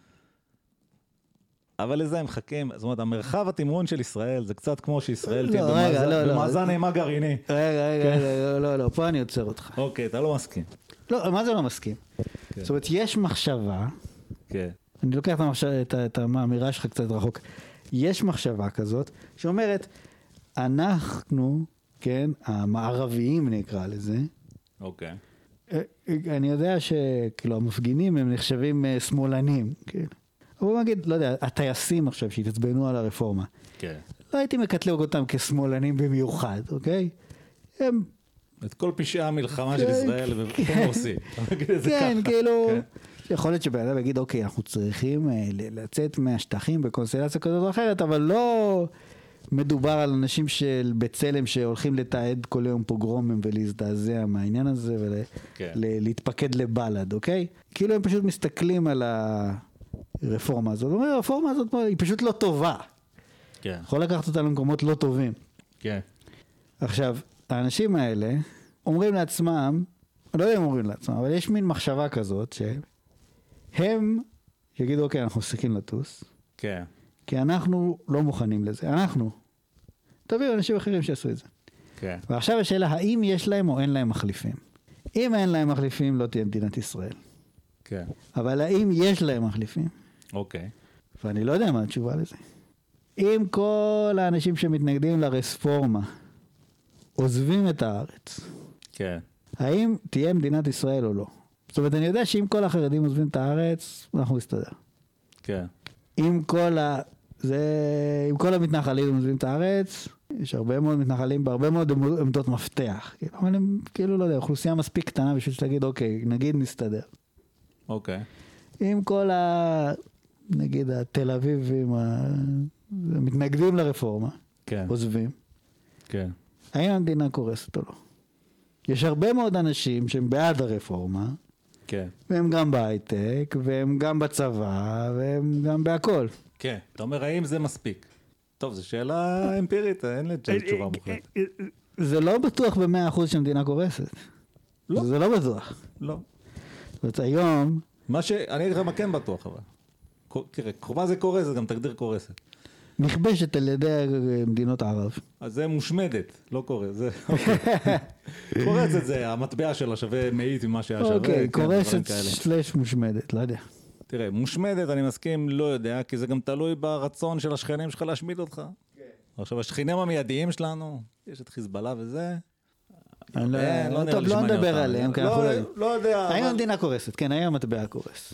אבל לזה הם חכים, זאת אומרת, המרחב התמרון של ישראל, זה קצת כמו שישראל תהיה במאזן אימה גרעיני. רגע, לא, פה אני עוצר אותך. אוקיי, אתה לא מסכים. לא, מה זה לא מסכים? זאת אומרת, יש מחשבה, אני לוקח את האמירה שלך קצת רחוק, יש מחשבה כזאת, שאומרת, אנחנו, כן, המערביים נקרא לזה, אוקיי. אני יודע שכאילו המפגינים הם נחשבים שמאלנים, כן. אבל בוא נגיד, לא יודע, הטייסים עכשיו שהתעצבנו על הרפורמה. כן. לא הייתי מקטלג אותם כשמאלנים במיוחד, אוקיי? הם... את כל פשעי המלחמה של ישראל הם עושים. כן, כאילו... יכול להיות שבאדם יגיד, אוקיי, אנחנו צריכים לצאת מהשטחים בקונסטלציה כזאת או אחרת, אבל לא מדובר על אנשים של בצלם שהולכים לתעד כל יום פוגרומים ולהזדעזע מהעניין הזה ולהתפקד לבלד, אוקיי? כאילו הם פשוט מסתכלים על הרפורמה הזאת. זאת אומרת, הרפורמה הזאת היא פשוט לא טובה. כן. יכול לקחת אותה למקומות לא טובים. כן. עכשיו, האנשים האלה אומרים לעצמם, לא יודע אם אומרים לעצמם, אבל יש מין מחשבה כזאת שהם יגידו, אוקיי, אנחנו מפסיקים לטוס. כן. כי אנחנו לא מוכנים לזה. אנחנו. תביאו אנשים אחרים שיעשו את זה. כן. ועכשיו השאלה, האם יש להם או אין להם מחליפים? אם אין להם מחליפים, לא תהיה מדינת ישראל. כן. אבל האם יש להם מחליפים? אוקיי. ואני לא יודע מה התשובה לזה. אם כל האנשים שמתנגדים לרפורמה עוזבים את הארץ, כן. האם תהיה מדינת ישראל או לא? זאת אומרת, אני יודע שאם כל החרדים עוזבים את הארץ, אנחנו נסתדר. כן. אם כל המתנחלים עוזבים את הארץ, יש הרבה מאוד מתנחלים בהרבה מאוד עמדות מפתח. אבל הם כאילו, לא יודע, אוכלוסייה מספיק קטנה בשביל שתגיד, אוקיי, נגיד נסתדר. אוקיי. אם כל נגיד התל אביבים המתנגדים לרפורמה, כן. עוזבים, כן. האם המדינה קורסת או לא? יש הרבה מאוד אנשים שהם בעד הרפורמה, כן. והם גם בהייטק, והם גם בצבא, והם גם בהכל. כן. אתה אומר, האם זה מספיק? טוב, זו שאלה אמפירית, אין לי תשובה מוחלטת. זה לא בטוח ב100% שהמדינה קורסת. לא. זה לא בטוח. לא. זאת אומרת, היום... אני אגיד לך מה כן בטוח, אבל. תראה, מה זה קורסת? גם תגדיר קורסת. נכבשת על ידי מדינות ערב. אז זה מושמדת, לא קורס. קורסת זה, המטבע שלה שווה מאית ממה שהיה שווה. אוקיי, קורסת / מושמדת, לא יודע. תראה, מושמדת, אני מסכים, לא יודע, כי זה גם תלוי ברצון של השכנים שלך להשמיד אותך. עכשיו, השכנים המיידיים שלנו, יש את חיזבאללה וזה. טוב, לא נדבר עליהם. לא יודע. האם המדינה קורסת? כן, האם המטבע קורס.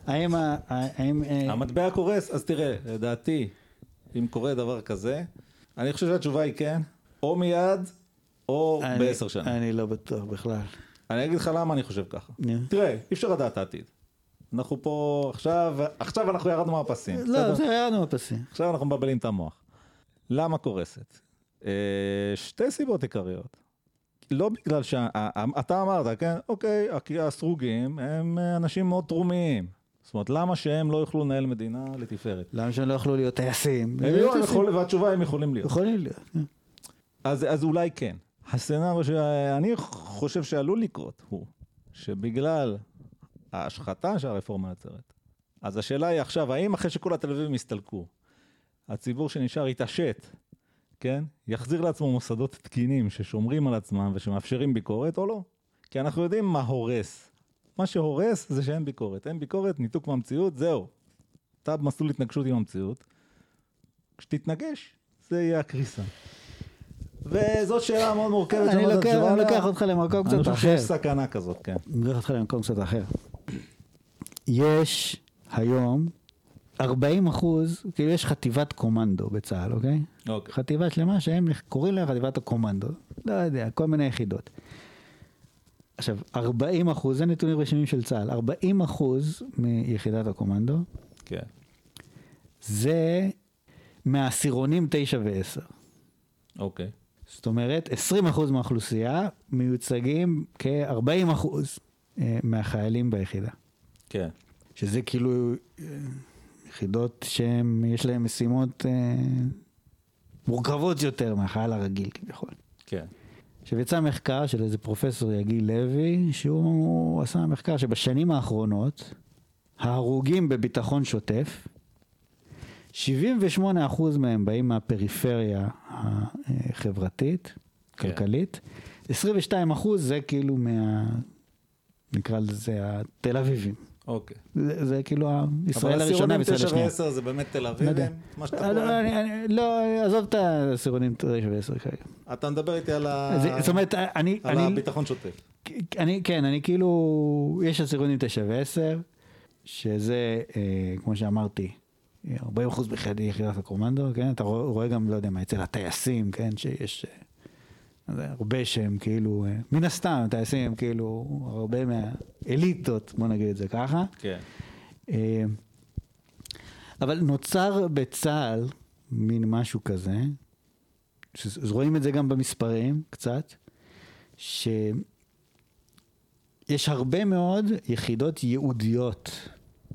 המטבע קורס, אז תראה, לדעתי, אם קורה דבר כזה, אני חושב שהתשובה היא כן, או מיד, או ב10 שנים. אני לא בטוח בכלל. אני אגיד לך למה אני חושב ככה. תראה, אי אפשר לדעת העתיד. אנחנו פה, עכשיו אנחנו ירדנו מהפסים. לא, זה ירדנו מהפסים. עכשיו אנחנו מבלבלים את המוח. למה קורסת? שתי סיבות עיקריות. לא בגלל אתה אמרת, כן? אוקיי, הסרוגים הם אנשים מאוד תרומיים. זאת אומרת, למה שהם לא יוכלו לנהל מדינה לתפארת? למה שהם לא יוכלו להיות טייסים? והתשובה הם יכולים להיות. יכולים להיות. אז אולי כן. הסצנריו שאני חושב שעלול לקרות הוא, שבגלל ההשחתה שהרפורמה יוצרת, אז השאלה היא עכשיו, האם אחרי שכל התל אביבים הסתלקו, הציבור שנשאר יתעשת, כן? יחזיר לעצמו מוסדות תקינים ששומרים על עצמם ושמאפשרים ביקורת או לא? כי אנחנו יודעים מה הורס. מה שהורס זה שאין ביקורת. אין ביקורת, ניתוק מהמציאות, זהו. אתה במסלול התנגשות עם המציאות. כשתתנגש, זה יהיה הקריסה. וזאת שאלה מאוד מורכבת. אני לוקח אותך למקום קצת אחר. אני חושב שיש סכנה כזאת, כן. אני לוקח אותך למקום קצת אחר. יש היום 40%, כאילו יש חטיבת קומנדו בצה"ל, אוקיי? אוקיי. חטיבה שלמה שהם קוראים לה חטיבת הקומנדו. לא יודע, כל מיני יחידות. עכשיו, 40%, זה נתונים רשמיים של צה"ל, 40% מיחידת הקומנדו, כן. זה מהעשירונים 9 ו-10. אוקיי. זאת אומרת, 20% מהאוכלוסייה מיוצגים כ-40% מהחיילים ביחידה. כן. שזה כאילו יחידות שיש להן משימות מורכבות יותר מהחייל הרגיל כביכול. כן. עכשיו יצא מחקר של איזה פרופסור יגיל לוי, שהוא עשה מחקר שבשנים האחרונות, ההרוגים בביטחון שוטף, 78% מהם באים מהפריפריה החברתית, כלכלית, 22% זה כאילו נקרא לזה התל אביבים. אוקיי. זה כאילו ישראל הראשונה וישראל השנייה. אבל 9 ו-10 זה באמת תל אביבים? מה שאתה קורא? לא, עזוב את העשירונים 9 ו-10 כרגע. אתה מדבר איתי על הביטחון שוטף. כן, אני כאילו, יש עשירונים 9 ו-10, שזה, כמו שאמרתי, 40% ביחידת הקומנדו, כן? אתה רואה גם, לא יודע מה, אצל הטייסים, כן? שיש הרבה שהם כאילו, מן הסתם, טייסים כאילו, הרבה מהאליטות, בוא נגיד את זה ככה. כן. אבל נוצר בצה"ל מין משהו כזה, רואים את זה גם במספרים קצת, שיש הרבה מאוד יחידות ייעודיות.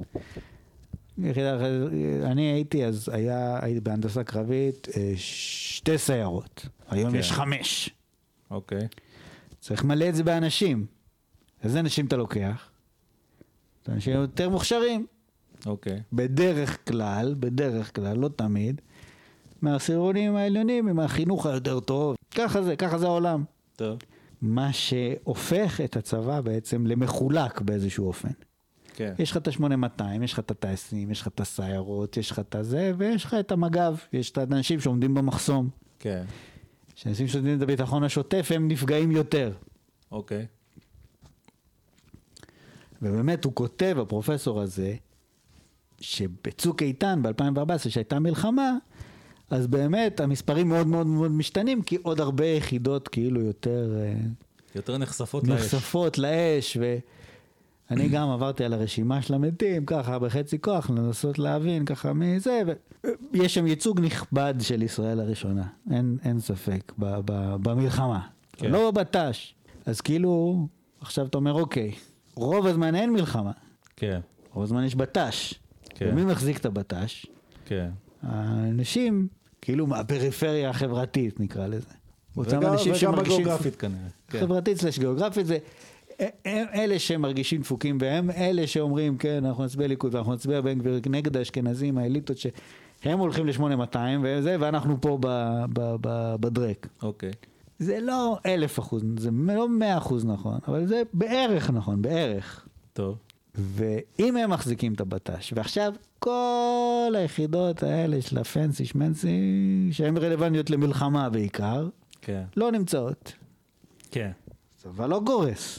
אני הייתי בהנדסה קרבית 2 סיירות, היום יש 5. אוקיי. צריך מלא את זה באנשים. איזה אנשים אתה לוקח? אנשים יותר מוכשרים. אוקיי. בדרך כלל, לא תמיד, מהעשירונים העליונים, עם החינוך היותר טוב. ככה זה העולם. טוב. מה שהופך את הצבא בעצם למחולק באיזשהו אופן. כן. יש לך את ה-8200, יש לך את הטייסים, יש לך את הסיירות, יש לך את הזה, ויש לך את המג"ב, יש את האנשים שעומדים במחסום. כן. שאנשים שעומדים את הביטחון השוטף, הם נפגעים יותר. אוקיי. ובאמת הוא כותב, הפרופסור הזה, שבצוק איתן ב-2014, שהייתה מלחמה, אז באמת המספרים מאוד מאוד מאוד משתנים, כי עוד הרבה יחידות כאילו יותר נחשפות לאש, ואני גם עברתי על הרשימה של המתים, ככה בחצי כוח, לנסות להבין ככה מזה, ויש שם ייצוג נכבד של ישראל הראשונה, אין ספק, במלחמה, כן. לא בבט"ש. אז כאילו, עכשיו אתה אומר, אוקיי, רוב הזמן אין מלחמה, כן. רוב הזמן יש בט"ש, כן. ומי מחזיק את הבט"ש? כן. האנשים, כאילו מהפריפריה החברתית נקרא לזה. וגם בגיאוגרפית כנראה. חברתית סלש גיאוגרפית, זה הם אלה שמרגישים דפוקים, והם אלה שאומרים, כן, אנחנו נצביע ליכוד, ואנחנו נצביע בן גביר נגד האשכנזים, האליטות שהם הולכים ל-8200, ואנחנו פה בדרק. אוקיי. זה לא 1000%, זה לא 100% נכון, אבל זה בערך נכון, בערך. טוב. ואם הם מחזיקים את הבט"ש, ועכשיו כל היחידות האלה של הפנסי, שמנסי, שהן רלוונטיות למלחמה בעיקר, כן. לא נמצאות. כן. אבל לא גורס.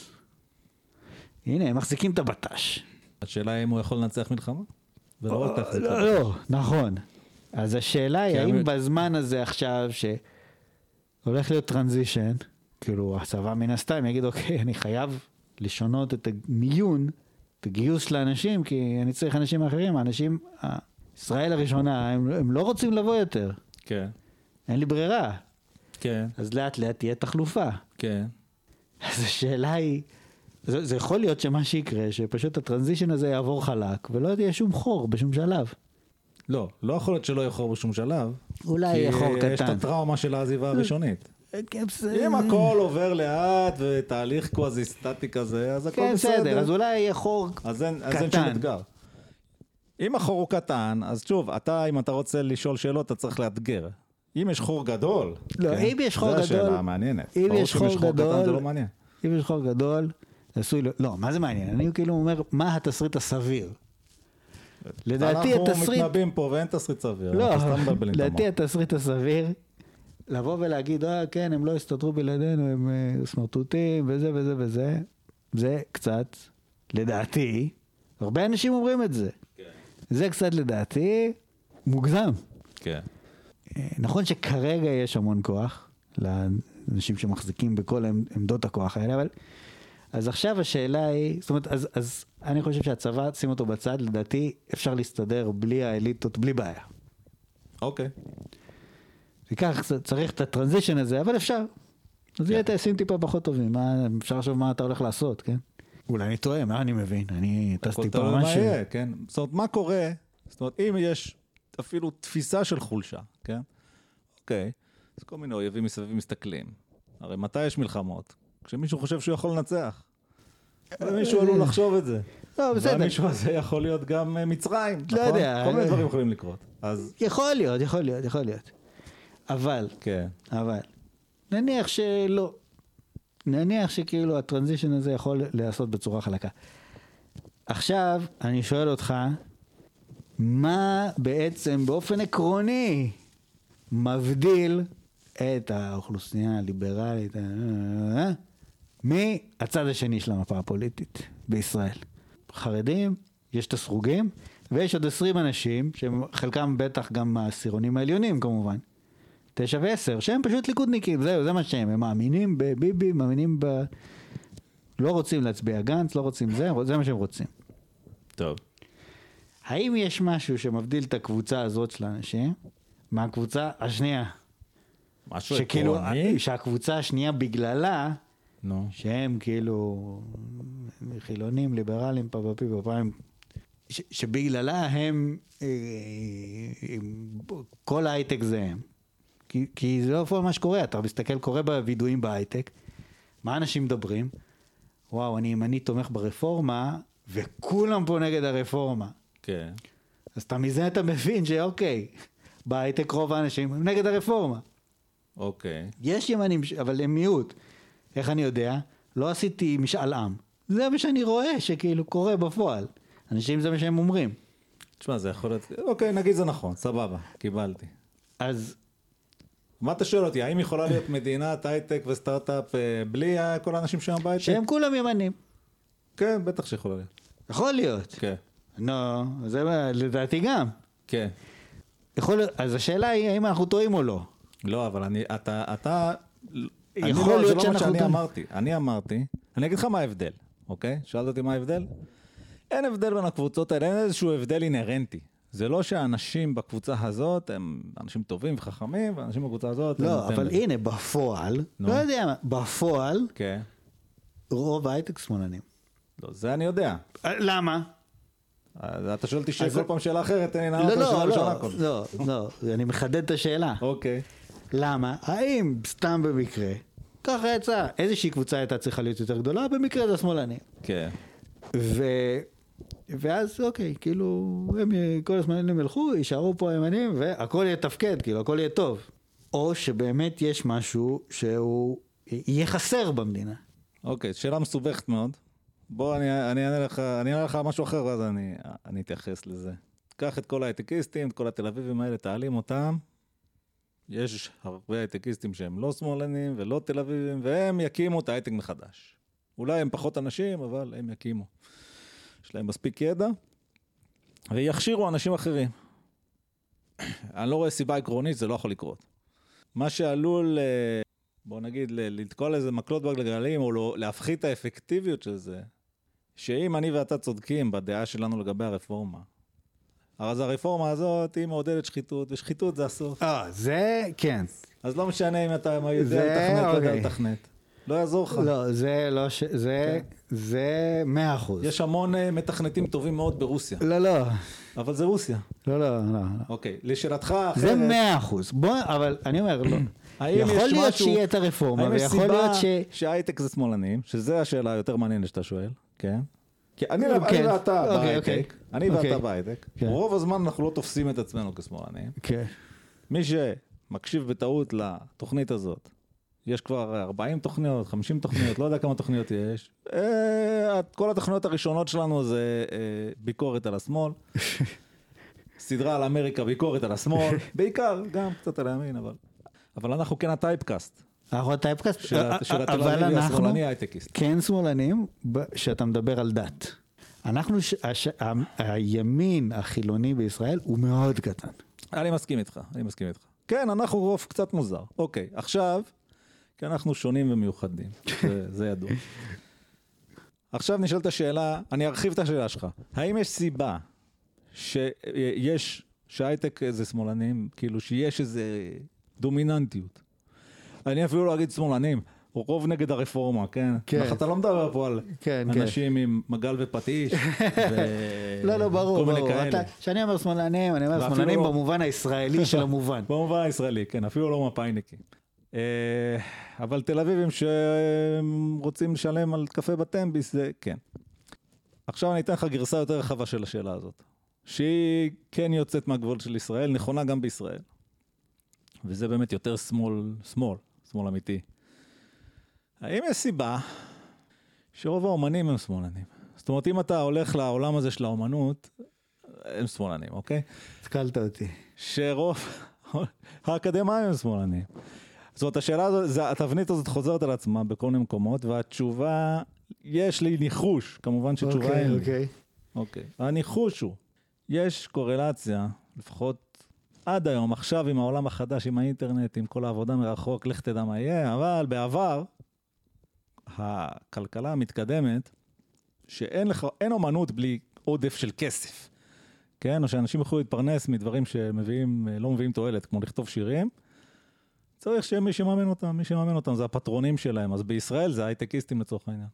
הנה, הם מחזיקים את הבט"ש. השאלה היא אם הוא יכול לנצח מלחמה? ולא רק תחזיק. לא, נכון. אז השאלה היא, האם בזמן הזה עכשיו, שהולך להיות טרנזישן, כאילו הצבא מן הסתם יגיד, אוקיי, אני חייב לשנות את המיון, את הגיוס של האנשים, כי אני צריך אנשים אחרים, האנשים, ישראל הראשונה, הם לא רוצים לבוא יותר. כן. אין לי ברירה. כן. אז לאט לאט תהיה תחלופה. כן. אז השאלה היא, זה יכול להיות שמה שיקרה, שפשוט הטרנזישן הזה יעבור חלק, ולא תהיה שום חור בשום שלב. לא, לא יכול להיות שלא יהיה חור בשום שלב. אולי יהיה חור קטן. כי יש את הטראומה של העזיבה הראשונית. אם הכל עובר לאט ותהליך קוואזי סטטי כזה, אז הכל בסדר. אז אולי יהיה חור קטן. אז אין שום אתגר. אם החור הוא קטן, אז שוב, אם אתה רוצה לשאול שאלות, אתה צריך לאתגר. אם יש חור גדול, לא, אם יש חור גדול, זו השאלה המעניינת. אם יש חור גדול, זה לא מעניין. אם יש חור גדול, לא, מה זה מעניין? אני כאילו אומר, מה התסריט הסביר? לדעתי התסריט... אנחנו מתנבאים פה ואין תסריט סביר. לא, לדעתי התסריט הסביר, לבוא ולהגיד, כן, הם לא הסתדרו בלעדינו, הם סמרטוטים וזה וזה וזה, זה קצת, לדעתי, הרבה אנשים אומרים את זה. זה קצת לדעתי מוגזם. כן. נכון שכרגע יש המון כוח לאנשים שמחזיקים בכל עמדות הכוח האלה, אבל אז עכשיו השאלה היא, זאת אומרת, אז אני חושב שהצבא, שים אותו בצד, לדעתי אפשר להסתדר בלי האליטות, בלי בעיה. אוקיי. וכך צריך את הטרנזישן הזה, אבל אפשר. אז יהיה תעשים טיפה פחות טובים, אפשר לחשוב מה אתה הולך לעשות, כן? אולי אני טועה, מה אני מבין? אני טסתי פה משהו. כן? זאת אומרת, מה קורה? זאת אומרת, אם יש אפילו תפיסה של חולשה, כן? אוקיי, אז כל מיני אויבים מסביב מסתכלים. הרי מתי יש מלחמות? כשמישהו חושב שהוא יכול לנצח. ומישהו עלול לחשוב את זה. לא, בסדר. והמישהו הזה יכול להיות גם מצרים, לא נכון? יודע. כל מיני דברים יכולים לקרות. יכול להיות. אבל, נניח שלא. נניח שכאילו הטרנזישן הזה יכול להיעשות בצורה חלקה. עכשיו, אני שואל אותך, מה בעצם באופן עקרוני מבדיל את האוכלוסייה הליברלית מהצד השני של המפה הפוליטית בישראל? חרדים, יש את הסרוגים, ויש עוד 20 אנשים, שחלקם בטח גם העשירונים העליונים כמובן, 9 ו-10, שהם פשוט ליכודניקים, זה מה שהם, הם מאמינים בביבי, מאמינים לא רוצים להצביע גנץ, לא רוצים זה מה שהם רוצים. טוב. האם יש משהו שמבדיל את הקבוצה הזאת של האנשים מהקבוצה השנייה? משהו שכאילו, עקרוני? שהקבוצה השנייה בגללה, שהם כאילו חילונים, ליברלים, פעם, שבגללה הם, כל ההייטק זה הם. כי זה לא מה שקורה, אתה מסתכל, קורה בווידועים בהייטק, מה אנשים מדברים? וואו, אני ימני תומך ברפורמה, וכולם פה נגד הרפורמה. כן. אז מזה אתה מבין שאוקיי, בהייטק רוב האנשים הם נגד הרפורמה. אוקיי. יש ימנים, אבל הם מיעוט. איך אני יודע? לא עשיתי משאל עם. זה מה שאני רואה שכאילו קורה בפועל. אנשים זה מה שהם אומרים. תשמע, זה יכול להיות... אוקיי, נגיד זה נכון, סבבה, קיבלתי. אז... מה אתה שואל אותי? האם יכולה להיות מדינת הייטק וסטארט-אפ בלי כל האנשים שם בהייטק? שהם כולם ימנים. כן, בטח שיכולה להיות. יכול להיות. כן. נו, זה לדעתי גם. כן. אז השאלה היא, האם אנחנו טועים או לא? לא, אבל אתה... יכול להיות שאנחנו... אני אמרתי, אני אגיד לך מה ההבדל, אוקיי? שאלת אותי מה ההבדל? אין הבדל בין הקבוצות האלה, אין איזשהו הבדל אינהרנטי. זה לא שהאנשים בקבוצה הזאת הם אנשים טובים וחכמים, ואנשים בקבוצה הזאת... לא, אבל הנה, בפועל, לא יודע מה, בפועל, רוב ההייטק שמאלנים. לא, זה אני יודע. למה? אתה שואל אותי כל פעם שאלה אחרת, תן לי נענות לשאלה ראשונה קודם. לא, אני מחדד את השאלה. אוקיי. למה? האם סתם במקרה, ככה יצא. איזושהי קבוצה הייתה צריכה להיות יותר גדולה, במקרה זה השמאלנים. כן. ואז אוקיי, כאילו, כל השמאלנים ילכו, יישארו פה הימנים, והכל יהיה תפקד, כאילו, הכל יהיה טוב. או שבאמת יש משהו שהוא יהיה חסר במדינה. אוקיי, שאלה מסובכת מאוד. בוא, אני אענה לך משהו אחר, ואז אני אתייחס לזה. קח את כל ההייטקיסטים, את כל התל אביבים האלה, תעלים אותם. יש הרבה הייטקיסטים שהם לא שמאלנים ולא תל אביבים, והם יקימו את ההייטק מחדש. אולי הם פחות אנשים, אבל הם יקימו. יש להם מספיק ידע, ויכשירו אנשים אחרים. אני לא רואה סיבה עקרונית, זה לא יכול לקרות. מה שעלול, בוא נגיד, לתקוע לזה מקלות בגלגלים, או להפחית את האפקטיביות של זה, שאם אני ואתה צודקים בדעה שלנו לגבי הרפורמה, אז הרפורמה הזאת היא מעודדת שחיתות, ושחיתות זה הסוף. זה כן. אז לא משנה אם אתה יודע לתכנת, לא יודע לתכנת. לא יעזור לך. לא, זה לא, זה 100%. יש המון מתכנתים טובים מאוד ברוסיה. לא. אבל זה רוסיה. לא. אוקיי, לשאלתך אחרת. זה 100%. בוא, אבל אני אומר, לא. יכול להיות שיהיה את הרפורמה, ויכול להיות שההייטק זה שמאלנים, שזה השאלה היותר מעניינת שאתה שואל, כן? כי אני ואתה בהייטק, רוב הזמן אנחנו לא תופסים את עצמנו כשמאלנים. מי שמקשיב בטעות לתוכנית הזאת, יש כבר 40 תוכניות, 50 תוכניות, לא יודע כמה תוכניות יש. כל התוכניות הראשונות שלנו זה ביקורת על השמאל, סדרה על אמריקה, ביקורת על השמאל, בעיקר, גם קצת על הימין, אבל אנחנו כן הטייפקאסט. אנחנו הטייפקאסט, אבל אנחנו כן שמאלנים שאתה מדבר על דת. אנחנו, הימין החילוני בישראל הוא מאוד קטן. אני מסכים איתך. כן, אנחנו רוב קצת מוזר. אוקיי, עכשיו, כי אנחנו שונים ומיוחדים, זה ידוע. עכשיו נשאלת השאלה, אני ארחיב את השאלה שלך. האם יש סיבה שהייטק זה שמאלנים, כאילו שיש איזה דומיננטיות? אני אפילו לא אגיד שמאלנים, רוב נגד הרפורמה, כן? אתה לא מדבר פה על אנשים עם מגל ופטיש, לא, ברור. כשאני אומר שמאלנים, אני אומר שמאלנים במובן הישראלי של המובן. במובן הישראלי, כן, אפילו לא מפאיניקים. אבל תל אביבים שרוצים לשלם על קפה בטמביס, זה כן. עכשיו אני אתן לך גרסה יותר רחבה של השאלה הזאת, שהיא כן יוצאת מהגבול של ישראל, נכונה גם בישראל. וזה באמת יותר שמאל אמיתי. האם יש סיבה שרוב האומנים הם שמאלנים? זאת אומרת, אם אתה הולך לעולם הזה של האומנות, הם שמאלנים, אוקיי? התקלת אותי. שרוב האקדמיים הם שמאלנים. זאת אומרת, השאלה הזאת, התבנית הזאת חוזרת על עצמה בכל מיני מקומות, והתשובה, יש לי ניחוש, כמובן שתשובה אין לי. אוקיי. הניחוש הוא, יש קורלציה, לפחות עד היום, עכשיו עם העולם החדש, עם האינטרנט, עם כל העבודה מרחוק, לך תדע מה יהיה, אבל בעבר, הכלכלה המתקדמת, שאין אומנות בלי עודף של כסף, כן? או שאנשים יכולו להתפרנס מדברים לא מביאים תועלת, כמו לכתוב שירים, צריך שמי שמאמן אותם, זה הפטרונים שלהם. אז בישראל זה הייטקיסטים לצורך העניין,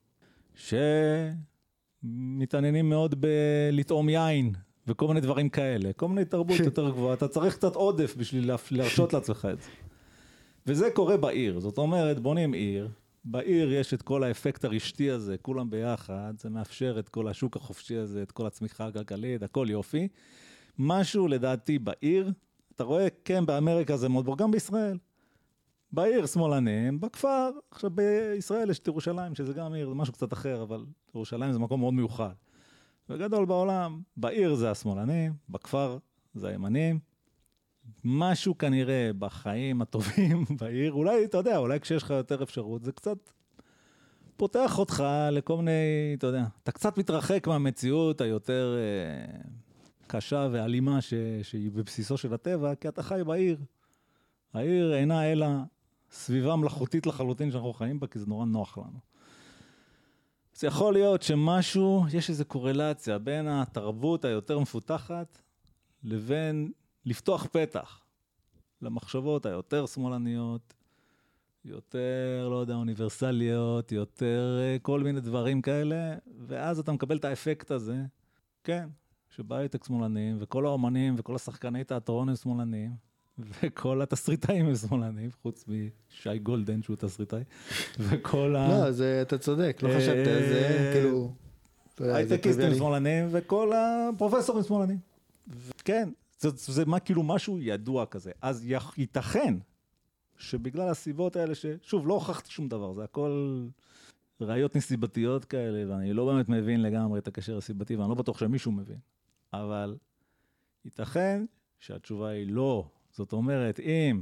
שמתעניינים מאוד בלטעום יין, וכל מיני דברים כאלה, כל מיני תרבות יותר גבוהה, אתה צריך קצת עודף בשביל להרשות לעצמך את זה. וזה קורה בעיר, זאת אומרת, בונים עיר, בעיר יש את כל האפקט הרשתי הזה, כולם ביחד, זה מאפשר את כל השוק החופשי הזה, את כל הצמיחה הכלכלית, הכל יופי. משהו לדעתי בעיר, אתה רואה, כן, באמריקה זה מאוד גם בישראל. בעיר שמאלנים, בכפר, עכשיו בישראל יש את ירושלים, שזה גם עיר, זה משהו קצת אחר, אבל ירושלים זה מקום מאוד מיוחד. וגדול בעולם, בעיר זה השמאלנים, בכפר זה הימנים, משהו כנראה בחיים הטובים בעיר, אולי, אתה יודע, אולי כשיש לך יותר אפשרות, זה קצת פותח אותך לכל מיני, אתה יודע, אתה קצת מתרחק מהמציאות היותר קשה ואלימה שהיא בבסיסו של הטבע, כי אתה חי בעיר. העיר אינה אלא סביבה מלאכותית לחלוטין שאנחנו חיים בה, כי זה נורא נוח לנו. אז יכול להיות שמשהו, יש איזו קורלציה בין התרבות היותר מפותחת, לבין לפתוח פתח למחשבות היותר שמאלניות, יותר, לא יודע, אוניברסליות, יותר כל מיני דברים כאלה, ואז אתה מקבל את האפקט הזה, כן, שבהייטק שמאלנים, וכל האומנים וכל השחקני תיאטרון הם שמאלנים, וכל התסריטאים הם שמאלנים, חוץ משי גולדן שהוא תסריטאי, וכל לא, אתה צודק, לא חשבת על זה, כאילו... הייטקיסטים שמאלנים, וכל הפרופסורים שמאלנים. כן, זה כאילו משהו ידוע כזה. אז ייתכן שבגלל הסיבות האלה, ששוב, לא הוכחתי שום דבר, זה הכל ראיות נסיבתיות כאלה, ואני לא באמת מבין לגמרי את הקשר הסיבתי, ואני לא בטוח שמישהו מבין. אבל ייתכן שהתשובה היא לא. זאת אומרת, אם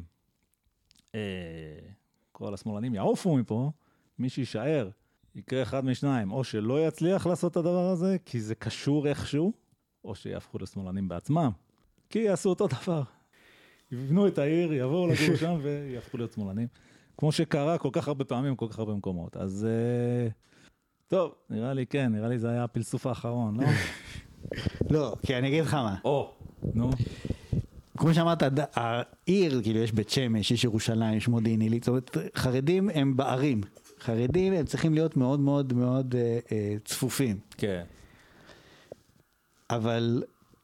כל השמאלנים יעופו מפה, מי שישאר יקרה אחד משניים, או שלא יצליח לעשות את הדבר הזה, כי זה קשור איכשהו, או שיהפכו לשמאלנים בעצמם, כי יעשו אותו דבר. יבנו את העיר, יבואו לגור שם ויהפכו להיות שמאלנים. כמו שקרה כל כך הרבה פעמים, כל כך הרבה מקומות. אז טוב, נראה לי זה היה הפלסוף האחרון, לא? לא, כי אני אגיד לך מה. נו. כמו שאמרת, העיר, כאילו יש בית שמש, יש ירושלים, יש מודיעין עילית, זאת אומרת, חרדים הם בערים. חרדים הם צריכים להיות מאוד מאוד מאוד צפופים. כן. אבל,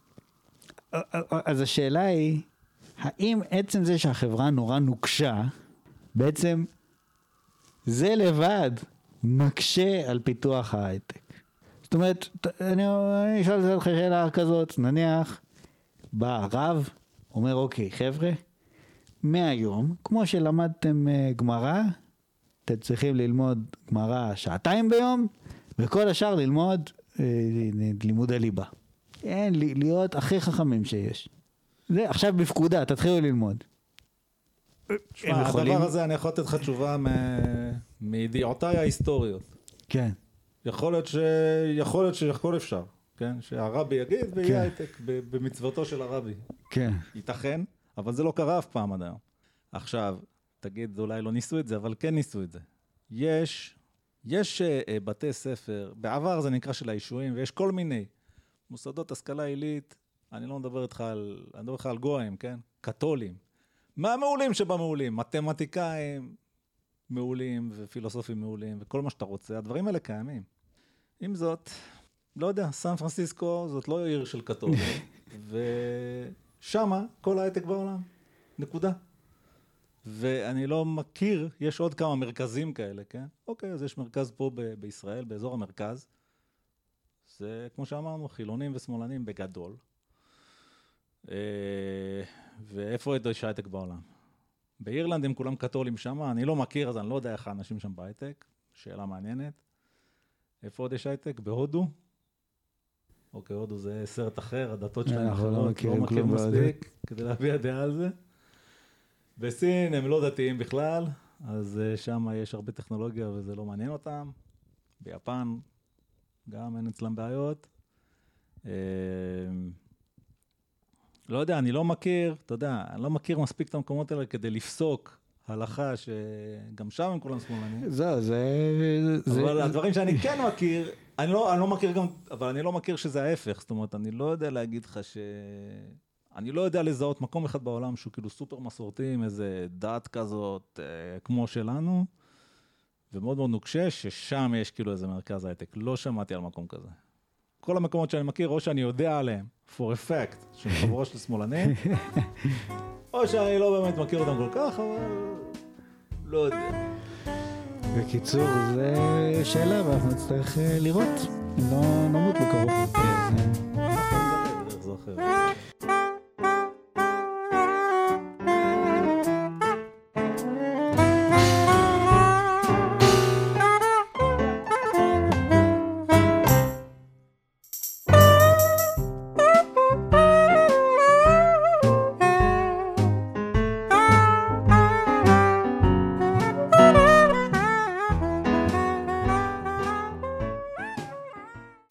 אז השאלה היא, האם עצם זה שהחברה נורא נוקשה, בעצם זה לבד מקשה על פיתוח ההייטק. זאת אומרת, אני אשאל אותך שאלה כזאת, נניח, בא הרב, אומר אוקיי, חבר'ה, מהיום, כמו שלמדתם גמרא, אתם צריכים ללמוד גמרא 2 ביום, וכל השאר ללמוד לימוד הליבה. אין, להיות הכי חכמים שיש. זה עכשיו בפקודה, תתחילו ללמוד. שמה, הדבר הזה אני יכול לתת לך תשובה מידיעותיי ההיסטוריות. כן. יכול להיות שהכל אפשר, כן? שהרבי יגיד ויהיה הייטק במצוותו של הרבי. כן. ייתכן, אבל זה לא קרה אף פעם עד היום. עכשיו, תגיד, אולי לא ניסו את זה, אבל כן ניסו את זה. יש בתי ספר, בעבר זה נקרא של הישועים, ויש כל מיני מוסדות השכלה עילית, אני לא מדבר איתך על גויים, כן? קתולים. מה מעולים שבמעולים? מתמטיקאים מעולים ופילוסופים מעולים, וכל מה שאתה רוצה, הדברים האלה קיימים. עם זאת, לא יודע, סן פרנסיסקו זאת לא עיר של קתולים, ושמה כל ההייטק בעולם, נקודה. ואני לא מכיר, יש עוד כמה מרכזים כאלה, כן? אוקיי, אז יש מרכז פה בישראל, באזור המרכז. זה, כמו שאמרנו, חילונים ושמאלנים בגדול. ואיפה יש הייטק בעולם? באירלנד הם כולם קתולים שם, אני לא מכיר, אז אני לא יודע איך האנשים שם בהייטק. שאלה מעניינת. איפה עוד יש הייטק? בהודו? אוקיי, הודו זה סרט אחר, הדתות שלהם אחרות, לא מכיר מספיק כדי להביע דעה על זה. בסין הם לא דתיים בכלל, אז שם יש הרבה טכנולוגיה וזה לא מעניין אותם. ביפן גם אין אצלם בעיות. לא יודע, אני לא מכיר, אתה יודע, אני לא מכיר מספיק את המקומות האלה כדי לפסוק הלכה שגם שם הם כולם שמאלנים. אבל הדברים שאני כן מכיר, אני לא מכיר גם, אבל אני לא מכיר שזה ההפך. זאת אומרת, אני לא יודע להגיד לך אני לא יודע לזהות מקום אחד בעולם שהוא כאילו סופר מסורתי עם איזה דת כזאת כמו שלנו, ומאוד מאוד נוקשה ששם יש כאילו איזה מרכז הייטק. לא שמעתי על מקום כזה. כל המקומות שאני מכיר, או שאני יודע עליהם, for a fact, שהם חבורה של שמאלנים, או שאני לא באמת מכיר אותם כל כך, אבל לא יודע. בקיצור, זו שאלה, ואנחנו נצטרך לראות אם לא נמות בקרוב.